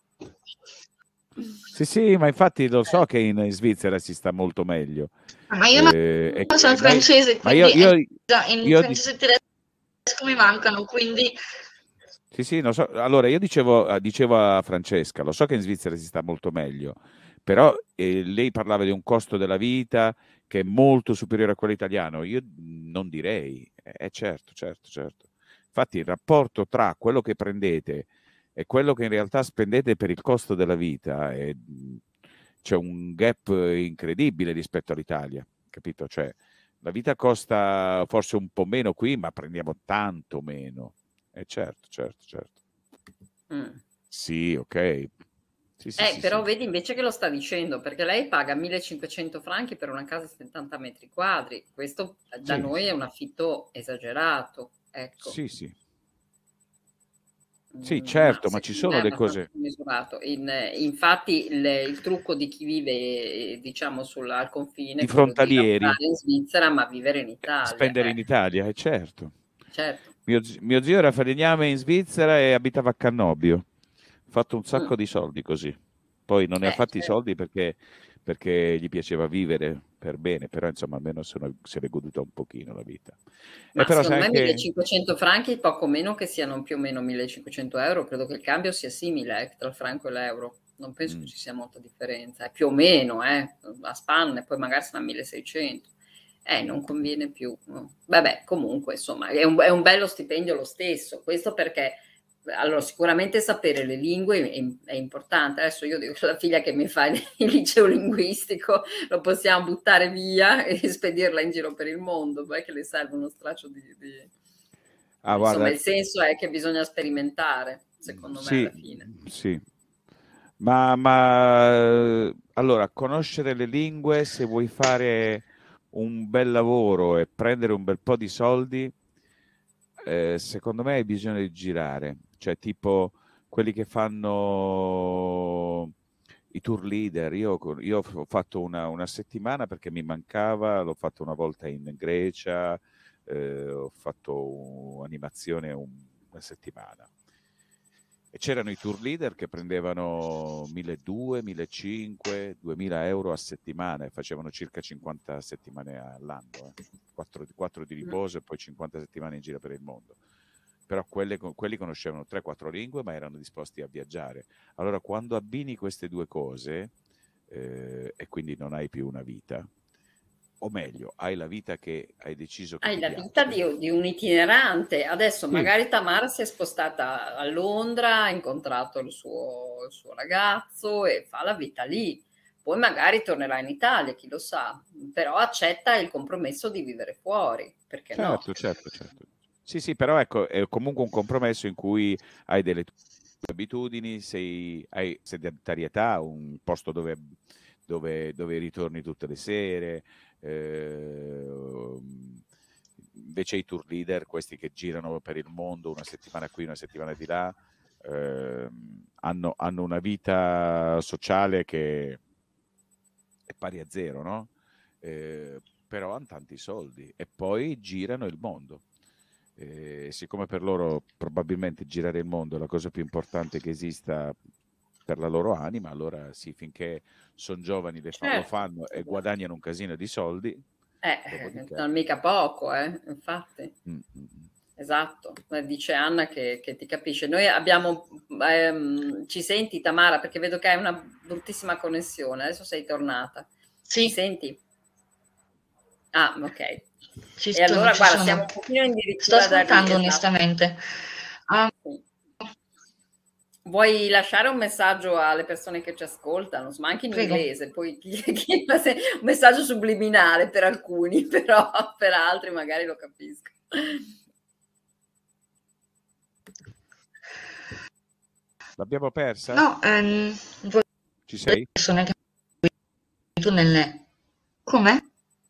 Sì, sì, ma infatti lo so che in, in Svizzera si sta molto meglio. Ma io Eh, non so il e noi- francese, ma io, quindi io, eh, già in io di- francese e tedesco mi mancano, quindi Sì, sì, non so. Allora io dicevo, eh, dicevo a Francesca, lo so che in Svizzera si sta molto meglio, però eh, lei parlava di un costo della vita che è molto superiore a quello italiano. Io non direi. Eh, certo, certo, certo. Infatti il rapporto tra quello che prendete e quello che in realtà spendete per il costo della vita è- c'è un gap incredibile rispetto all'Italia, capito? Cioè, la vita costa forse un po' meno qui, ma prendiamo tanto meno. Eh certo, certo, certo. Mm. Sì, ok. Sì, sì, Eh, sì, però sì. vedi invece che lo sta dicendo, perché lei paga millecinquecento franchi per una casa a settanta metri quadri. Questo eh, da Sì, noi è un affitto esagerato, ecco. sì, sì. Sì, Mm, ma certo, ma ci secondo me sono è le abbastanza cose. misurato. In- infatti il, il trucco di chi vive, eh, diciamo, sul, al confine I è quello di frontalieri lavorare in Svizzera ma vivere in Italia. spendere in Eh, Italia, eh certo. certo. Mio, zi- mio zio era falegname in Svizzera e abitava a Cannobio. Ha fatto un Mm, sacco di soldi così. Poi non ne ha eh, fatti i certo. soldi perché, perché gli piaceva vivere per bene, però insomma almeno se, ne- se l'è goduta un pochino la vita. E Ma però secondo sai me anche... millecinquecento franchi, poco meno che siano più o meno millecinquecento euro, credo che il cambio sia simile eh, tra il franco e l'euro, non penso Mm. che ci sia molta differenza, è più o meno, eh, a spanne, poi magari sarà milleseicento, eh, non conviene più. No. Vabbè, comunque, insomma, è un, è un bello stipendio lo stesso, questo perché, allora, sicuramente sapere le lingue è, è importante, adesso io dico alla figlia che mi fa il liceo linguistico, lo possiamo buttare via e spedirla in giro per il mondo, poi che le serve uno straccio di, di... Ah, Insomma, guarda, il senso è che bisogna sperimentare, secondo me, alla sì, fine. sì. Ma, ma allora, conoscere le lingue, se vuoi fare un bel lavoro e prendere un bel po' di soldi, eh, secondo me hai bisogno di girare, cioè tipo quelli che fanno i tour leader. Io, io ho fatto una, una settimana perché mi mancava, l'ho fatto una volta in Grecia, eh, ho fatto animazione un, una settimana. E c'erano i tour leader che prendevano milleduecento, millecinquecento, duemila euro a settimana e facevano circa cinquanta settimane all'anno, eh. quattro di riposo e poi cinquanta settimane in giro per il mondo. Però quelle, quelli conoscevano tre quattro lingue ma erano disposti a viaggiare. Allora quando abbini queste due cose eh, e quindi non hai più una vita, o meglio, hai la vita che hai deciso che Hai ti la piace. vita di, di un itinerante. Adesso Sì. magari Tamara si è spostata a Londra, ha incontrato il suo, il suo ragazzo e fa la vita lì. Poi magari tornerà in Italia, chi lo sa, però accetta il compromesso di vivere fuori, perché Certo, no? certo, certo. Sì, sì, però ecco, è comunque un compromesso in cui hai delle tue abitudini, sei, hai sedentarietà, un posto dove, dove, dove ritorni tutte le sere, eh, invece i tour leader, questi che girano per il mondo una settimana qui, una settimana di là, eh, hanno, hanno una vita sociale che è pari a zero, no? Eh, però hanno tanti soldi e poi girano il mondo. E siccome per loro probabilmente girare il mondo è la cosa più importante che esista per la loro anima, allora sì, finché sono giovani le fa- lo Certo. fanno e guadagnano un casino di soldi, Eh, dopodiché... non mica poco, eh, infatti. Mm, mm, mm. Esatto, eh, dice Anna che, che ti capisce. Noi abbiamo, ehm, ci senti Tamara? Perché vedo che hai una bruttissima connessione, adesso sei tornata. Ci Sì, senti? Ah, ok. ci E sono, allora ci guarda, sono. siamo un pochino Sto addirittura da ascoltando esatto. onestamente. Ah, Sì. Vuoi lasciare un messaggio alle persone che ci ascoltano, ma anche in prego. inglese, poi chi, chi- un messaggio subliminale per alcuni, però per altri magari lo capisco. L'abbiamo persa? No, ehm, Ci sei? persone che tu nelle... Come?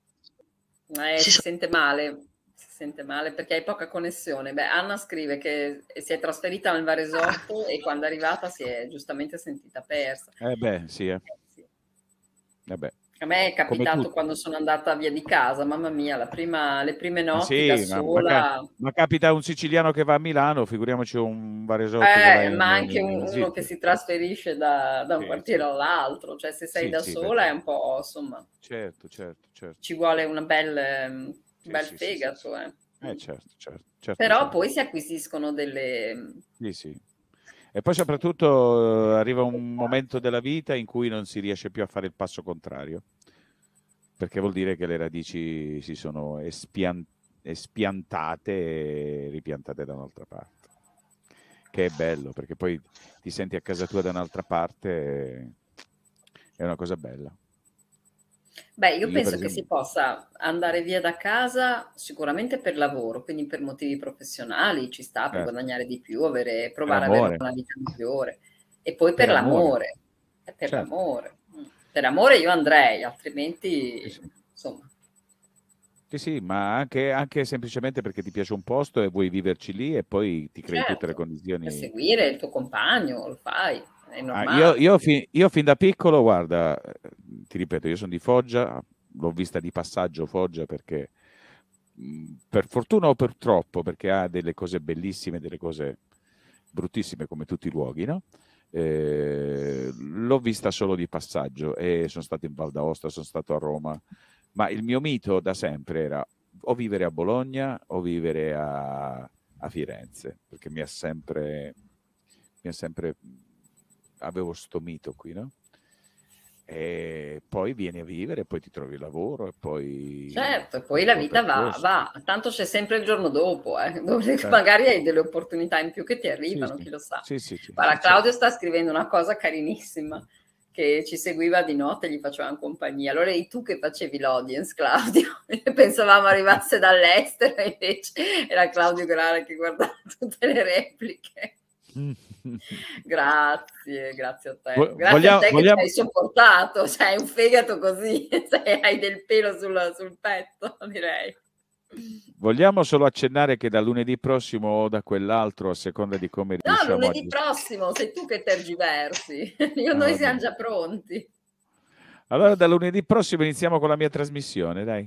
Eh, Ci si sono... sente male, si sente male perché hai poca connessione. Beh, Anna scrive che si è trasferita nel Varesotto e quando è arrivata si è giustamente sentita persa. Eh beh, sì, eh. Eh, sì. Eh beh. A me è Come capitato tutti. quando sono andata via di casa, mamma mia, la prima, le prime Ma notti da sì, ma, ma ca- sola. ma capita un siciliano che va a Milano, figuriamoci un varesotto che va Eh, in, ma anche in, un- in uno che Svizzera. si trasferisce da, da un Sì, quartiere sì. all'altro, cioè se sei Sì, da sì, sola perché... è un po', insomma, Certo, certo, certo. ci vuole una bel, un Sì, bel sì, sì, sì, fegato, sì. eh. Eh, certo, certo, certo, Però certo. poi si acquisiscono delle... Sì, sì. E poi soprattutto eh, arriva un momento della vita in cui non si riesce più a fare il passo contrario, perché vuol dire che le radici si sono espian- espiantate e ripiantate da un'altra parte, che è bello, perché poi ti senti a casa tua da un'altra parte, e... è una cosa bella. Beh, io Io, per penso che esempio, si possa andare via da casa sicuramente per lavoro, quindi per motivi professionali ci sta, per certo, guadagnare di più, avere, per provare ad avere amore, una vita migliore. E poi per per amore, l'amore, e per certo. l'amore. Mm. Per amore io andrei, altrimenti, Sì, sì. insomma. Sì, sì, ma anche, anche semplicemente perché ti piace un posto e vuoi viverci lì e poi ti crei tutte le Certo, per condizioni. seguire il tuo compagno, lo fai, è Ah, io, normale. io, fi- io fin da piccolo, guarda, eh, ti ripeto, io sono di Foggia, l'ho vista di passaggio Foggia perché, mh, per fortuna o purtroppo, perché ha delle cose bellissime, delle cose bruttissime come tutti i luoghi, no? Eh, l'ho vista solo di passaggio e sono stato in Val d'Aosta, sono stato a Roma, ma il mio mito da sempre era o vivere a Bologna o vivere a, a Firenze, perché mi ha sempre, mi ha sempre, avevo sto mito qui, no? E poi vieni a vivere, poi ti trovi lavoro e poi... Certo, e poi il la tuo vita va, percorso. va, tanto c'è sempre il giorno dopo, eh, dove Certo. magari hai delle opportunità in più che ti Sì, arrivano, sì, chi lo sa. sì, sì, sì, Guarda, sì, Claudio certo. sta scrivendo una cosa carinissima, che ci seguiva di notte e gli facevamo compagnia. Allora eri tu che facevi l'audience, Claudio. Pensavamo arrivasse dall'estero, invece era Claudio Grara che guardava tutte le repliche. Grazie, grazie a te. Vo- Grazie vogliamo, a te che vogliamo, ci hai sopportato, cioè hai un fegato così, cioè, hai del pelo sul, sul petto, direi. vogliamo solo accennare che da lunedì prossimo o da quell'altro, a seconda di come No, riusciamo a lunedì gestire. prossimo, sei tu che tergiversi. Io, Ah, noi va siamo bene. già pronti. Allora da lunedì prossimo iniziamo con la mia trasmissione, dai.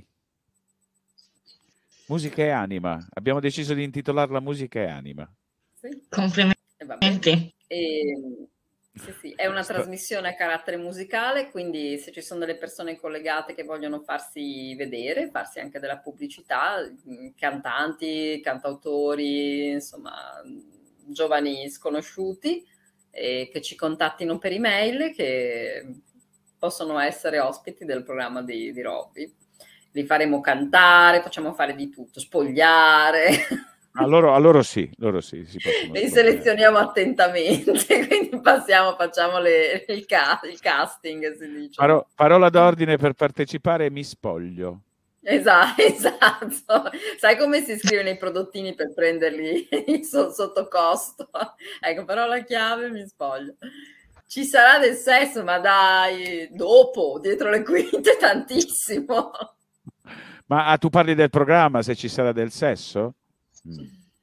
Musica e anima. Abbiamo deciso di intitolarla Musica e anima. Sì. Complimenti. E va bene. E, sì, sì, è una Sto- trasmissione a carattere musicale, quindi se ci sono delle persone collegate che vogliono farsi vedere, farsi anche della pubblicità, mh, cantanti, cantautori, insomma, mh, giovani sconosciuti, e che ci contattino per email, che possono essere ospiti del programma di, di Robby. Li faremo cantare, facciamo fare di tutto, spogliare. Ah, loro, a loro sì, loro sì, si possono Li spogliare. selezioniamo attentamente, quindi passiamo, facciamo le, il, ca- il casting, si dice. Paro- No? parola d'ordine per partecipare, mi spoglio. Esatto, esatto. Sai come si scrivono i prodottini per prenderli so- sotto costo? Ecco, parola chiave, mi spoglio. Ci sarà del sesso, ma dai, dopo, dietro le quinte, tantissimo. Ma ah, tu parli del programma, se ci sarà del sesso? Mm.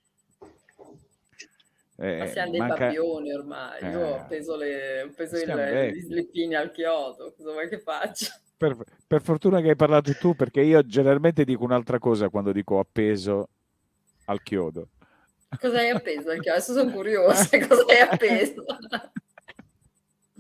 Eh, Ma siamo dei manca... babbioni ormai. Io ho eh, appeso, le, ho appeso il, stiamo gli vecchi. slippini al chiodo. Cosa vuoi che faccia? Per, per fortuna che hai parlato tu, perché io generalmente dico un'altra cosa quando dico appeso al chiodo. Cosa hai appeso al chiodo? Adesso sono curiosa. Cosa hai appeso?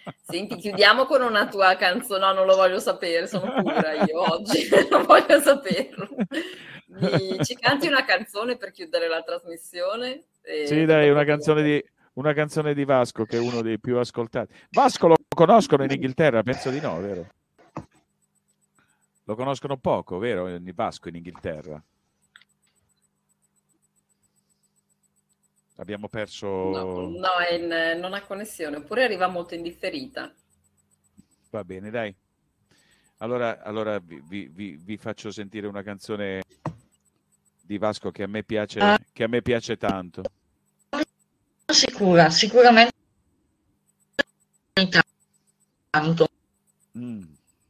Senti, chiudiamo con una tua canzone. No, non lo voglio sapere, sono pura io oggi, non voglio saperlo. Mi... Ci canti una canzone per chiudere la trasmissione? E sì, dai, una canzone, di, una canzone di Vasco, che è uno dei più ascoltati. Vasco lo conoscono in Inghilterra? Penso di no, vero? Lo conoscono poco, vero? Il Vasco in Inghilterra. Abbiamo perso... No, no è in, non ha connessione, oppure arriva molto indifferita. Va bene, dai. Allora, allora vi, vi, vi faccio sentire una canzone di Vasco che a me piace, uh, che a me piace tanto. Sicura, sicuramente tanto. Mm.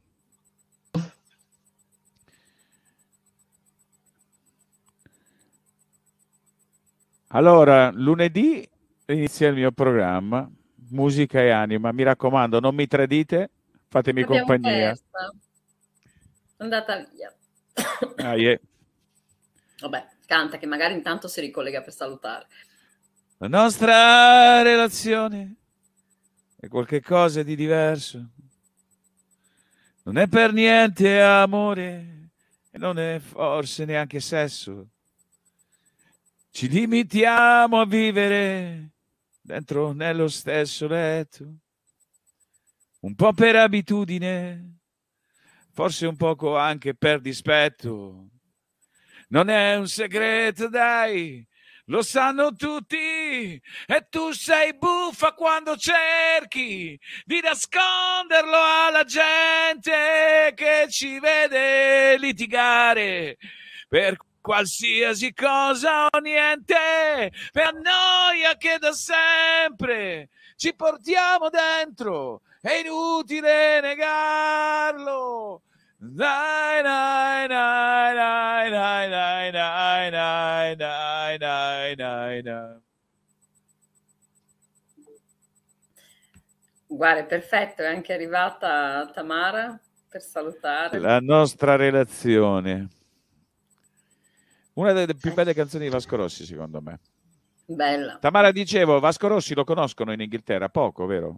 Allora, lunedì inizia il mio programma, Musica e Anima. Mi raccomando, non mi tradite, fatemi Abbiamo compagnia. Persa. È andata via. Ah, yeah. Vabbè, canta che magari intanto si ricollega per salutare. La nostra relazione è qualche cosa di diverso. Non è per niente amore e non è forse neanche sesso. Ci limitiamo a vivere dentro nello stesso letto, un po' per abitudine, forse un poco anche per dispetto. Non è un segreto, dai, lo sanno tutti, e tu sei buffa quando cerchi di nasconderlo alla gente che ci vede litigare per qualsiasi cosa o niente, per noia che da sempre ci portiamo dentro, è inutile negarlo. Dai, dai, dai, dai, dai, dai, dai, dai, dai, dai, dai, dai. Guarda, è perfetto, è anche arrivata Tamara per salutare. La nostra relazione. Una delle più belle canzoni di Vasco Rossi, secondo me. Bella. Tamara, dicevo, Vasco Rossi lo conoscono in Inghilterra? Poco, vero?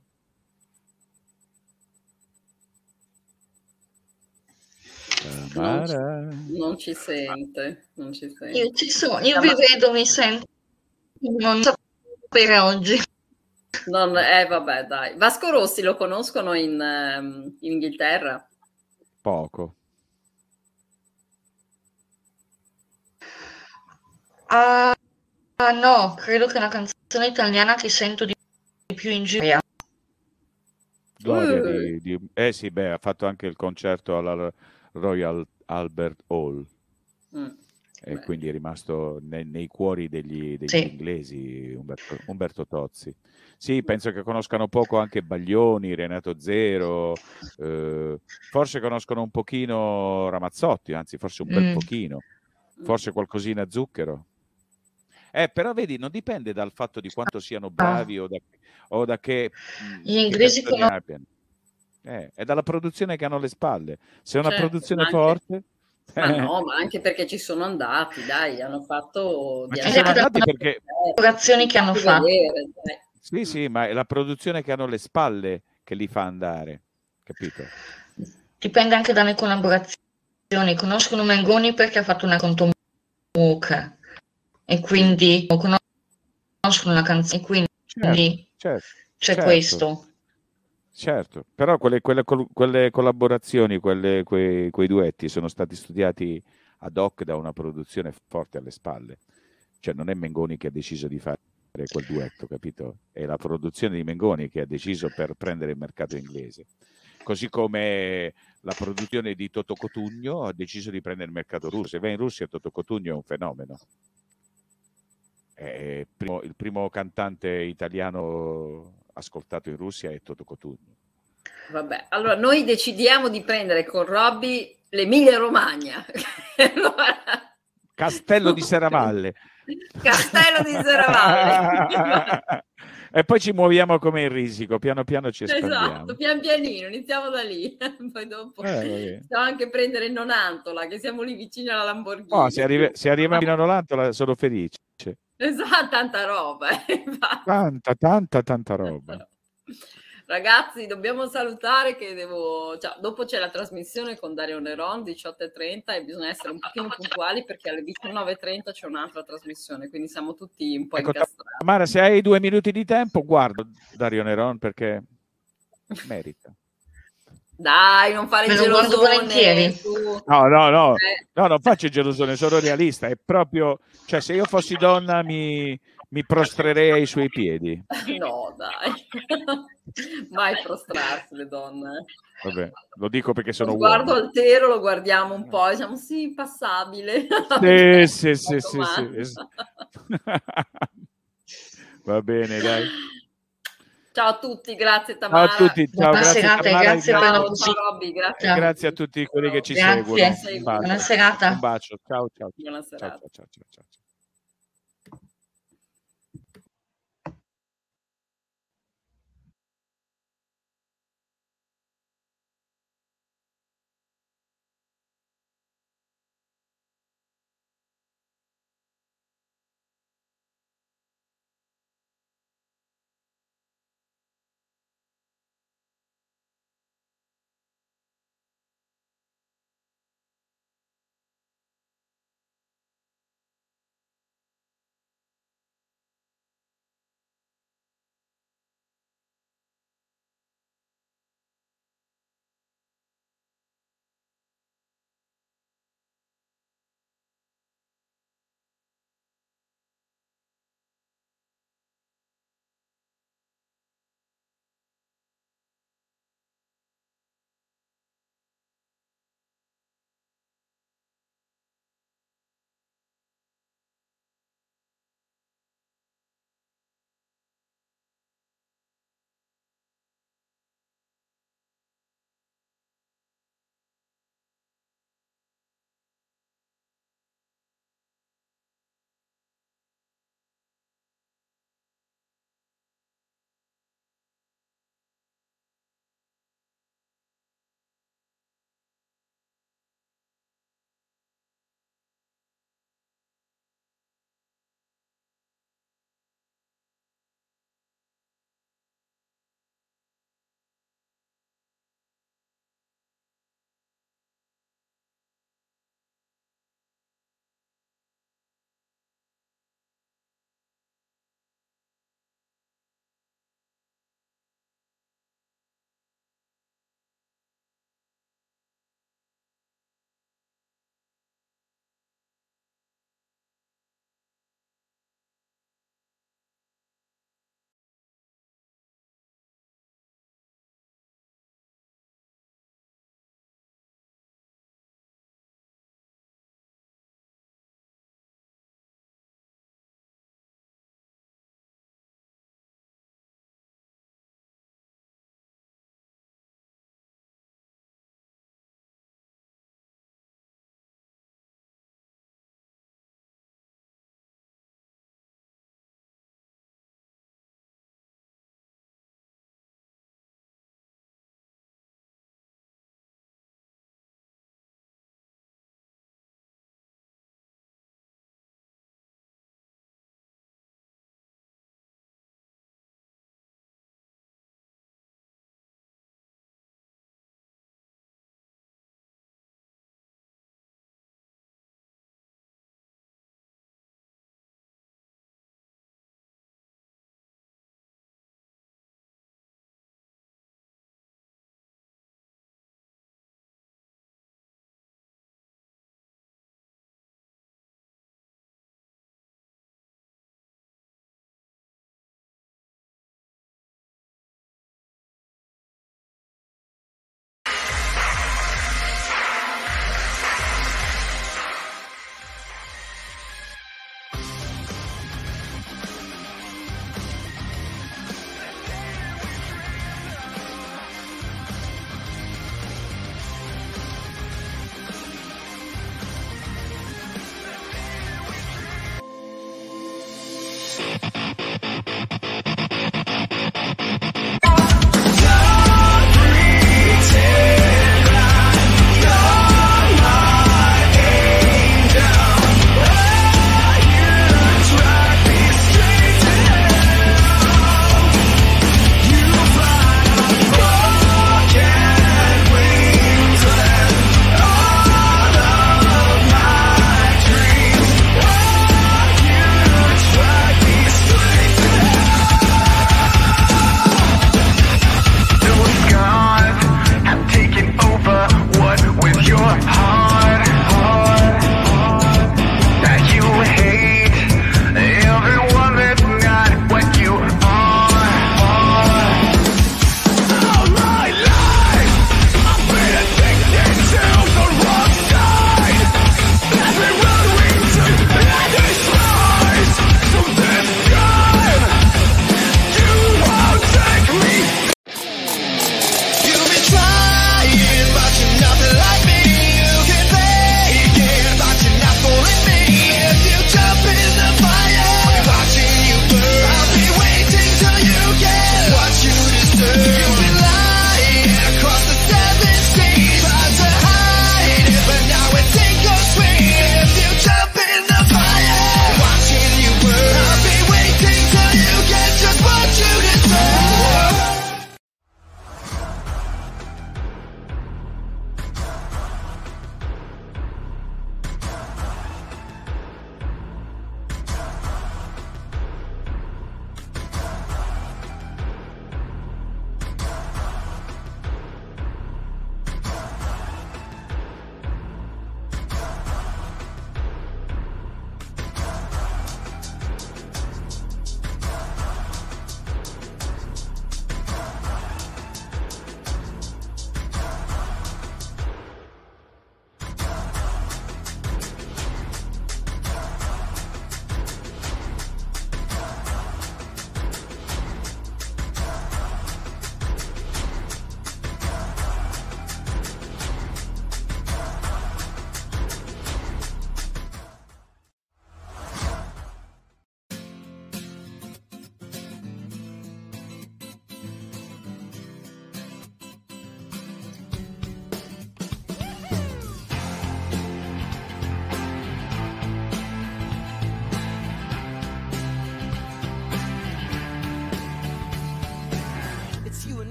Tamara. Non ci, non ci sente, non ci sente. Io ci sono, io vi vedo, mi sento. Non sapere oggi. Non, eh, vabbè, dai. Vasco Rossi lo conoscono in, um, in Inghilterra? Poco. Ah, ah, no, credo che è una canzone italiana che sento di più in giro. Gloria Uh. di, di... Eh sì, beh, ha fatto anche il concerto alla Royal Albert Hall. Mm. E Beh. quindi è rimasto nei, nei cuori degli, degli Sì. inglesi Umberto, Umberto Tozzi. Sì, penso che conoscano poco anche Baglioni, Renato Zero, eh, forse conoscono un pochino Ramazzotti, anzi forse un bel Mm. pochino, forse qualcosina Zucchero. Eh, però vedi, non dipende dal fatto di quanto siano bravi o da, o da che, Gli inglesi che conoscono. abbiano. Eh, è dalla produzione che hanno le spalle. Se è una Certo, produzione ma anche, forte... ma no, ma anche perché ci sono andati, dai, hanno fatto Ma di ci sono andare andati perché... collaborazioni che hanno fatto. vedere, dai. Sì, sì, ma è la produzione che hanno le spalle che li fa andare, capito? Dipende anche dalle collaborazioni. Conoscono Mengoni perché ha fatto una con Mucca e quindi conoscono la canzone, quindi Certo, certo, c'è certo, questo. certo. Però quelle, quelle, quelle collaborazioni, quelle, quei, quei duetti sono stati studiati ad hoc da una produzione forte alle spalle. Cioè non è Mengoni che ha deciso di fare quel duetto, capito? È la produzione di Mengoni che ha deciso per prendere il mercato inglese. Così come la produzione di Toto Cotugno ha deciso di prendere il mercato russo. Se vai in Russia, Toto Cotugno è un fenomeno. È il primo, il primo cantante italiano ascoltato in Russia è Toto Cotugno. Vabbè, allora noi decidiamo di prendere con Robby l'Emilia Romagna. Allora... Castello di Serravalle. Castello di Serravalle. E poi ci muoviamo come in Risico, piano piano ci espandiamo. Esatto, pian pianino, iniziamo da lì. Poi dopo eh, possiamo anche prendere Nonantola, che siamo lì vicini alla Lamborghini. Oh, se, arriva, se arriviamo a Nonantola sono felice. Esatto, tanta roba. Eh, tanta, tanta, tanta roba. Ragazzi, dobbiamo salutare che devo... Cioè, dopo c'è la trasmissione con Dario Neron, diciotto e trenta, e bisogna essere un pochino puntuali perché alle diciannove e trenta c'è un'altra trasmissione, quindi siamo tutti un po' Ecco, incastrati. Tamara, se hai due minuti di tempo, guardo Dario Neron perché merita. Dai, non fare Me lo guardo volentieri. gelosone. Su. No, no, no, Eh. no, non faccio il gelosone, sono realista. È proprio, cioè, se io fossi donna mi, mi prostrerei ai suoi piedi. No, dai. Mai prostrarsi le donne. Vabbè, lo dico perché sono Lo sguardo uomo. altero, lo guardiamo un po', diciamo sì, passabile. Sì, sì, sì, sì, sì. Va bene, dai. Ciao a tutti, grazie Tamara. Ciao a tutti, ciao, Buona grazie serata e Tamara, grazie grazie, per la Ciao, musica. ciao Robby, grazie. Ciao. grazie a tutti quelli che ci Grazie. seguono. Un bacio. Buona serata. Un bacio, ciao, ciao. Buona Ciao, serata. ciao, ciao, ciao, ciao.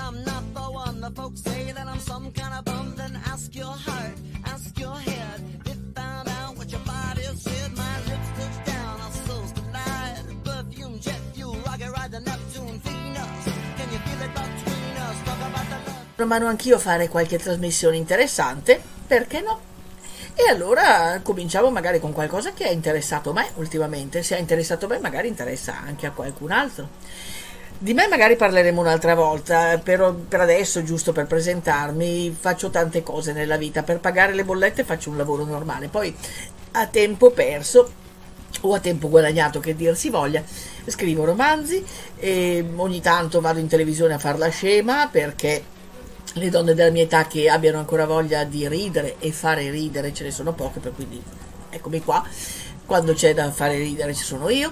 I'm not the one. The folks say that I'm some kind of bum. Then ask your heart, ask your head. They found out what your body said. My lips touch down, our souls collide. Perfume, jet fuel, rocket ride the Neptune, Venus. Can you feel it between us? Talk about the love. Mano anch'io a fare qualche trasmissione interessante, perché no? E allora cominciamo magari con qualcosa che ha interessato me ultimamente. Se ha interessato me, magari interessa anche a qualcun altro. Di me magari parleremo un'altra volta, però per adesso, giusto per presentarmi, faccio tante cose nella vita. Per pagare le bollette faccio un lavoro normale, poi a tempo perso o a tempo guadagnato, che dir si voglia, scrivo romanzi e ogni tanto vado in televisione a far la scema, perché le donne della mia età che abbiano ancora voglia di ridere e fare ridere ce ne sono poche, per cui eccomi qua, quando c'è da fare ridere ci sono io.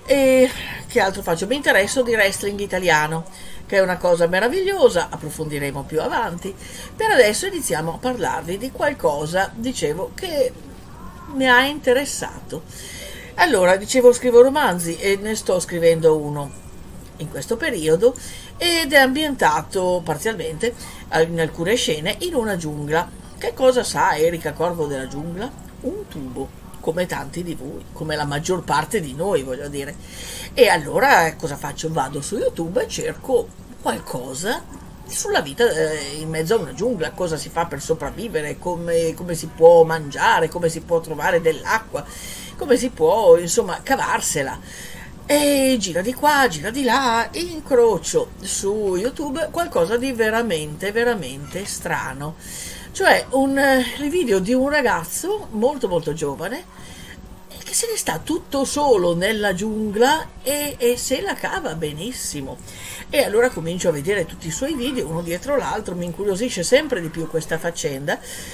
E che altro faccio? Mi interesso di wrestling italiano, che è una cosa meravigliosa, approfondiremo più avanti. Per adesso iniziamo a parlarvi di qualcosa, dicevo, che mi ha interessato. Allora, dicevo, scrivo romanzi e ne sto scrivendo uno in questo periodo ed è ambientato parzialmente in alcune scene in una giungla. Che cosa sa Erika Corvo della giungla? Un tubo, come tanti di voi, come la maggior parte di noi, voglio dire. E allora cosa faccio? Vado su YouTube e cerco qualcosa sulla vita in mezzo a una giungla, cosa si fa per sopravvivere, come, come si può mangiare, come si può trovare dell'acqua, come si può, insomma, cavarsela. E gira di qua, gira di là, incrocio su YouTube qualcosa di veramente, veramente strano. Cioè un il video di un ragazzo molto molto giovane che se ne sta tutto solo nella giungla e, e se la cava benissimo. E allora comincio a vedere tutti i suoi video uno dietro l'altro, mi incuriosisce sempre di più questa faccenda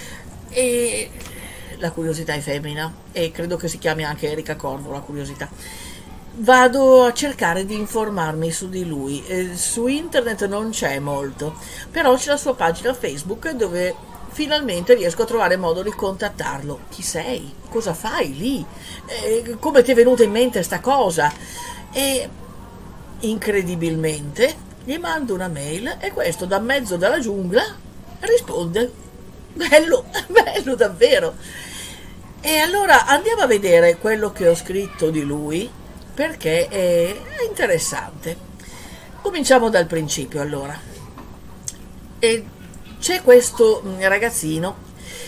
e la curiosità è femmina e credo che si chiami anche Erika Corvo la curiosità. Vado a cercare di informarmi su di lui. Eh, su internet non c'è molto, però c'è la sua pagina Facebook dove finalmente riesco a trovare modo di contattarlo. Chi sei? Cosa fai lì? Eh, come ti è venuta in mente sta cosa? E incredibilmente gli mando una mail e questo da mezzo dalla giungla risponde. Bello, bello davvero. E allora andiamo a vedere quello che ho scritto di lui, perché è interessante. Cominciamo dal principio allora. E c'è questo ragazzino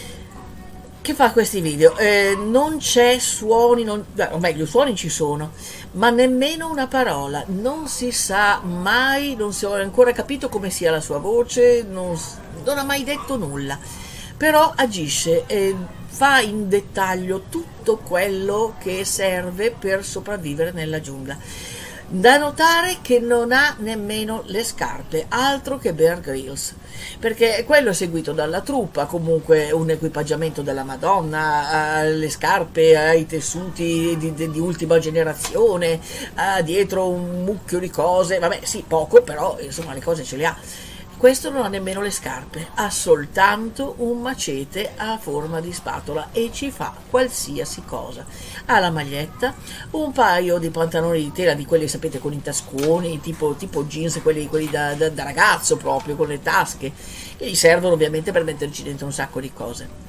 che fa questi video, eh, non c'è suoni, non, o meglio suoni ci sono, ma nemmeno una parola, non si sa mai, non si è ancora capito come sia la sua voce, non, non ha mai detto nulla, però agisce e fa in dettaglio tutto quello che serve per sopravvivere nella giungla. Da notare che non ha nemmeno le scarpe, altro che Bear Grylls, perché quello è seguito dalla truppa, comunque un equipaggiamento della Madonna, le scarpe, i tessuti di, di, di ultima generazione, dietro un mucchio di cose, vabbè sì, poco, però insomma le cose ce le ha. Questo non ha nemmeno le scarpe, ha soltanto un macete a forma di spatola e ci fa qualsiasi cosa. Ha la maglietta, un paio di pantaloni di tela, di quelli sapete con i tasconi, tipo, tipo jeans, quelli, quelli da, da, da ragazzo proprio, con le tasche, che gli servono ovviamente per metterci dentro un sacco di cose.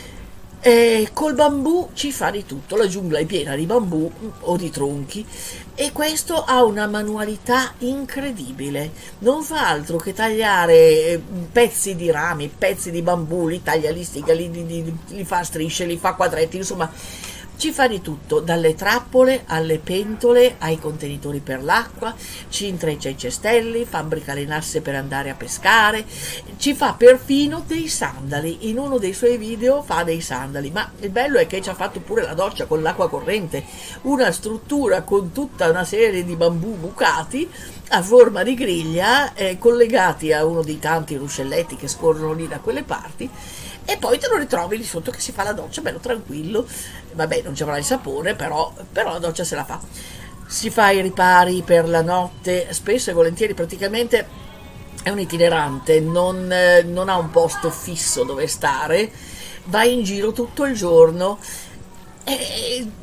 E col bambù ci fa di tutto, la giungla è piena di bambù o di tronchi e questo ha una manualità incredibile, non fa altro che tagliare pezzi di rami, pezzi di bambù, li taglia, li stiga, li, li, li, li fa strisce, li fa quadretti, insomma ci fa di tutto, dalle trappole alle pentole ai contenitori per l'acqua, ci intreccia i cestelli, fabbrica le nasse per andare a pescare, ci fa perfino dei sandali, in uno dei suoi video fa dei sandali, ma il bello è che ci ha fatto pure la doccia con l'acqua corrente, una struttura con tutta una serie di bambù bucati a forma di griglia eh, collegati a uno dei tanti ruscelletti che scorrono lì da quelle parti. E poi te lo ritrovi lì sotto che si fa la doccia bello tranquillo, vabbè non ci avrà il sapone, però, però la doccia se la fa, si fa i ripari per la notte, spesso e volentieri, praticamente è un itinerante, non, non ha un posto fisso dove stare, va in giro tutto il giorno e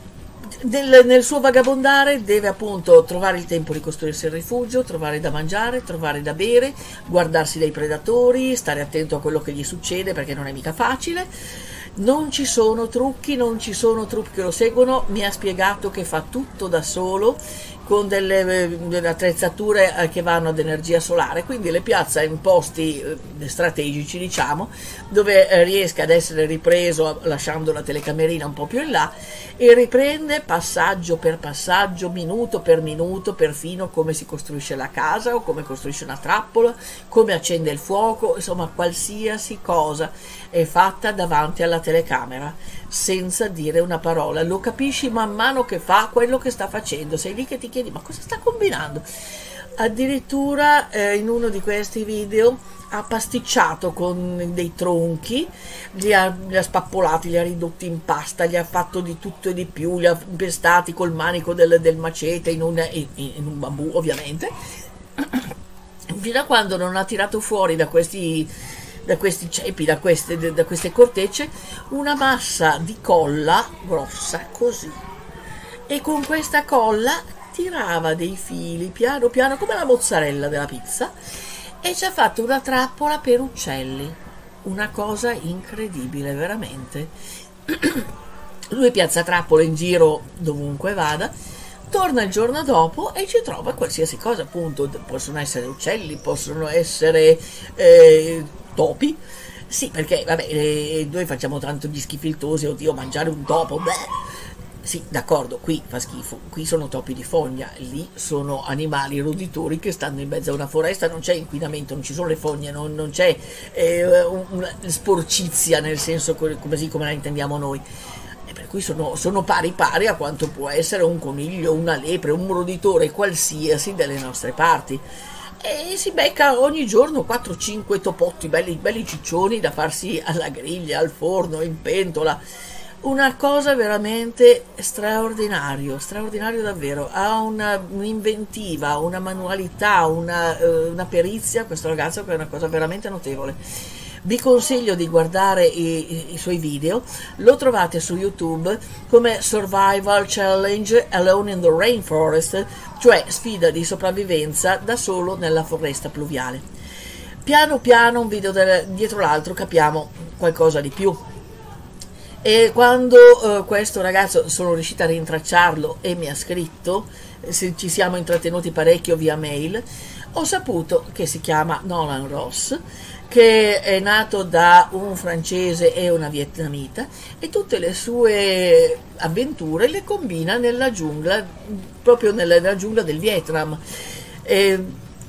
nel, nel suo vagabondare deve appunto trovare il tempo di costruirsi il rifugio, trovare da mangiare, trovare da bere, guardarsi dai predatori, stare attento a quello che gli succede perché non è mica facile. Non ci sono trucchi, non ci sono trucchi che lo seguono, mi ha spiegato che fa tutto da solo con delle, delle attrezzature che vanno ad energia solare, quindi le piazza in posti strategici, diciamo, dove riesca ad essere ripreso lasciando la telecamerina un po' più in là, e riprende passaggio per passaggio, minuto per minuto, perfino come si costruisce la casa o come costruisce una trappola, come accende il fuoco, insomma qualsiasi cosa è fatta davanti alla telecamera senza dire una parola, lo capisci man mano che fa quello che sta facendo, sei lì che ti chiedi ma cosa sta combinando. Addirittura eh, in uno di questi video ha pasticciato con dei tronchi, li ha, li ha spappolati, li ha ridotti in pasta, gli ha fatto di tutto e di più, li ha impestati col manico del, del macete in un, in, in un bambù ovviamente, fino a quando non ha tirato fuori da questi da questi ceppi, da queste, da queste cortecce, una massa di colla grossa così, e con questa colla tirava dei fili piano piano come la mozzarella della pizza e ci ha fatto una trappola per uccelli, una cosa incredibile veramente. Lui piazza trappole in giro dovunque vada, torna il giorno dopo e ci trova qualsiasi cosa, appunto, possono essere uccelli, possono essere eh, topi, sì, perché vabbè, eh, noi facciamo tanto gli schifiltosi, oddio, mangiare un topo, beh. Sì, d'accordo, qui fa schifo, qui sono topi di fogna, lì sono animali roditori che stanno in mezzo a una foresta, non c'è inquinamento, non ci sono le fogne, non, non c'è eh, una sporcizia nel senso così come la intendiamo noi. E per cui sono, sono pari pari a quanto può essere un coniglio, una lepre, un roditore qualsiasi delle nostre parti. E si becca ogni giorno quattro cinque topotti belli, belli ciccioni da farsi alla griglia, al forno, in pentola. Una cosa veramente straordinario, straordinario davvero. Ha una, un'inventiva, una manualità, una, uh, una perizia questo ragazzo che è una cosa veramente notevole. Vi consiglio di guardare i, i, i suoi video, lo trovate su YouTube come Survival Challenge Alone in the Rainforest, cioè sfida di sopravvivenza da solo nella foresta pluviale. Piano piano, un video del, dietro l'altro, capiamo qualcosa di più. E quando eh, questo ragazzo, sono riuscita a rintracciarlo e mi ha scritto, se ci siamo intrattenuti parecchio via mail, ho saputo che si chiama Nolan Ross, che è nato da un francese e una vietnamita, e tutte le sue avventure le combina nella giungla, proprio nella, nella giungla del Vietnam. E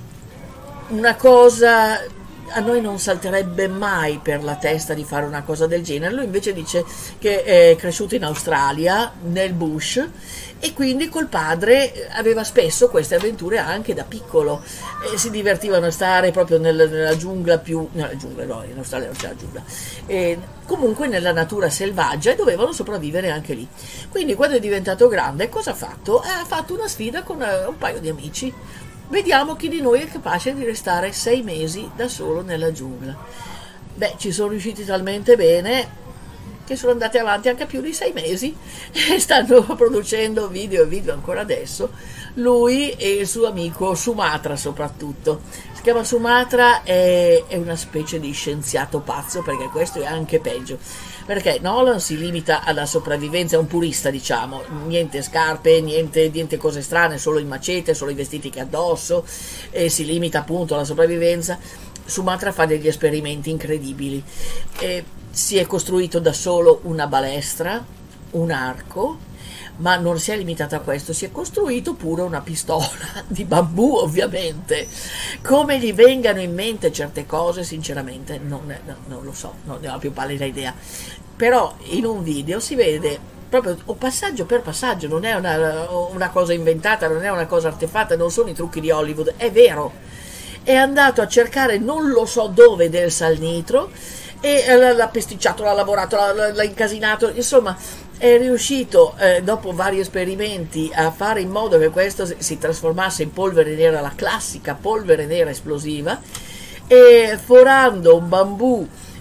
una cosa a noi non salterebbe mai per la testa di fare una cosa del genere. Lui invece dice che è cresciuto in Australia, nel bush, e quindi col padre aveva spesso queste avventure anche da piccolo, e si divertivano a stare proprio nella, nella giungla più, nella giungla no, in Australia non c'è la giungla, e comunque nella natura selvaggia, e dovevano sopravvivere anche lì. Quindi quando è diventato grande cosa ha fatto? Ha fatto una sfida con un paio di amici. Vediamo chi di noi è capace di restare sei mesi da solo nella giungla. Beh, ci sono riusciti talmente bene che sono andati avanti anche più di sei mesi e stanno producendo video e video ancora adesso, lui e il suo amico Sumatra soprattutto. Si chiama Sumatra, è, è una specie di scienziato pazzo, perché questo è anche peggio, perché Nolan si limita alla sopravvivenza, è un purista, diciamo, niente scarpe, niente, niente cose strane, solo il macete, solo i vestiti che ha addosso, e si limita appunto alla sopravvivenza. Sumatra fa degli esperimenti incredibili, e si è costruito da solo una balestra, un arco, ma non si è limitato a questo, si è costruito pure una pistola di bambù, ovviamente. Come gli vengano in mente certe cose, sinceramente non, no, non lo so, non ne ho la più pallida idea, però in un video si vede proprio passaggio per passaggio, non è una, una cosa inventata, non è una cosa artefatta, non sono i trucchi di Hollywood, è vero. È andato a cercare non lo so dove del salnitro e l'ha pesticciato, l'ha lavorato, l'ha incasinato, insomma è riuscito eh, dopo vari esperimenti a fare in modo che questo si trasformasse in polvere nera, la classica polvere nera esplosiva, e forando un bambù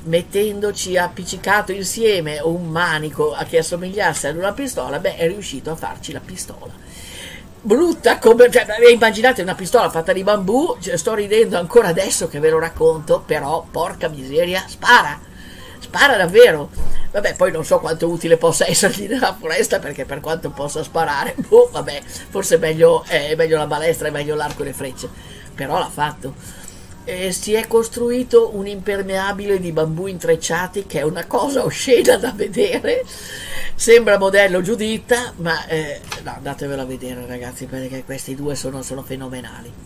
mettendoci appiccicato insieme un manico a che assomigliasse ad una pistola, beh, è riuscito a farci la pistola. Brutta come, cioè, immaginate una pistola fatta di bambù, cioè, sto ridendo ancora adesso che ve lo racconto, però porca miseria, spara, spara davvero. Vabbè, poi non so quanto utile possa essergli nella foresta, perché per quanto possa sparare, boh, vabbè, forse è meglio, è meglio la balestra, è meglio l'arco e le frecce, però l'ha fatto. Eh, si è costruito un impermeabile di bambù intrecciati che è una cosa oscena da vedere, sembra modello Giuditta, ma eh, no, andatevelo a vedere ragazzi, perché questi due sono, sono fenomenali.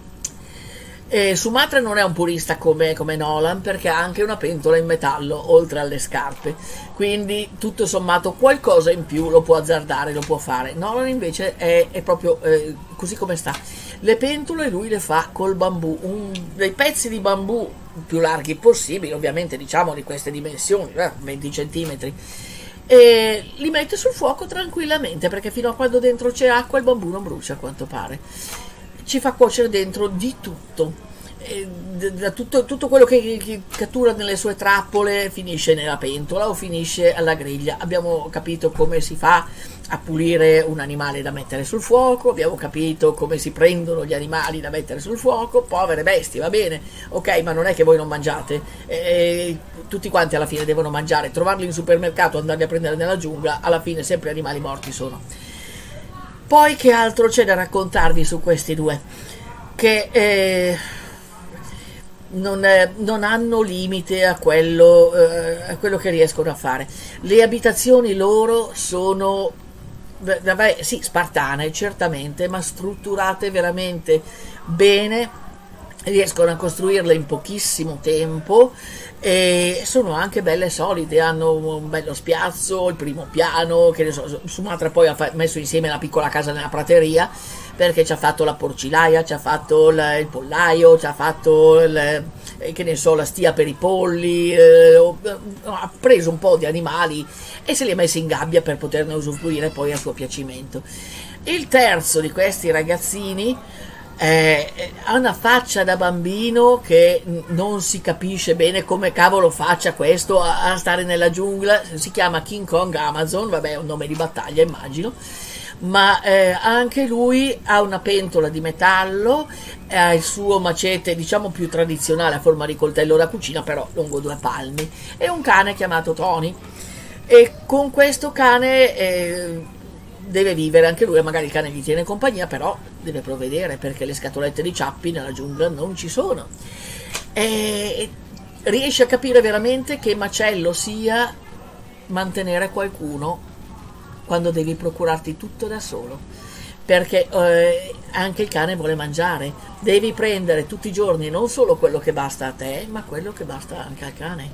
Eh, Sumatra non è un purista come, come Nolan, perché ha anche una pentola in metallo oltre alle scarpe, quindi tutto sommato qualcosa in più lo può azzardare, lo può fare. Nolan invece è, è proprio eh, così come sta. Le pentole lui le fa col bambù, un, dei pezzi di bambù più larghi possibili, ovviamente diciamo di queste dimensioni, eh, venti centimetri, e li mette sul fuoco tranquillamente, perché fino a quando dentro c'è acqua il bambù non brucia, a quanto pare. Ci fa cuocere dentro di tutto, e da tutto, tutto quello che, che cattura nelle sue trappole finisce nella pentola o finisce alla griglia. Abbiamo capito come si fa a pulire un animale da mettere sul fuoco, abbiamo capito come si prendono gli animali da mettere sul fuoco, povere bestie, va bene, ok, ma non è che voi non mangiate, e tutti quanti alla fine devono mangiare, trovarli in supermercato, andarli a prendere nella giungla, alla fine sempre animali morti sono. Poi che altro c'è da raccontarvi su questi due? Che eh, non, eh, non hanno limite a quello, eh, a quello che riescono a fare. Le abitazioni loro sono, beh, sì, spartane certamente, ma strutturate veramente bene, riescono a costruirle in pochissimo tempo e sono anche belle solide, hanno un bello spiazzo, il primo piano, che ne so, Sumatra poi ha messo insieme la piccola casa nella prateria, perché ci ha fatto la porcilaia, ci ha fatto il, il pollaio, ci ha fatto il, che ne so, la stia per i polli, eh, ha preso un po' di animali e se li ha messi in gabbia per poterne usufruire poi a suo piacimento. Il terzo di questi ragazzini Eh, ha una faccia da bambino che non si capisce bene come cavolo faccia questo a, a stare nella giungla. Si chiama King Kong Amazon, vabbè, è un nome di battaglia immagino, ma eh, anche lui ha una pentola di metallo, ha il suo macete diciamo più tradizionale a forma di coltello da cucina, però lungo due palmi, e un cane chiamato Tony, e con questo cane eh, deve vivere anche lui, magari il cane gli tiene compagnia, però deve provvedere perché le scatolette di ciappi nella giungla non ci sono. E riesce a capire veramente che macello sia mantenere qualcuno quando devi procurarti tutto da solo, perché eh, anche il cane vuole mangiare, devi prendere tutti i giorni non solo quello che basta a te, ma quello che basta anche al cane.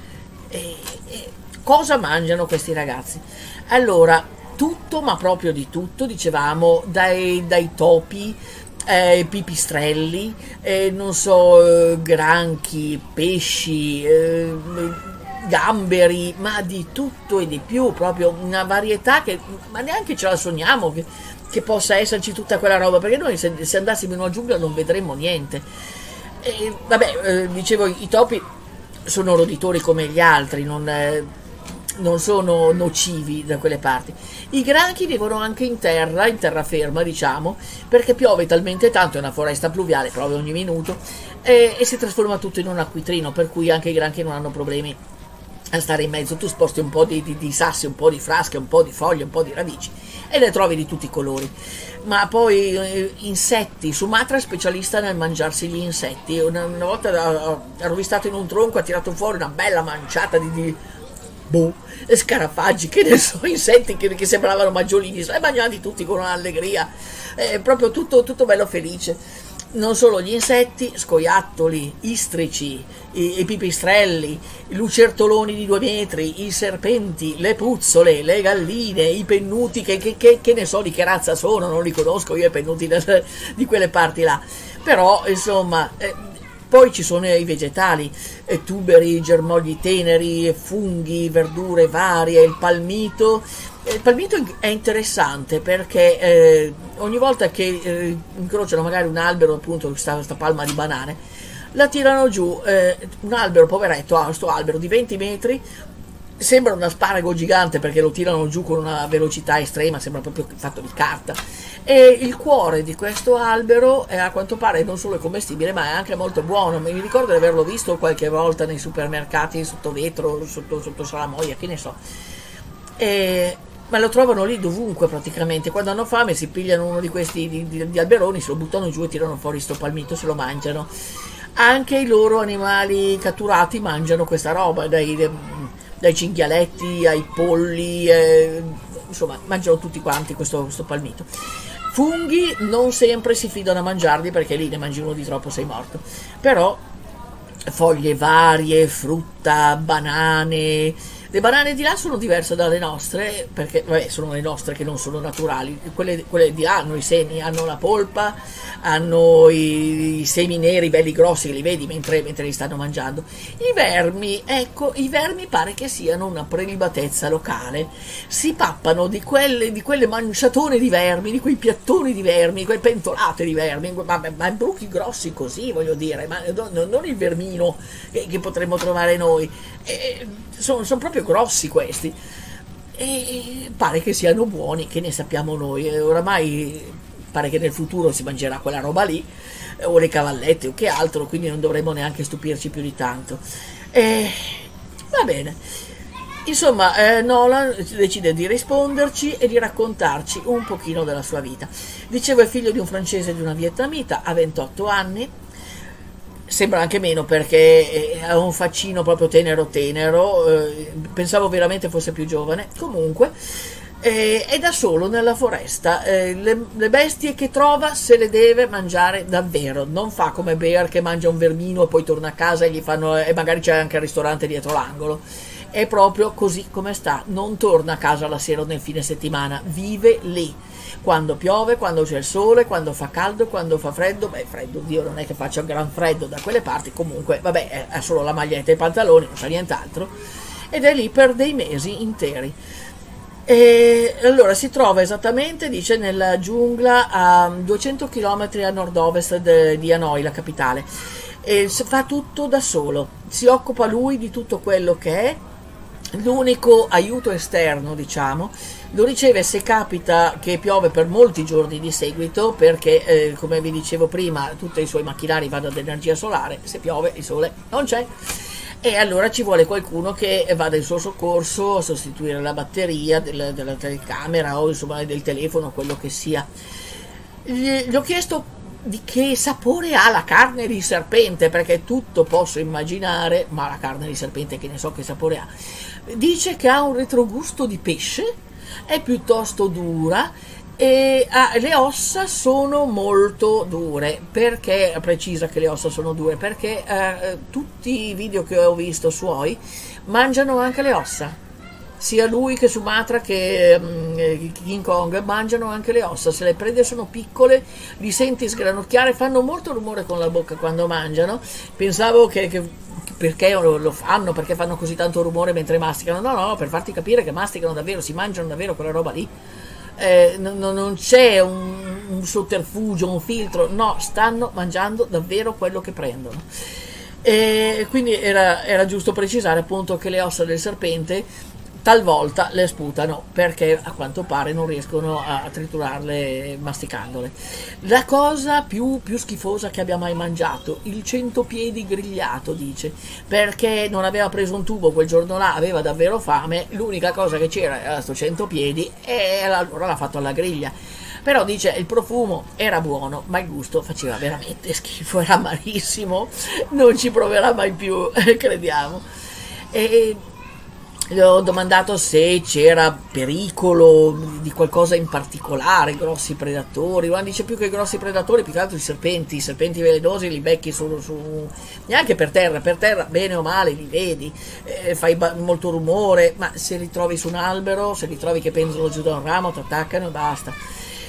E, e cosa mangiano questi ragazzi? Allora, tutto, ma proprio di tutto, dicevamo, dai, dai topi, eh, pipistrelli, eh, non so, eh, granchi, pesci, eh, gamberi, ma di tutto e di più, proprio una varietà che ma neanche ce la sogniamo che, che possa esserci tutta quella roba, perché noi se, se andassimo in una giungla non vedremmo niente. E, vabbè, eh, dicevo, i topi sono roditori come gli altri, non... Eh, non sono nocivi da quelle parti. I granchi vivono anche in terra, in terraferma diciamo, perché piove talmente tanto, è una foresta pluviale, piove ogni minuto, e, e si trasforma tutto in un acquitrino, per cui anche i granchi non hanno problemi a stare in mezzo. Tu sposti un po' di, di, di sassi, un po' di frasche, un po' di foglie, un po' di radici e le trovi di tutti i colori. Ma poi eh, insetti, Sumatra è specialista nel mangiarsi gli insetti. Una, una volta ha rovistato in un tronco, ha tirato fuori una bella manciata di, di boh, scarafaggi, che ne so, insetti che, che sembravano maggiolini, li mangiati tutti con un'allegria, eh, proprio tutto, tutto bello felice. Non solo gli insetti, scoiattoli, istrici, i, i pipistrelli, i lucertoloni di due metri, i serpenti, le puzzole, le galline, i pennuti, che, che, che, che ne so di che razza sono, non li conosco io i pennuti del, di quelle parti là, però insomma... Eh, Poi ci sono i vegetali, eh, tuberi, germogli teneri, funghi, verdure varie, il palmito. Il palmito è interessante perché eh, ogni volta che eh, incrociano magari un albero, appunto questa, questa palma di banane, la tirano giù, eh, un albero, poveretto, ha questo albero di venti metri, sembra un asparago gigante perché lo tirano giù con una velocità estrema, sembra proprio fatto di carta, e il cuore di questo albero è, a quanto pare non solo è commestibile ma è anche molto buono. Mi ricordo di averlo visto qualche volta nei supermercati sotto vetro, sotto, sotto salamoia, che ne so, e, ma lo trovano lì dovunque praticamente. Quando hanno fame si pigliano uno di questi di, di, di alberoni, se lo buttano giù e tirano fuori sto palmito, se lo mangiano. Anche i loro animali catturati mangiano questa roba, dai, dai cinghialetti ai polli, eh, insomma mangiano tutti quanti questo, questo palmito. Funghi non sempre si fidano a mangiarli perché lì ne mangi uno di troppo sei morto, però foglie varie, frutta, banane. Le banane di là sono diverse dalle nostre, perché vabbè, sono le nostre che non sono naturali. Quelle, quelle di là hanno i semi, hanno la polpa, hanno i, i semi neri belli grossi, che li vedi mentre, mentre li stanno mangiando. I vermi, ecco, i vermi pare che siano una prelibatezza locale. Si pappano di quelle, di quelle manciatone di vermi, di quei piattoni di vermi, quelle pentolate di vermi, ma, ma bruchi grossi così, voglio dire, ma non, non il vermino che, che potremmo trovare noi. Eh, sono, sono proprio grossi questi, e pare che siano buoni, che ne sappiamo noi. E oramai pare che nel futuro si mangerà quella roba lì, o le cavallette o che altro, quindi non dovremmo neanche stupirci più di tanto. E va bene, insomma, eh, Nolan decide di risponderci e di raccontarci un pochino della sua vita. Dicevo, è figlio di un francese e di una vietnamita, ha ventotto anni. Sembra anche meno perché ha un faccino proprio tenero tenero, eh, pensavo veramente fosse più giovane. Comunque eh, è da solo nella foresta, eh, le, le bestie che trova se le deve mangiare davvero, non fa come Bear che mangia un vermino e poi torna a casa e gli fanno, e magari c'è anche il ristorante dietro l'angolo. È proprio così come sta, non torna a casa la sera o nel fine settimana, vive lì. Quando piove, quando c'è il sole, quando fa caldo, quando fa freddo. Beh, freddo, Dio, non è che faccia gran freddo da quelle parti, comunque, vabbè, ha solo la maglietta e i pantaloni, non fa nient'altro, ed è lì per dei mesi interi. E allora si trova esattamente, dice, nella giungla a duecento chilometri a nord-ovest de, di Hanoi, la capitale, e fa tutto da solo, si occupa lui di tutto quello che è. L'unico aiuto esterno, diciamo, lo riceve se capita che piove per molti giorni di seguito, perché eh, come vi dicevo prima tutti i suoi macchinari vanno ad energia solare, se piove il sole non c'è e allora ci vuole qualcuno che vada in suo soccorso a sostituire la batteria del, della telecamera o insomma del telefono, quello che sia. Gli, gli ho chiesto di che sapore ha la carne di serpente, perché tutto posso immaginare, ma la carne di serpente che ne so che sapore ha. Dice che ha un retrogusto di pesce, è piuttosto dura e ah, le ossa sono molto dure. Perché precisa che le ossa sono dure? Perché eh, tutti i video che ho visto suoi mangiano anche le ossa, sia lui che Sumatra che um, King Kong mangiano anche le ossa. Se le prede sono piccole, li senti sgranocchiare, fanno molto rumore con la bocca quando mangiano. Pensavo che, che perché lo fanno, perché fanno così tanto rumore mentre masticano. No, no, per farti capire che masticano davvero, si mangiano davvero quella roba lì. Eh, non, non c'è un, un sotterfugio, un filtro, no, stanno mangiando davvero quello che prendono. E quindi era, era giusto precisare appunto che le ossa del serpente talvolta le sputano perché a quanto pare non riescono a triturarle masticandole. La cosa più, più schifosa che abbia mai mangiato, il centopiedi grigliato, dice, perché non aveva preso un tubo quel giorno là, aveva davvero fame, l'unica cosa che c'era era sto centopiedi e allora l'ha fatto alla griglia. Però dice il profumo era buono, ma il gusto faceva veramente schifo, era amarissimo, non ci proverà mai più, crediamo. E gli ho domandato se c'era pericolo di qualcosa in particolare, grossi predatori. Ma dice più che grossi predatori, più che altro i serpenti, i serpenti velenosi li becchi su, su neanche per terra, per terra bene o male li vedi, eh, fai ba- molto rumore, ma se li trovi su un albero, se li trovi che pendolano giù da un ramo, ti attaccano e basta.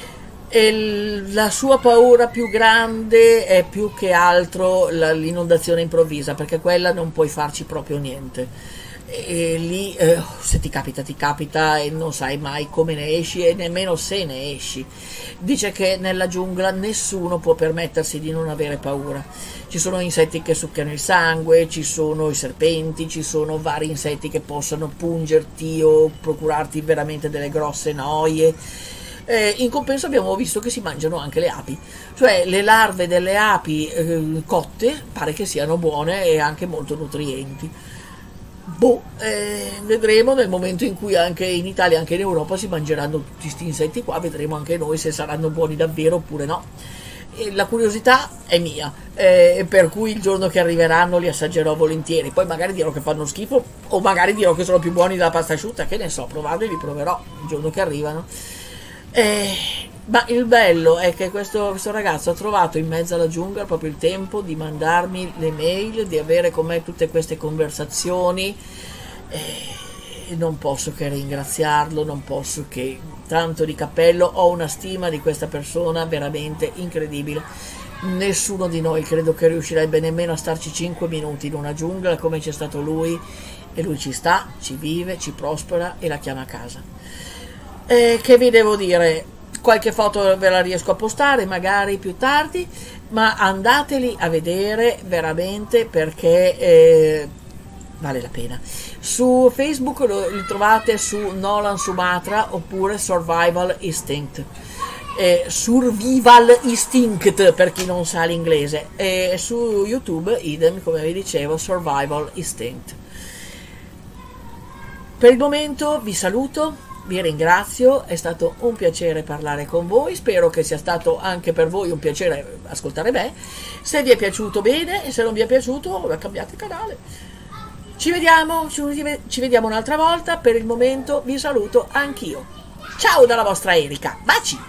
E l- la sua paura più grande è più che altro la- l'inondazione improvvisa, perché quella non puoi farci proprio niente. E lì eh, se ti capita ti capita e non sai mai come ne esci e nemmeno se ne esci. Dice che nella giungla nessuno può permettersi di non avere paura. Ci sono insetti che succhiano il sangue, ci sono i serpenti, ci sono vari insetti che possono pungerti o procurarti veramente delle grosse noie. Eh, in compenso abbiamo visto che si mangiano anche le api, cioè le larve delle api eh, cotte pare che siano buone e anche molto nutrienti. Boh, eh, vedremo nel momento in cui anche in Italia, anche in Europa si mangeranno tutti questi insetti qua, vedremo anche noi se saranno buoni davvero oppure no. E la curiosità è mia, eh, per cui il giorno che arriveranno li assaggerò volentieri, poi magari dirò che fanno schifo o magari dirò che sono più buoni della pasta asciutta, che ne so, provarli li proverò il giorno che arrivano. Eh, ma il bello è che questo, questo ragazzo ha trovato in mezzo alla giungla proprio il tempo di mandarmi le mail, di avere con me tutte queste conversazioni. Eh, non posso che ringraziarlo, non posso che tanto di cappello. Ho una stima di questa persona veramente incredibile. Nessuno di noi credo che riuscirebbe nemmeno a starci cinque minuti in una giungla come c'è stato lui, e lui ci sta, ci vive, ci prospera e la chiama a casa. Eh, che vi devo dire? Qualche foto ve la riesco a postare magari più tardi, ma andateli a vedere veramente perché eh, vale la pena. Su Facebook lo, li trovate su Nolan Sumatra oppure Survival Instinct. Eh, Survival Instinct per chi non sa l'inglese, e su YouTube idem, come vi dicevo, Survival Instinct. Per il momento vi saluto, vi ringrazio, è stato un piacere parlare con voi, spero che sia stato anche per voi un piacere ascoltare me. Se vi è piaciuto bene, e se non vi è piaciuto cambiate canale. Ci vediamo, ci vediamo un'altra volta, per il momento vi saluto anch'io. Ciao dalla vostra Erika, baci!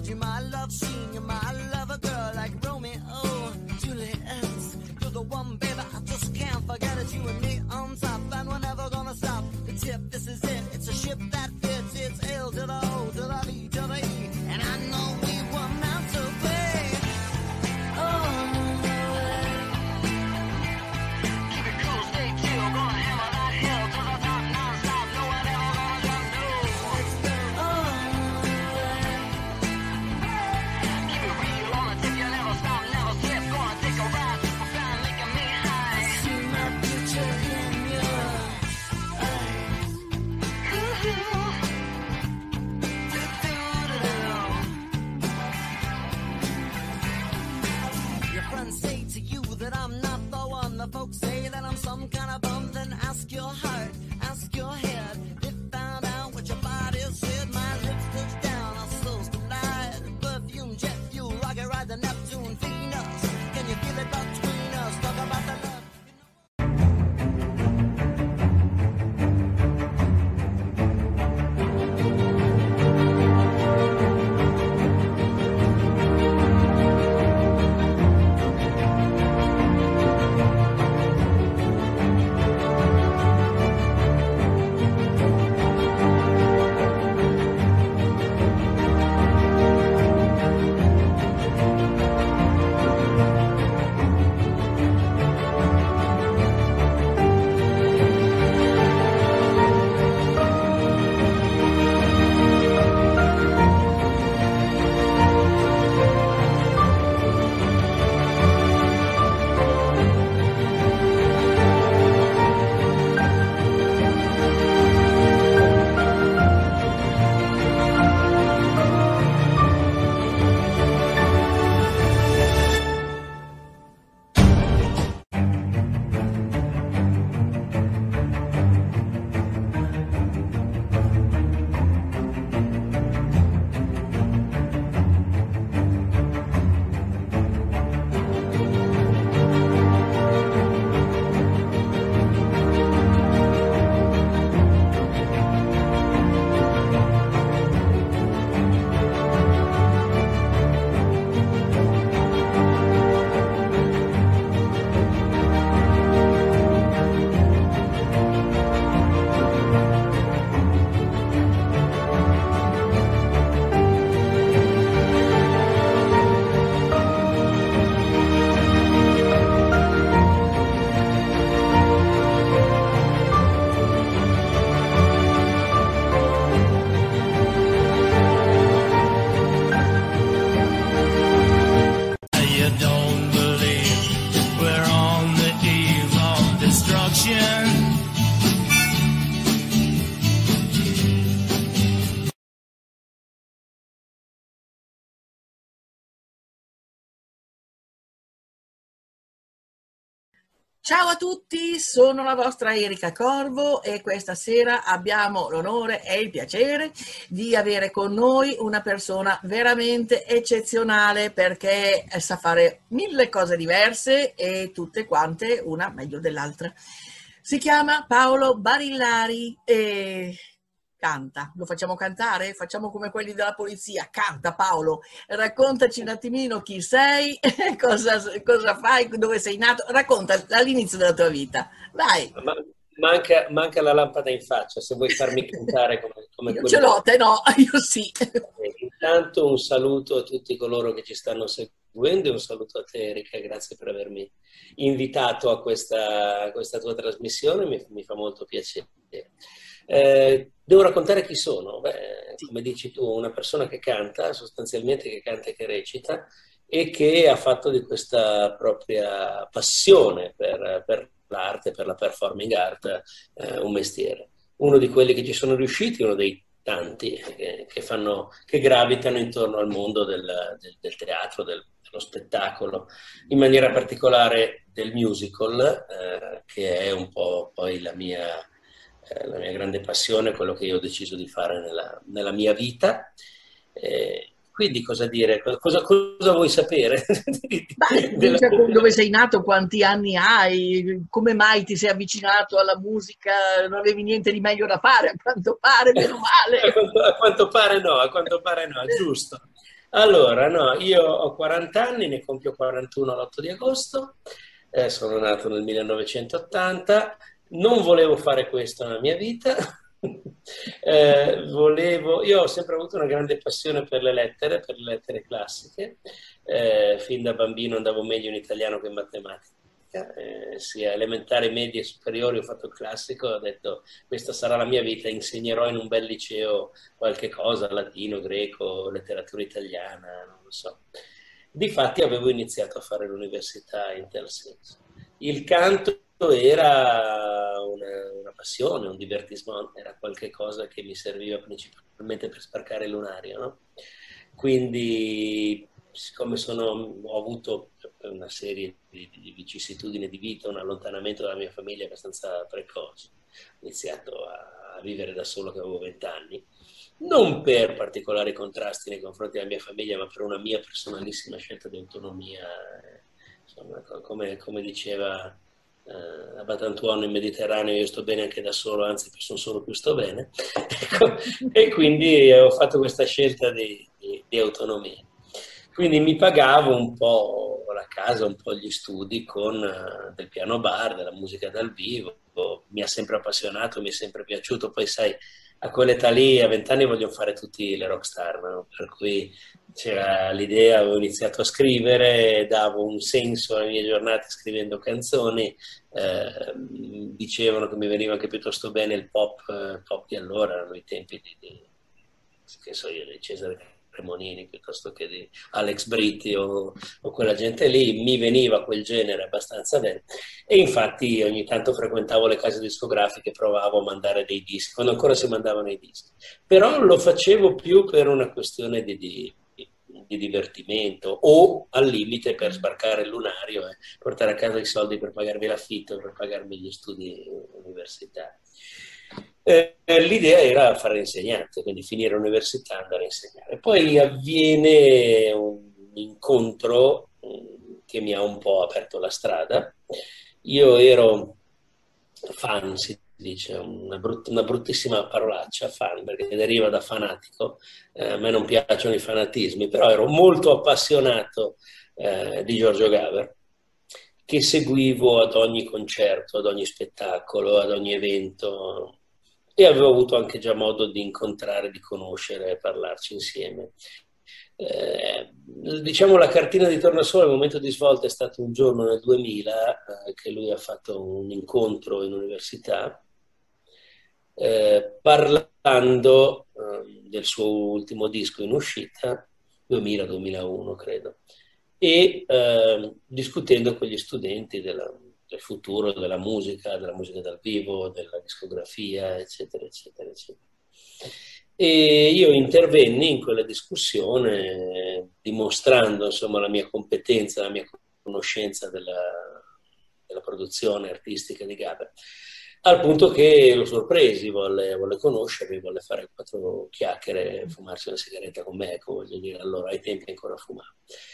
you my love scene, you're my lover girl like Romeo, Juliet. You're the one, baby, I just can't forget it. You and me on top, and we're never gonna stop. The tip, this is it. It's a ship that fits. It's L to the O to the B to the E, and I know we were meant to be. Oh, keep it cool, stay chill, gonna hammer that hill to the top, non-stop. No one ever gonna jump through. Oh, keep it real on the tip, you never stop, never slip. Gonna take a ride, super fly, making me high. I see my future in your eyes. Your friends say to you that I'm not the one. The folks say that I'm some kind of bum. Then ask your heart, ask your head. They found out what your body said. My lips touched down, our souls collide. Perfume, jet fuel, rocket ride the Neptune, Venus. Can you feel it between us? Talk about the love. You don't believe we're on the eve of destruction. Ciao a tutti, sono la vostra Erika Corvo e questa sera abbiamo l'onore e il piacere di avere con noi una persona veramente eccezionale perché sa fare mille cose diverse e tutte quante una meglio dell'altra. Si chiama Paolo Barillari e canta. Lo facciamo cantare? Facciamo come quelli della polizia. Canta Paolo, raccontaci un attimino chi sei, cosa, cosa fai, dove sei nato, racconta all'inizio della tua vita. Vai! Ma, manca, manca la lampada in faccia, se vuoi farmi cantare come, come io ce l'ho, te no, io sì. Intanto un saluto a tutti coloro che ci stanno seguendo e un saluto a te Erika, grazie per avermi invitato a questa, a questa tua trasmissione, mi, mi fa molto piacere. Eh, devo raccontare chi sono. Beh, come dici tu, una persona che canta, sostanzialmente che canta e che recita, e che ha fatto di questa propria passione per, per l'arte, per la performing art, eh, un mestiere. Uno di quelli che ci sono riusciti, uno dei tanti che, che, fanno, che gravitano intorno al mondo del, del, del teatro, del, dello spettacolo, in maniera particolare del musical, eh, che è un po' poi la mia... la mia grande passione, quello che io ho deciso di fare nella, nella mia vita. Eh, quindi cosa dire? Cosa, cosa vuoi sapere? Beh, della... Dove sei nato, quanti anni hai, come mai ti sei avvicinato alla musica, non avevi niente di meglio da fare, a quanto pare, meno male. a, quanto, a quanto pare no, a quanto pare no, giusto. Allora, no, io ho quaranta anni, ne compio quarantuno l'otto di agosto, eh, sono nato nel millenovecentottanta, non volevo fare questo nella mia vita, eh, volevo, io ho sempre avuto una grande passione per le lettere, per le lettere classiche, eh, fin da bambino andavo meglio in italiano che in matematica. Eh, sia elementari, medie e superiori ho fatto il classico, ho detto questa sarà la mia vita, insegnerò in un bel liceo qualche cosa, latino, greco, letteratura italiana, non lo so. Difatti avevo iniziato a fare l'università in tal senso. Il canto era una, una passione, un divertissement, era qualche cosa che mi serviva principalmente per sparcare lunario, no? Quindi, siccome sono, ho avuto una serie di, di vicissitudini di vita, un allontanamento dalla mia famiglia abbastanza precoce, ho iniziato a, a vivere da solo che avevo vent'anni, non per particolari contrasti nei confronti della mia famiglia, ma per una mia personalissima scelta di autonomia. Insomma, come, come diceva eh, Abbate Antuono in Mediterraneo, io sto bene anche da solo, anzi sono solo più sto bene. E quindi ho fatto questa scelta di, di, di autonomia. Quindi mi pagavo un po' la casa, un po' gli studi con uh, del piano bar, della musica dal vivo. Mi ha sempre appassionato, mi è sempre piaciuto. Poi sai, a quell'età lì, a vent'anni vogliono fare tutti le rockstar, no? Per cui c'era l'idea, avevo iniziato a scrivere, davo un senso alle mie giornate scrivendo canzoni, eh, dicevano che mi veniva anche piuttosto bene il pop, eh, pop di allora, erano i tempi di, di che so io, di Cesare Cremonini piuttosto che di Alex Britti o, o quella gente lì, mi veniva quel genere abbastanza bene e infatti ogni tanto frequentavo le case discografiche, provavo a mandare dei dischi, quando ancora si mandavano i dischi, però lo facevo più per una questione di, di, di divertimento o al limite per sbarcare il lunario e portare a casa i soldi per pagarmi l'affitto, per pagarmi gli studi universitari. Eh, l'idea era fare l'insegnante, quindi finire l'università e andare a insegnare. Poi avviene un incontro um, che mi ha un po' aperto la strada. Io ero fan, si dice, una, brut- una bruttissima parolaccia, fan, perché deriva da fanatico. Eh, a me non piacciono i fanatismi, però ero molto appassionato eh, di Giorgio Gaber, che seguivo ad ogni concerto, ad ogni spettacolo, ad ogni evento. E avevo avuto anche già modo di incontrare, di conoscere e parlarci insieme. Eh, diciamo la cartina di tornasole, il momento di svolta è stato un giorno nel duemila eh, che lui ha fatto un incontro in università eh, parlando eh, del suo ultimo disco in uscita, duemila duemilauno credo, e eh, discutendo con gli studenti della del futuro della musica, della musica dal vivo, della discografia, eccetera, eccetera, eccetera. E io intervenni in quella discussione dimostrando, insomma, la mia competenza, la mia conoscenza della, della produzione artistica di Gaber, al punto che lo sorpresi, volle, volle conoscermi, volle fare quattro chiacchiere, fumarsi una sigaretta con me, ecco, voglio dire, allora ai tempi ancora fumavo.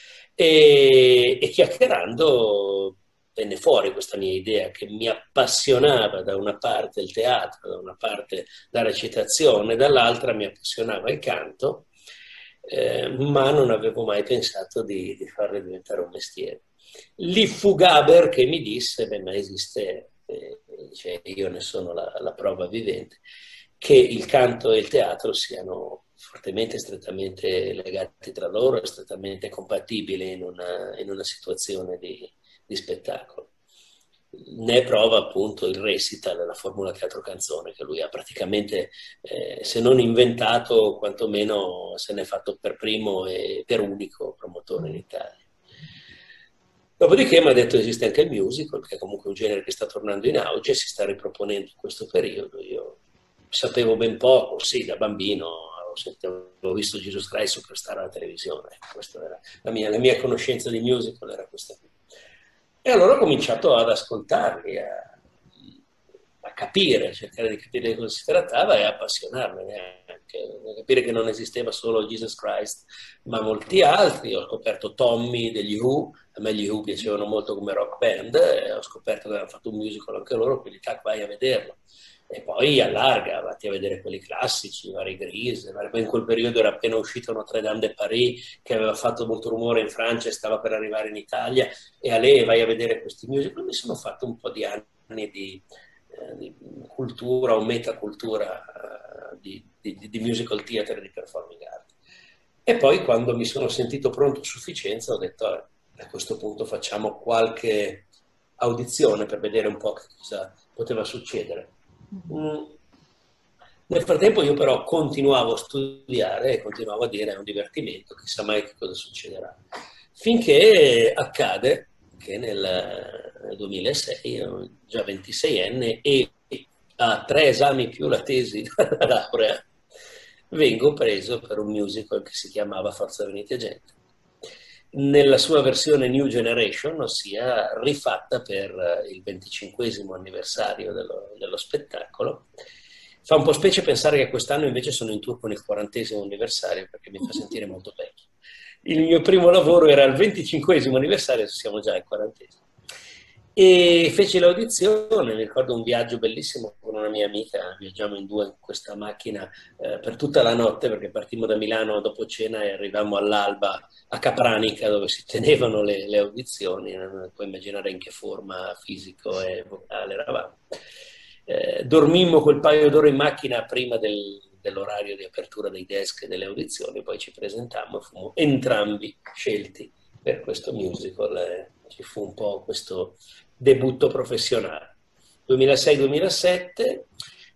E, e chiacchierando venne fuori questa mia idea che mi appassionava da una parte il teatro, da una parte la recitazione, dall'altra mi appassionava il canto, eh, ma non avevo mai pensato di, di farlo diventare un mestiere. Lì fu Gaber che mi disse, beh, ma esiste, eh, cioè io ne sono la, la prova vivente, che il canto e il teatro siano fortemente, strettamente legati tra loro e strettamente compatibili in una, in una situazione di di spettacolo. Ne prova appunto il recital, la formula teatro-canzone che lui ha praticamente, eh, se non inventato, quantomeno se n'è fatto per primo e per unico promotore in Italia. Dopodiché mi ha detto esiste anche il musical, che è comunque un genere che sta tornando in auge e si sta riproponendo in questo periodo. Io sapevo ben poco, sì, da bambino avevo visto Jesus Christ Superstar alla televisione, questa era la mia, la mia conoscenza di musical era questa qui. E allora ho cominciato ad ascoltarli, a, a capire, a cercare di capire di cosa si trattava e a appassionarmene anche, a capire che non esisteva solo Jesus Christ, ma molti altri. Ho scoperto Tommy degli Who, a me gli Who piacevano molto come rock band, e ho scoperto che avevano fatto un musical anche loro, quindi tac, vai a vederlo. E poi allarga, vatti a vedere quelli classici, vari Grise, vari... in quel periodo era appena uscito Notre Dame de Paris, che aveva fatto molto rumore in Francia e stava per arrivare in Italia, e a lei vai a vedere questi musical. Mi sono fatto un po' di anni di, eh, di cultura o metacultura uh, di, di, di musical theater e di performing art. E poi quando mi sono sentito pronto a sufficienza ho detto a questo punto facciamo qualche audizione per vedere un po' che cosa poteva succedere. Mm. Nel frattempo io però continuavo a studiare e continuavo a dire è un divertimento, chissà mai che cosa succederà. Finché accade che nel, nel duemilasei, ero già ventiseienne e a tre esami più la tesi da laurea, vengo preso per un musical che si chiamava Forza Venite Gente, nella sua versione New Generation, ossia rifatta per il venticinquesimo anniversario dello, dello spettacolo. Fa un po' specie pensare che quest'anno invece sono in tour con il quarantesimo anniversario, perché mi fa sentire molto vecchio. Il mio primo lavoro era il venticinquesimo anniversario, adesso siamo già al quarantesimo. E feci l'audizione, mi ricordo un viaggio bellissimo con una mia amica, viaggiamo in due in questa macchina eh, per tutta la notte, perché partimmo da Milano dopo cena e arrivammo all'alba a Capranica, dove si tenevano le, le audizioni, non puoi immaginare in che forma fisico e vocale eravamo. Eh, dormimmo quel paio d'ore in macchina prima del, dell'orario di apertura dei desk e delle audizioni, poi ci presentammo e fummo entrambi scelti per questo musical. Eh, ci fu un po' questo debutto professionale. duemilasei duemilasette,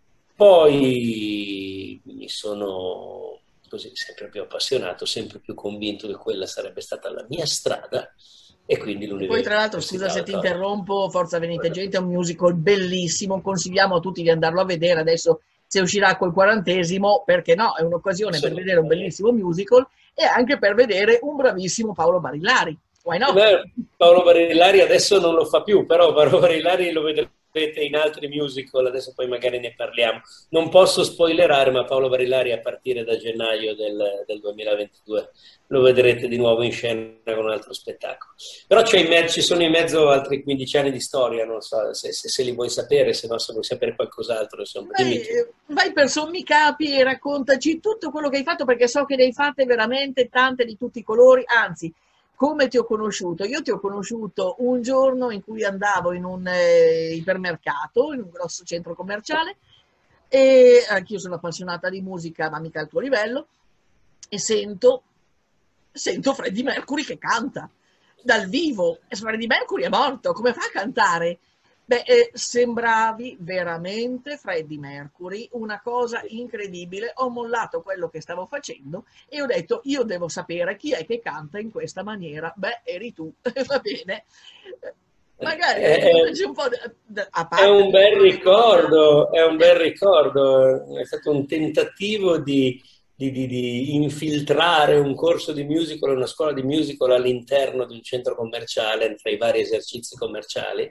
poi mi sono così sempre più appassionato, sempre più convinto che quella sarebbe stata la mia strada, e quindi l'università. Poi tra l'altro, scusa se ti interrompo, Forza Venite Gente è un musical bellissimo, consigliamo a tutti di andarlo a vedere. Adesso se uscirà col quarantesimo, perché no, è un'occasione per vedere un bellissimo musical e anche per vedere un bravissimo Paolo Barillari. No? Beh, Paolo Barillari adesso non lo fa più, però Paolo Barillari lo vedrete in altri musical, adesso poi magari ne parliamo. Non posso spoilerare, ma Paolo Barillari a partire da gennaio del, del duemilaventidue lo vedrete di nuovo in scena con un altro spettacolo. Però c'è in mezzo, ci sono in mezzo altri quindici anni di storia, non so se, se, se li vuoi sapere, se no se vuoi sapere qualcos'altro. Insomma, vai, vai per sommi capi e raccontaci tutto quello che hai fatto, perché so che ne hai fatte veramente tante di tutti i colori, anzi. Come ti ho conosciuto? Io ti ho conosciuto un giorno in cui andavo in un eh, ipermercato, in un grosso centro commerciale, e anch'io sono appassionata di musica, ma mica al tuo livello, e sento, sento Freddie Mercury che canta dal vivo. E Freddie Mercury è morto, come fa a cantare? Beh, eh, sembravi veramente Freddie Mercury, una cosa incredibile. Ho mollato quello che stavo facendo e ho detto, io devo sapere chi è che canta in questa maniera. Beh, eri tu, va bene. Magari è, un po' a parte, è un bel ricordo, è un bel ricordo, è stato un tentativo di, di, di, di infiltrare un corso di musical, una scuola di musical all'interno di un centro commerciale, tra i vari esercizi commerciali.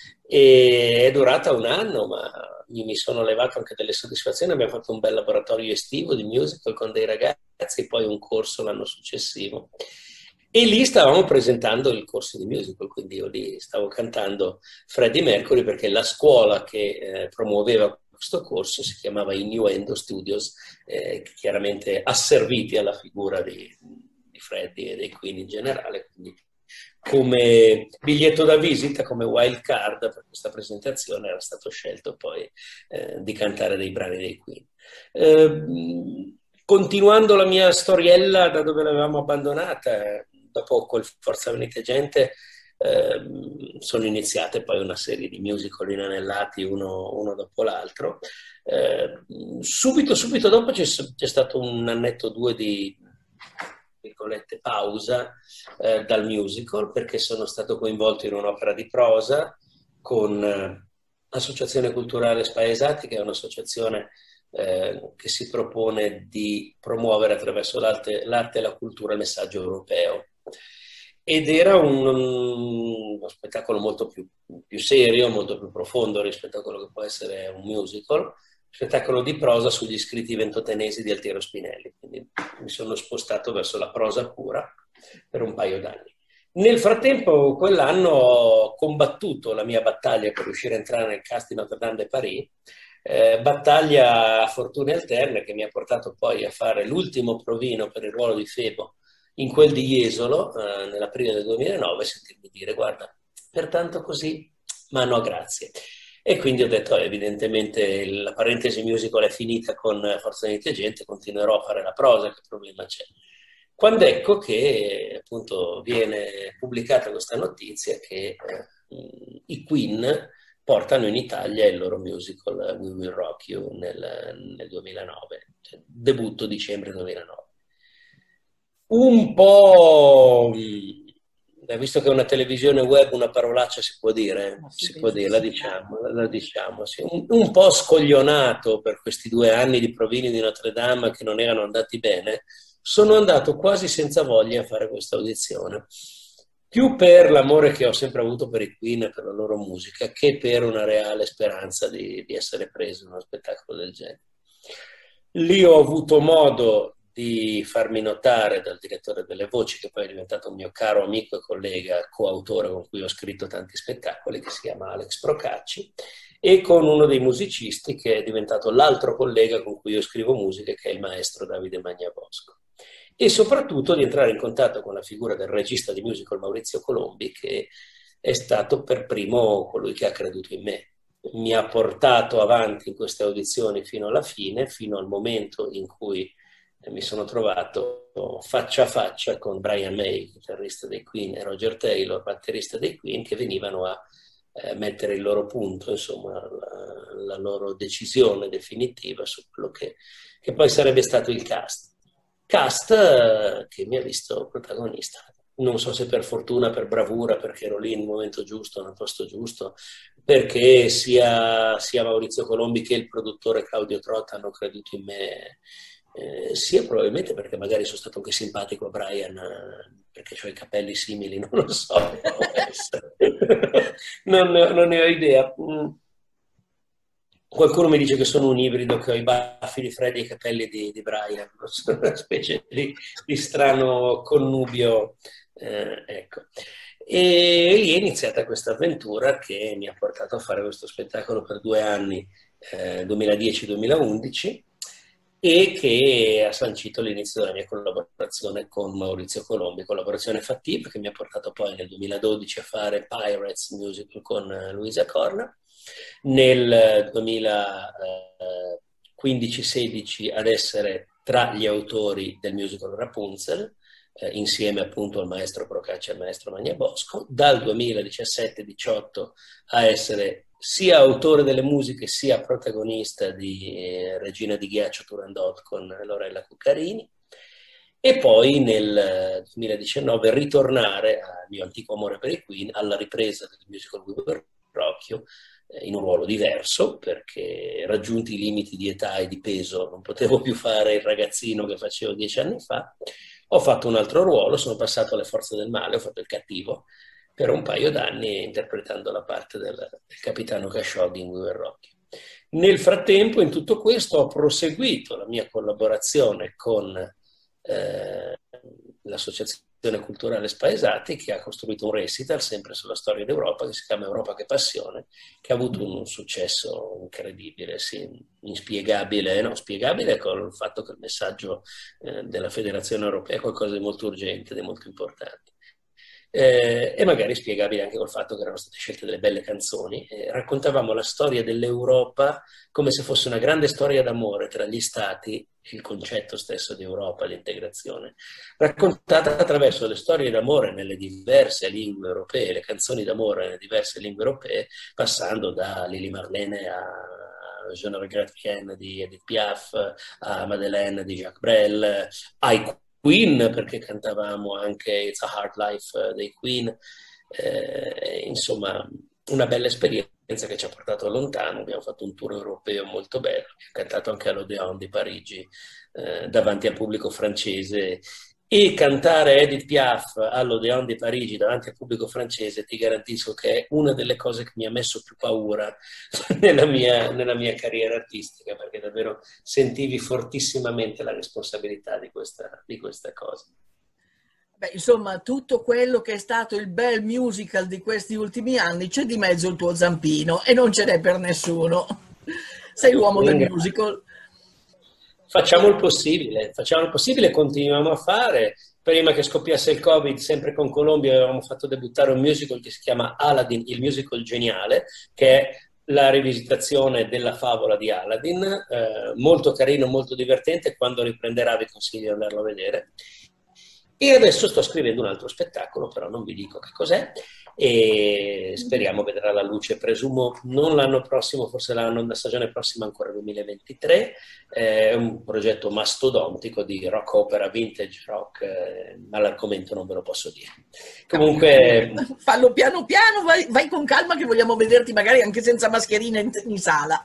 E è durata un anno, ma mi sono levato anche delle soddisfazioni. Abbiamo fatto un bel laboratorio estivo di musical con dei ragazzi, poi un corso l'anno successivo, e lì stavamo presentando il corso di musical, quindi io lì stavo cantando Freddie Mercury, perché la scuola che eh, promuoveva questo corso si chiamava Innuendo Studios, eh, chiaramente asserviti alla figura di, di Freddie e dei Queen in generale, quindi come biglietto da visita, come wild card per questa presentazione era stato scelto poi eh, di cantare dei brani dei Queen. Eh, continuando la mia storiella da dove l'avevamo abbandonata, dopo col Forza Venite Gente eh, sono iniziate poi una serie di musical inanellati uno, uno dopo l'altro. Eh, subito, subito dopo c'è, c'è stato un annetto o due di virgolette pausa eh, dal musical, perché sono stato coinvolto in un'opera di prosa con eh, l'Associazione Culturale Spaesati, che è un'associazione eh, che si propone di promuovere attraverso l'arte, l'arte e la cultura il messaggio europeo. Ed era un, un, uno spettacolo molto più, più serio, molto più profondo rispetto a quello che può essere un musical, spettacolo di prosa sugli scritti ventotenesi di Altiero Spinelli, quindi mi sono spostato verso la prosa pura per un paio d'anni. Nel frattempo, quell'anno ho combattuto la mia battaglia per riuscire a entrare nel cast di Notre Dame de Paris, Eh, battaglia a fortune alterne che mi ha portato poi a fare l'ultimo provino per il ruolo di Febo in quel di Jesolo, eh, nell'aprile del duemilanove, e sentirmi dire: guarda, pertanto così, ma no grazie. E quindi ho detto, eh, evidentemente la parentesi musical è finita con Forza Unite Gente, continuerò a fare la prosa, che problema c'è? Quando ecco che appunto viene pubblicata questa notizia che eh, i Queen portano in Italia il loro musical We Will Rock You nel, nel duemilanove, cioè, debutto dicembre duemilanove. Un po', visto che è una televisione web, una parolaccia si può dire, si può dire, la diciamo, la diciamo sì. un, un po' scoglionato per questi due anni di provini di Notre Dame che non erano andati bene, sono andato quasi senza voglia a fare questa audizione. Più per l'amore che ho sempre avuto per i Queen e per la loro musica, che per una reale speranza di, di essere preso in uno spettacolo del genere. Lì ho avuto modo di farmi notare dal direttore delle voci, che poi è diventato un mio caro amico e collega, coautore con cui ho scritto tanti spettacoli, che si chiama Alex Procacci, e con uno dei musicisti che è diventato l'altro collega con cui io scrivo musiche, che è il maestro Davide Magnabosco. E soprattutto di entrare in contatto con la figura del regista di musical Maurizio Colombi, che è stato per primo colui che ha creduto in me. Mi ha portato avanti in queste audizioni fino alla fine, fino al momento in cui mi sono trovato faccia a faccia con Brian May, chitarrista dei Queen, e Roger Taylor, batterista dei Queen, che venivano a eh, mettere il loro punto, insomma, la, la loro decisione definitiva su quello che, che poi sarebbe stato il cast. Cast eh, che mi ha visto protagonista. Non so se per fortuna, per bravura, perché ero lì nel momento giusto, nel posto giusto, perché sia, sia Maurizio Colombi che il produttore Claudio Trotta hanno creduto in me, eh, sia probabilmente perché magari sono stato anche simpatico a Brian, eh, perché ho i capelli simili, non lo so. non, non ne ho idea. Qualcuno mi dice che sono un ibrido, che ho i baffi di Freddy e i capelli di, di Brian, sono una specie di, di strano connubio. Eh, ecco. E lì è iniziata questa avventura che mi ha portato a fare questo spettacolo per due anni, eh, duemiladieci duemilaundici, e che ha sancito l'inizio della mia collaborazione con Maurizio Colombi, collaborazione fattiva che mi ha portato poi nel duemiladodici a fare Pirates Musical con Luisa Corna, nel duemilaquindici sedici ad essere tra gli autori del musical Rapunzel, eh, insieme appunto al maestro Procacci e al maestro Magnabosco, dal duemiladiciassette diciotto a essere sia autore delle musiche sia protagonista di eh, Regina di Ghiaccio Turandot con Lorella Cuccarini, e poi nel duemiladiciannove ritornare al mio antico amore per i Queen alla ripresa del musical We Will Rock You, in un ruolo diverso, perché raggiunti i limiti di età e di peso non potevo più fare il ragazzino che facevo dieci anni fa. Ho fatto un altro ruolo, sono passato alle forze del male, ho fatto il cattivo per un paio d'anni interpretando la parte del, del capitano Khashoggi in We Will Rock You. Nel frattempo, in tutto questo, ho proseguito la mia collaborazione con eh, l'associazione culturale Spaesati, che ha costruito un recital sempre sulla storia d'Europa che si chiama Europa che passione, che ha avuto un, un successo incredibile, sì, inspiegabile, no, spiegabile con il fatto che il messaggio eh, della Federazione Europea è qualcosa di molto urgente, di molto importante. Eh, e magari spiegabile anche col fatto che erano state scelte delle belle canzoni. Eh, raccontavamo la storia dell'Europa come se fosse una grande storia d'amore tra gli stati, il concetto stesso di Europa, di integrazione, raccontata attraverso le storie d'amore nelle diverse lingue europee, le canzoni d'amore nelle diverse lingue europee, passando da Lili Marlene a Je ne regrette rien di Edith Piaf, a Madeleine di Jacques Brel, ai Queen, perché cantavamo anche It's a Hard Life dei Queen, eh, insomma una bella esperienza che ci ha portato lontano. Abbiamo fatto un tour europeo molto bello, abbiamo cantato anche all'Odéon di Parigi eh, davanti al pubblico francese, e cantare Edith Piaf all'Odéon di Parigi davanti al pubblico francese ti garantisco che è una delle cose che mi ha messo più paura nella mia, nella mia carriera artistica, perché davvero sentivi fortissimamente la responsabilità di questa, di questa cosa. Beh, insomma, tutto quello che è stato il bel musical di questi ultimi anni, c'è di mezzo il tuo zampino e non ce n'è per nessuno. Sei l'uomo del musical. Facciamo il possibile, facciamo il possibile, continuiamo a fare. Prima che scoppiasse il Covid, sempre con Colombia, avevamo fatto debuttare un musical che si chiama Aladdin, il musical geniale, che è la rivisitazione della favola di Aladdin, eh, molto carino, molto divertente. Quando riprenderà vi consiglio di andarlo a vedere. E adesso sto scrivendo un altro spettacolo, però non vi dico che cos'è, e speriamo vedrà la luce, presumo non l'anno prossimo, forse l'anno, la stagione prossima ancora duemilaventitré. È un progetto mastodontico di rock opera, vintage rock, eh, ma l'argomento non ve lo posso dire. Comunque... Fallo piano piano, vai, vai con calma che vogliamo vederti magari anche senza mascherina in, in sala.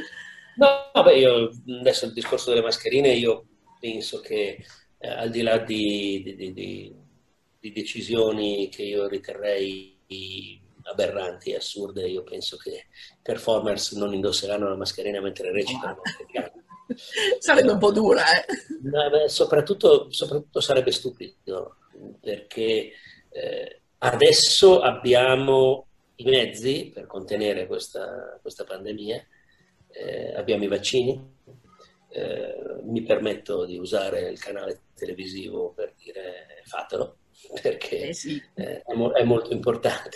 No, vabbè, io adesso il discorso delle mascherine, io penso che eh, al di là di, di, di, di, di decisioni che io riterrei aberranti e assurde, io penso che performers non indosseranno la mascherina mentre recitano. Sarebbe un po' dura, eh? No, beh, soprattutto, soprattutto sarebbe stupido, perché eh, adesso abbiamo i mezzi per contenere questa, questa pandemia, eh, abbiamo i vaccini. Eh, mi permetto di usare il canale televisivo per dire fatelo, perché eh sì. eh, è, mo- è molto importante,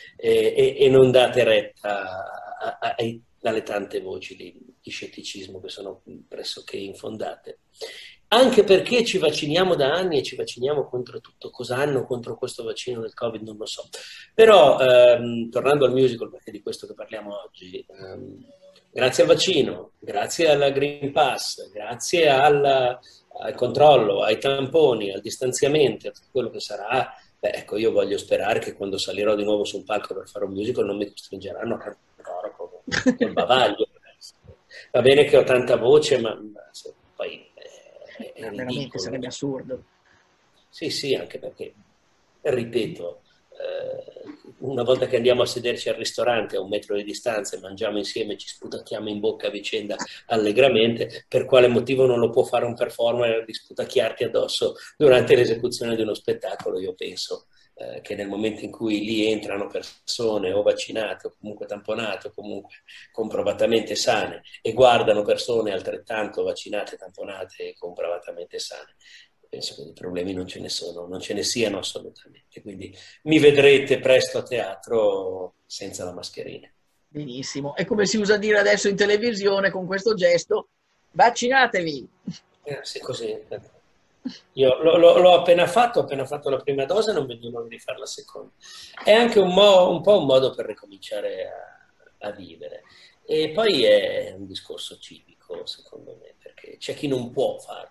e, e, e non date retta a, a, a, alle tante voci di, di scetticismo che sono pressoché infondate, anche perché ci vacciniamo da anni e ci vacciniamo contro tutto. Cosa hanno contro questo vaccino del Covid non lo so, però ehm, tornando al musical, perché è di questo che parliamo oggi, ehm, grazie al vaccino, grazie alla Green Pass, grazie alla, al controllo, ai tamponi, al distanziamento, a tutto quello che sarà, beh, ecco, io voglio sperare che quando salirò di nuovo su un palco per fare un musical non mi costringeranno a cantare con il bavaglio. Va bene che ho tanta voce, ma, ma se, poi è, è veramente sarebbe assurdo. Sì, sì, anche perché, ripeto, eh, una volta che andiamo a sederci al ristorante a un metro di distanza e mangiamo insieme, ci sputacchiamo in bocca a vicenda allegramente, per quale motivo non lo può fare un performer di sputacchiarti addosso durante l'esecuzione di uno spettacolo? Io penso eh, che nel momento in cui lì entrano persone o vaccinate o comunque tamponate o comunque comprovatamente sane e guardano persone altrettanto vaccinate, tamponate e comprovatamente sane, penso che i problemi non ce ne sono, non ce ne siano assolutamente. Quindi mi vedrete presto a teatro senza la mascherina. Benissimo. E come si usa dire adesso in televisione con questo gesto, vaccinatevi. Eh, sì, così. Io l'ho appena fatto, ho appena fatto la prima dose, non vedo l'ora di fare la seconda. È anche un, mo, un po' un modo per ricominciare a, a vivere. E poi è un discorso civico, secondo me, perché c'è chi non può farlo.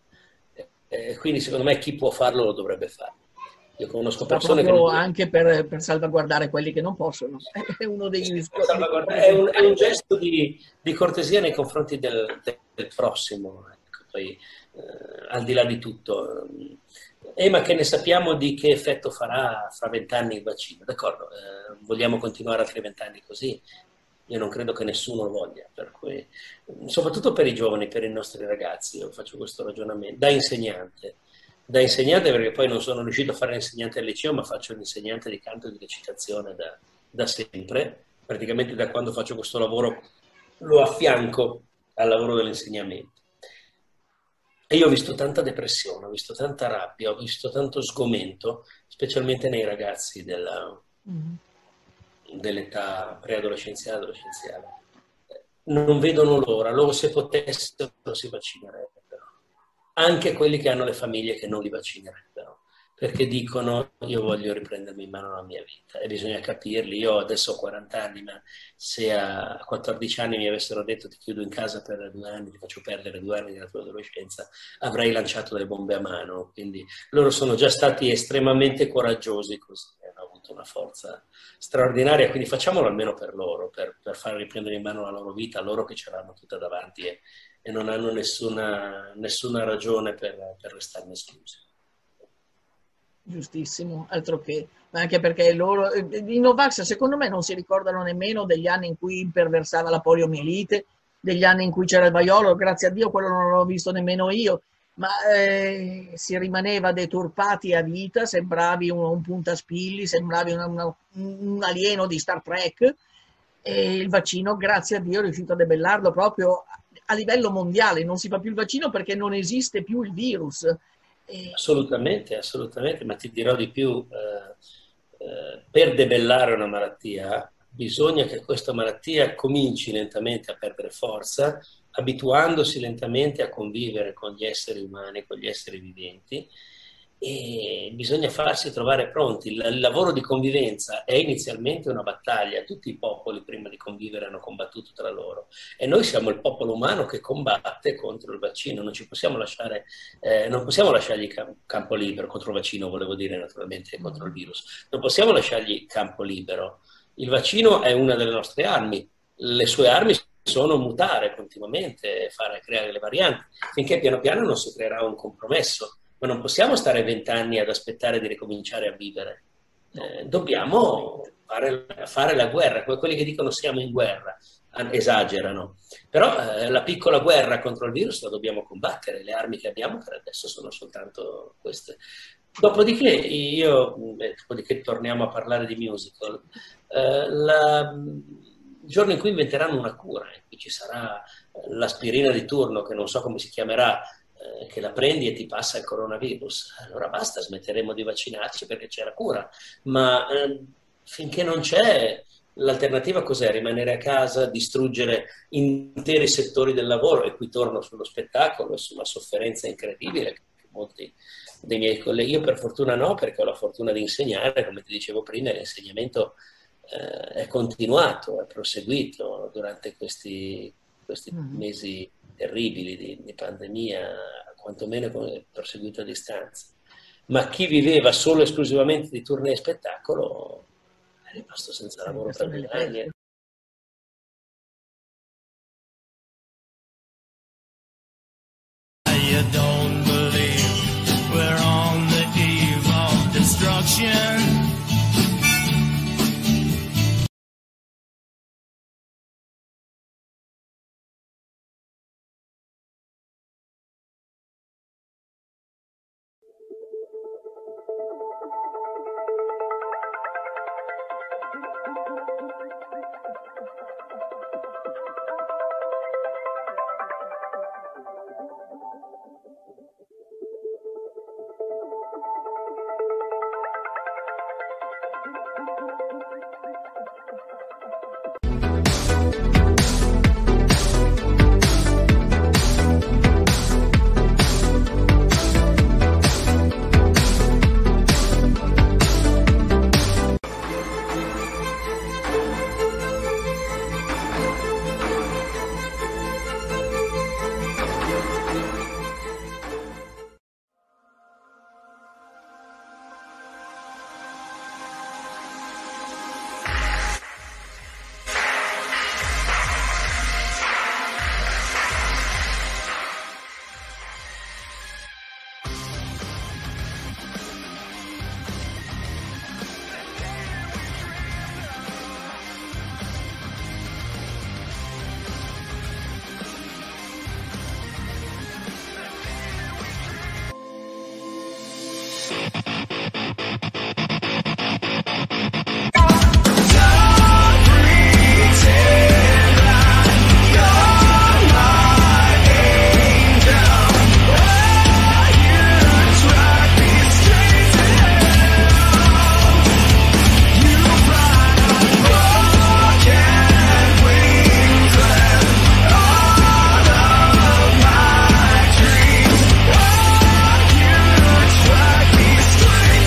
Eh, quindi secondo me chi può farlo lo dovrebbe fare. Io conosco persone che non... anche per, per salvaguardare quelli che non possono. È uno dei discorsi. È un, è un gesto di, di cortesia nei confronti del, del, del prossimo. Ecco, poi eh, al di là di tutto, eh, ma che ne sappiamo di che effetto farà fra vent'anni il vaccino? D'accordo, eh, vogliamo continuare altri vent'anni così? Io non credo che nessuno lo voglia, per cui, soprattutto per i giovani, per i nostri ragazzi, io faccio questo ragionamento, da insegnante, da insegnante perché poi non sono riuscito a fare l'insegnante al liceo, ma faccio l'insegnante di canto e di recitazione da, da sempre, praticamente da quando faccio questo lavoro lo affianco al lavoro dell'insegnamento. E io ho visto tanta depressione, ho visto tanta rabbia, ho visto tanto sgomento, specialmente nei ragazzi della... Mm-hmm. dell'età preadolescenziale, adolescenziale. Non vedono l'ora, loro se potessero si vaccinerebbero. Anche quelli che hanno le famiglie che non li vaccinerebbero, perché dicono io voglio riprendermi in mano la mia vita e bisogna capirli. Io adesso ho quaranta anni, ma se a quattordici anni mi avessero detto ti chiudo in casa per due anni, ti faccio perdere due anni della tua adolescenza, avrei lanciato delle bombe a mano. Quindi loro sono già stati estremamente coraggiosi così. Una forza straordinaria, quindi facciamolo almeno per loro, per, per far riprendere in mano la loro vita, loro che ce l'hanno tutta davanti e, e non hanno nessuna, nessuna ragione per, per restarne esclusi. Giustissimo, altro che, ma anche perché loro, i Novax secondo me non si ricordano nemmeno degli anni in cui imperversava la poliomielite, degli anni in cui c'era il vaiolo, grazie a Dio quello non l'ho visto nemmeno io, ma eh, si rimaneva deturpati a vita, sembravi un, un puntaspilli, sembravi una, una, un alieno di Star Trek e il vaccino, grazie a Dio, è riuscito a debellarlo proprio a livello mondiale. Non si fa più il vaccino perché non esiste più il virus. E... Assolutamente, assolutamente, ma ti dirò di più, eh, eh, per debellare una malattia bisogna che questa malattia cominci lentamente a perdere forza, abituandosi lentamente a convivere con gli esseri umani, con gli esseri viventi, e bisogna farsi trovare pronti. Il, il lavoro di convivenza è inizialmente una battaglia. Tutti i popoli prima di convivere hanno combattuto tra loro e noi siamo il popolo umano che combatte contro il vaccino. Non ci possiamo lasciare, eh, non possiamo lasciargli campo libero contro il vaccino, volevo dire naturalmente contro il virus. Non possiamo lasciargli campo libero. Il vaccino è una delle nostre armi. Le sue armi sono mutare continuamente, fare creare le varianti, finché piano piano non si creerà un compromesso. Ma non possiamo stare vent'anni ad aspettare di ricominciare a vivere. Eh, dobbiamo fare, fare la guerra. Come quelli che dicono siamo in guerra, esagerano. Però eh, la piccola guerra contro il virus la dobbiamo combattere. Le armi che abbiamo per adesso sono soltanto queste. Dopodiché, io, eh, dopodiché torniamo a parlare di musical. Eh, la, il giorno in cui inventeranno una cura, in cui ci sarà l'aspirina di turno, che non so come si chiamerà, che la prendi e ti passa il coronavirus, allora basta, smetteremo di vaccinarci perché c'è la cura. Ma eh, finché non c'è, l'alternativa cos'è? Rimanere a casa, distruggere interi settori del lavoro, e qui torno sullo spettacolo e sulla sofferenza incredibile che molti dei miei colleghi, io per fortuna no, perché ho la fortuna di insegnare, come ti dicevo prima, l'insegnamento eh, è continuato, è proseguito durante questi, questi mm. mesi terribili di, di pandemia, quantomeno proseguito a distanza. Ma chi viveva solo e esclusivamente di tournée e spettacolo è rimasto senza lavoro per due anni. You don't believe we're on the eve of destruction. Straight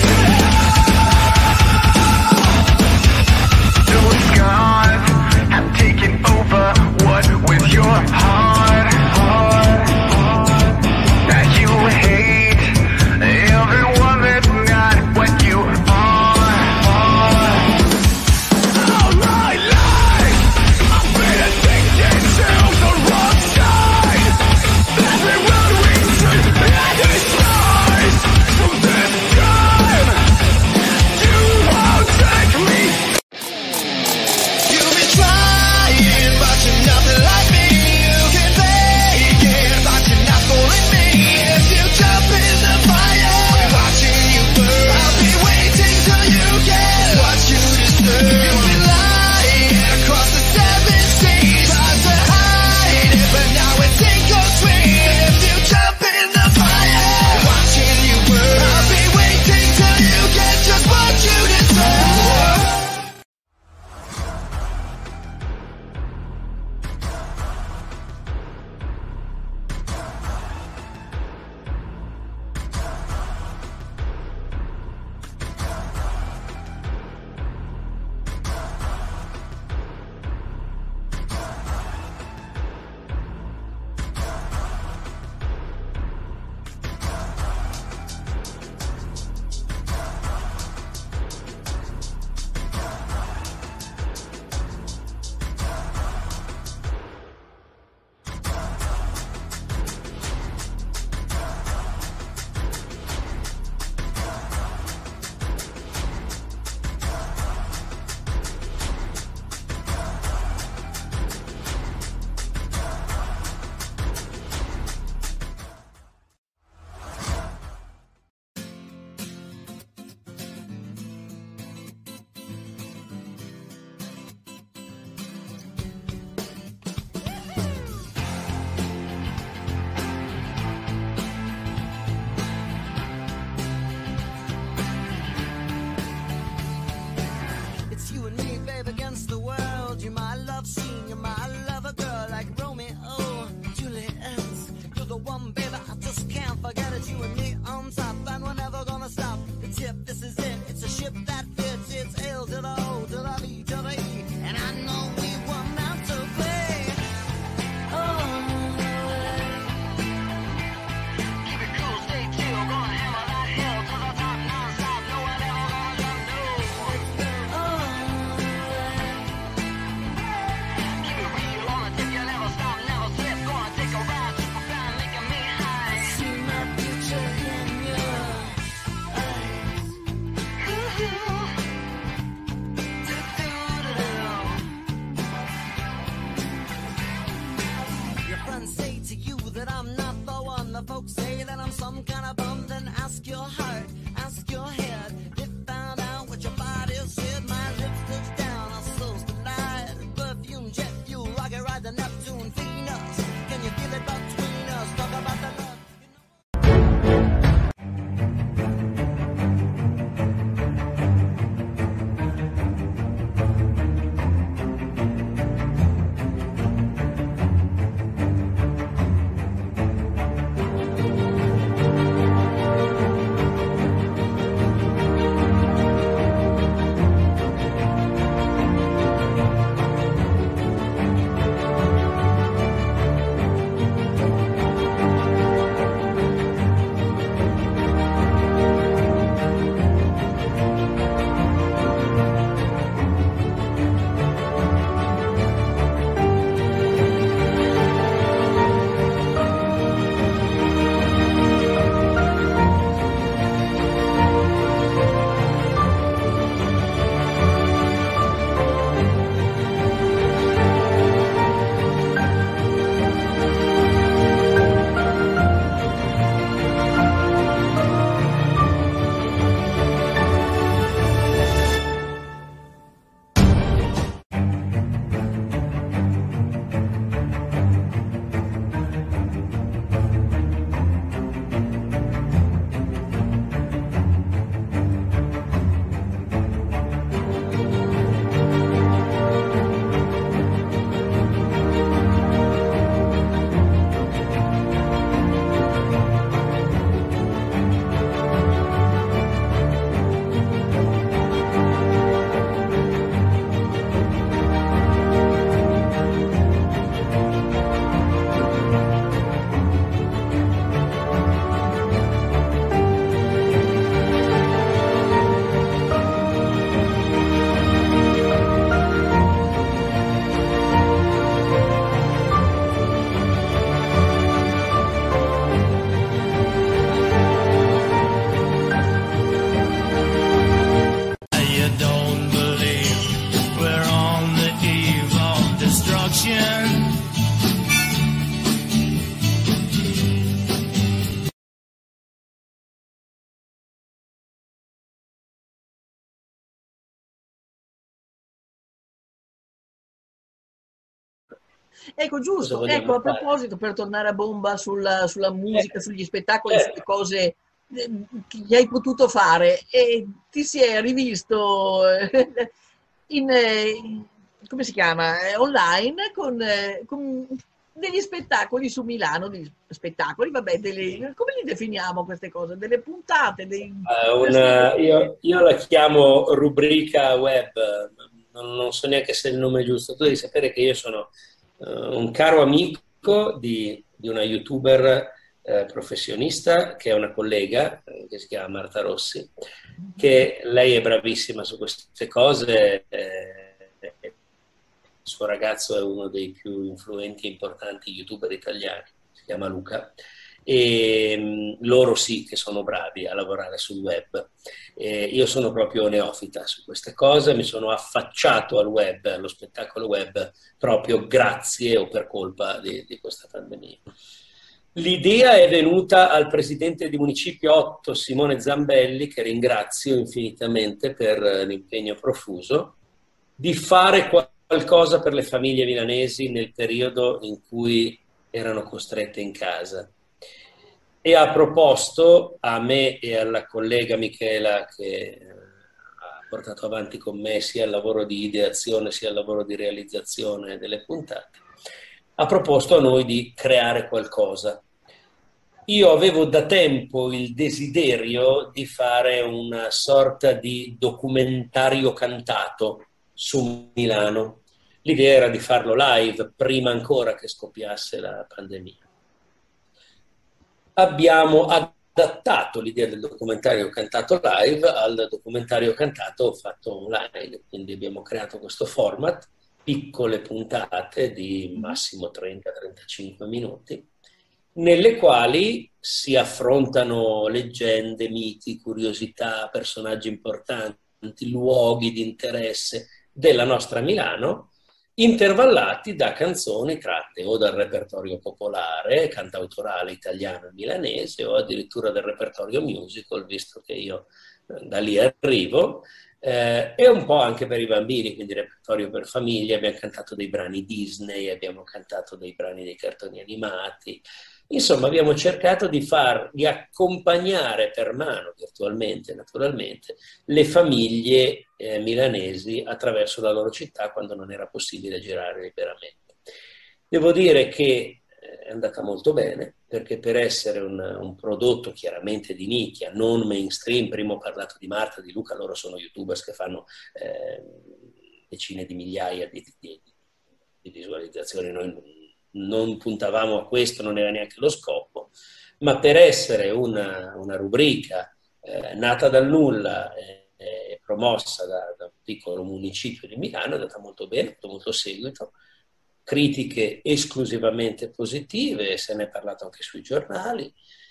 Ecco, Cosa giusto. vogliamo Ecco, a fare? proposito, per tornare a bomba sulla, sulla musica, Eh, sugli spettacoli, certo. sulle cose eh, che hai potuto fare, e ti si è rivisto eh, in, eh, in- come si chiama? Eh, online con, eh, con degli spettacoli su Milano, degli spettacoli, vabbè, delle, come li definiamo queste cose? Delle puntate, dei, Eh, una- io, io la chiamo rubrica web, non, non so neanche se è il nome è giusto. Tu devi sapere che io sono eh, un caro amico di, di una youtuber eh, professionista che è una collega eh, che si chiama Marta Rossi, che lei è bravissima su queste cose. eh, il suo ragazzo è uno dei più influenti e importanti youtuber italiani, si chiama Luca, e mh, loro sì che sono bravi a lavorare sul web. Eh, io sono proprio neofita su queste cose, mi sono affacciato al web, allo spettacolo web, proprio grazie o per colpa di, di questa pandemia. L'idea è venuta al presidente di Municipio otto, Simone Zambelli, che ringrazio infinitamente per l'impegno profuso, di fare qualcosa per le famiglie milanesi nel periodo in cui erano costrette in casa. E ha proposto a me e alla collega Michela, che ha portato avanti con me sia il lavoro di ideazione sia il lavoro di realizzazione delle puntate, ha proposto a noi di creare qualcosa. Io avevo da tempo il desiderio di fare una sorta di documentario cantato su Milano. L'idea era di farlo live prima ancora che scoppiasse la pandemia. Abbiamo adattato l'idea del documentario cantato live al documentario cantato fatto online, quindi abbiamo creato questo format, piccole puntate di massimo trenta trentacinque minuti, nelle quali si affrontano leggende, miti, curiosità, personaggi importanti, luoghi di interesse della nostra Milano, intervallati da canzoni tratte o dal repertorio popolare, cantautorale italiano e milanese, o addirittura del repertorio musical, visto che io eh, da lì arrivo, eh, e un po' anche per i bambini, quindi repertorio per famiglie. Abbiamo cantato dei brani Disney, abbiamo cantato dei brani dei cartoni animati. Insomma, abbiamo cercato di far, di accompagnare per mano, virtualmente, naturalmente, le famiglie eh, milanesi attraverso la loro città quando non era possibile girare liberamente. Devo dire che è andata molto bene, perché per essere un, un prodotto chiaramente di nicchia, non mainstream, prima ho parlato di Marta, di Luca, loro sono youtubers che fanno eh, decine di migliaia di, di, di visualizzazioni, noi non puntavamo a questo, non era neanche lo scopo, ma per essere una, una rubrica eh, nata dal nulla e eh, promossa da, da un piccolo municipio di Milano è andata molto bene, ha avuto molto seguito, critiche esclusivamente positive, se ne è parlato anche sui giornali.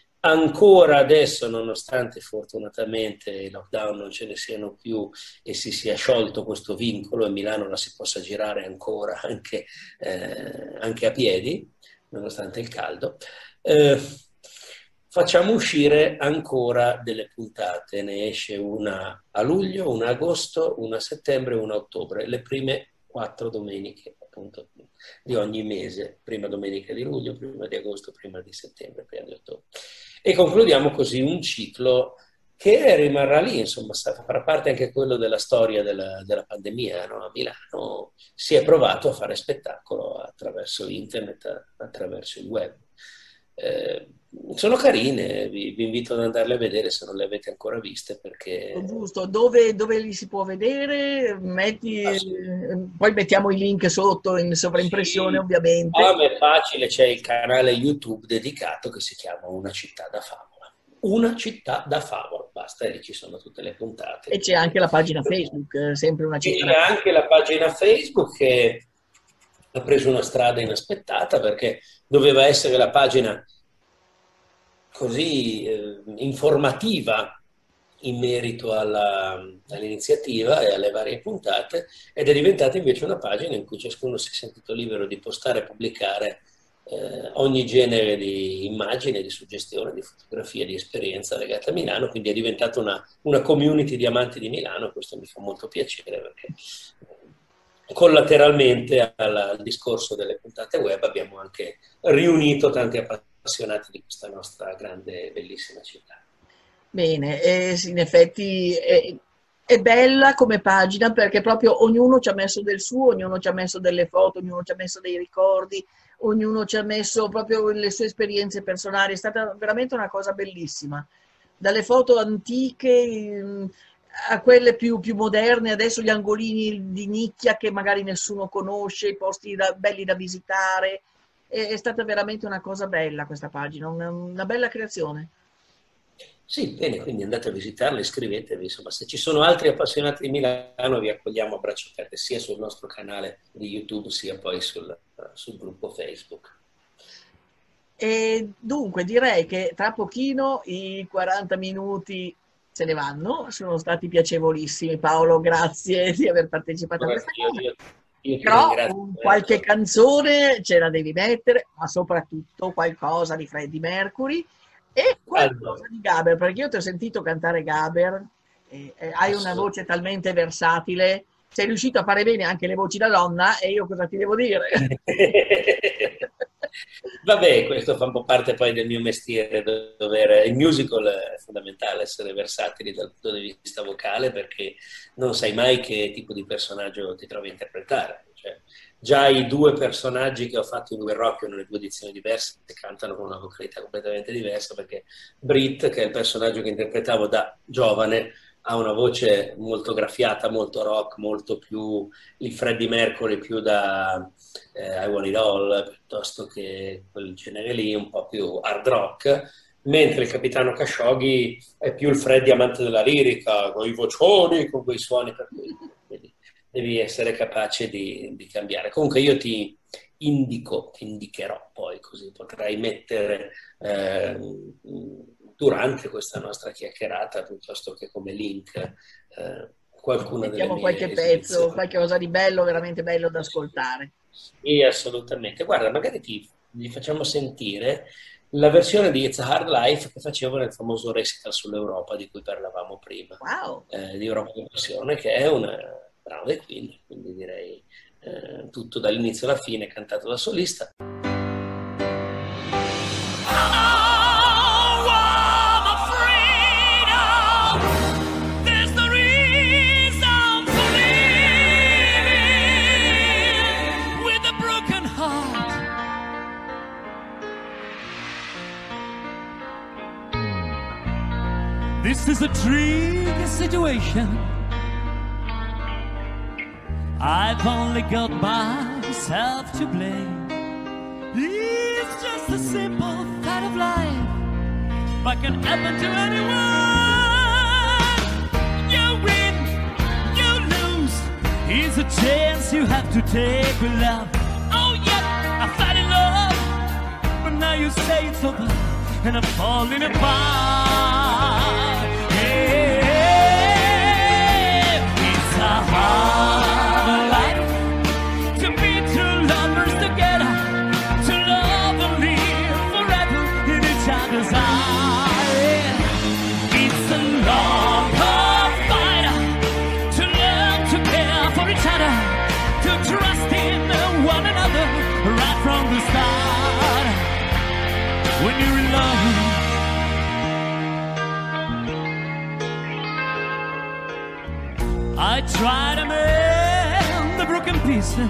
Ancora adesso, nonostante fortunatamente i lockdown non ce ne siano più e si sia sciolto questo vincolo e Milano la si possa girare ancora anche, eh, anche a piedi, nonostante il caldo, eh, facciamo uscire ancora delle puntate. Ne esce una a luglio, una a agosto, una a settembre e una a ottobre, le prime quattro domeniche appunto di ogni mese, prima domenica di luglio, prima di agosto, prima di settembre, prima di ottobre. E concludiamo così un ciclo che rimarrà lì, insomma, farà parte anche quello della storia della, della pandemia, no? A Milano si è provato a fare spettacolo attraverso internet, attraverso il web. Eh, sono carine, vi, vi invito ad andarle a vedere se non le avete ancora viste, perché... Giusto, dove, dove li si può vedere? Metti, poi mettiamo i link sotto in sovraimpressione, sì, ovviamente. Ah, ma è facile, c'è il canale YouTube dedicato che si chiama Una città da favola. Una città da favola, basta, e lì ci sono tutte le puntate. E c'è anche la pagina Facebook, sempre Una città. E c'è anche la pagina Facebook che ha preso una strada inaspettata, perché doveva essere la pagina così eh, informativa in merito alla, all'iniziativa e alle varie puntate, ed è diventata invece una pagina in cui ciascuno si è sentito libero di postare e pubblicare eh, ogni genere di immagine, di suggestione, di fotografia, di esperienza legata a Milano. Quindi è diventata una, una community di amanti di Milano, e questo mi fa molto piacere, perché collateralmente al, al discorso delle puntate web abbiamo anche riunito tanti appassionati di questa nostra grande e bellissima città. Bene, eh, sì, in effetti è, è bella come pagina perché proprio ognuno ci ha messo del suo, ognuno ci ha messo delle foto, ognuno ci ha messo dei ricordi, ognuno ci ha messo proprio le sue esperienze personali, è stata veramente una cosa bellissima. Dalle foto antiche a quelle più, più moderne, adesso gli angolini di nicchia che magari nessuno conosce, i posti da, belli da visitare, è, è stata veramente una cosa bella questa pagina, una, una bella creazione. Sì, bene, quindi andate a visitarli, iscrivetevi, insomma, se ci sono altri appassionati di Milano vi accogliamo a braccia aperte sia sul nostro canale di YouTube sia poi sul, sul gruppo Facebook. E dunque direi che tra pochino i quaranta minuti se ne vanno, sono stati piacevolissimi. Paolo, grazie di aver partecipato a questa cosa. Io, io, io Però qualche canzone ce la devi mettere, ma soprattutto qualcosa di Freddie Mercury e qualcosa allora. di Gaber, perché io ti ho sentito cantare Gaber, e, e hai una voce talmente versatile, sei riuscito a fare bene anche le voci da donna e io cosa ti devo dire? Vabbè, questo fa un po' parte poi del mio mestiere, dover, il musical è fondamentale, essere versatili dal punto di vista vocale, perché non sai mai che tipo di personaggio ti trovi a interpretare. Cioè, già i due personaggi che ho fatto in due Rock, nelle due edizioni diverse, cantano con una vocalità completamente diversa, perché Brit, che è il personaggio che interpretavo da giovane, ha una voce molto graffiata, molto rock, molto più il Freddie Mercury, più da eh, I Want It All, piuttosto che quel genere lì, un po' più hard rock, mentre il Capitano Khashoggi è più il Freddie amante della lirica, con i vocioni, con quei suoni, per cui quindi devi essere capace di, di cambiare. Comunque io ti indico, ti indicherò poi, così potrai mettere eh, durante questa nostra chiacchierata, piuttosto che come link, eh, qualcuna delle mie qualche pezzo, qualche cosa di bello, veramente bello da ascoltare. Sì, assolutamente. Guarda, magari ti, ti facciamo sentire la versione di It's a Hard Life che facevo nel famoso recital sull'Europa di cui parlavamo prima. Wow. Eh, di Europa di Passione, che è una brano dei Queen, quindi direi eh, tutto dall'inizio alla fine cantato da solista. This is a tricky situation. I've only got myself to blame. It's just a simple fact of life, but can happen to anyone. You win, you lose. It's a chance you have to take with love. Oh yeah, I fell in love, but now you say it's over and I'm falling apart. It's a hard life to be two lovers together, to love and live forever in each other's eyes. It's a long, hard fight to learn to care for each other, to trust in one another right from the start. When you're in love, I try to mend the broken pieces.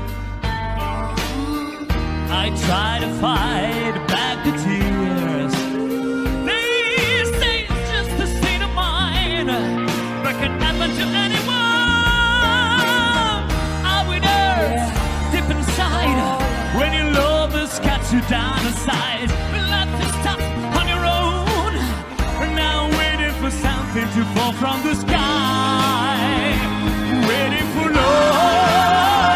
I try to fight back the tears. They say it's just a state of mind, but can happen to anyone. How it hurts deep inside when your lovers cut you down aside. Life is tough on your own, now waiting for something to fall from the sky. Waiting for love.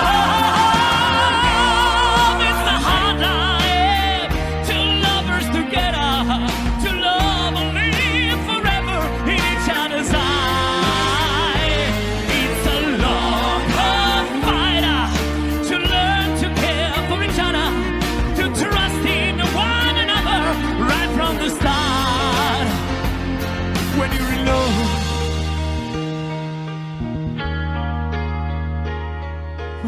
It's a hard life, two lovers together, to love and live forever in each other's eyes. It's a long, hard fight to learn to care for each other, to trust in one another right from the start. When you're in love,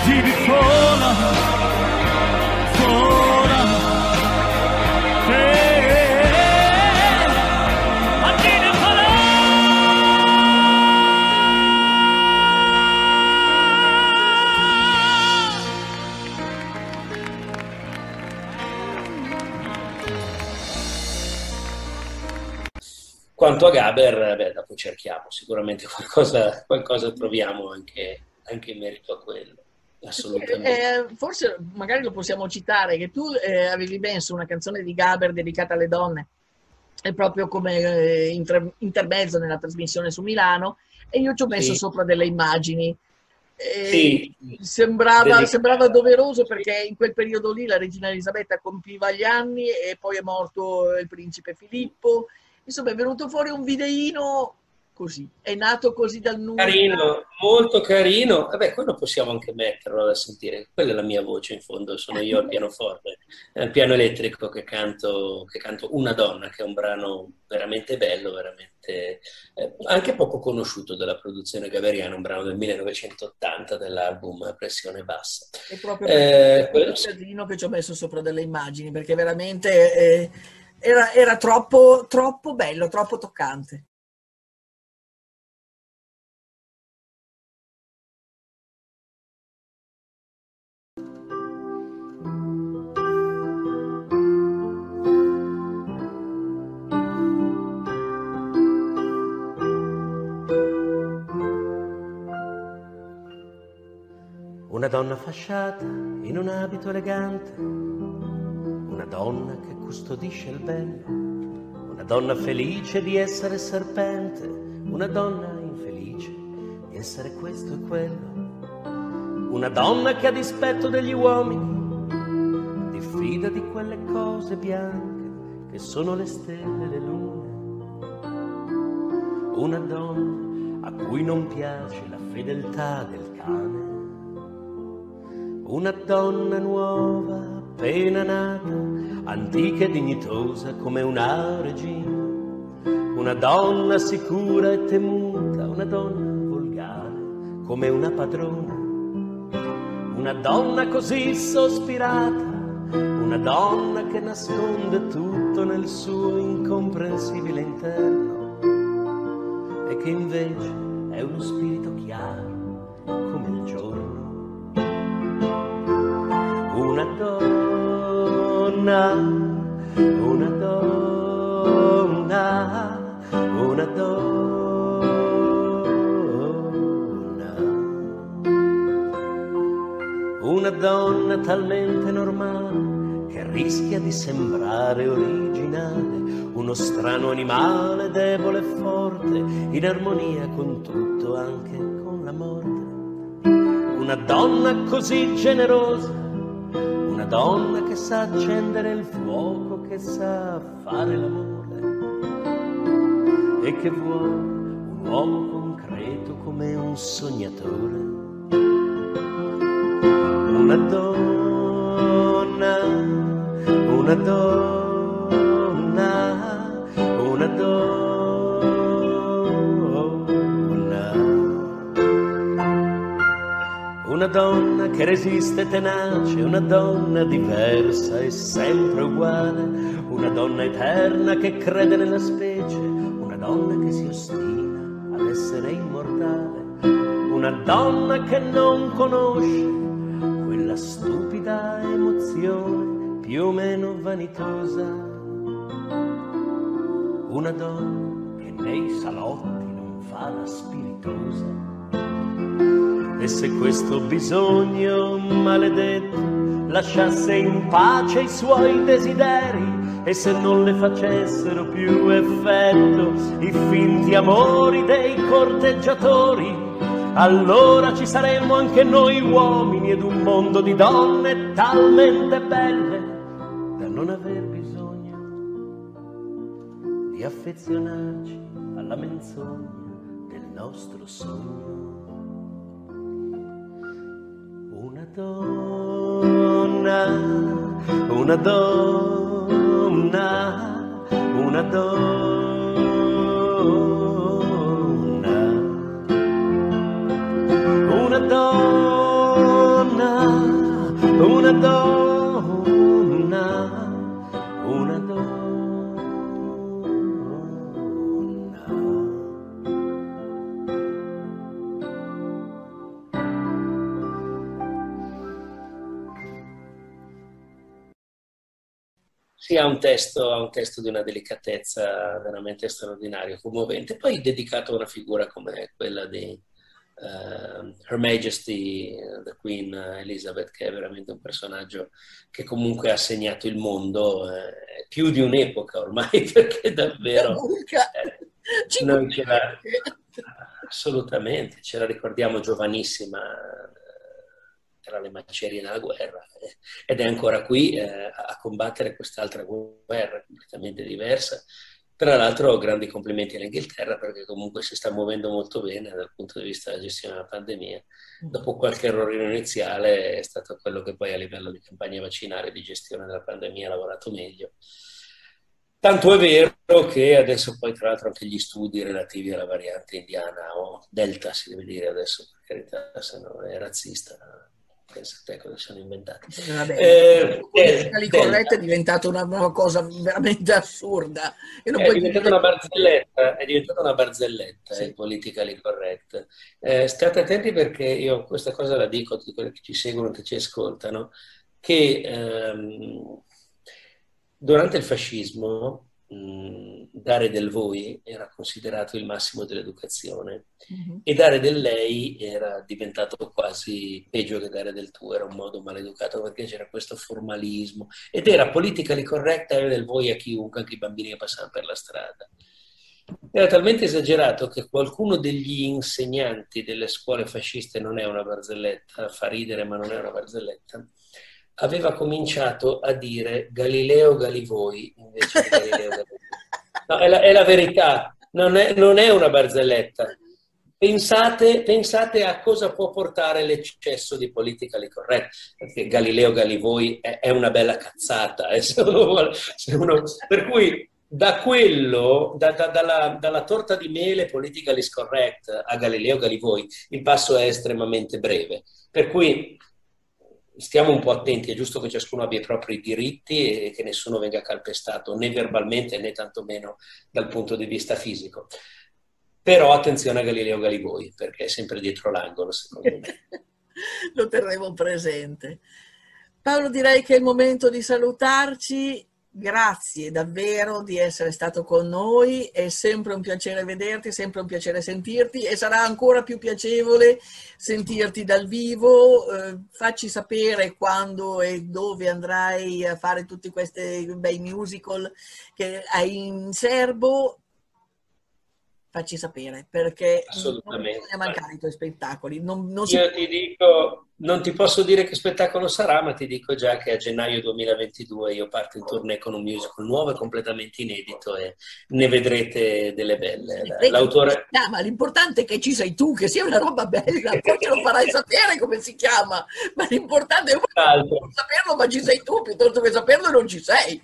giri sola, sola, se mattina farà. Quanto a Gaber, beh, dopo cerchiamo, sicuramente qualcosa, qualcosa troviamo anche, anche in merito a quello, assolutamente. Eh, forse magari lo possiamo citare, che tu eh, avevi messo una canzone di Gaber dedicata alle donne, è proprio come eh, inter- intermezzo nella trasmissione su Milano, e io ci ho messo Sì. sopra delle immagini. Eh, Sì. sembrava, Dedica- sembrava doveroso, perché in quel periodo lì la regina Elisabetta compiva gli anni e poi è morto il principe Filippo. Insomma, è venuto fuori un videino così, è nato così dal nulla. Carino, molto carino. Vabbè, quello possiamo anche metterlo da sentire. Quella è la mia voce, in fondo, sono io al pianoforte, al piano elettrico che canto, che canto Una donna, che è un brano veramente bello, veramente eh, anche poco conosciuto della produzione gaberiana, un brano del millenovecentottanta dell'album Pressione Bassa. È proprio Eh, per quello questo casino che ci ho messo sopra delle immagini, perché veramente eh, era, era troppo, troppo bello, troppo toccante. Una donna fasciata in un abito elegante, una donna che custodisce il bello, una donna felice di essere serpente, una donna infelice di essere questo e quello, una donna che a dispetto degli uomini diffida di quelle cose bianche che sono le stelle e le lune, una donna a cui non piace la fedeltà del cane, una donna nuova, appena nata, antica e dignitosa come una regina, una donna sicura e temuta, una donna volgare come una padrona, una donna così sospirata, una donna che nasconde tutto nel suo incomprensibile interno e che invece è uno spirito chiaro come il giorno. Una donna, una donna, una donna, una donna talmente normale che rischia di sembrare originale, uno strano animale debole e forte, in armonia con tutto, anche con la morte. Una donna così generosa, una donna che sa accendere il fuoco, che sa fare l'amore e che vuole un uomo concreto come un sognatore. Una donna, una donna, una donna, una donna che resiste tenace, una donna diversa e sempre uguale, una donna eterna che crede nella specie, una donna che si ostina ad essere immortale, una donna che non conosce quella stupida emozione più o meno vanitosa, una donna che nei salotti non fa la spiritosa. E se questo bisogno maledetto lasciasse in pace i suoi desideri, e se non le facessero più effetto i finti amori dei corteggiatori, allora ci saremmo anche noi uomini ed un mondo di donne talmente belle da non aver bisogno di affezionarci alla menzogna del nostro sogno. Una donna, una donna, una donna, una donna, una donna, una donna. Sì, ha un testo, ha un testo di una delicatezza veramente straordinaria, commovente. Poi dedicato a una figura come quella di uh, Her Majesty, the Queen Elizabeth, che è veramente un personaggio che comunque ha segnato il mondo, eh, più di un'epoca ormai, perché davvero eh, noi ce la, assolutamente, ce la ricordiamo giovanissima, tra le macerie della guerra, eh, ed è ancora qui eh, a combattere quest'altra guerra completamente diversa. Tra l'altro grandi complimenti all'Inghilterra, perché comunque si sta muovendo molto bene dal punto di vista della gestione della pandemia. Dopo qualche errore iniziale è stato quello che poi a livello di campagna vaccinale e di gestione della pandemia ha lavorato meglio. Tanto è vero che adesso poi tra l'altro anche gli studi relativi alla variante indiana o Delta, si deve dire adesso, per carità, se no è razzista. Pensa a te cosa sono inventati. Vabbè, Eh, politically eh, correct è diventata una, una cosa veramente assurda. E non È puoi diventata dire... una barzelletta, è diventata una barzelletta, Sì. il politically correct. Eh, state attenti perché io questa cosa la dico a tutti quelli che ci seguono, che ci ascoltano, che ehm, durante il fascismo mh, dare del voi era considerato il massimo dell'educazione. Mhm. E dare del lei era diventato quasi peggio che dare del tu, era un modo maleducato perché c'era questo formalismo ed era politically correct dare del voi a chiunque, anche i bambini che passavano per la strada. Era talmente esagerato che qualcuno degli insegnanti delle scuole fasciste, non è una barzelletta, fa ridere ma non è una barzelletta, aveva cominciato a dire Galileo Galilei invece di Galileo Galilei. No, è la, è la verità, non è, non è una barzelletta. Pensate, pensate a cosa può portare l'eccesso di politically correct, perché Galileo Galilei è, è una bella cazzata, eh, se uno vuole, se uno, per cui da quello, da, da, dalla, dalla torta di mele politically correct a Galileo Galilei, il passo è estremamente breve, per cui stiamo un po' attenti, è giusto che ciascuno abbia i propri diritti e che nessuno venga calpestato né verbalmente né tantomeno dal punto di vista fisico. Però attenzione a Galileo Galilei, perché è sempre dietro l'angolo, secondo me. Lo terremo presente. Paolo, direi che è il momento di salutarci. Grazie davvero di essere stato con noi, è sempre un piacere vederti, sempre un piacere sentirti e sarà ancora più piacevole sentirti dal vivo. Eh, facci sapere quando e dove andrai a fare tutti questi bei musical che hai in serbo. Facci sapere, perché non bisogna mancare i tuoi spettacoli. Non, non Io si... ti dico, non ti posso dire che spettacolo sarà, ma ti dico già che a gennaio duemilaventidue io parto in tournée con un musical nuovo e completamente inedito e ne vedrete delle belle. L'autore... No, ma l'importante è che ci sei tu, che sia una roba bella, poi ce lo farai sapere come si chiama, ma l'importante è non saperlo, ma ci sei tu, piuttosto che saperlo non ci sei.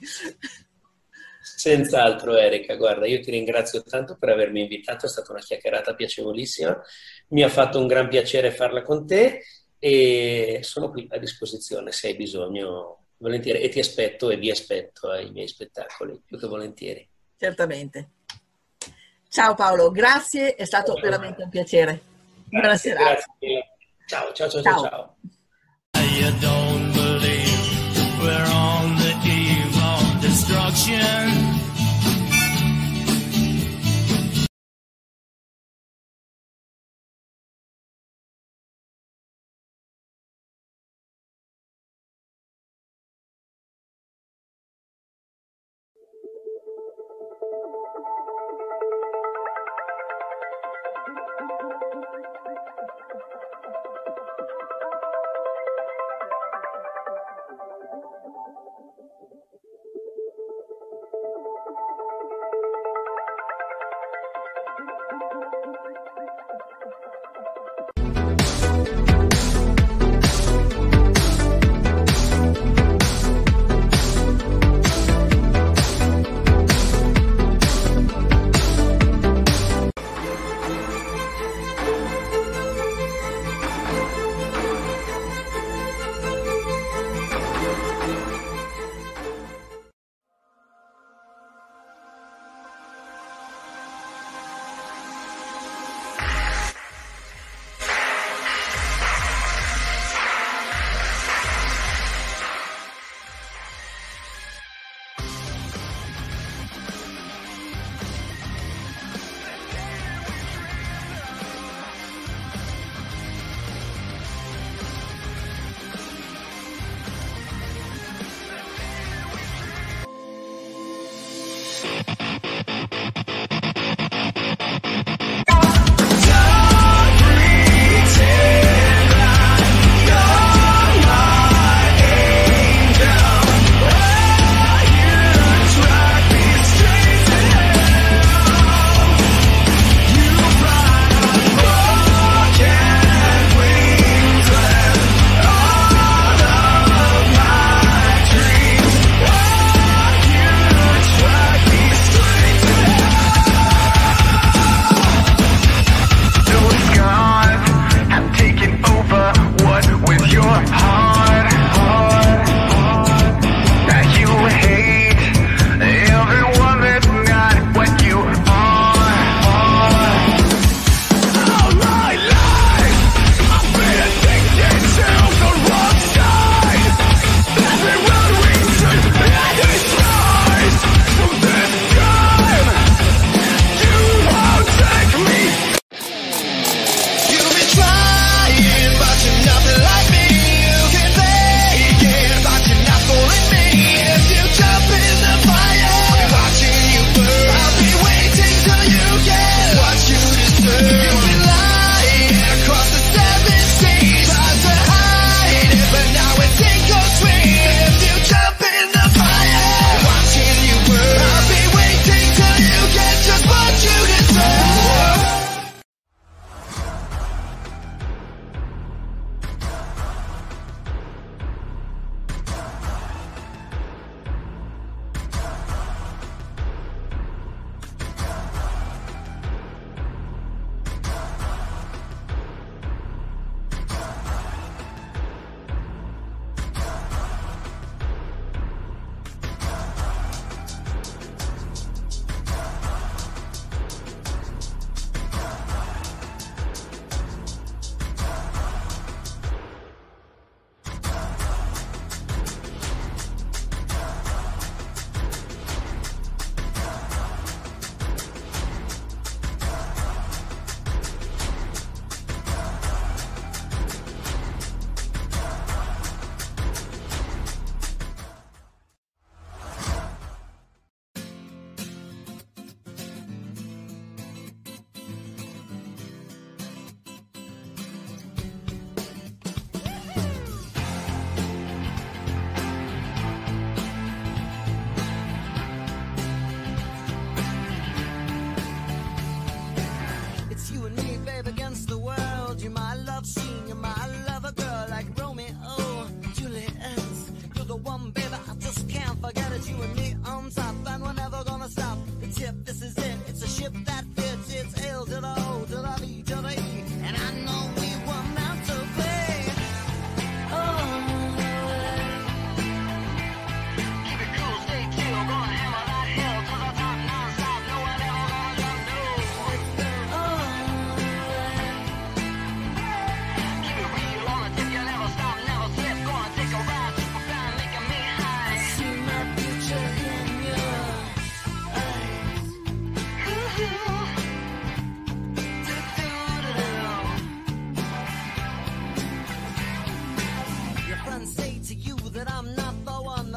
Senz'altro Erika, guarda, io ti ringrazio tanto per avermi invitato, è stata una chiacchierata piacevolissima, mi ha fatto un gran piacere farla con te e sono qui a disposizione se hai bisogno, volentieri, e ti aspetto e vi aspetto ai miei spettacoli, più che volentieri. Certamente. Ciao Paolo, grazie, è stato Ciao. Veramente un piacere. Grazie, Buonasera. grazie mille. Ciao, ciao, ciao, ciao. ciao. You don't believe we're on the eve of destruction.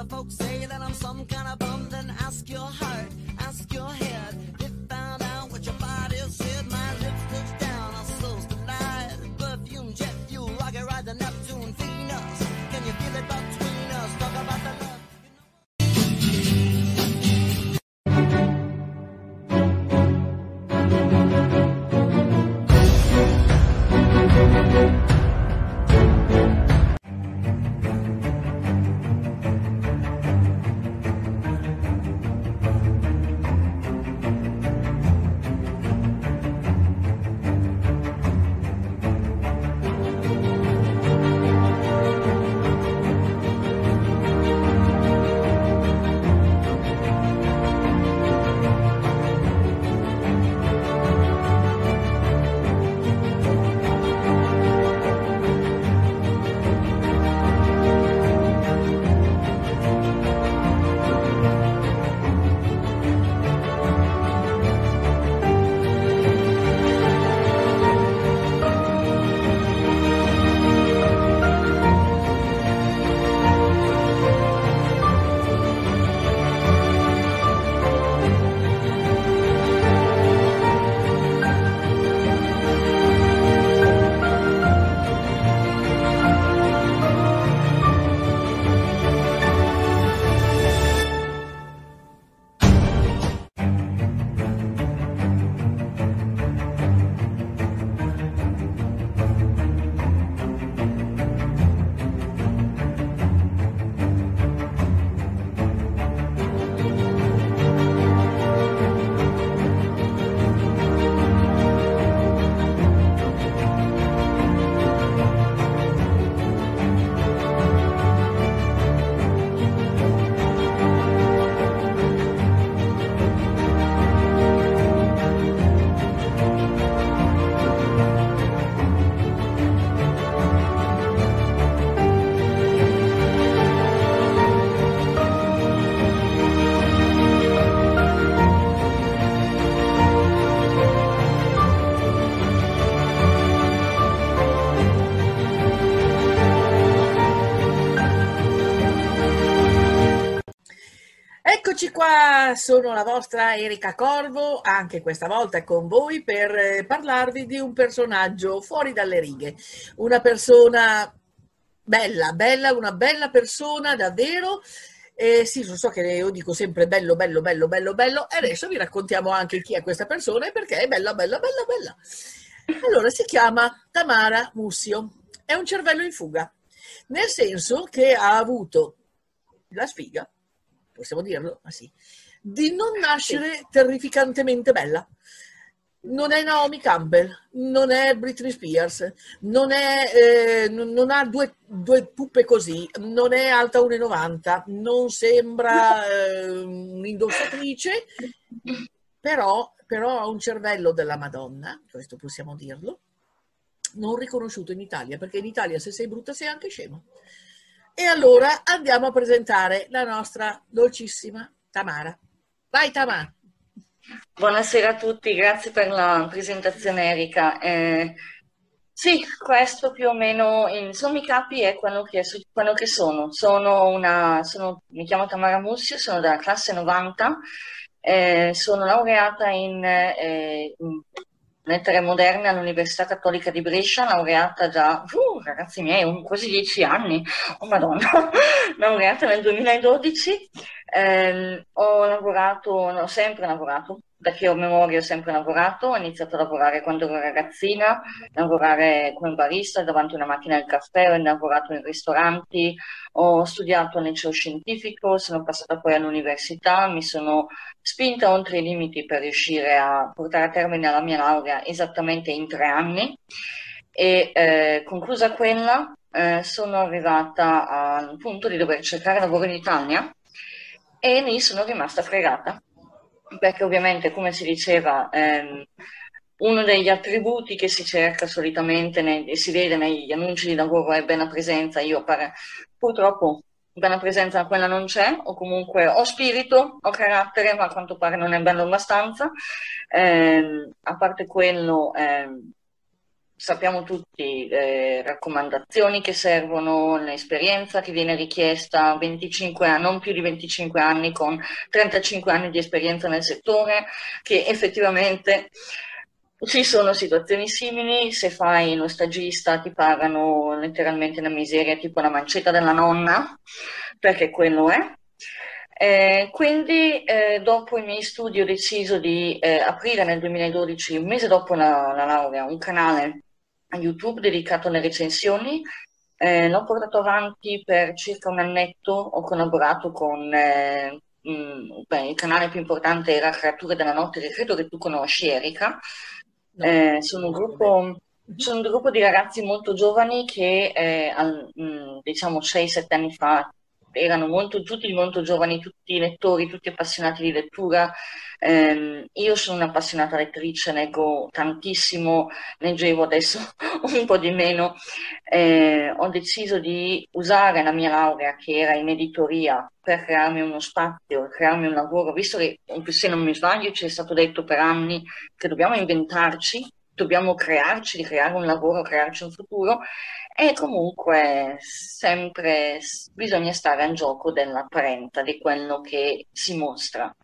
the folks say that I'm some kind of bum, then ask your heart, ask your head. They found out what your body said. My lips touched down, our souls collide. Perfume, jet fuel, rocket ride the Neptune, Venus. Can you feel it between us? Talk about the love. Eccoci qua, sono la vostra Erika Corvo, anche questa volta con voi per eh, parlarvi di un personaggio fuori dalle righe, una persona bella, bella, una bella persona davvero. Eh, sì, lo so che io dico sempre bello, bello, bello, bello, bello, e adesso vi raccontiamo anche chi è questa persona e perché è bella, bella, bella, bella. Allora, si chiama Tamara Mussio, è un cervello in fuga, nel senso che ha avuto la sfiga, possiamo dirlo, ma sì, di non nascere sì. terrificantemente bella. Non è Naomi Campbell, non è Britney Spears, non, è, eh, non ha due, due puppe così, non è alta uno e novanta, non sembra eh, un'indossatrice, però, però ha un cervello della Madonna, questo possiamo dirlo, non riconosciuto in Italia, perché in Italia se sei brutta sei anche scemo. E allora andiamo a presentare la nostra dolcissima Tamara. Vai Tamara! Buonasera a tutti, grazie per la presentazione Erika. Eh, sì, questo più o meno, in sommi capi, è quello che, quello che sono. Sono una, sono, mi chiamo Tamara Mussio, sono della classe novanta, eh, sono laureata in, eh, in lettere moderne all'Università Cattolica di Brescia, laureata da, uh, ragazzi miei, un, quasi dieci anni, oh madonna, laureata nel duemiladodici. Eh, ho lavorato, ho sempre lavorato, da che ho memoria ho sempre lavorato, ho iniziato a lavorare quando ero ragazzina, lavorare come barista davanti a una macchina del caffè, ho lavorato in ristoranti, ho studiato al liceo scientifico, sono passata poi all'università, mi sono spinta oltre i limiti per riuscire a portare a termine la mia laurea esattamente in tre anni e eh, conclusa quella eh, sono arrivata al punto di dover cercare lavoro in Italia. E lì sono rimasta fregata, perché ovviamente, come si diceva, ehm, uno degli attributi che si cerca solitamente e si vede negli annunci di lavoro è bella presenza. Io pare, purtroppo bella presenza quella non c'è, o comunque ho spirito, ho carattere, ma a quanto pare non è bello abbastanza. Eh, a parte quello, eh, sappiamo tutti le raccomandazioni che servono, l'esperienza che viene richiesta, venticinque anni, non più di venticinque anni con trentacinque anni di esperienza nel settore, che effettivamente ci sono situazioni simili. Se fai lo stagista ti pagano letteralmente una miseria, tipo la mancetta della nonna, perché quello è. Eh, quindi eh, dopo i miei studi ho deciso di eh, aprire nel duemiladodici, un mese dopo la, la laurea, un canale a YouTube dedicato alle recensioni. Eh, l'ho portato avanti per circa un annetto, ho collaborato con eh, mh, beh, il canale più importante era Creature della Notte, che credo che tu conosci, Erika. No, Eh, sono un gruppo, sono un gruppo di ragazzi molto giovani che eh, al- mh, diciamo sei sette anni fa erano molto, tutti molto giovani, tutti lettori, tutti appassionati di lettura. Ehm, io sono un'appassionata lettrice, leggo tantissimo, leggevo adesso un po' di meno. Eh, ho deciso di usare la mia laurea, che era in editoria, per crearmi uno spazio, crearmi un lavoro, visto che, se non mi sbaglio, ci è stato detto per anni che dobbiamo inventarci, dobbiamo crearci, di creare un lavoro, crearci un futuro. E comunque sempre s- bisogna stare al gioco dell'apparenza, di quello che si mostra.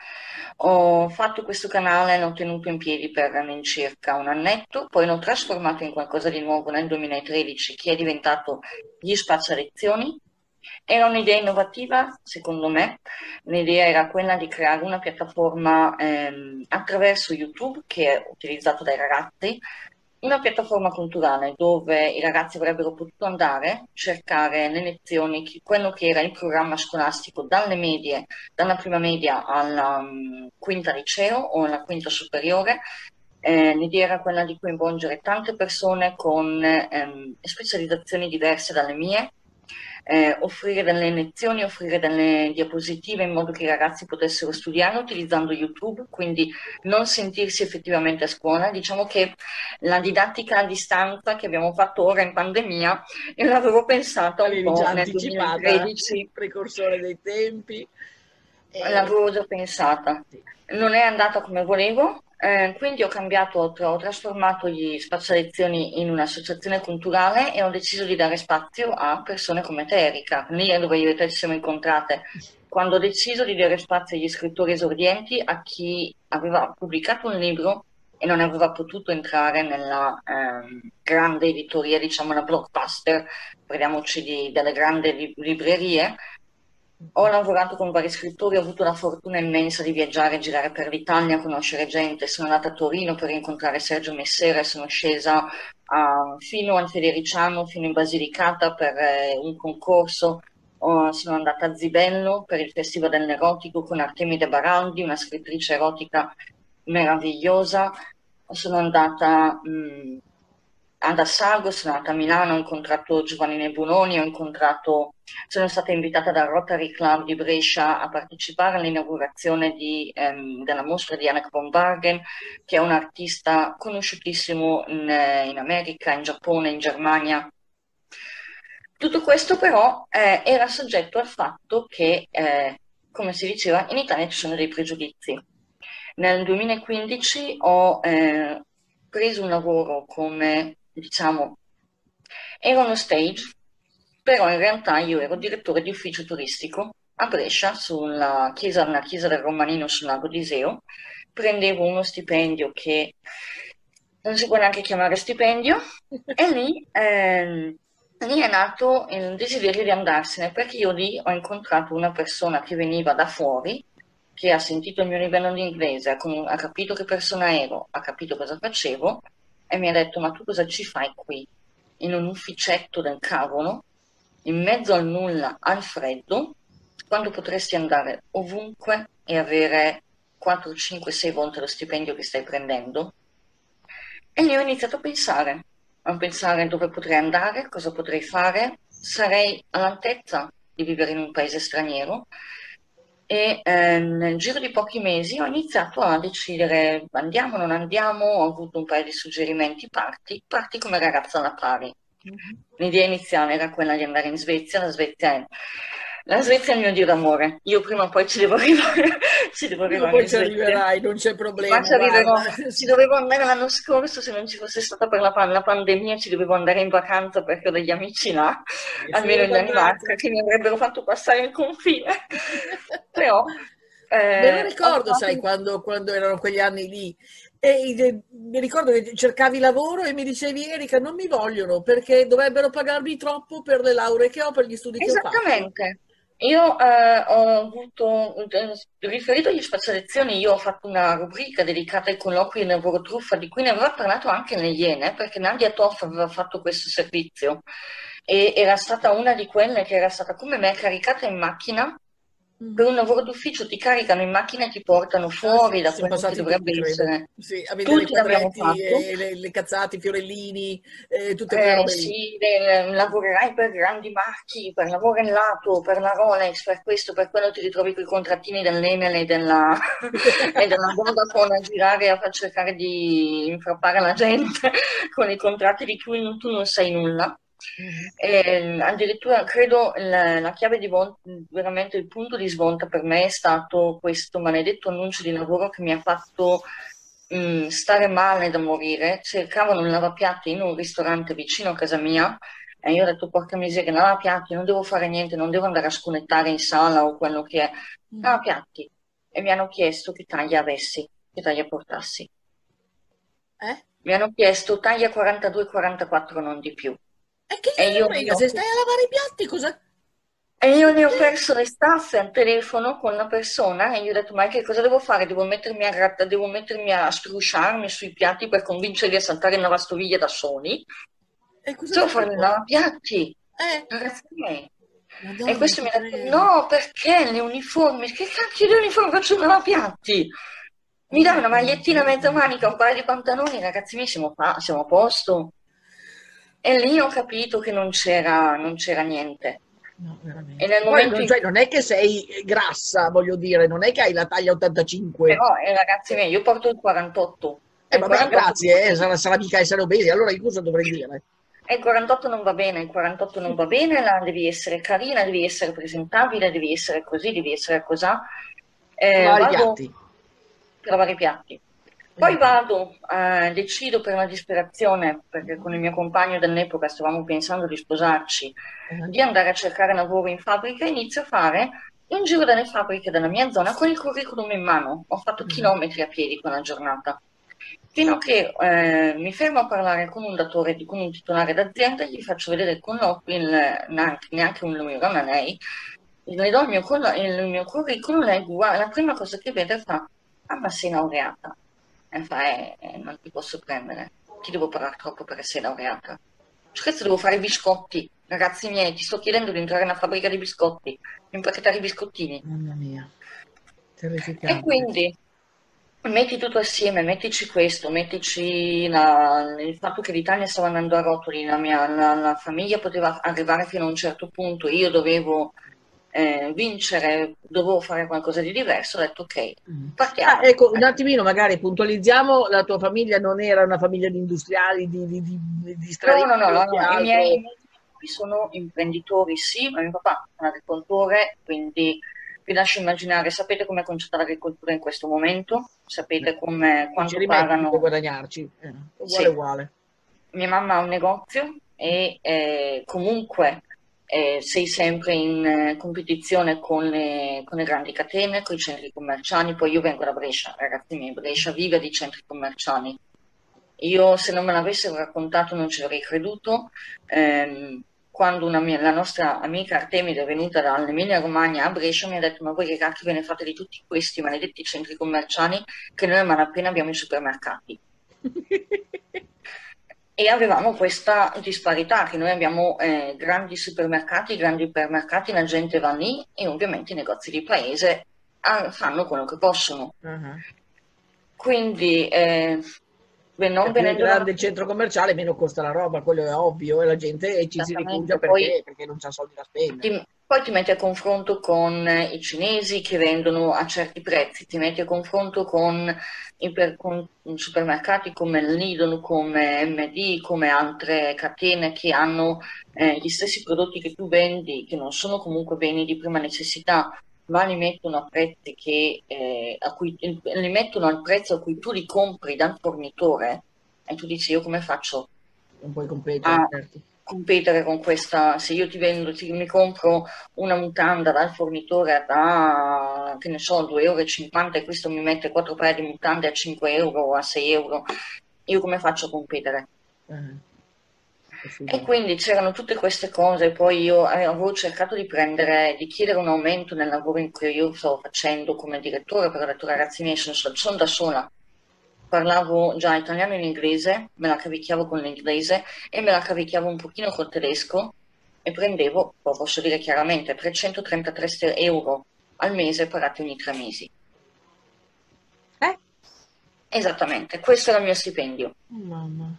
Ho fatto questo canale, l'ho tenuto in piedi per all'incirca un annetto, poi l'ho trasformato in qualcosa di nuovo nel duemilatredici, che è diventato Gli Spazio Lezioni. Era un'idea innovativa, secondo me. L'idea era quella di creare una piattaforma ehm, attraverso YouTube, che è utilizzato dai ragazzi, una piattaforma culturale dove i ragazzi avrebbero potuto andare, cercare le lezioni, chi- quello che era il programma scolastico dalle medie, dalla prima media alla mm, quinta liceo o alla quinta superiore. Eh, l'idea era quella di coinvolgere tante persone con ehm, specializzazioni diverse dalle mie, eh, offrire delle lezioni, offrire delle diapositive in modo che i ragazzi potessero studiare utilizzando YouTube, quindi non sentirsi effettivamente a scuola. Diciamo che la didattica a distanza che abbiamo fatto ora in pandemia, io l'avevo pensata un Avevi po' già nel anticipata, duemilatredici, precursore dei tempi. E... l'avevo già pensata. Sì. Non è andata come volevo, eh, quindi ho cambiato, ho, tra- ho trasformato gli Spazio Lezioni in un'associazione culturale e ho deciso di dare spazio a persone come te, Erika. Lì è dove io e te ci siamo incontrate. Quando ho deciso di dare spazio agli scrittori esordienti, a chi aveva pubblicato un libro e non aveva potuto entrare nella ehm, grande editoria, diciamo la blockbuster, parliamoci di- delle grandi li- librerie. Ho lavorato con vari scrittori, ho avuto la fortuna immensa di viaggiare e girare per l'Italia, conoscere gente. Sono andata a Torino per incontrare Sergio Messera e sono scesa a- fino al Federiciano, fino in Basilicata per eh, un concorso. Oh, sono andata a Zibello per il Festival dell'Erotico con Artemide Baraldi, una scrittrice erotica meravigliosa. Sono andata mh, ad Assago, sono andata a Milano, ho incontrato Giovanni Nebuloni, ho incontrato, sono stata invitata dal Rotary Club di Brescia a partecipare all'inaugurazione di, ehm, della mostra di Anneke von Bargen, che è un artista conosciutissimo in, eh, in America, in Giappone, in Germania. Tutto questo però eh, era soggetto al fatto che, eh, come si diceva, in Italia ci sono dei pregiudizi. Nel duemilaquindici ho eh, preso un lavoro come, diciamo, era uno stage, però in realtà io ero direttore di ufficio turistico a Brescia, sulla chiesa, nella chiesa del Romanino sul lago di Iseo. Prendevo uno stipendio che non si può neanche chiamare stipendio, e lì, ehm, lì è nato il desiderio di andarsene, perché io lì ho incontrato una persona che veniva da fuori, che ha sentito il mio livello di inglese, ha, con- ha capito che persona ero, ha capito cosa facevo e mi ha detto: ma tu cosa ci fai qui, in un ufficetto del cavolo, in mezzo al nulla, al freddo, quando potresti andare ovunque e avere quattro, cinque, sei volte lo stipendio che stai prendendo? E lì ho iniziato a pensare, a pensare dove potrei andare, cosa potrei fare, sarei all'altezza di vivere in un paese straniero. E eh, nel giro di pochi mesi ho iniziato a decidere: andiamo, non andiamo. Ho avuto un paio di suggerimenti, parti, parti come ragazza alla pari. L'idea iniziale era quella di andare in Svezia. La Svezia è La Svezia è il mio dio d'amore, io prima o poi ci devo arrivare, ci devo Prima o arrivare poi in ci Svezia. arriverai, non c'è Ma problema, ci arriverò, guarda. ci dovevo andare l'anno scorso, se non ci fosse stata per la, pan- la pandemia, ci dovevo andare in vacanza perché ho degli amici là, almeno in Assolutamente. Danimarca, che mi avrebbero fatto passare il confine. Però Me lo eh, ho ricordo, sai, fatto... quando, quando erano quegli anni lì. E eh, mi ricordo che cercavi lavoro e mi dicevi, Erika, non mi vogliono perché dovrebbero pagarmi troppo per le lauree che ho, per gli studi che ho fatto. Esattamente. Io eh, ho avuto, eh, riferito agli spazi lezioni, io ho fatto una rubrica dedicata ai colloqui di lavoro truffa, di cui ne aveva parlato anche nelle Iene, perché Nadia Toff aveva fatto questo servizio e era stata una di quelle che era stata come me caricata in macchina. Per un lavoro d'ufficio ti caricano in macchina e ti portano fuori Ah, da sì, siamo quello che passati dovrebbe tutti, credo. essere. Sì, a vedere i Tutti l'abbiamo quadretti, fatto. e le, le cazzate, i fiorellini, eh, tutte quelle Eh, robe lì. sì, eh, lavorerai per grandi marchi, per Lavorellato, per la Rolex, per questo, per quello ti ritrovi con i contrattini dell'Enel e della, e della Vodafone a girare a far cercare di infrappare la gente con i contratti di cui non- tu non sai nulla. E, addirittura credo la, la chiave di volta, veramente il punto di svolta per me è stato questo maledetto annuncio di lavoro che mi ha fatto mh, stare male da morire. Cercavano un lavapiatti in un ristorante vicino a casa mia e io ho detto porca miseria, lavapiatti, non devo fare niente, non devo andare a scunettare in sala o quello che è, lavapiatti. E mi hanno chiesto che taglia avessi, che taglia portassi. Eh? Mi hanno chiesto taglia quarantadue quarantaquattro, non di più. E che E gliene io, frega, se stai a lavare i piatti, cosa... e io ne ho perso le staffe al telefono con la persona e gli ho detto ma che cosa devo fare? Devo mettermi a, gratta- devo mettermi a strusciarmi sui piatti per convincerli a saltare in lavastoviglie da soli? E cosa Devo ti fare i dico? lavapiatti, Eh, ragazzi miei. Madonna, E questo ti mi ha detto prego. no, perché le uniformi? Che cacchio di uniformi faccio i lavapiatti? Mi dai una magliettina a mezza manica, un paio di pantaloni, ragazzi miei, siamo, fa- siamo a posto. E lì ho capito che non c'era non c'era niente. No, E veramente. nel Poi momento non, in cioè, cui non è che sei grassa, voglio dire, non è che hai la taglia ottantacinque. però, eh, ragazzi miei, io porto il quarantotto. Eh, E il vabbè, quarantotto, grazie, eh, sarà, sarà mica essere obesi, allora io cosa dovrei dire? e il quarantotto non va bene, il quarantotto non va bene, la- devi essere carina, devi essere presentabile, devi essere così, devi essere cosà. Eh, Lavare i vado piatti. per lavare i piatti. Poi vado, eh, decido per una disperazione, perché con il mio compagno dell'epoca stavamo pensando di sposarci, di andare a cercare lavoro in fabbrica e inizio a fare un giro delle fabbriche della mia zona con il curriculum in mano. Ho fatto chilometri a piedi quella giornata. Fino a che eh, mi fermo a parlare con un datore, con un titolare d'azienda, gli faccio vedere il colloquio, il- neanche, neanche un lui, era una lei, le do il mio, collo- il mio curriculum, lei guarda, la prima cosa che vede fa, ah ma sei laureata? E fa, eh, eh, non ti posso prendere, ti devo pagare troppo perché sei laureata. Cioè, questo devo fare i biscotti, ragazzi miei, ti sto chiedendo di entrare in una fabbrica di biscotti, di impacchettare i biscottini. Mamma mia, E terrificante. quindi metti tutto assieme, mettici questo, mettici la- il fatto che l'Italia stava andando a rotoli, la mia la, la famiglia poteva arrivare fino a un certo punto, io dovevo eh, vincere, dovevo fare qualcosa di diverso, ho detto ok, partiamo. Ah, ecco, un attimino, magari puntualizziamo, la tua famiglia non era una famiglia di industriali, di, di, di, di No, stranieri no, no, no, o no, di i miei, i altro. miei genitori sono imprenditori, sì, ma mio papà è un agricoltore, quindi vi lascio immaginare, sapete com'è concetta l'agricoltura in questo momento? Sapete come, E ci quanto rimetti per pagano? guadagnarci, eh, uguale Sì, uguale. mia mamma ha un negozio e eh, comunque eh, sei sempre in eh, competizione con le, con le grandi catene, con i centri commerciali. Poi io vengo da Brescia, ragazzi miei, Brescia vive di centri commerciali. Io se non me l'avessero raccontato non ci avrei creduto. Ehm, quando una mia- la nostra amica Artemide è venuta dall'Emilia Romagna a Brescia mi ha detto ma voi che cacchio ve ne fate di tutti questi maledetti centri commerciali che noi a malapena abbiamo i supermercati. E avevamo questa disparità, che noi abbiamo eh, grandi supermercati, grandi ipermercati, la gente va lì e ovviamente i negozi di paese ah, fanno quello che possono. Uh-huh. Quindi eh, Beh, non Cioè, più è venendo da grande il centro commerciale, meno costa la roba, quello è ovvio, e la gente ci si rifugia esattamente, poi perché, perché non c'ha soldi da spendere. ti, poi ti metti a confronto con i cinesi che vendono a certi prezzi, ti metti a confronto con, iper- con supermercati come il Lidl, come M D, come altre catene che hanno eh, gli stessi prodotti che tu vendi, che non sono comunque beni di prima necessità, ma li mettono a prezzi che, eh, a cui, li mettono al prezzo a cui tu li compri dal fornitore, e tu dici io come faccio Non puoi competere, a certo. competere con questa, se io ti vendo, ti, mi compro una mutanda dal fornitore da, che ne so, due euro e cinquanta e questo mi mette quattro paia di mutande a cinque euro o a sei euro, io come faccio a competere? Eh, E quindi c'erano tutte queste cose, poi io avevo cercato di prendere, di chiedere un aumento nel lavoro in cui io stavo facendo come direttore, però ho detto ragazzi miei, sono, sono da sola. Parlavo già italiano e inglese, me la cavicchiavo con l'inglese e me la cavicchiavo un pochino col tedesco e prendevo, lo posso dire chiaramente, trecentotrentatré euro al mese pagati ogni tre mesi. Eh? Esattamente, questo era il mio stipendio. Mamma.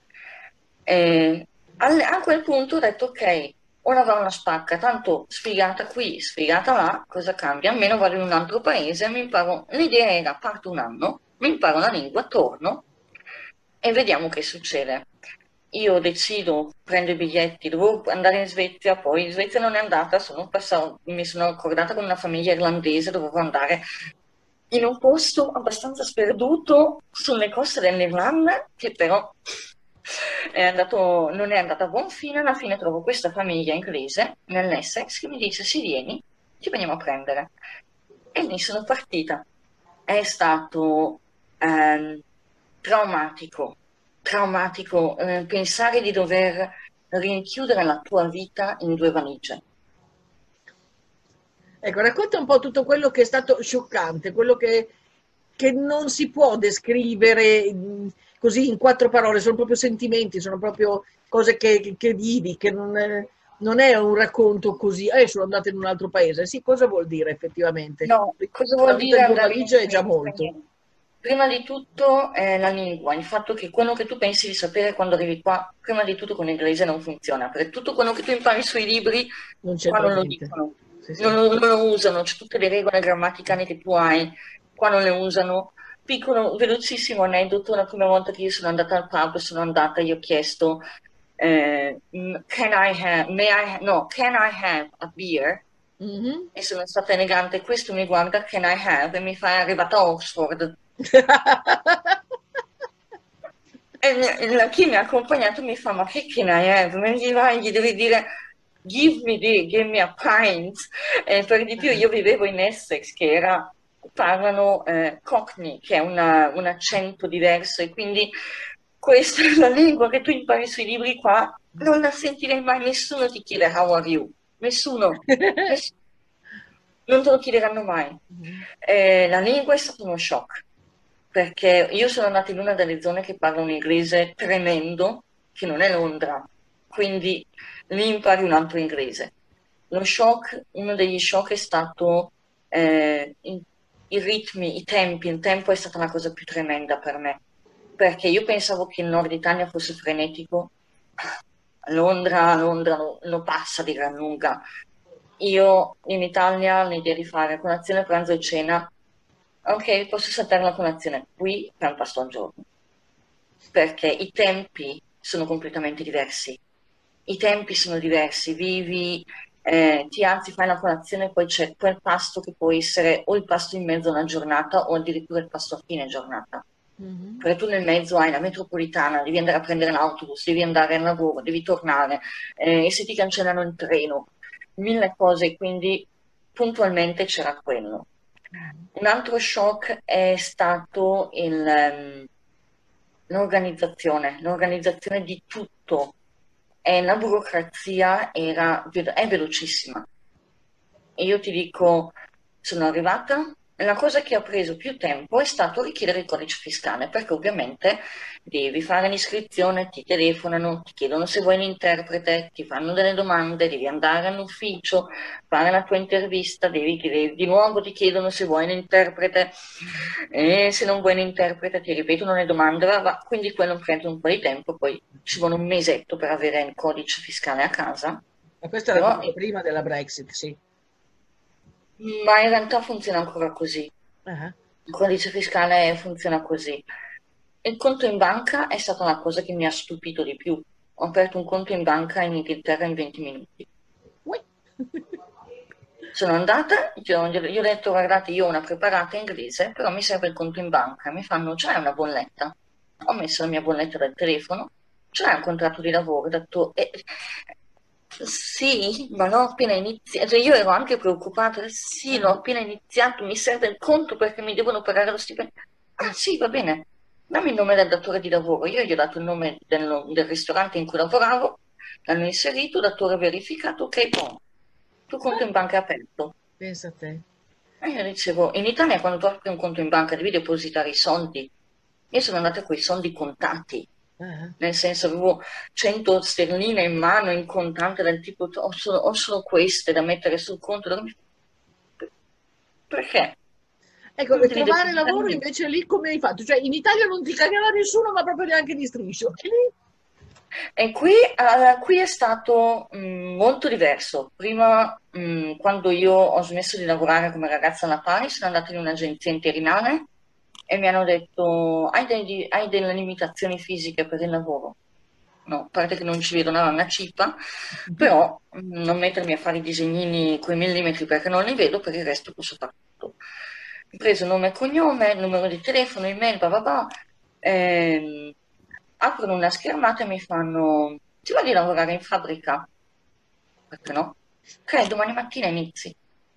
E al- a quel punto ho detto ok, ora va una spacca, tanto sfigata qui, sfigata là, cosa cambia? Almeno vado in un altro paese, mi imparo, l'idea era parto un anno, mi imparo la lingua, torno e vediamo che succede. Io decido, prendo i biglietti, dovevo andare in Svezia, poi in Svezia non è andata, sono passato, mi sono accordata con una famiglia irlandese, dovevo andare in un posto abbastanza sperduto sulle coste dell'Irlanda, che però è andato, non è andata a buon fine. Alla fine trovo questa famiglia inglese nell'Essex che mi dice sì, vieni, ti veniamo a prendere. E lì sono partita. È stato ehm, traumatico, traumatico eh, pensare di dover rinchiudere la tua vita in due valigie. Ecco, racconta un po' tutto quello che è stato scioccante, quello che, che non si può descrivere mh, così in quattro parole, sono proprio sentimenti, sono proprio cose che, che vivi, che non è, non è un racconto così, eh, sono andata in un altro paese. Sì, cosa vuol dire effettivamente? No, cosa La vuol vita dire in due andare valigie è in già paese molto. straniero? Prima di tutto è la lingua, il fatto che quello che tu pensi di sapere quando arrivi qua, prima di tutto con l'inglese non funziona, perché tutto quello che tu impari sui libri, Non qua c'entra non lo niente. dicono, Sì, sì. non lo, non lo usano, c'è tutte le regole grammaticali che tu hai, qua non le usano. Piccolo, velocissimo aneddoto, la prima volta che io sono andata al pub, sono andata, io ho chiesto, eh, can I have, may I, no, can I have a beer? Mhm. E sono stata elegante, questo mi guarda, can I have? E mi fa, è arrivata a Oxford. E mi- la- chi mi ha accompagnato mi fa, ma che can I have? Ma gli vai, gli devi dire, give me the, give me a pint. E per di più io vivevo in Essex, che era, parlano eh, Cockney, che è una- un accento diverso, e quindi questa è la lingua che tu impari sui libri qua, non la sentirei mai, nessuno ti chiede how are you, nessuno, nessuno. Non te lo chiederanno mai. Eh, la lingua è stato uno shock, perché io sono andata in una delle zone che parla un inglese tremendo, che non è Londra, quindi lì impari un altro inglese. Lo shock, uno degli shock è stato eh, i, i ritmi, i tempi. Il tempo è stata la cosa più tremenda per me, perché io pensavo che il nord Italia fosse frenetico. Londra, Londra lo, lo passa di gran lunga. Io in Italia l'idea di fare colazione, pranzo e cena, ok, posso saltare la colazione, qui per un pasto al giorno, perché i tempi sono completamente diversi. I tempi sono diversi, vivi, eh, ti alzi, fai la colazione, poi c'è quel pasto che può essere o il pasto in mezzo a una giornata o addirittura il pasto a fine giornata. Mhm. Perché tu nel mezzo hai la metropolitana, devi andare a prendere l'autobus, devi andare al lavoro, devi tornare, eh, e se ti cancellano il treno, mille cose, quindi puntualmente c'era quello. Un altro shock è stato il, ehm, l'organizzazione, l'organizzazione di tutto. E la burocrazia era, ve- è velocissima. E io ti dico, sono arrivata, La cosa che ha preso più tempo è stato richiedere il codice fiscale, perché ovviamente devi fare l'iscrizione, ti telefonano, ti chiedono se vuoi l'interprete, ti fanno delle domande, devi andare all'ufficio, fare la tua intervista, devi, devi- di nuovo ti chiedono se vuoi l'interprete, e se non vuoi l'interprete ti ripetono le domande, va, va. Quindi quello prende un po' di tempo, poi ci vuole un mesetto per avere il codice fiscale a casa, Ma questo era però, tutto prima della Brexit, sì. ma in realtà funziona ancora così. Ah, Il codice fiscale funziona così. Il conto in banca è stata la cosa che mi ha stupito di più. Ho aperto un conto in banca in Inghilterra in venti minuti. ui. Sono andata, gli ho, gli ho detto, guardate, io ho una preparata inglese, però mi serve il conto in banca. Mi fanno, c'hai una bolletta? Ho messo la mia bolletta del telefono, c'hai un contratto di lavoro? Ho detto, "Eh, sì, ma l'ho appena iniziato." Cioè, io ero anche preoccupata, sì, l'ho appena iniziato, mi serve il conto perché mi devono pagare lo stipendio. Ah sì, va bene, dammi il nome del datore di lavoro. Io gli ho dato il nome del, del ristorante in cui lavoravo, l'hanno inserito, datore verificato, ok, buono. Tu conto in banca è aperto. Pensa a te. E io dicevo, in Italia quando tu apri un conto in banca devi depositare i soldi. Io sono andata con i soldi contati, Ah, nel senso avevo cento sterline in mano in contante del tipo ho solo, ho solo queste da mettere sul conto. Da- Perché? ecco, Non e devi trovare depositare lavoro niente. invece lì come hai fatto? Cioè in Italia non ti cagava nessuno, ma proprio neanche di striscio. E lì? E qui, ah, qui è stato mm, molto diverso. Prima, mm, quando io ho smesso di lavorare come ragazza alla pari, sono andata in un'agenzia interinale e mi hanno detto: hai, dei- hai delle limitazioni fisiche per il lavoro? No, a parte che non ci vedo una una cipa, però mm, non mettermi a fare i disegnini coi millimetri perché non li vedo, per il resto posso fare tutto. Ho preso nome e cognome, numero di telefono, email, bla bla bla. Ehm, aprono una schermata e mi fanno: ti va di lavorare in fabbrica? Perché no? Ok, domani mattina inizi.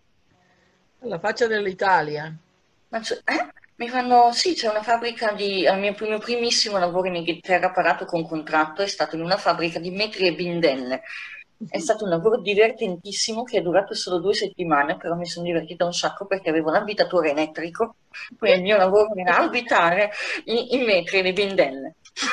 Alla faccia dell'Italia. Ma c'è- eh? Mi fanno, sì, c'è una fabbrica di, al mio primo primissimo lavoro in Inghilterra parato con contratto, è stato in una fabbrica di metri e bindelle. È stato un lavoro divertentissimo che è durato solo due settimane, però mi sono divertita un sacco perché avevo l'avvitatore elettrico, quindi il mio lavoro era avvitare i, i metri e le bindelle.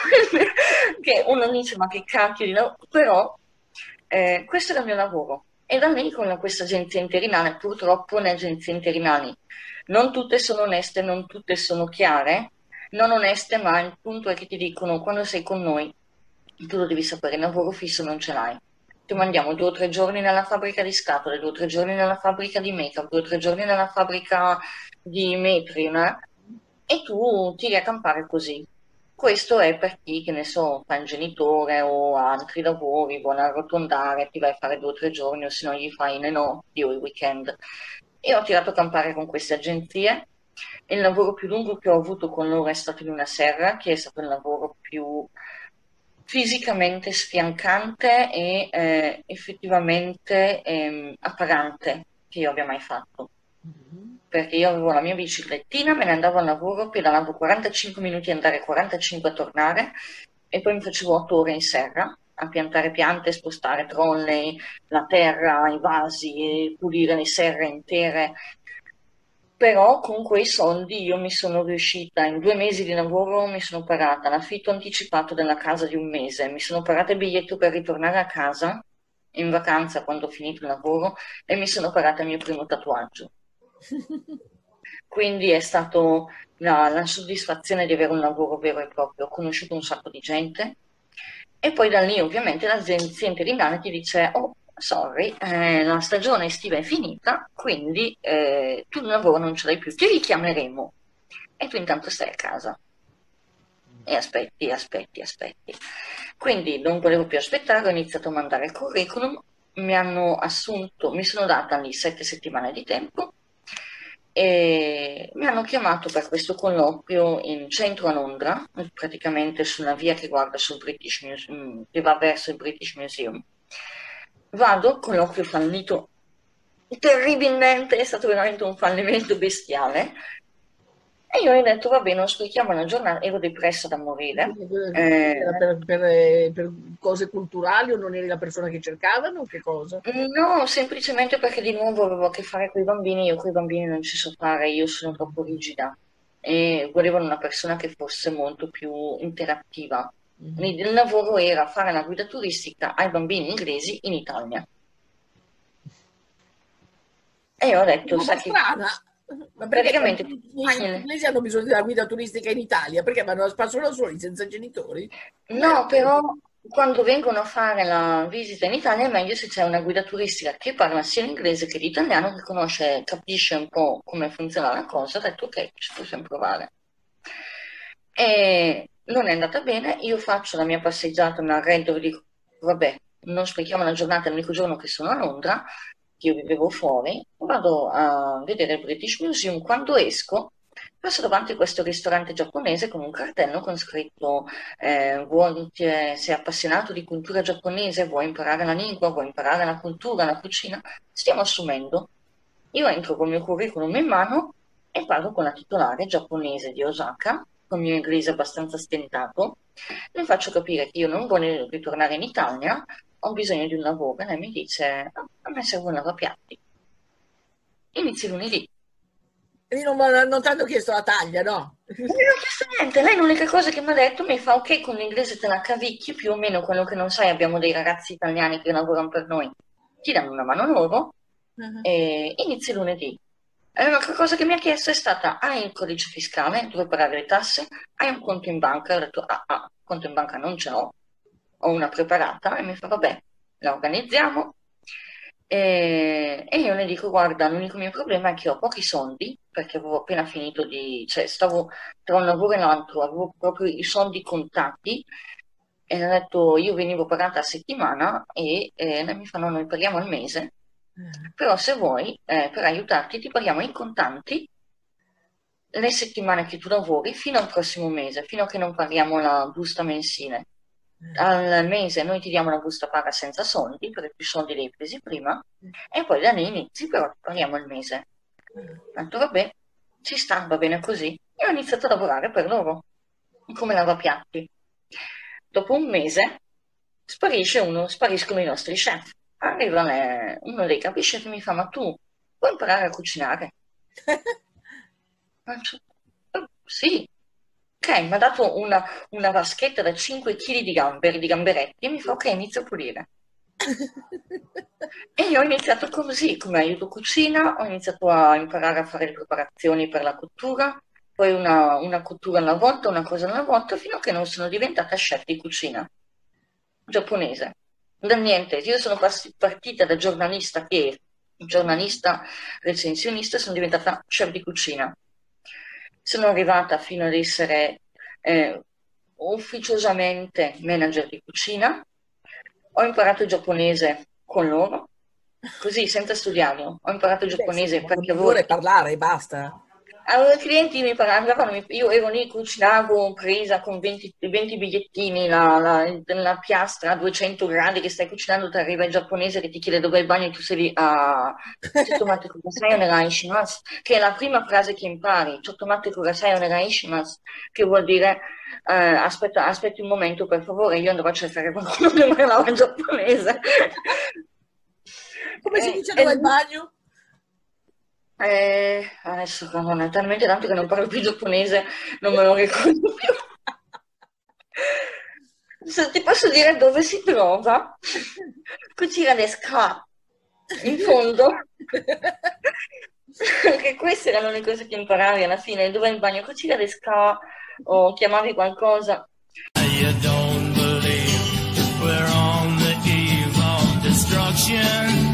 Che uno dice, ma che cacchio di lavoro, però eh, questo era il mio lavoro. E da lì con questa agenzia interinale, purtroppo le agenzie interinali non tutte sono oneste, non tutte sono chiare, non oneste, ma il punto è che ti dicono quando sei con noi, tu lo devi sapere, il lavoro fisso non ce l'hai. Ti mandiamo due o tre giorni nella fabbrica di scatole, due o tre giorni nella fabbrica di make-up, due o tre giorni nella fabbrica di metri, no? E tu tiri a campare così. Questo è per chi, che ne so, fa il genitore o ha altri lavori, vuole arrotondare, ti vai a fare due o tre giorni o se no gli fai le notti o i weekend. E ho tirato a campare con queste agenzie. Il lavoro più lungo che ho avuto con loro è stato in una serra, che è stato il lavoro più fisicamente sfiancante e eh, effettivamente ehm, appagante che io abbia mai fatto. Perché io avevo la mia biciclettina, me ne andavo al lavoro, pedalavo quarantacinque minuti andare, quarantacinque a tornare e poi mi facevo otto ore in serra a piantare piante, spostare trolley, la terra, i vasi, pulire le serre intere. Però con quei soldi io mi sono riuscita, in due mesi di lavoro mi sono pagata l'affitto anticipato della casa di un mese, mi sono pagata il biglietto per ritornare a casa in vacanza quando ho finito il lavoro e mi sono pagata il mio primo tatuaggio. Quindi è stato la, la soddisfazione di avere un lavoro vero e proprio. Ho conosciuto un sacco di gente e poi da lì ovviamente l'agenzia interinale ti dice: oh, sorry, eh, la stagione estiva è finita, quindi eh, tu il lavoro non ce l'hai più, ti richiameremo. E tu intanto stai a casa. E aspetti, aspetti, aspetti. Quindi non volevo più aspettare, ho iniziato a mandare il curriculum, mi hanno assunto, mi sono data lì sette settimane di tempo e mi hanno chiamato per questo colloquio in centro a Londra, praticamente sulla via che guarda sul British Museum, che va verso il British Museum. Vado, colloquio fallito terribilmente, è stato veramente un fallimento bestiale. E io ho detto, va bene, non sprechiamo una giornata, ero depressa da morire. Eh, Era per, per- per cose culturali o non eri la persona che cercavano? Che cosa? no, semplicemente perché di nuovo avevo a che fare con i bambini, io con i bambini non ci so fare, io sono troppo rigida e volevano una persona che fosse molto più interattiva. Quindi il lavoro era fare la guida turistica ai bambini inglesi in Italia. E io ho detto, Un po' sai che strana. Ma perché praticamente gli inglesi hanno bisogno della guida turistica in Italia? Perché vanno a spasso da soli, senza genitori? no, però quando vengono a fare la visita in Italia è meglio se c'è una guida turistica che parla sia l'inglese che l'italiano, che conosce, capisce un po' come funziona la cosa. Ho detto ok, ci possiamo provare. E non è andata bene, io faccio la mia passeggiata, mi arredo e dico vabbè, non sprechiamo la giornata, è l'unico giorno che sono a Londra, che io vivevo fuori, vado a vedere il British Museum, quando esco passo davanti a questo ristorante giapponese con un cartello con scritto eh, vuoi, ti è- sei appassionato di cultura giapponese, vuoi imparare la lingua, vuoi imparare la cultura, la cucina, stiamo assumendo. Io entro con il mio curriculum in mano e parlo con la titolare giapponese di Osaka, con il mio inglese abbastanza stentato, le faccio capire che io non voglio ritornare in Italia, ho bisogno di un lavoro, e lei mi dice, "Ah, a me serve un lavapiatti. Inizi lunedì. Quindi non, non ti hanno chiesto la taglia, no? Non mi ha chiesto niente, lei l'unica cosa che mi ha detto mi fa ok, con l'inglese te la cavicchi, più o meno quello che non sai, abbiamo dei ragazzi italiani che lavorano per noi, ti danno una mano loro e inizi lunedì. E l'unica cosa che mi ha chiesto è stata, hai il codice fiscale dove pagare le tasse? Hai un conto in banca? Ho detto, ah, ah, conto in banca non ce l'ho, ho una preparata, e mi fa, vabbè, la organizziamo. E, e io le dico, guarda, l'unico mio problema è che ho pochi soldi, perché avevo appena finito di, cioè stavo tra un lavoro e l'altro, avevo proprio i soldi contati, e le ho detto, io venivo pagata a settimana, e eh, lei mi fa, no, noi paghiamo al mese, però se vuoi, eh, per aiutarti, ti paghiamo in contanti le settimane che tu lavori fino al prossimo mese, fino a che non paghiamo la busta mensile. Al mese noi ti diamo una busta paga senza soldi, perché più soldi li hai presi prima, e poi da lì inizi, però ti paghiamo il mese. Ho detto, vabbè, ci sta, va bene così. E ho iniziato a lavorare per loro, come lavapiatti. Dopo un mese sparisce uno, spariscono i nostri chef. Arriva le- uno dei capi chef e mi fa, ma tu puoi imparare a cucinare? Faccio, "Eh, sì. Ok, mi ha dato una, una vaschetta da cinque chili di gamberi, di gamberetti, e mi fa, ok, inizio a pulire. E io ho iniziato così, come aiuto cucina, ho iniziato a imparare a fare le preparazioni per la cottura, poi una, una cottura alla volta, una cosa alla volta, fino a che non sono diventata chef di cucina giapponese. Da niente, io sono pas- partita da giornalista che giornalista recensionista, sono diventata chef di cucina. Sono arrivata fino ad essere eh, ufficiosamente manager di cucina. Ho imparato il giapponese con loro, così senza studiarlo. Ho imparato il giapponese perché avevo Vorrei parlare e basta. Allora, i clienti mi parlavano, mi- io ero lì, cucinavo presa con venti, venti bigliettini, la, la, la piastra a duecento gradi che stai cucinando, ti arriva il giapponese che ti chiede dov'è il bagno e tu sei lì a Chotomate kudasai onegai shimasu, che è la prima frase che impari, Chotomate kudasai onegai shimasu, che vuol dire eh, aspetta, aspetti un momento per favore, io andrò a cercare qualcuno che mi parlava in giapponese. Come si Eh, dice eh, dove è il bagno? Eh, adesso non è talmente tanto che non parlo più giapponese, non me lo ricordo più. Se ti posso dire dove si trova? Kuchira desu ka? In fondo. Che queste erano le cose che imparavi alla fine. Dove è il bagno? Kuchira desu ka? O chiamavi qualcosa. You don't believe we're on the eve of destruction.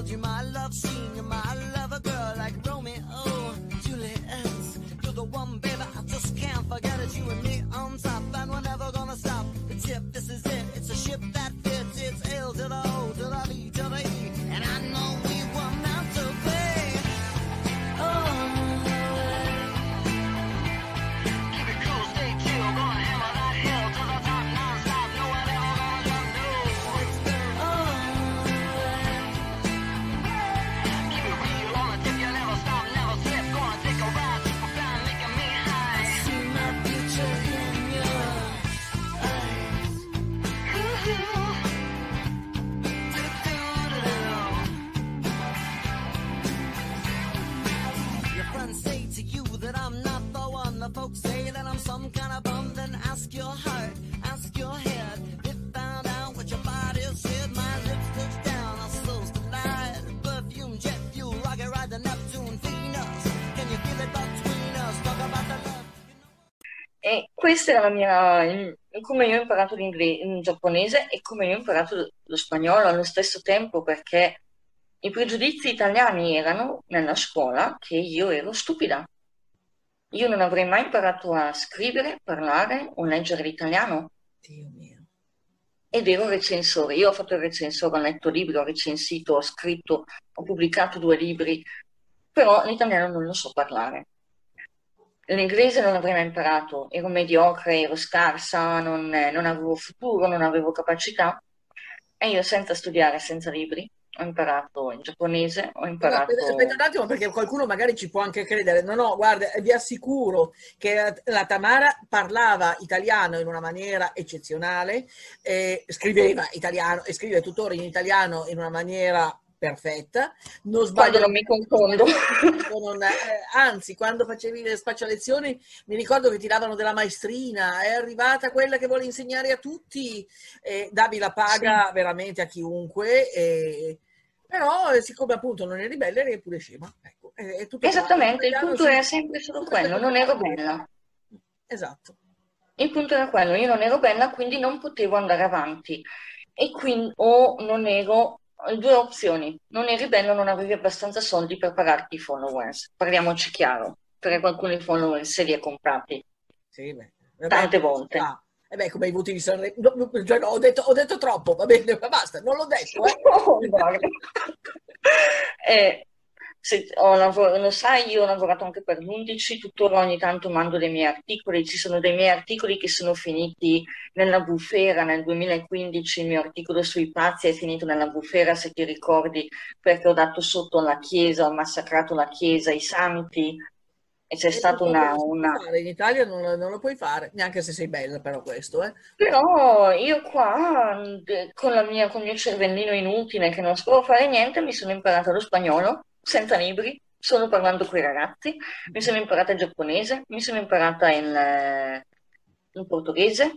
you my love scene, you're my lover girl, like Romeo, Juliet. You're the one, baby, I just can't forget it. You and me on top, and we're never gonna stop. The tip, this is it, it's a ship that fits. It's L to the O to the V to the E, and I know we were meant to be. Oh. Keep it cool, stay chill, gonna hammer that hill to the top, non-stop, no one ever gonna jump through. Oh. Keep it real on the tip, you never stop, never slip, gonna take a ride, super fly, making me high. I see my future in your eyes. Ooh. Your friends say to you that I'm not the one. The folks say that I'm some kind of bum. Then ask your heart, ask your head. They found out what your body said. My lips touch down, our souls collide. Perfume, jet fuel, rocket ride the Neptune, Venus. Can you feel it between us? Talk about the love. E questa era la mia, il- come io ho imparato l'inglese, il giapponese e come io ho imparato lo spagnolo allo stesso tempo, perché i pregiudizi italiani erano nella scuola che io ero stupida. Io non avrei mai imparato a scrivere, parlare o leggere l'italiano Dio mio. ed ero recensore. Io ho fatto il recensore, ho letto libri, ho recensito, ho scritto, ho pubblicato due libri, però l'italiano non lo so parlare. L'inglese non avrei mai imparato, ero mediocre, ero scarsa, non, eh, non avevo futuro, non avevo capacità. E io senza studiare, senza libri, ho imparato il giapponese, ho No, imparato... aspetta, aspetta un attimo perché qualcuno magari ci può anche credere. No, no, guarda, vi assicuro che la, la Tamara parlava italiano in una maniera eccezionale, eh, scriveva italiano e scrive tuttora in italiano in una maniera perfetta. Non Quando sbaglio. non mi confondo. Non- eh, anzi, quando facevi le spaccialezioni mi ricordo che ti davano della maestrina, è arrivata quella che vuole insegnare a tutti, eh, davi la paga veramente a chiunque, eh, però eh, siccome appunto non eri bella eri pure scema. Ecco, è, è tutto qua. Esattamente, il Italiano punto si- era sempre solo quello, non ero bella. Esatto. Il punto era quello, io non ero bella, quindi non potevo andare avanti. E quindi, o non ero, due opzioni, non eri bella o non avevi abbastanza soldi per pagarti i followers. Parliamoci chiaro, perché qualcuno i follower se li ha comprati Sì, beh. Vabbè, tante volte. ah, e beh, come i voti di Sanremo. No, no, cioè, no, ho detto, ho detto troppo, va bene, ma basta, non l'ho detto, eh. Oh, guarda. Eh, se- ho lavor- lo sai, io ho lavorato anche per l'undici, tuttora ogni tanto mando dei miei articoli, ci sono dei miei articoli che sono finiti nella bufera nel duemilaquindici, il mio articolo sui pazzi è finito nella bufera, se ti ricordi, perché ho dato sotto alla chiesa, ho massacrato la chiesa, i santi, e c'è E stata purtroppo una... non si può una... fare, in Italia non, non lo puoi fare, neanche se sei bella, però questo, eh. Però io qua, d- con la mia, con il mio cervellino inutile che non sapevo fare niente, mi sono imparata lo spagnolo, senza libri, solo parlando con i ragazzi, mi sono imparata il giapponese, mi sono imparata il, eh, il portoghese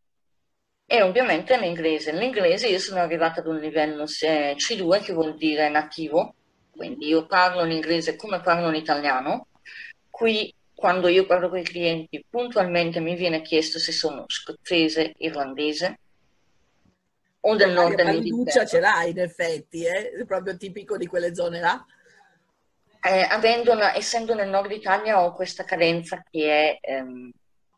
e ovviamente l'inglese. L'inglese io sono arrivata ad un livello eh, C due, che vuol dire nativo, quindi io parlo l'inglese come parlo l'italiano. Qui, quando io parlo con i clienti, puntualmente mi viene chiesto se sono scozzese, irlandese o del nord L'aria palliduccia dell'Inghilterra. ce l'hai in effetti, eh? È proprio tipico di quelle zone là. Eh, avendo una- essendo nel nord Italia ho questa cadenza che è, ehm,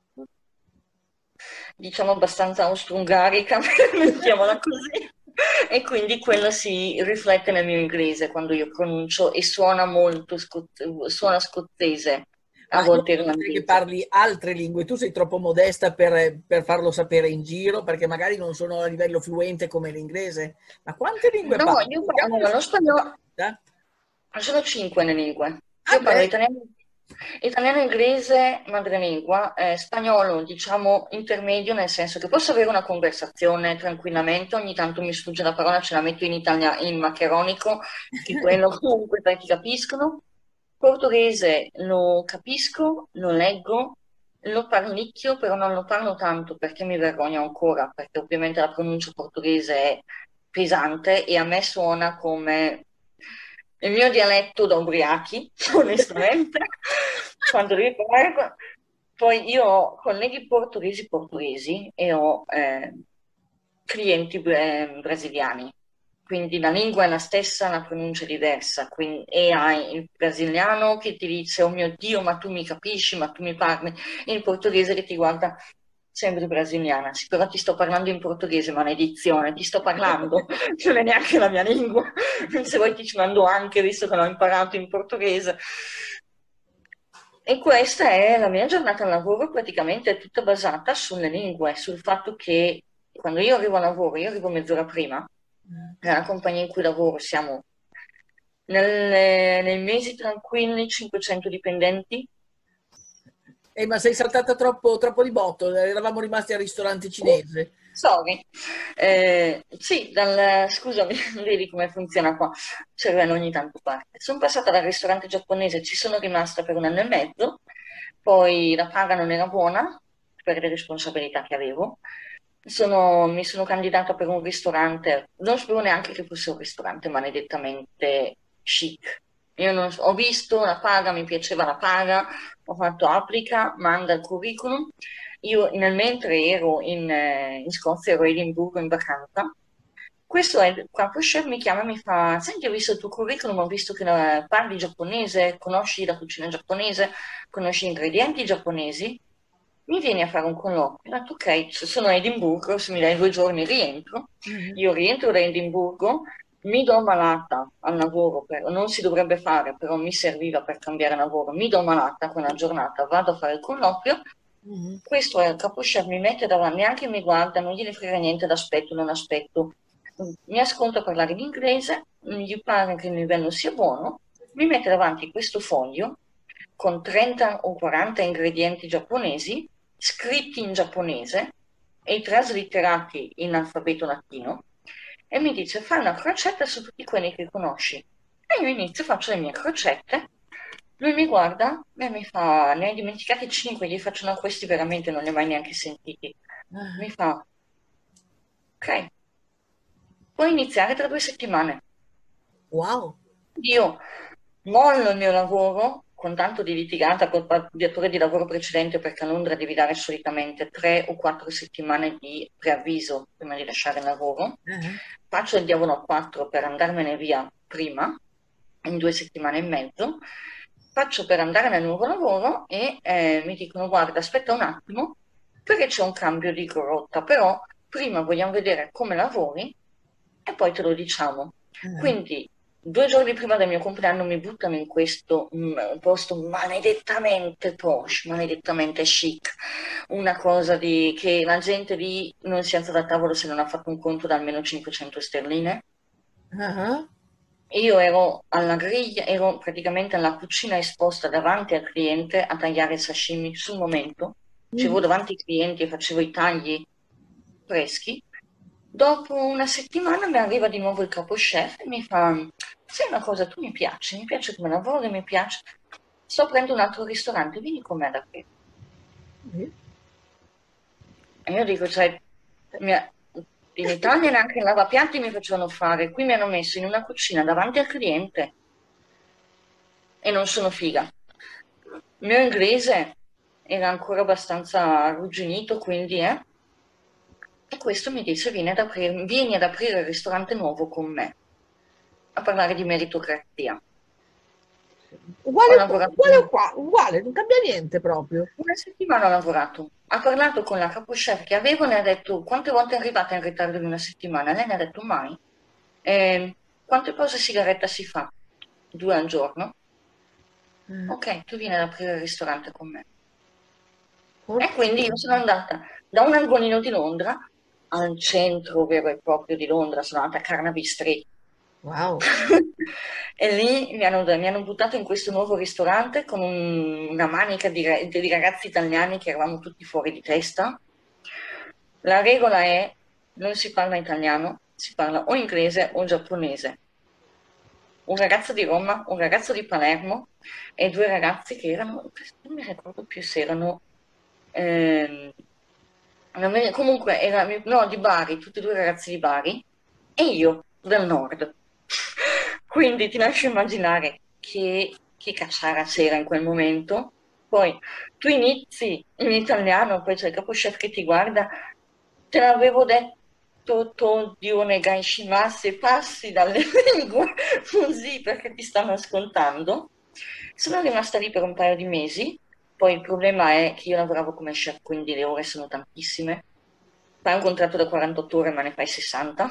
diciamo, abbastanza austro-ungarica, mettiamola così, e quindi quello si riflette nel mio inglese quando io pronuncio e suona molto, scot- suona scozzese, a Ma io volte penso che irlandese. parli altre lingue, tu sei troppo modesta per, per farlo sapere in giro, perché magari non sono a livello fluente come l'inglese. Ma quante lingue No, parli? io Vediamo parlo lo spagnolo, eh? sono cinque le lingue. Ah, Io parlo beh, italiano, italiano, inglese, madrelingua, eh, spagnolo, diciamo intermedio, nel senso che posso avere una conversazione tranquillamente, ogni tanto mi sfugge la parola, ce la metto in italiano, in maccheronico, che quello comunque perché capiscono. Portoghese lo capisco, lo leggo, lo parlicchio, però non lo parlo tanto perché mi vergogno ancora, perché ovviamente la pronuncia portoghese è pesante e a me suona come il mio dialetto da ubriachi, onestamente, quando devi parlare. Poi io ho colleghi portoghesi portoghesi e ho eh, clienti eh, brasiliani, quindi la lingua è la stessa, la pronuncia è diversa, quindi, e hai il brasiliano che ti dice oh mio Dio, ma tu mi capisci, ma tu mi parli, e il portoghese che ti guarda sempre brasiliana, sì, però ti sto parlando in portoghese, maledizione, ti sto parlando, non è neanche la mia lingua, se vuoi ti ci mando anche, visto che l'ho imparato in portoghese. E questa è la mia giornata al lavoro, praticamente è tutta basata sulle lingue, sul fatto che quando io arrivo al lavoro, io arrivo mezz'ora prima, nella compagnia in cui lavoro siamo nel, nei mesi tranquilli cinquecento dipendenti. Eh, ma sei saltata troppo, troppo di botto, eravamo rimasti al ristorante cinese. Sorry. Eh, sì, dal, scusami, vedi come funziona qua, cervello ogni tanto parte. Sono passata dal ristorante giapponese, ci sono rimasta per un anno e mezzo, poi la paga non era buona per le responsabilità che avevo. Sono, mi sono candidata per un ristorante, non sapevo neanche che fosse un ristorante maledettamente chic. Io non, ho visto la paga, mi piaceva la paga, ho fatto applica, manda il curriculum. Io nel mentre ero in, eh, in Scozia, ero a Edimburgo in vacanza. Questo è il capo chef, mi chiama e mi fa: senti, ho visto il tuo curriculum, ho visto che eh, parli giapponese, conosci la cucina giapponese, conosci gli ingredienti giapponesi. Mi vieni a fare un colloquio? Ho detto ok, se sono a Edimburgo, se mi dai due giorni rientro. Mm-hmm. Io rientro da Edimburgo, mi do malata al lavoro, per, non si dovrebbe fare, però mi serviva per cambiare lavoro, mi do malata quella giornata, vado a fare il colloquio. Mm-hmm. Questo è il capo chef, mi mette davanti, neanche mi guarda, non gliene frega niente, l'aspetto, non aspetto. Mi ascolta parlare in inglese, gli pare che il livello sia buono, mi mette davanti questo foglio con trenta o quaranta ingredienti giapponesi, scritti in giapponese e traslitterati in alfabeto latino, e mi dice: fai una crocetta su tutti quelli che conosci. E io inizio, faccio le mie crocette, lui mi guarda e mi fa: ne hai dimenticati cinque, gli faccio: no, questi veramente non li ho mai neanche sentiti. Mi fa: ok, puoi iniziare tra due settimane. Wow. Io mollo il mio lavoro, con tanto di litigata col datore di lavoro precedente, perché a Londra devi dare solitamente tre o quattro settimane di preavviso prima di lasciare il lavoro. Uh-huh. Faccio il diavolo a quattro per andarmene via prima, in due settimane e mezzo. Faccio per andare nel nuovo lavoro e eh, mi dicono: guarda, aspetta un attimo, perché c'è un cambio di rotta, però prima vogliamo vedere come lavori e poi te lo diciamo. Uh-huh. Quindi due giorni prima del mio compleanno mi buttano in questo mh, posto maledettamente posh, maledettamente chic, una cosa di che la gente lì non si alza da tavolo se non ha fatto un conto da almeno cinquecento sterline. Uh-huh. Io ero alla griglia, ero praticamente alla cucina esposta davanti al cliente a tagliare il sashimi sul momento. Facevo mm. davanti ai clienti e facevo i tagli freschi. Dopo una settimana mi arriva di nuovo il capo chef e mi fa: sai una cosa, tu mi piaci, mi piace come lavori, mi piace, sto aprendo un altro ristorante, vieni con me ad aprire. Mm. E io dico, cioè, mia, in Italia neanche il lavapiatti mi facevano fare, qui mi hanno messo in una cucina davanti al cliente e non sono figa. Il mio inglese era ancora abbastanza arrugginito, quindi eh. E questo mi dice: vieni ad aprire, vieni ad aprire il ristorante nuovo con me, a parlare di meritocrazia. Uguale, lavorato, uguale qua, uguale, non cambia niente proprio. Una settimana ho lavorato, ha parlato con la capo chef che avevo, ne ha detto: quante volte è arrivata in ritardo di una settimana? Lei ne ha detto: mai. Eh, quante pause sigaretta si fa? Due al giorno. Mm. Ok, tu vieni ad aprire il ristorante con me. Oh. E quindi io sono andata da un angolino di Londra al centro vero e proprio di Londra, sono andata a Carnaby Street. Wow. E lì mi hanno, mi hanno buttato in questo nuovo ristorante con un, una manica di, di ragazzi italiani che eravamo tutti fuori di testa. La regola è: non si parla italiano, si parla o inglese o giapponese. Un ragazzo di Roma, un ragazzo di Palermo e due ragazzi che erano, non mi ricordo più se erano eh, comunque era, no, di Bari, tutti e due ragazzi di Bari e io del nord. Quindi ti lascio immaginare che, che cacciara c'era in quel momento. Poi tu inizi in italiano, poi c'è il capo chef che ti guarda: te l'avevo detto Toto Dione Gaishimasu passi dalle lingue così perché ti stanno ascoltando. Sono rimasta lì per un paio di mesi, poi il problema è che io lavoravo come chef, quindi le ore sono tantissime. Fai un contratto da quarantotto ore ma ne fai sessanta.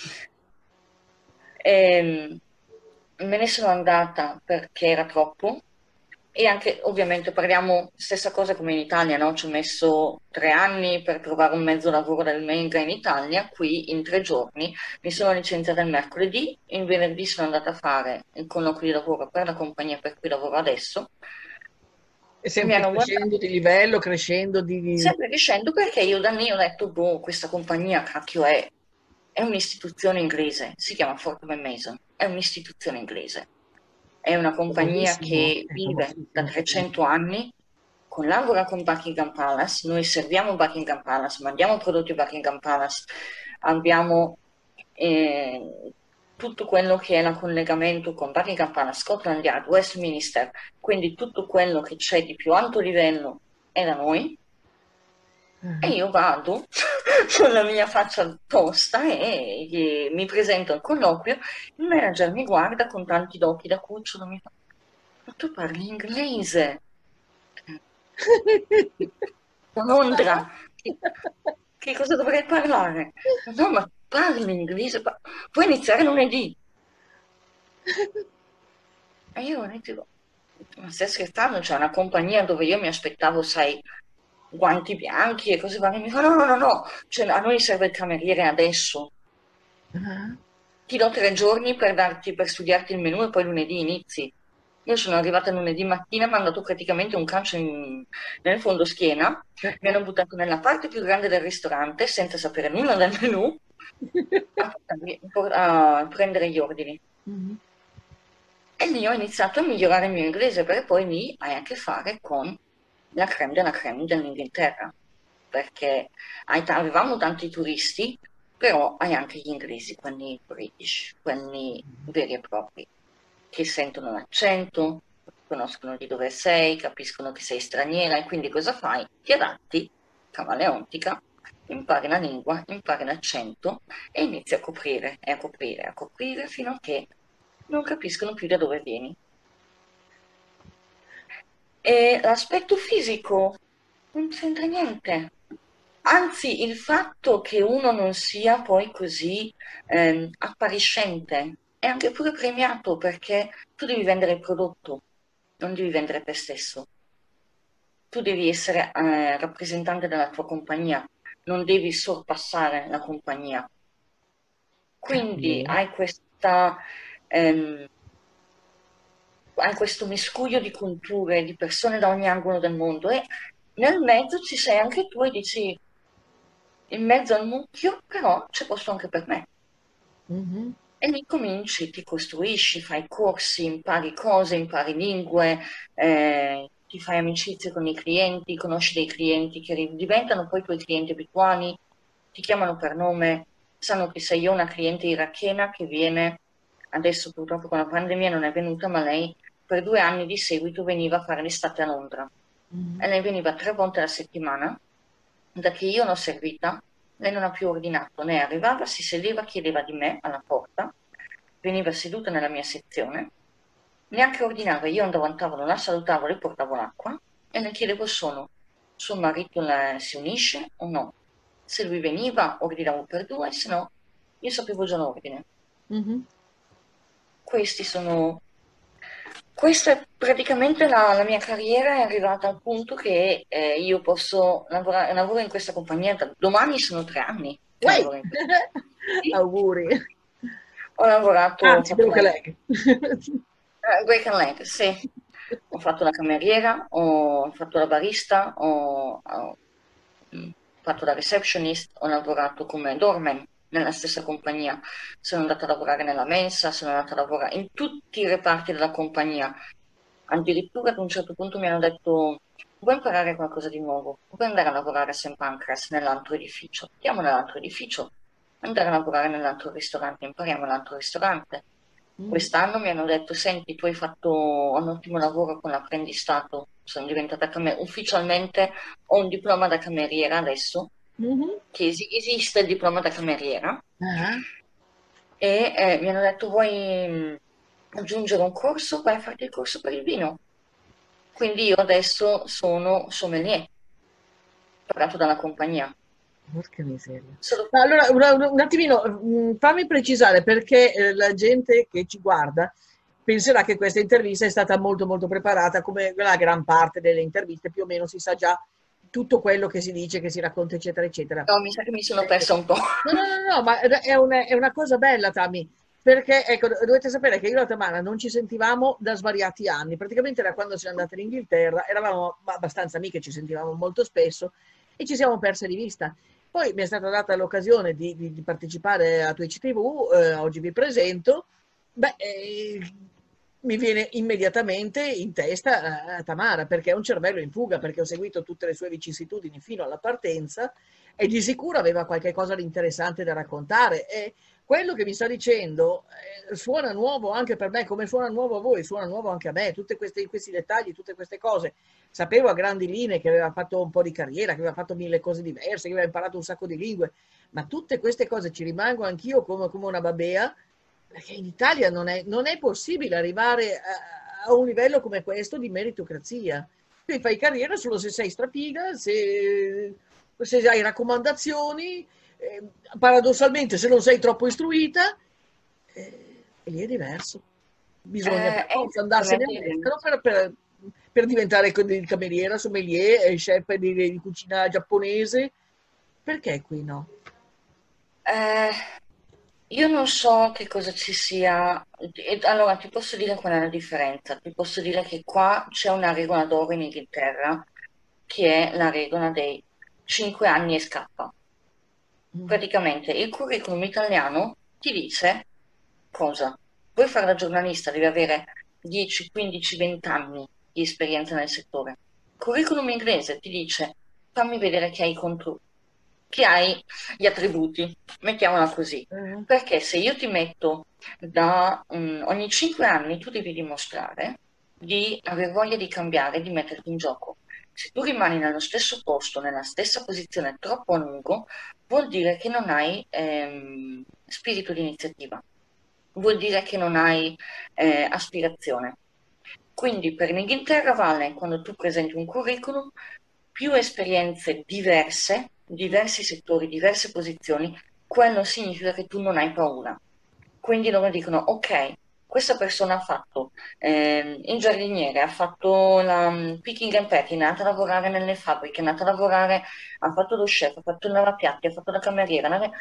E me ne sono andata perché era troppo. E anche, ovviamente, parliamo stessa cosa come in Italia, no? Ci ho messo tre anni per trovare un mezzo lavoro del Menga in Italia, qui in tre giorni mi sono licenziata il mercoledì, il venerdì sono andata a fare il colloquio di lavoro per la compagnia per cui lavoro adesso. E sempre Mi hanno crescendo guardato, di livello, crescendo di... sempre crescendo, perché io da lì ho detto, boh, questa compagnia, cacchio, è, è un'istituzione inglese, si chiama Fortnum Mason, è un'istituzione inglese. È una compagnia Famosissimo, che è vive da famosissimo. trecento anni, collabora con Buckingham Palace, noi serviamo Buckingham Palace, mandiamo prodotti a Buckingham Palace, abbiamo eh, tutto quello che è il collegamento con Buckingham Palace, Scotland Yard, Westminster, quindi tutto quello che c'è di più alto livello è da noi. E io vado con la mia faccia tosta e gli- mi presento al colloquio, il manager mi guarda con tanti occhi da cucciolo, mi fa, ma tu parli inglese? Da Londra, che, che cosa dovrei parlare? No, ma parli inglese, pa- puoi iniziare lunedì. E io dico, ma stai scherzando? C'è una compagnia dove io mi aspettavo, sai, guanti bianchi e cose varie. Mi fa, no, no, no, no, cioè, a noi serve il cameriere adesso. Ah, Ti do tre giorni per darti, per studiarti il menù e poi lunedì inizi. Io sono arrivata lunedì mattina, mi hanno dato praticamente un calcio in- nel fondo schiena, eh, mi hanno buttato nella parte più grande del ristorante senza sapere nulla del menù a, a prendere gli ordini. mhm. E lì ho iniziato a migliorare il mio inglese, perché poi lì hai a che fare con la creme della creme dell'Inghilterra, perché hai- avevamo tanti turisti, però hai anche gli inglesi, quelli british, quelli veri e propri, che sentono l'accento, conoscono di dove sei, capiscono che sei straniera e quindi cosa fai? Ti adatti, camaleontica, impari la lingua, impari l'accento e inizi a coprire e a coprire, a coprire fino a che non capiscono più da dove vieni. E l'aspetto fisico non c'entra niente. Anzi, il fatto che uno non sia poi così ehm, appariscente è anche pure premiato, perché tu devi vendere il prodotto, non devi vendere te stesso. Tu devi essere eh, rappresentante della tua compagnia, non devi sorpassare la compagnia. Quindi Bene. hai questa, ehm, hai questo miscuglio di culture, di persone da ogni angolo del mondo e nel mezzo ci sei anche tu e dici, in mezzo al mucchio, però c'è posto anche per me. Mhm. E lì cominci, ti costruisci, fai corsi, impari cose, impari lingue, eh, ti fai amicizie con i clienti, conosci dei clienti che ri- diventano poi tuoi clienti abituali, ti chiamano per nome, sanno che sei io una cliente irachena che viene, adesso purtroppo con la pandemia non è venuta, ma lei per due anni di seguito veniva a fare l'estate a Londra. Mhm. E lei veniva tre volte alla settimana, da che io l'ho servita, lei non ha più ordinato, né arrivava, si sedeva, chiedeva di me alla porta, veniva seduta nella mia sezione, neanche ordinava, io andavo al tavolo, la salutavo, le portavo l'acqua e le chiedevo solo, suo marito la- si unisce o no? Se lui veniva, ordinavo per due, se no, io sapevo già l'ordine. Mhm. Questi sono... Questa è praticamente la, la mia carriera, è arrivata al punto che eh, io posso lavorare, lavoro in questa compagnia, da domani sono tre anni che Uè! lavoro in questa compagnia. Auguri. Ho lavorato, ho Anzi, fatto broken la, leg. eh, break and leg, sì. Ho fatto la cameriera, ho fatto la barista, ho, ho, mm, fatto la receptionist, ho lavorato come doorman nella stessa compagnia, sono andata a lavorare nella mensa, sono andata a lavorare in tutti i reparti della compagnia. Addirittura ad un certo punto mi hanno detto, vuoi imparare qualcosa di nuovo? Vuoi andare a lavorare a saint Pancras nell'altro edificio? Andiamo nell'altro edificio, andare a lavorare nell'altro ristorante, impariamo nell'altro ristorante. Quest'anno mi hanno detto, senti, tu hai fatto un ottimo lavoro con l'apprendistato, sono diventata cameriera, ufficialmente ho un diploma da cameriera adesso, Mhm. che es- esiste il diploma da cameriera, Ah. e eh, mi hanno detto vuoi mh, aggiungere un corso, vai a farti il corso per il vino. Quindi io adesso sono sommelier, pagato dalla compagnia. Porca miseria. Solo Ma allora, una- una- un attimino, mh, fammi precisare perché eh, la gente che ci guarda penserà che questa intervista è stata molto molto preparata, come la gran parte delle interviste, più o meno si sa già tutto quello che si dice, che si racconta, eccetera, eccetera. no, mi sa che mi sono Eh, persa un po'. No, no, no, no, ma è una, è una cosa bella, Tammy, perché ecco, dovete sapere che io e la Tamara non ci sentivamo da svariati anni, praticamente da quando siamo andati in Inghilterra, eravamo abbastanza amiche, ci sentivamo molto spesso e ci siamo perse di vista. Poi mi è stata data l'occasione di, di- di partecipare a Twitch T V, eh, oggi vi presento. Beh, eh, mi viene immediatamente in testa eh, Tamara, perché è un cervello in fuga, perché ho seguito tutte le sue vicissitudini fino alla partenza e di sicuro aveva qualche cosa di interessante da raccontare. E quello che mi sta dicendo eh, suona nuovo anche per me, come suona nuovo a voi, suona nuovo anche a me, tutti questi, questi dettagli, tutte queste cose. Sapevo a grandi linee che aveva fatto un po' di carriera, che aveva fatto mille cose diverse, che aveva imparato un sacco di lingue, ma tutte queste cose ci rimango anch'io come, come una babea, perché in Italia non è, non è possibile arrivare a, a un livello come questo di meritocrazia. Tu fai carriera solo se sei strapiga, se, se hai raccomandazioni, eh, paradossalmente se non sei troppo istruita, eh, e lì è diverso. Bisogna Eh, per è forza andarsene esattamente all'estero per, per, per diventare il cameriera, sommelier, eh, chef di, di cucina giapponese. Perché qui no? Eh, io non so che cosa ci sia. e- Allora, ti posso dire qual è la differenza. Ti posso dire che qua c'è una regola d'oro in Inghilterra, che è la regola dei cinque anni e scappa. Mm. Praticamente il curriculum italiano ti dice cosa? Vuoi fare la giornalista, devi avere dieci, quindici, venti anni di esperienza nel settore. Il curriculum inglese ti dice fammi vedere che hai i contro, che hai gli attributi, mettiamola così. Eh. Perché se io ti metto da mm, ogni cinque anni tu devi dimostrare di aver voglia di cambiare, di metterti in gioco. Se tu rimani nello stesso posto, nella stessa posizione troppo a lungo, vuol dire che non hai ehm, spirito di iniziativa, vuol dire che non hai eh, aspirazione. Quindi per l'Inghilterra vale quando tu presenti un curriculum, più esperienze diverse, diversi settori, diverse posizioni, quello significa che tu non hai paura. Quindi loro dicono, ok, questa persona ha fatto ehm, il giardiniere, ha fatto la mm, picking and packing, è andata a lavorare nelle fabbriche, è andata a lavorare, ha fatto lo chef, ha fatto il lavapiatti, ha fatto la cameriera. la-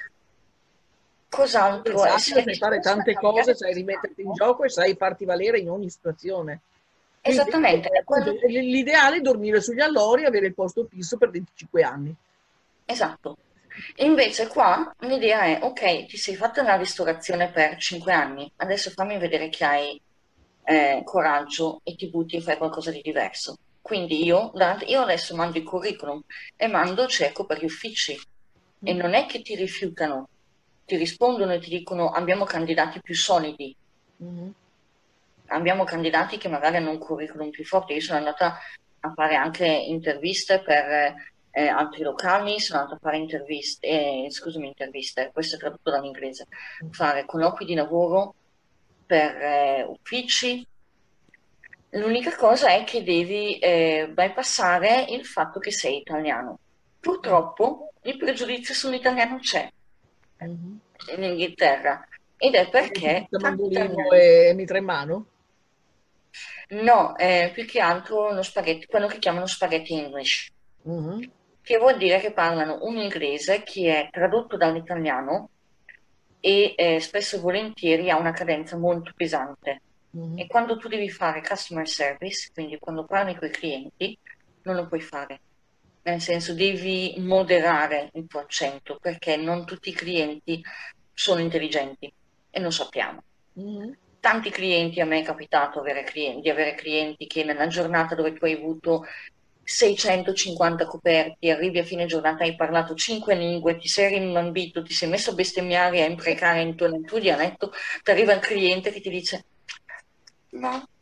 Cos'altro è? Esatto, Se è sai fare disposta a tante cose, cambiare sai rimetterti in questo, gioco e sai farti valere in ogni situazione. Quindi, esattamente, eh, è appunto, quello. l- l'ideale è dormire sugli allori e avere il posto fisso per venticinque anni. Esatto. E invece qua l'idea è, ok, ti sei fatta la ristorazione per cinque anni, adesso fammi vedere che hai eh, coraggio e ti butti e fai qualcosa di diverso. Quindi io, da- io adesso mando il curriculum e mando cerco per gli uffici e non è che ti rifiutano, ti rispondono e ti dicono abbiamo candidati più solidi, Mhm. abbiamo candidati che magari hanno un curriculum più forte. Io sono andata a fare anche interviste per eh, altri locali, sono andata a fare interviste, eh, scusami, interviste, questo è tradotto dall'inglese, fare colloqui di lavoro per eh, uffici. L'unica cosa è che devi eh, bypassare il fatto che sei italiano. Purtroppo il pregiudizio sull'italiano c'è Mhm. in Inghilterra ed è Quindi ti perché pizza tanti mandolino italiani. e mitra in mano? No, è più che altro lo spaghetti, quello che chiamano spaghetti English, Mhm. che vuol dire che parlano un inglese che è tradotto dall'italiano e eh, spesso e volentieri ha una cadenza molto pesante. Mhm. E quando tu devi fare customer service, quindi quando parli con i clienti, non lo puoi fare. Nel senso, devi moderare il tuo accento, perché non tutti i clienti sono intelligenti e lo sappiamo. Mhm. Tanti clienti, a me è capitato avere clienti, di avere clienti che nella giornata dove tu hai avuto seicentocinquanta coperti, arrivi a fine giornata, hai parlato cinque lingue, ti sei rimbambito, ti sei messo a bestemmiare e a imprecare in tuo, nel tuo dialetto, ti arriva il cliente che ti dice: ma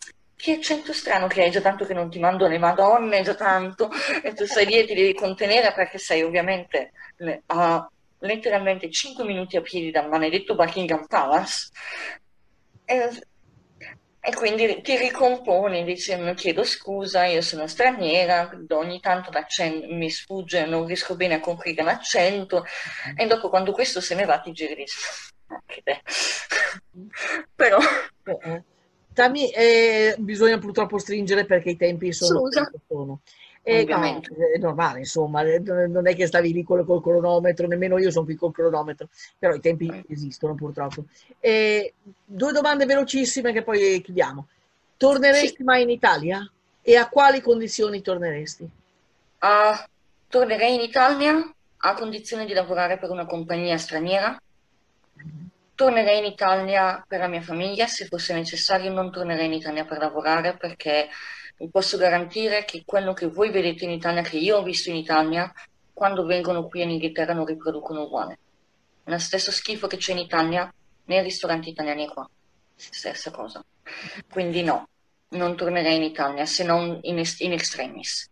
che accento strano che hai, già tanto che non ti mando le madonne, già tanto, e tu stai lì e ti devi contenere perché sei ovviamente le- a letteralmente cinque minuti a piedi dal maledetto Buckingham Palace. E, e quindi ti ricomponi dicendo chiedo scusa, io sono straniera, ogni tanto l'accento mi sfugge, non riesco bene a coprire l'accento, e dopo quando questo se ne va ti giri e dici, "Ah, che te." Però, Eh, eh. Tammy, eh, bisogna purtroppo stringere perché i tempi sono quelli scusa, che sono. Eh, no, ovviamente. è normale, insomma, eh, non è che stavi lì col, col cronometro, nemmeno io sono qui col cronometro, però i tempi esistono purtroppo. Eh, due domande velocissime che poi chiudiamo. Torneresti Sì, mai in Italia? E a quali condizioni torneresti? ah, tornerei in Italia a condizione di lavorare per una compagnia straniera. Tornerei in Italia per la mia famiglia, se fosse necessario non tornerei in Italia per lavorare perché vi posso garantire che quello che voi vedete in Italia, che io ho visto in Italia, quando vengono qui in Inghilterra non riproducono uguale. Lo stesso schifo che c'è in Italia nei ristoranti italiani è qua, stessa cosa. Quindi no, non tornerei in Italia se non in, est- in extremis.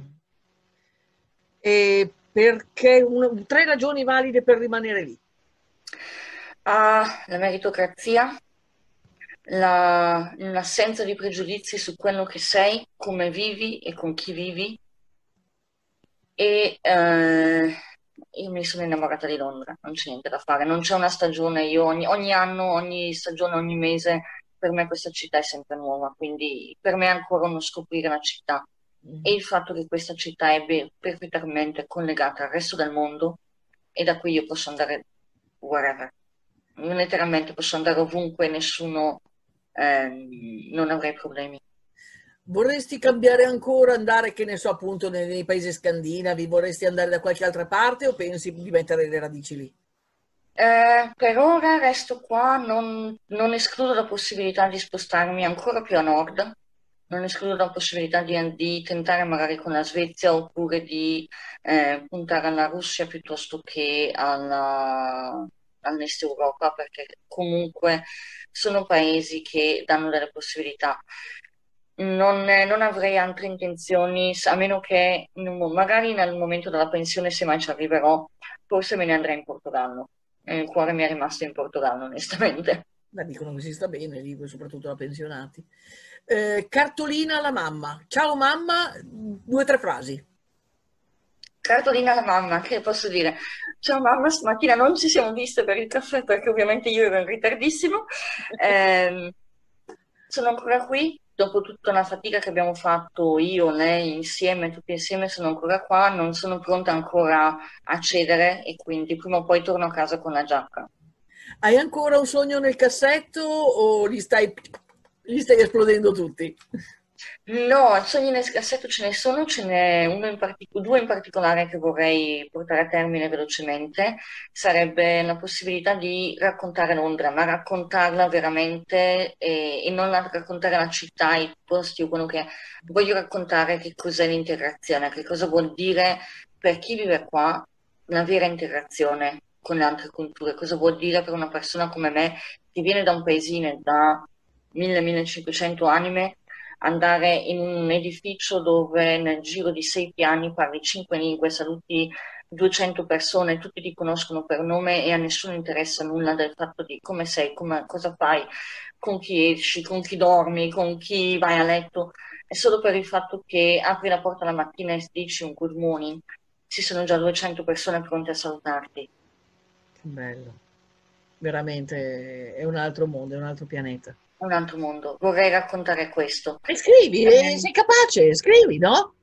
E perché un- tre ragioni valide per rimanere lì. Ah, la meritocrazia, la- l'assenza di pregiudizi su quello che sei, come vivi e con chi vivi. E eh, io mi sono innamorata di Londra, non c'è niente da fare, non c'è una stagione, io ogni, ogni anno, ogni stagione, ogni mese, per me questa città è sempre nuova, quindi per me è ancora uno scoprire la città. E il fatto che questa città è be- perfettamente collegata al resto del mondo e da qui io posso andare wherever. Letteralmente posso andare ovunque, nessuno, ehm, non avrei problemi. Vorresti cambiare ancora, andare, che ne so, appunto nei, nei paesi scandinavi, vorresti andare da qualche altra parte o pensi di mettere le radici lì? Eh, per ora resto qua, non, non escludo la possibilità di spostarmi ancora più a nord, non escludo la possibilità di, di tentare magari con la Svezia oppure di eh, puntare alla Russia piuttosto che alla, all'Est Europa, perché comunque sono paesi che danno delle possibilità. Non, eh, non avrei altre intenzioni, s- a meno che in un mo- magari nel momento della pensione, se mai ci arriverò, forse me ne andrei in Portogallo. Eh, Il cuore mi è rimasto in Portogallo, onestamente. Ma dicono che si sta bene lì, soprattutto da pensionati. Eh, cartolina alla mamma. Ciao mamma, due o tre frasi. Cartolina alla mamma, che posso dire? Ciao mamma, stamattina non ci siamo viste per il caffè perché ovviamente io ero in ritardissimo. Ehm, sono ancora qui, dopo tutta la fatica che abbiamo fatto io, lei, insieme, tutti insieme, sono ancora qua, non sono pronta ancora a cedere e quindi prima o poi torno a casa con la giacca. Hai ancora un sogno nel cassetto o li stai, li stai esplodendo tutti? No, sogni nel cassetto ce ne sono, ce n'è uno in partic- due in particolare che vorrei portare a termine velocemente. Sarebbe la possibilità di raccontare Londra, ma raccontarla veramente e, e non la- raccontare la città, i posti o quello che è. Voglio raccontare che cos'è l'integrazione, che cosa vuol dire per chi vive qua la vera integrazione con le altre culture, cosa vuol dire per una persona come me che viene da un paesino da mille millecinquecento anime andare in un edificio dove nel giro di sei piani parli cinque lingue, saluti duecento persone, tutti ti conoscono per nome e a nessuno interessa nulla del fatto di come sei, come- cosa fai, con chi esci, con chi dormi, con chi vai a letto. È solo per il fatto che apri la porta la mattina e dici un good morning, ci sono già duecento persone pronte a salutarti. Che bello. Veramente è un altro mondo, è un altro pianeta. È un altro mondo. Vorrei raccontare questo. E scrivi, eh, Ehm, sei capace, scrivi, no?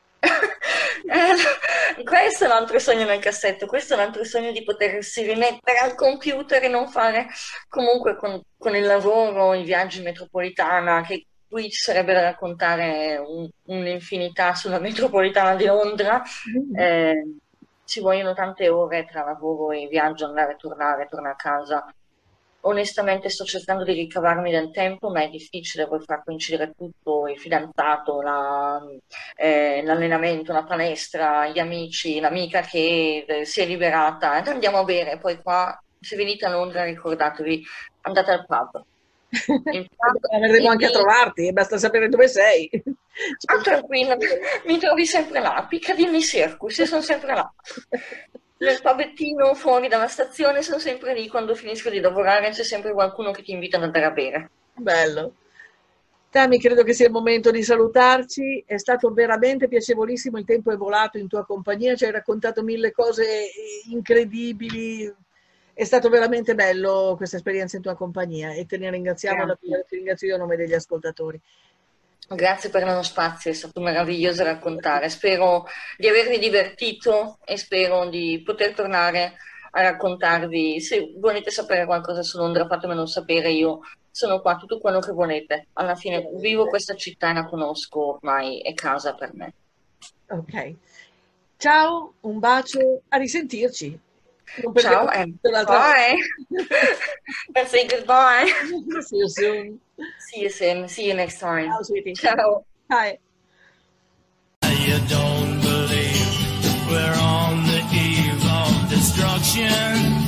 Eh, questo è un altro sogno nel cassetto, questo è un altro sogno di potersi rimettere al computer e non fare comunque con, con il lavoro, i viaggi in metropolitana, che qui ci sarebbe da raccontare un- un'infinità sulla metropolitana di Londra. Eh, ci vogliono tante ore tra lavoro e viaggio, andare e tornare, tornare a casa. Onestamente sto cercando di ricavarmi del tempo, ma è difficile poi far coincidere tutto, il fidanzato, la- eh, l'allenamento, la palestra, gli amici, l'amica che eh, si è liberata. Eh, andiamo a bere, poi qua, se venite a Londra ricordatevi, andate al pub. Infatti, Verremo anche a mi- trovarti, basta sapere dove sei. Ah, tranquilla, mi trovi sempre là, Piccadilly Circus, io sono sempre là. Nel pabettino fuori dalla stazione sono sempre lì, quando finisco di lavorare c'è sempre qualcuno che ti invita ad andare a bere. Bello. Tammy, credo che sia il momento di salutarci. È stato veramente piacevolissimo, il tempo è volato in tua compagnia, ci hai raccontato mille cose incredibili. È stato veramente bello questa esperienza in tua compagnia e te ne ringraziamo, Grazie. ti ringrazio io a nome degli ascoltatori. Grazie per lo spazio, è stato meraviglioso raccontare. Spero di avervi divertito e spero di poter tornare a raccontarvi. Se volete sapere qualcosa su Londra, fatemelo sapere, io sono qua, tutto quello che volete. Alla fine vivo questa città e la conosco ormai, è casa per me. Ok. Ciao, un bacio, a risentirci. Non Ciao perdiamo and l'altra bye. And say goodbye. See you soon. See you soon. See you next time. Ciao, sweetie. Ciao. Bye. You don't believe we're on the eve of destruction.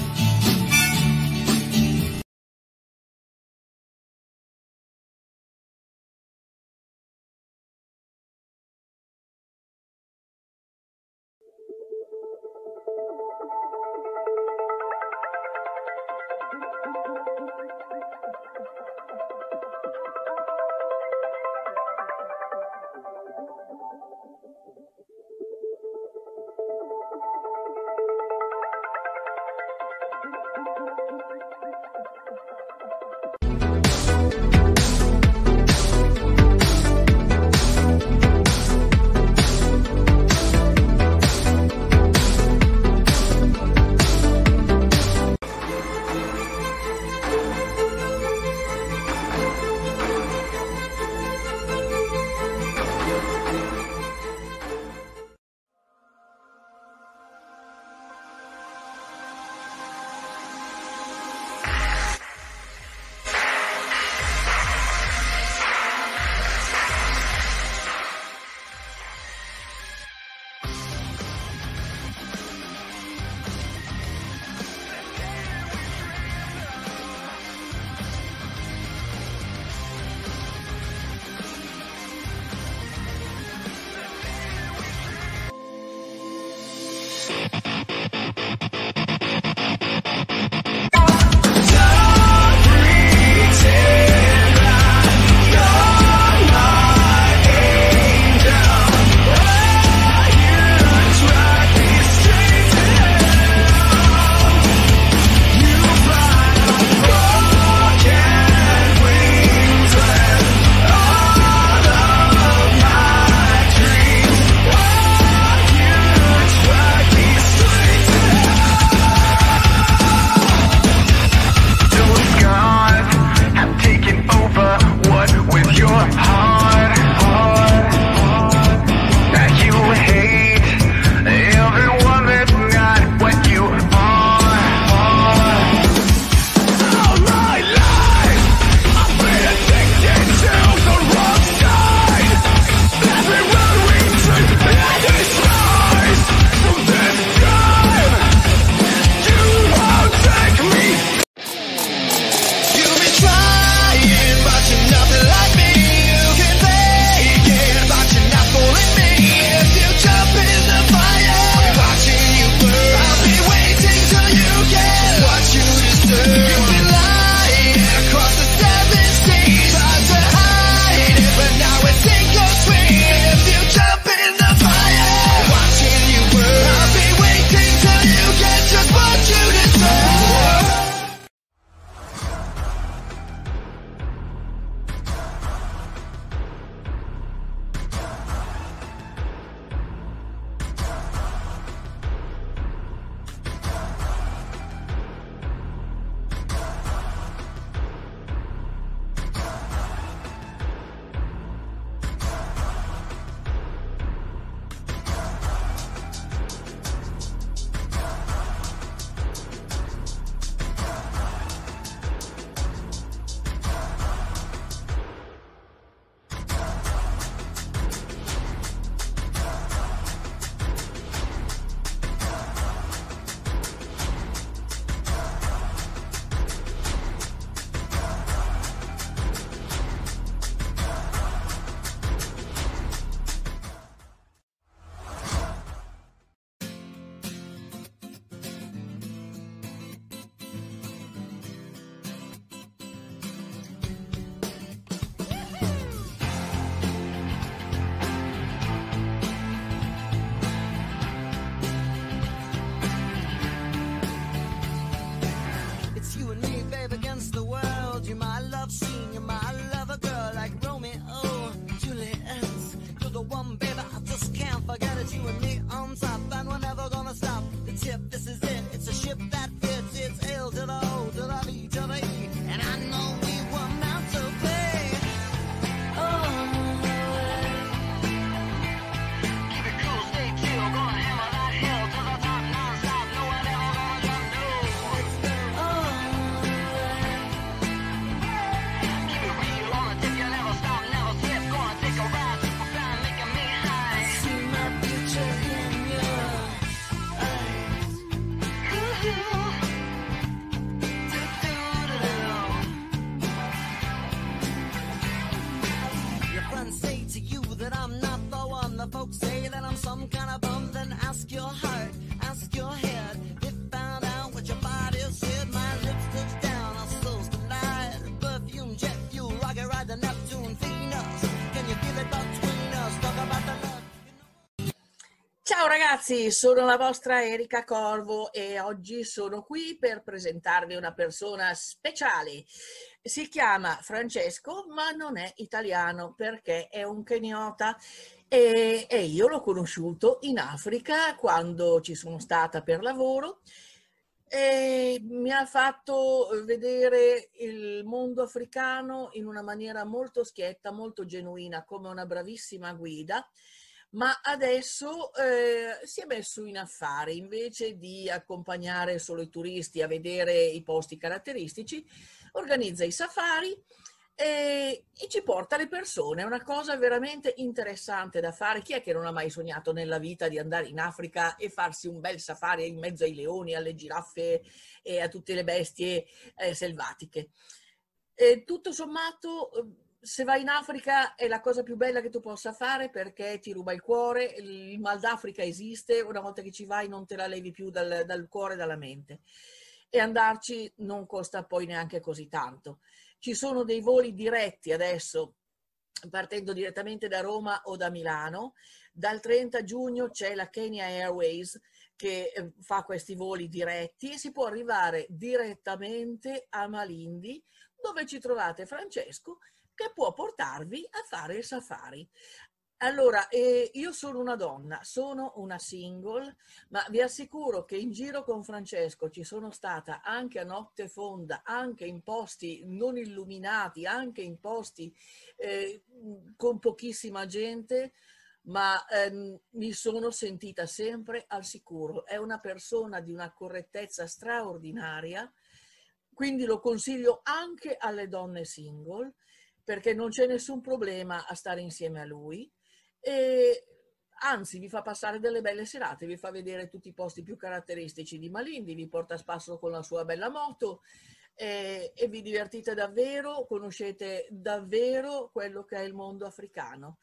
Ciao ragazzi, sono la vostra Erika Corvo e oggi sono qui per presentarvi una persona speciale. Si chiama Francesco, ma non è italiano perché è un keniota e, e io l'ho conosciuto in Africa quando ci sono stata per lavoro e mi ha fatto vedere il mondo africano in una maniera molto schietta, molto genuina, come una bravissima guida. Ma adesso eh, si è messo in affari, invece di accompagnare solo i turisti a vedere i posti caratteristici, organizza i safari e, e ci porta le persone. È una cosa veramente interessante da fare. Chi è che non ha mai sognato nella vita di andare in Africa e farsi un bel safari in mezzo ai leoni, alle giraffe e a tutte le bestie eh, selvatiche? E tutto sommato, se vai in Africa è la cosa più bella che tu possa fare perché ti ruba il cuore, il mal d'Africa esiste, una volta che ci vai non te la levi più dal, dal cuore e dalla mente. E andarci non costa poi neanche così tanto. Ci sono dei voli diretti adesso, partendo direttamente da Roma o da Milano. Dal trenta giugno c'è la Kenya Airways che fa questi voli diretti e si può arrivare direttamente a Malindi, dove ci trovate Francesco, che può portarvi a fare il safari. Allora, eh, io sono una donna, sono una single, ma vi assicuro che in giro con Francesco ci sono stata anche a notte fonda, anche in posti non illuminati, anche in posti eh, con pochissima gente, ma ehm, mi sono sentita sempre al sicuro. È una persona di una correttezza straordinaria, quindi lo consiglio anche alle donne single, perché non c'è nessun problema a stare insieme a lui e anzi vi fa passare delle belle serate, vi fa vedere tutti i posti più caratteristici di Malindi, vi porta a spasso con la sua bella moto e, e vi divertite davvero, conoscete davvero quello che è il mondo africano.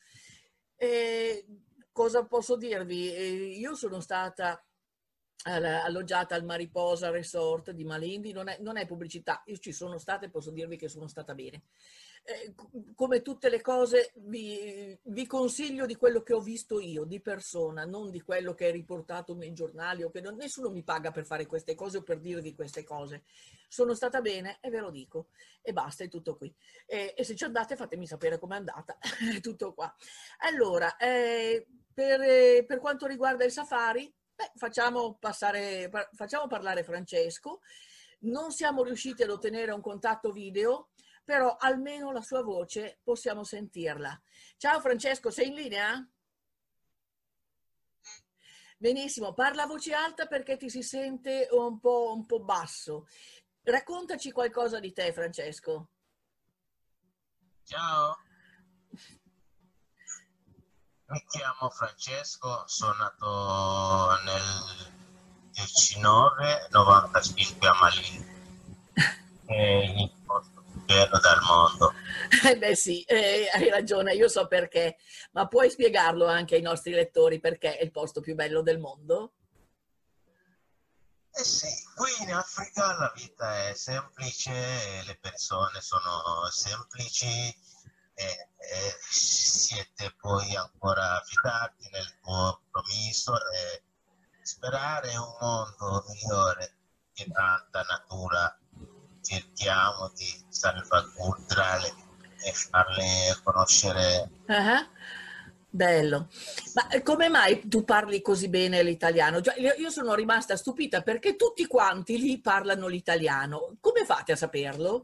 E cosa posso dirvi? Io sono stata alloggiata al Mariposa Resort di Malindi, non è, non è pubblicità, io ci sono stata e posso dirvi che sono stata bene. Eh, come tutte le cose vi, vi consiglio di quello che ho visto io di persona, non di quello che è riportato nei giornali o che non, nessuno mi paga per fare queste cose o per dirvi queste cose. Sono stata bene e ve lo dico e basta, è tutto qui. E, e se ci andate fatemi sapere com'è andata, è tutto qua. Allora, eh, per, per quanto riguarda il safari, beh, facciamo, passare, facciamo parlare Francesco. Non siamo riusciti ad ottenere un contatto video, però almeno la sua voce possiamo sentirla. Ciao Francesco, sei in linea? Benissimo, parla a voce alta perché ti si sente un po', un po' basso. Raccontaci qualcosa di te, Francesco. Ciao, mi chiamo Francesco, sono nato nel diciannove novantacinque a Malindi, è il posto più bello del mondo. Eh beh sì, eh, hai ragione, io so perché, ma puoi spiegarlo anche ai nostri lettori perché è il posto più bello del mondo? Eh sì, qui in Africa la vita è semplice, le persone sono semplici, e, e siete poi ancora fidati nel compromesso e sperare un mondo migliore che tanta natura cerchiamo di salvaguardare e farle conoscere. Uh-huh. Bello, ma come mai tu parli così bene l'italiano? Io sono rimasta stupita perché tutti quanti lì parlano l'italiano, come fate a saperlo?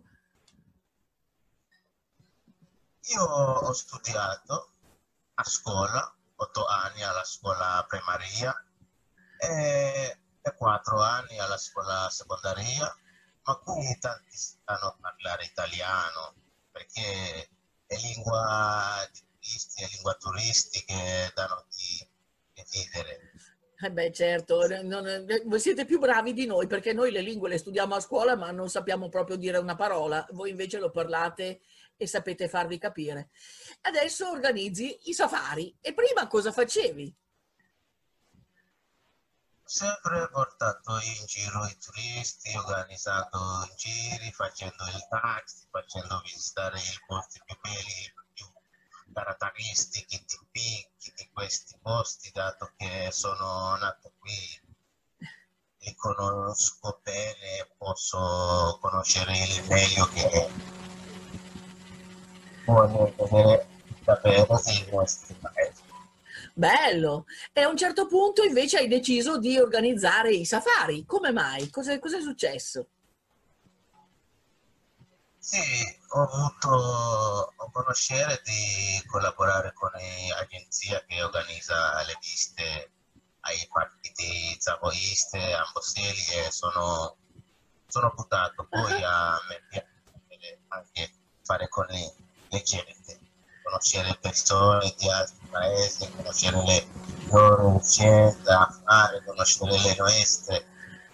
Io ho studiato a scuola, otto anni alla scuola primaria e, e quattro anni alla scuola secondaria, ma qui tanti sanno a parlare italiano perché è lingua di turisti, è lingua turistica che danno di, di vivere. Eh beh certo, non, voi siete più bravi di noi perché noi le lingue le studiamo a scuola ma non sappiamo proprio dire una parola, voi invece lo parlate e sapete farvi capire. Adesso organizzi i safari e prima cosa facevi? Sempre portato in giro i turisti, organizzato giri, facendo il taxi, facendo visitare i posti più belli, più caratteristici visti chi ti picchi di questi posti, dato che sono nato qui, li conosco bene, posso conoscere il meglio che vuole vedere davvero di questi paesi. Bello! E a un certo punto invece hai deciso di organizzare i safari. Come mai? Cos'è, cos'è successo? Sì, ho avuto ho conoscere di collaborare con l'agenzia che organizza le visite ai partiti zavoiste, a Boselli, e sono, sono buttato poi a me piace anche fare con le, le gente, conoscere persone di altri paesi, conoscere le loro scelte a fare, conoscere le nostre.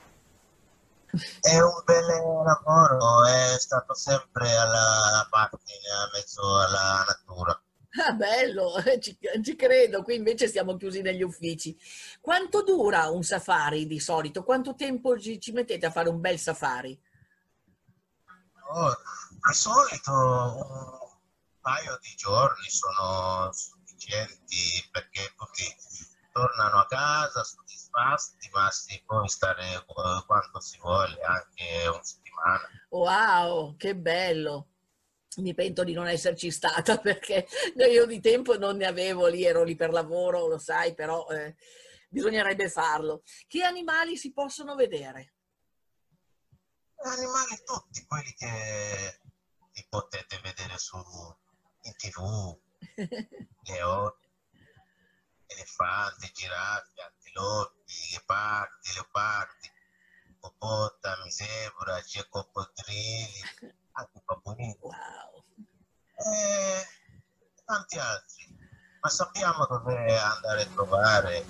È un bel lavoro, è stato sempre alla parte, a mezzo alla natura. Ah, bello, ci, ci credo. Qui invece siamo chiusi negli uffici. Quanto dura un safari di solito? Quanto tempo ci, ci mettete a fare un bel safari? Oh, di solito un paio di giorni sono sufficienti perché tutti tornano a casa soddisfatti, ma si può stare eh, quanto si vuole, anche una settimana. Wow, che bello! Mi pento di non esserci stata perché io di tempo non ne avevo, lì ero lì per lavoro, lo sai, però eh, bisognerebbe farlo. Che animali si possono vedere? Animali tutti quelli che li potete vedere su in tivù, leoni, elefanti, giraffe, antilopi, leopardi, leopardi, ippopotami, zebra, c'è coccodrilli, anche papurini. Wow! E tanti altri, ma sappiamo dove andare a trovare.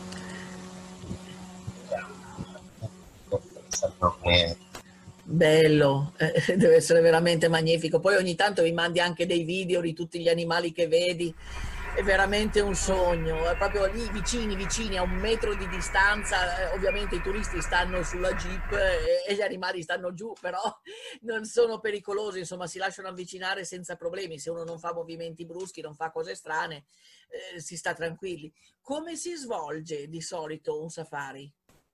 Senza problemi. Bello, eh, deve essere veramente magnifico. Poi ogni tanto mi mandi anche dei video di tutti gli animali che vedi, è veramente un sogno, è proprio lì vicini, vicini, a un metro di distanza. Eh, ovviamente i turisti stanno sulla jeep e, e gli animali stanno giù, però non sono pericolosi, insomma si lasciano avvicinare senza problemi. Se uno non fa movimenti bruschi, non fa cose strane, eh, si sta tranquilli. Come si svolge di solito un safari?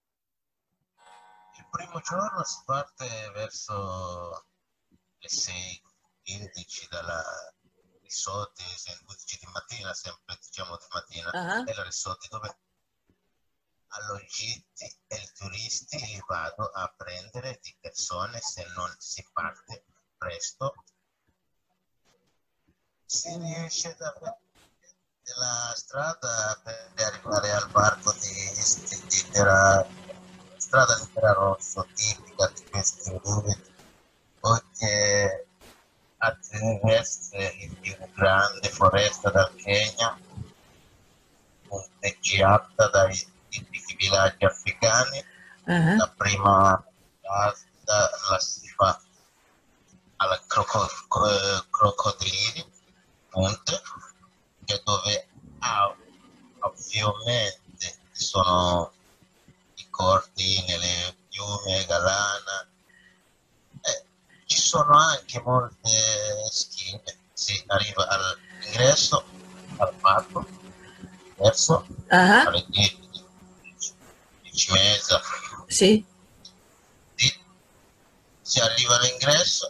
Il primo giorno si parte verso le sei quindici dalla Risotti, undici di mattina, sempre diciamo di mattina, Ah, e la Risotti dove alloggiati e i turisti li vado a prendere di persone, se non si parte presto. Si riesce da la strada per arrivare al parco di, di, di Terra, strada di Terrarosso, tipica di questi ruri, poi che attraversa il più grande foresta del Kenya, punteggiata dai tipici villaggi africani. ah, La prima strada la si fa alla croco, cro- crocodili, ponte, che dove ah, ovviamente ci sono i corti nelle piume, galana, eh, ci sono anche molte schine. Si arriva all'ingresso al parco verso ah, alle dieci, dieci e mezza, sì, sì, si arriva all'ingresso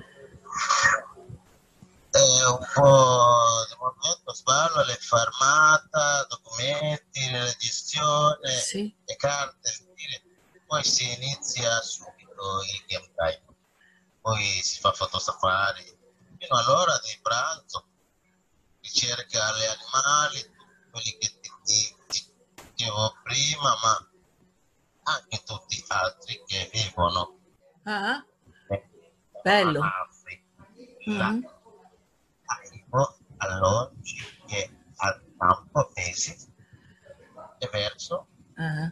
e un po' di movimento, sballo, le fermata, documenti, la gestione, sì. le carte, poi si inizia subito il game time, poi si fa fotosafari fino all'ora di pranzo, ricerca gli animali, quelli che ti, ti, ti dicevo prima, ma anche tutti gli altri che vivono Ah, in bello. Africa. Là Mhm. arrivo alloggi e al campo pesi e verso Ah,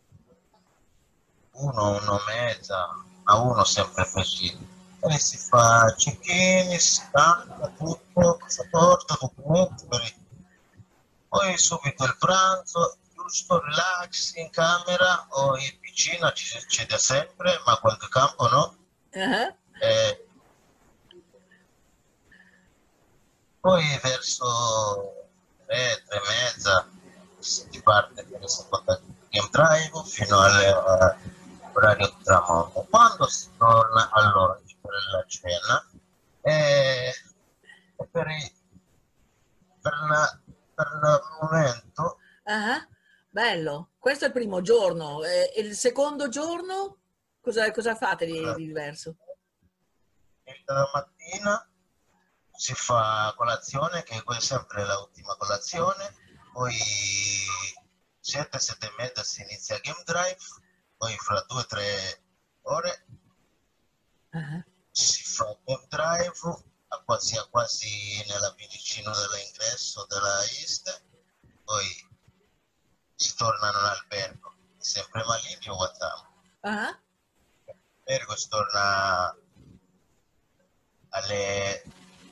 uno, uno e mezza, a uno sempre così. E si fa check-in, si cambia tutto, passaporto, documenti, per i- poi subito il pranzo, giusto relax in camera o in piscina ci succede sempre, ma qualche campo no. ah, E poi verso tre, tre e mezza, si parte per la seconda game drive fino all'orario di tramonto. Quando si torna allora per la cena e, e per, i, per, la, per il momento. Ah, bello, questo è il primo giorno. E il secondo giorno cosa, cosa fate di, di diverso? La mattina si fa colazione, che è sempre l'ultima colazione, poi sette, sette e mezza si inizia Game Drive, poi fra due o tre ore uh-huh. si fa Game Drive, a quasi, a quasi nella vicino dell'ingresso della East, poi si tornano all'albergo, sempre Malindi o Watamu. Uh-huh. L'albergo si torna alle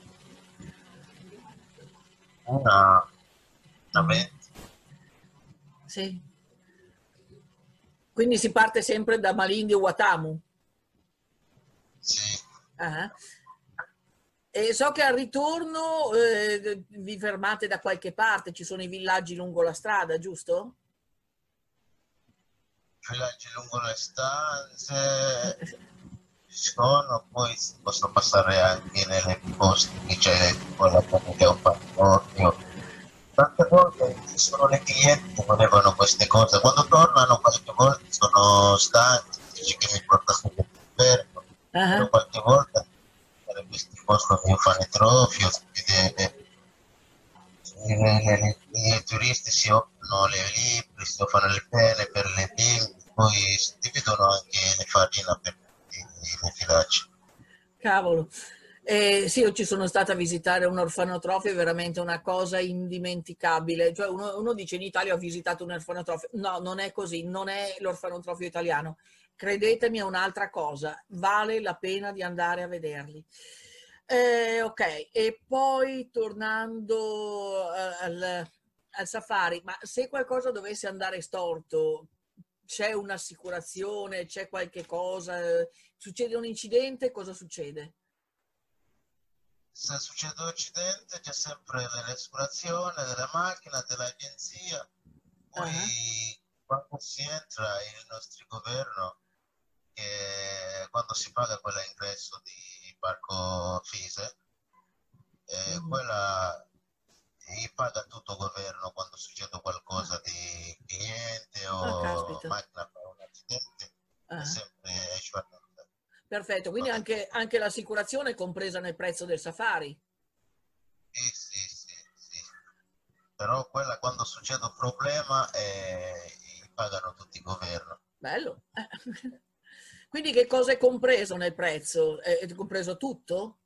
una, una venti. Sì. Quindi si parte sempre da Malindi o Watamu? Sì. Uh-huh. E so che al ritorno eh, vi fermate da qualche parte, ci sono i villaggi lungo la strada, giusto? Villaggi lungo le stanze ci sono, poi si possono passare anche nelle posti che c'è quella che ho fatto. Tante volte ci sono le clienti che volevano queste cose, quando tornano qualche volta sono stanchi, dici che mi porta su l'inverno, uh-huh. Però qualche volta questi posti di orfanotrofio, i turisti si occupano le libri, si fanno le pene per le bimbe, poi si dividono anche le farine per i villaggi. Cavolo. Eh, sì, io ci sono stata a visitare un orfanotrofio, è veramente una cosa indimenticabile. Cioè uno, uno dice in Italia ho visitato un orfanotrofio. No, non è così, non è l'orfanotrofio italiano. Credetemi, è un'altra cosa. Vale la pena di andare a vederli. Eh, ok, e poi tornando al, al safari, ma se qualcosa dovesse andare storto, c'è un'assicurazione, c'è qualche cosa, succede un incidente, cosa succede? Se succede un incidente c'è sempre dell'assicurazione, della macchina, dell'agenzia, poi uh-huh. quando si entra il nostro governo, che quando si paga quell'ingresso di Parco Fise, eh, uh-huh. quella gli paga tutto il governo quando succede qualcosa di cliente o oh, macchina fa un accidente, uh-huh. è sempre esciata. Perfetto, quindi anche, anche l'assicurazione è compresa nel prezzo del safari? Sì, sì, sì, sì. Però quella quando succede un problema eh, pagano tutti il governo. Bello. Quindi che cosa è compreso nel prezzo? È compreso tutto?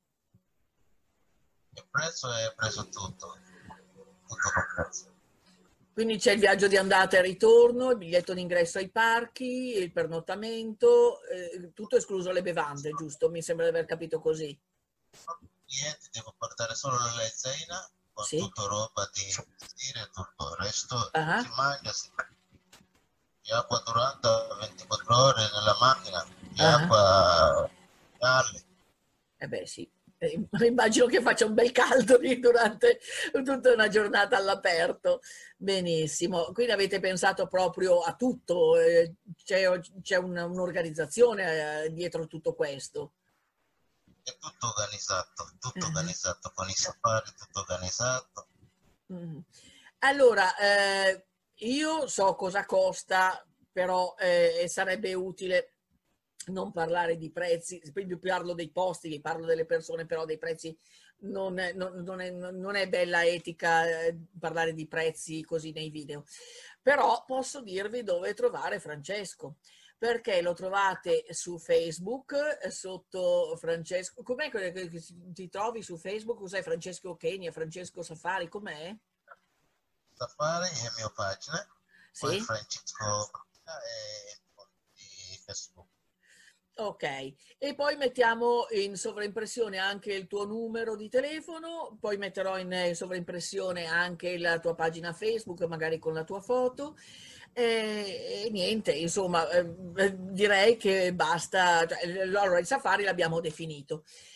Il prezzo è preso tutto. Tutto compreso. Quindi c'è il viaggio di andata e ritorno, il biglietto d'ingresso ai parchi, il pernottamento, eh, tutto escluso le bevande, giusto? Mi sembra di aver capito così. Niente, devo portare solo la zaina con sì. Tutta roba di vestire, tutto il resto uh-huh. si mangia, si mangia. Acqua durante ventiquattro ore nella macchina, uh-huh. acqua calda. Eh beh sì. Immagino che faccia un bel caldo lì durante tutta una giornata all'aperto. Benissimo, quindi avete pensato proprio a tutto, c'è, c'è un'organizzazione dietro tutto questo? È tutto organizzato, tutto uh-huh. organizzato, con i safari, tutto organizzato. Uh-huh. Allora, eh, io so cosa costa, però eh, sarebbe utile non parlare di prezzi, più parlo dei posti, vi parlo delle persone, però dei prezzi non è, non, non è, non è bella etica eh, parlare di prezzi così nei video. Però posso dirvi dove trovare Francesco, perché lo trovate su Facebook sotto Francesco. Com'è che ti trovi su Facebook? Cos'è Francesco Kenya, Francesco Safari, com'è? Safari è la mia pagina, sì? Poi Francesco è di Facebook. Ok, e poi mettiamo in sovraimpressione anche il tuo numero di telefono, poi metterò in sovraimpressione anche la tua pagina Facebook, magari con la tua foto, e, e niente, insomma, eh, direi che basta. Cioè, allora il safari l'abbiamo definito.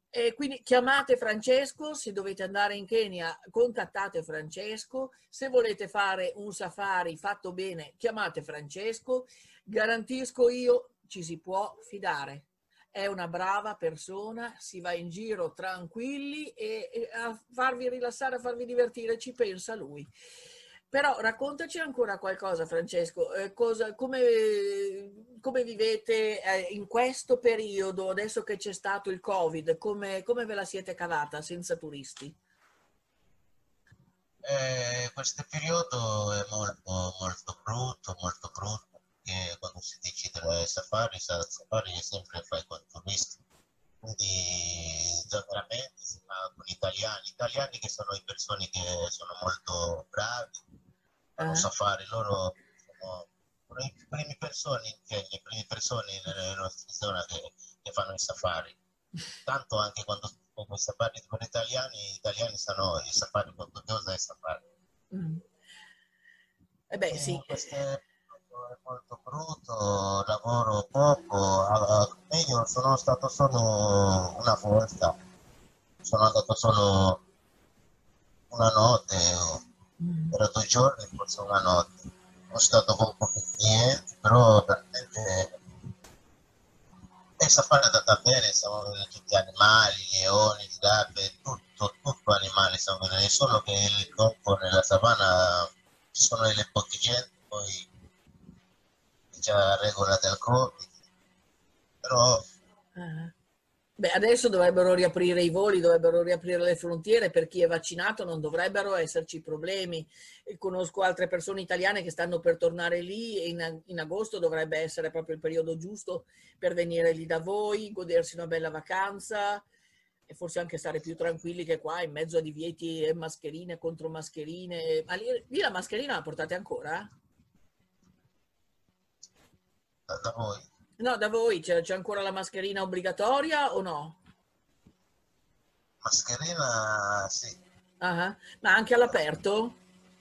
E quindi chiamate Francesco, se dovete andare in Kenya contattate Francesco, se volete fare un safari fatto bene chiamate Francesco, garantisco io ci si può fidare, è una brava persona, si va in giro tranquilli e, e a farvi rilassare, a farvi divertire ci pensa lui. Però raccontaci ancora qualcosa Francesco, eh, cosa, come, come vivete eh, in questo periodo, adesso che c'è stato il Covid, come, come ve la siete cavata senza turisti? Eh, questo periodo è molto, molto brutto, molto brutto, perché quando si decide ai safari, sa- safari sempre fai con turisti. Quindi già veramente si fa con italiani, italiani che sono le persone che sono molto bravi, fanno Ah, safari, loro sono sono le prime persone in Kenya, le prime persone nelle nostre zone che, che fanno i safari. Tanto anche quando si fanno i safari con gli italiani, gli italiani sanno i safari, quanto cosa è safari. mm. Eh beh sì, E questo è molto brutto, lavoro poco, ah, ah, io sono stato solo una volta, sono andato solo una notte, o- mm. era due giorni, forse una notte. Sono stato con pochi clienti, però veramente e safari è andata bene, siamo venuti tutti animali, leoni, gatte, tutto, tutto animali siamo venuti, solo che il dopo nella savana ci sono delle poche gente, poi c'è la regola del Covid, però Ah. Beh, adesso dovrebbero riaprire i voli, dovrebbero riaprire le frontiere, per chi è vaccinato non dovrebbero esserci problemi. E conosco altre persone italiane che stanno per tornare lì e in, in agosto dovrebbe essere proprio il periodo giusto per venire lì da voi, godersi una bella vacanza e forse anche stare più tranquilli che qua in mezzo a divieti e mascherine contro mascherine. Ma lì, lì la mascherina la portate ancora? da, da voi. No, da voi c'è c'è ancora la mascherina obbligatoria o no? Mascherina, sì. Ah, ma anche all'aperto?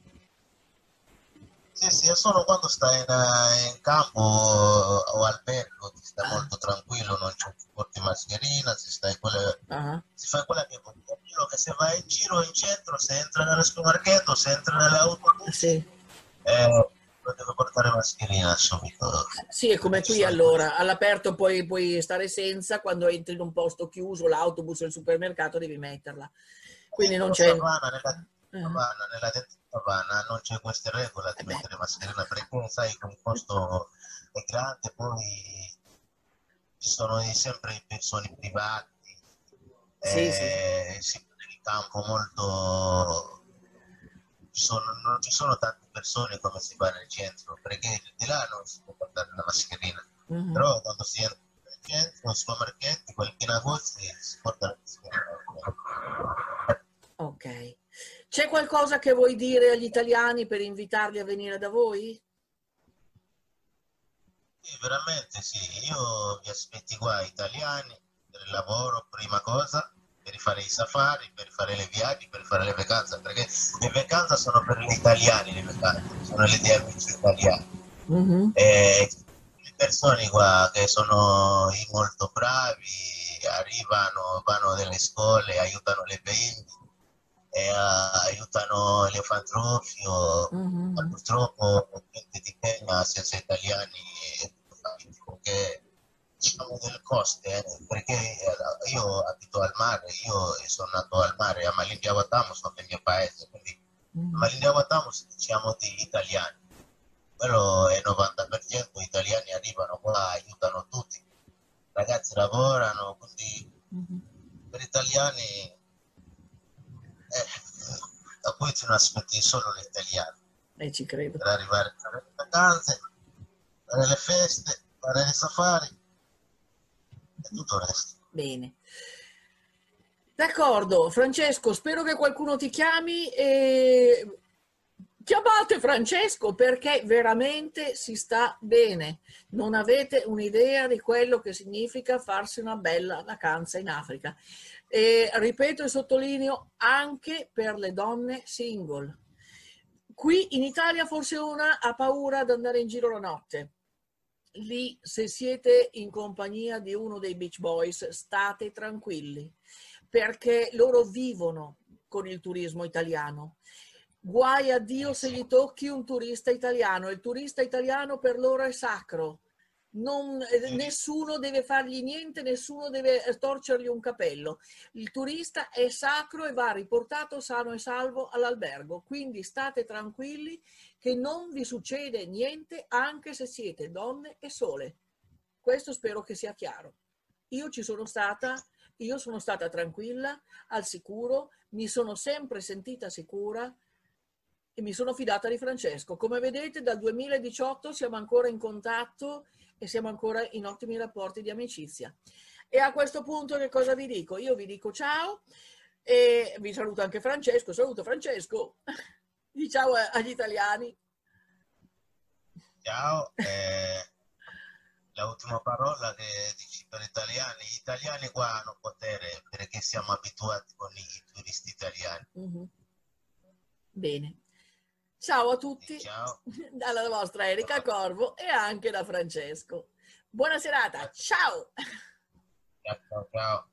Sì, sì, è solo quando stai in, eh, in campo o albergo, ti stai Ah, molto tranquillo, non c'è ti porti mascherina, si, stai quelle, ah, si fa quella che vuoi. Quello che se vai in giro in centro, se entra nello supermercato, se entra nell'autobus, sì. eh, devo portare mascherina subito. Sì, è come Ci qui sono allora, all'aperto puoi, puoi stare senza, quando entri in un posto chiuso, l'autobus o il supermercato devi metterla. Quindi non dentro c'è... savana, nella Ah, savana, nella dentro savana non c'è questa regola eh di beh, mettere mascherina perché sai che un posto è grande, poi ci sono sempre persone private, sì, sì, sì. eh, si vede il campo molto, ci sono- non ci sono tante persone come si fa nel centro, perché di là non si può portare la mascherina, Mhm. però quando si entra nel centro, nei supermercati, qualche negozio si porta la mascherina. Ok. C'è qualcosa che vuoi dire agli italiani per invitarli a venire da voi? Sì, veramente sì, io vi aspetti qua italiani per il lavoro, prima cosa, per fare i safari, per fare le viaggi, per fare le vacanze, perché le vacanze sono per gli italiani, le vacanze, sono le di amici italiani. Mhm. E le persone qua che sono molto bravi, arrivano, vanno nelle scuole, aiutano le bambini, e, uh, aiutano gli orfanotrofi, ma Mhm. purtroppo gente di Kenya senza italiani è difficile, perché diciamo delle coste, eh, perché eh, io abito al mare, io sono nato al mare, a Malindi Awatamo sono del mio paese, quindi a Mhm. Malindi Awatamo diciamo di italiani, quello è il novanta per cento italiani arrivano qua, aiutano tutti, ragazzi lavorano, quindi Mhm. per italiani eh, da poi ci non aspetti solo l'italiano E ci credo. per arrivare a fare le vacanze, fare le feste, fare le safari e tutto il resto. Bene. D'accordo, Francesco, spero che qualcuno ti chiami e chiamate Francesco perché veramente si sta bene. Non avete un'idea di quello che significa farsi una bella vacanza in Africa. E ripeto e sottolineo anche per le donne single. Qui in Italia forse una ha paura di andare in giro la notte. lì, se siete in compagnia di uno dei Beach Boys, state tranquilli, perché loro vivono con il turismo italiano. Guai a Dio se gli tocchi un turista italiano. Il turista italiano per loro è sacro. Non, eh, nessuno deve fargli niente, nessuno deve torcergli un capello. Il turista è sacro e va riportato sano e salvo all'albergo. Quindi state tranquilli che non vi succede niente anche se siete donne e sole. Questo spero che sia chiaro. Io ci sono stata, io sono stata tranquilla, al sicuro, mi sono sempre sentita sicura e mi sono fidata di Francesco. Come vedete, dal duemiladiciotto siamo ancora in contatto e siamo ancora in ottimi rapporti di amicizia. E a questo punto che cosa vi dico? Io vi dico ciao e vi saluto anche Francesco. Saluto Francesco. Di ciao agli italiani. Ciao. Eh, l'ultima parola che dici per gli italiani. Gli italiani qua hanno potere perché siamo abituati con i turisti italiani. Mm-hmm. Bene. Ciao a tutti, ciao. Dalla vostra Erika Corvo e anche da Francesco. Buona serata, ciao! Ciao, ciao.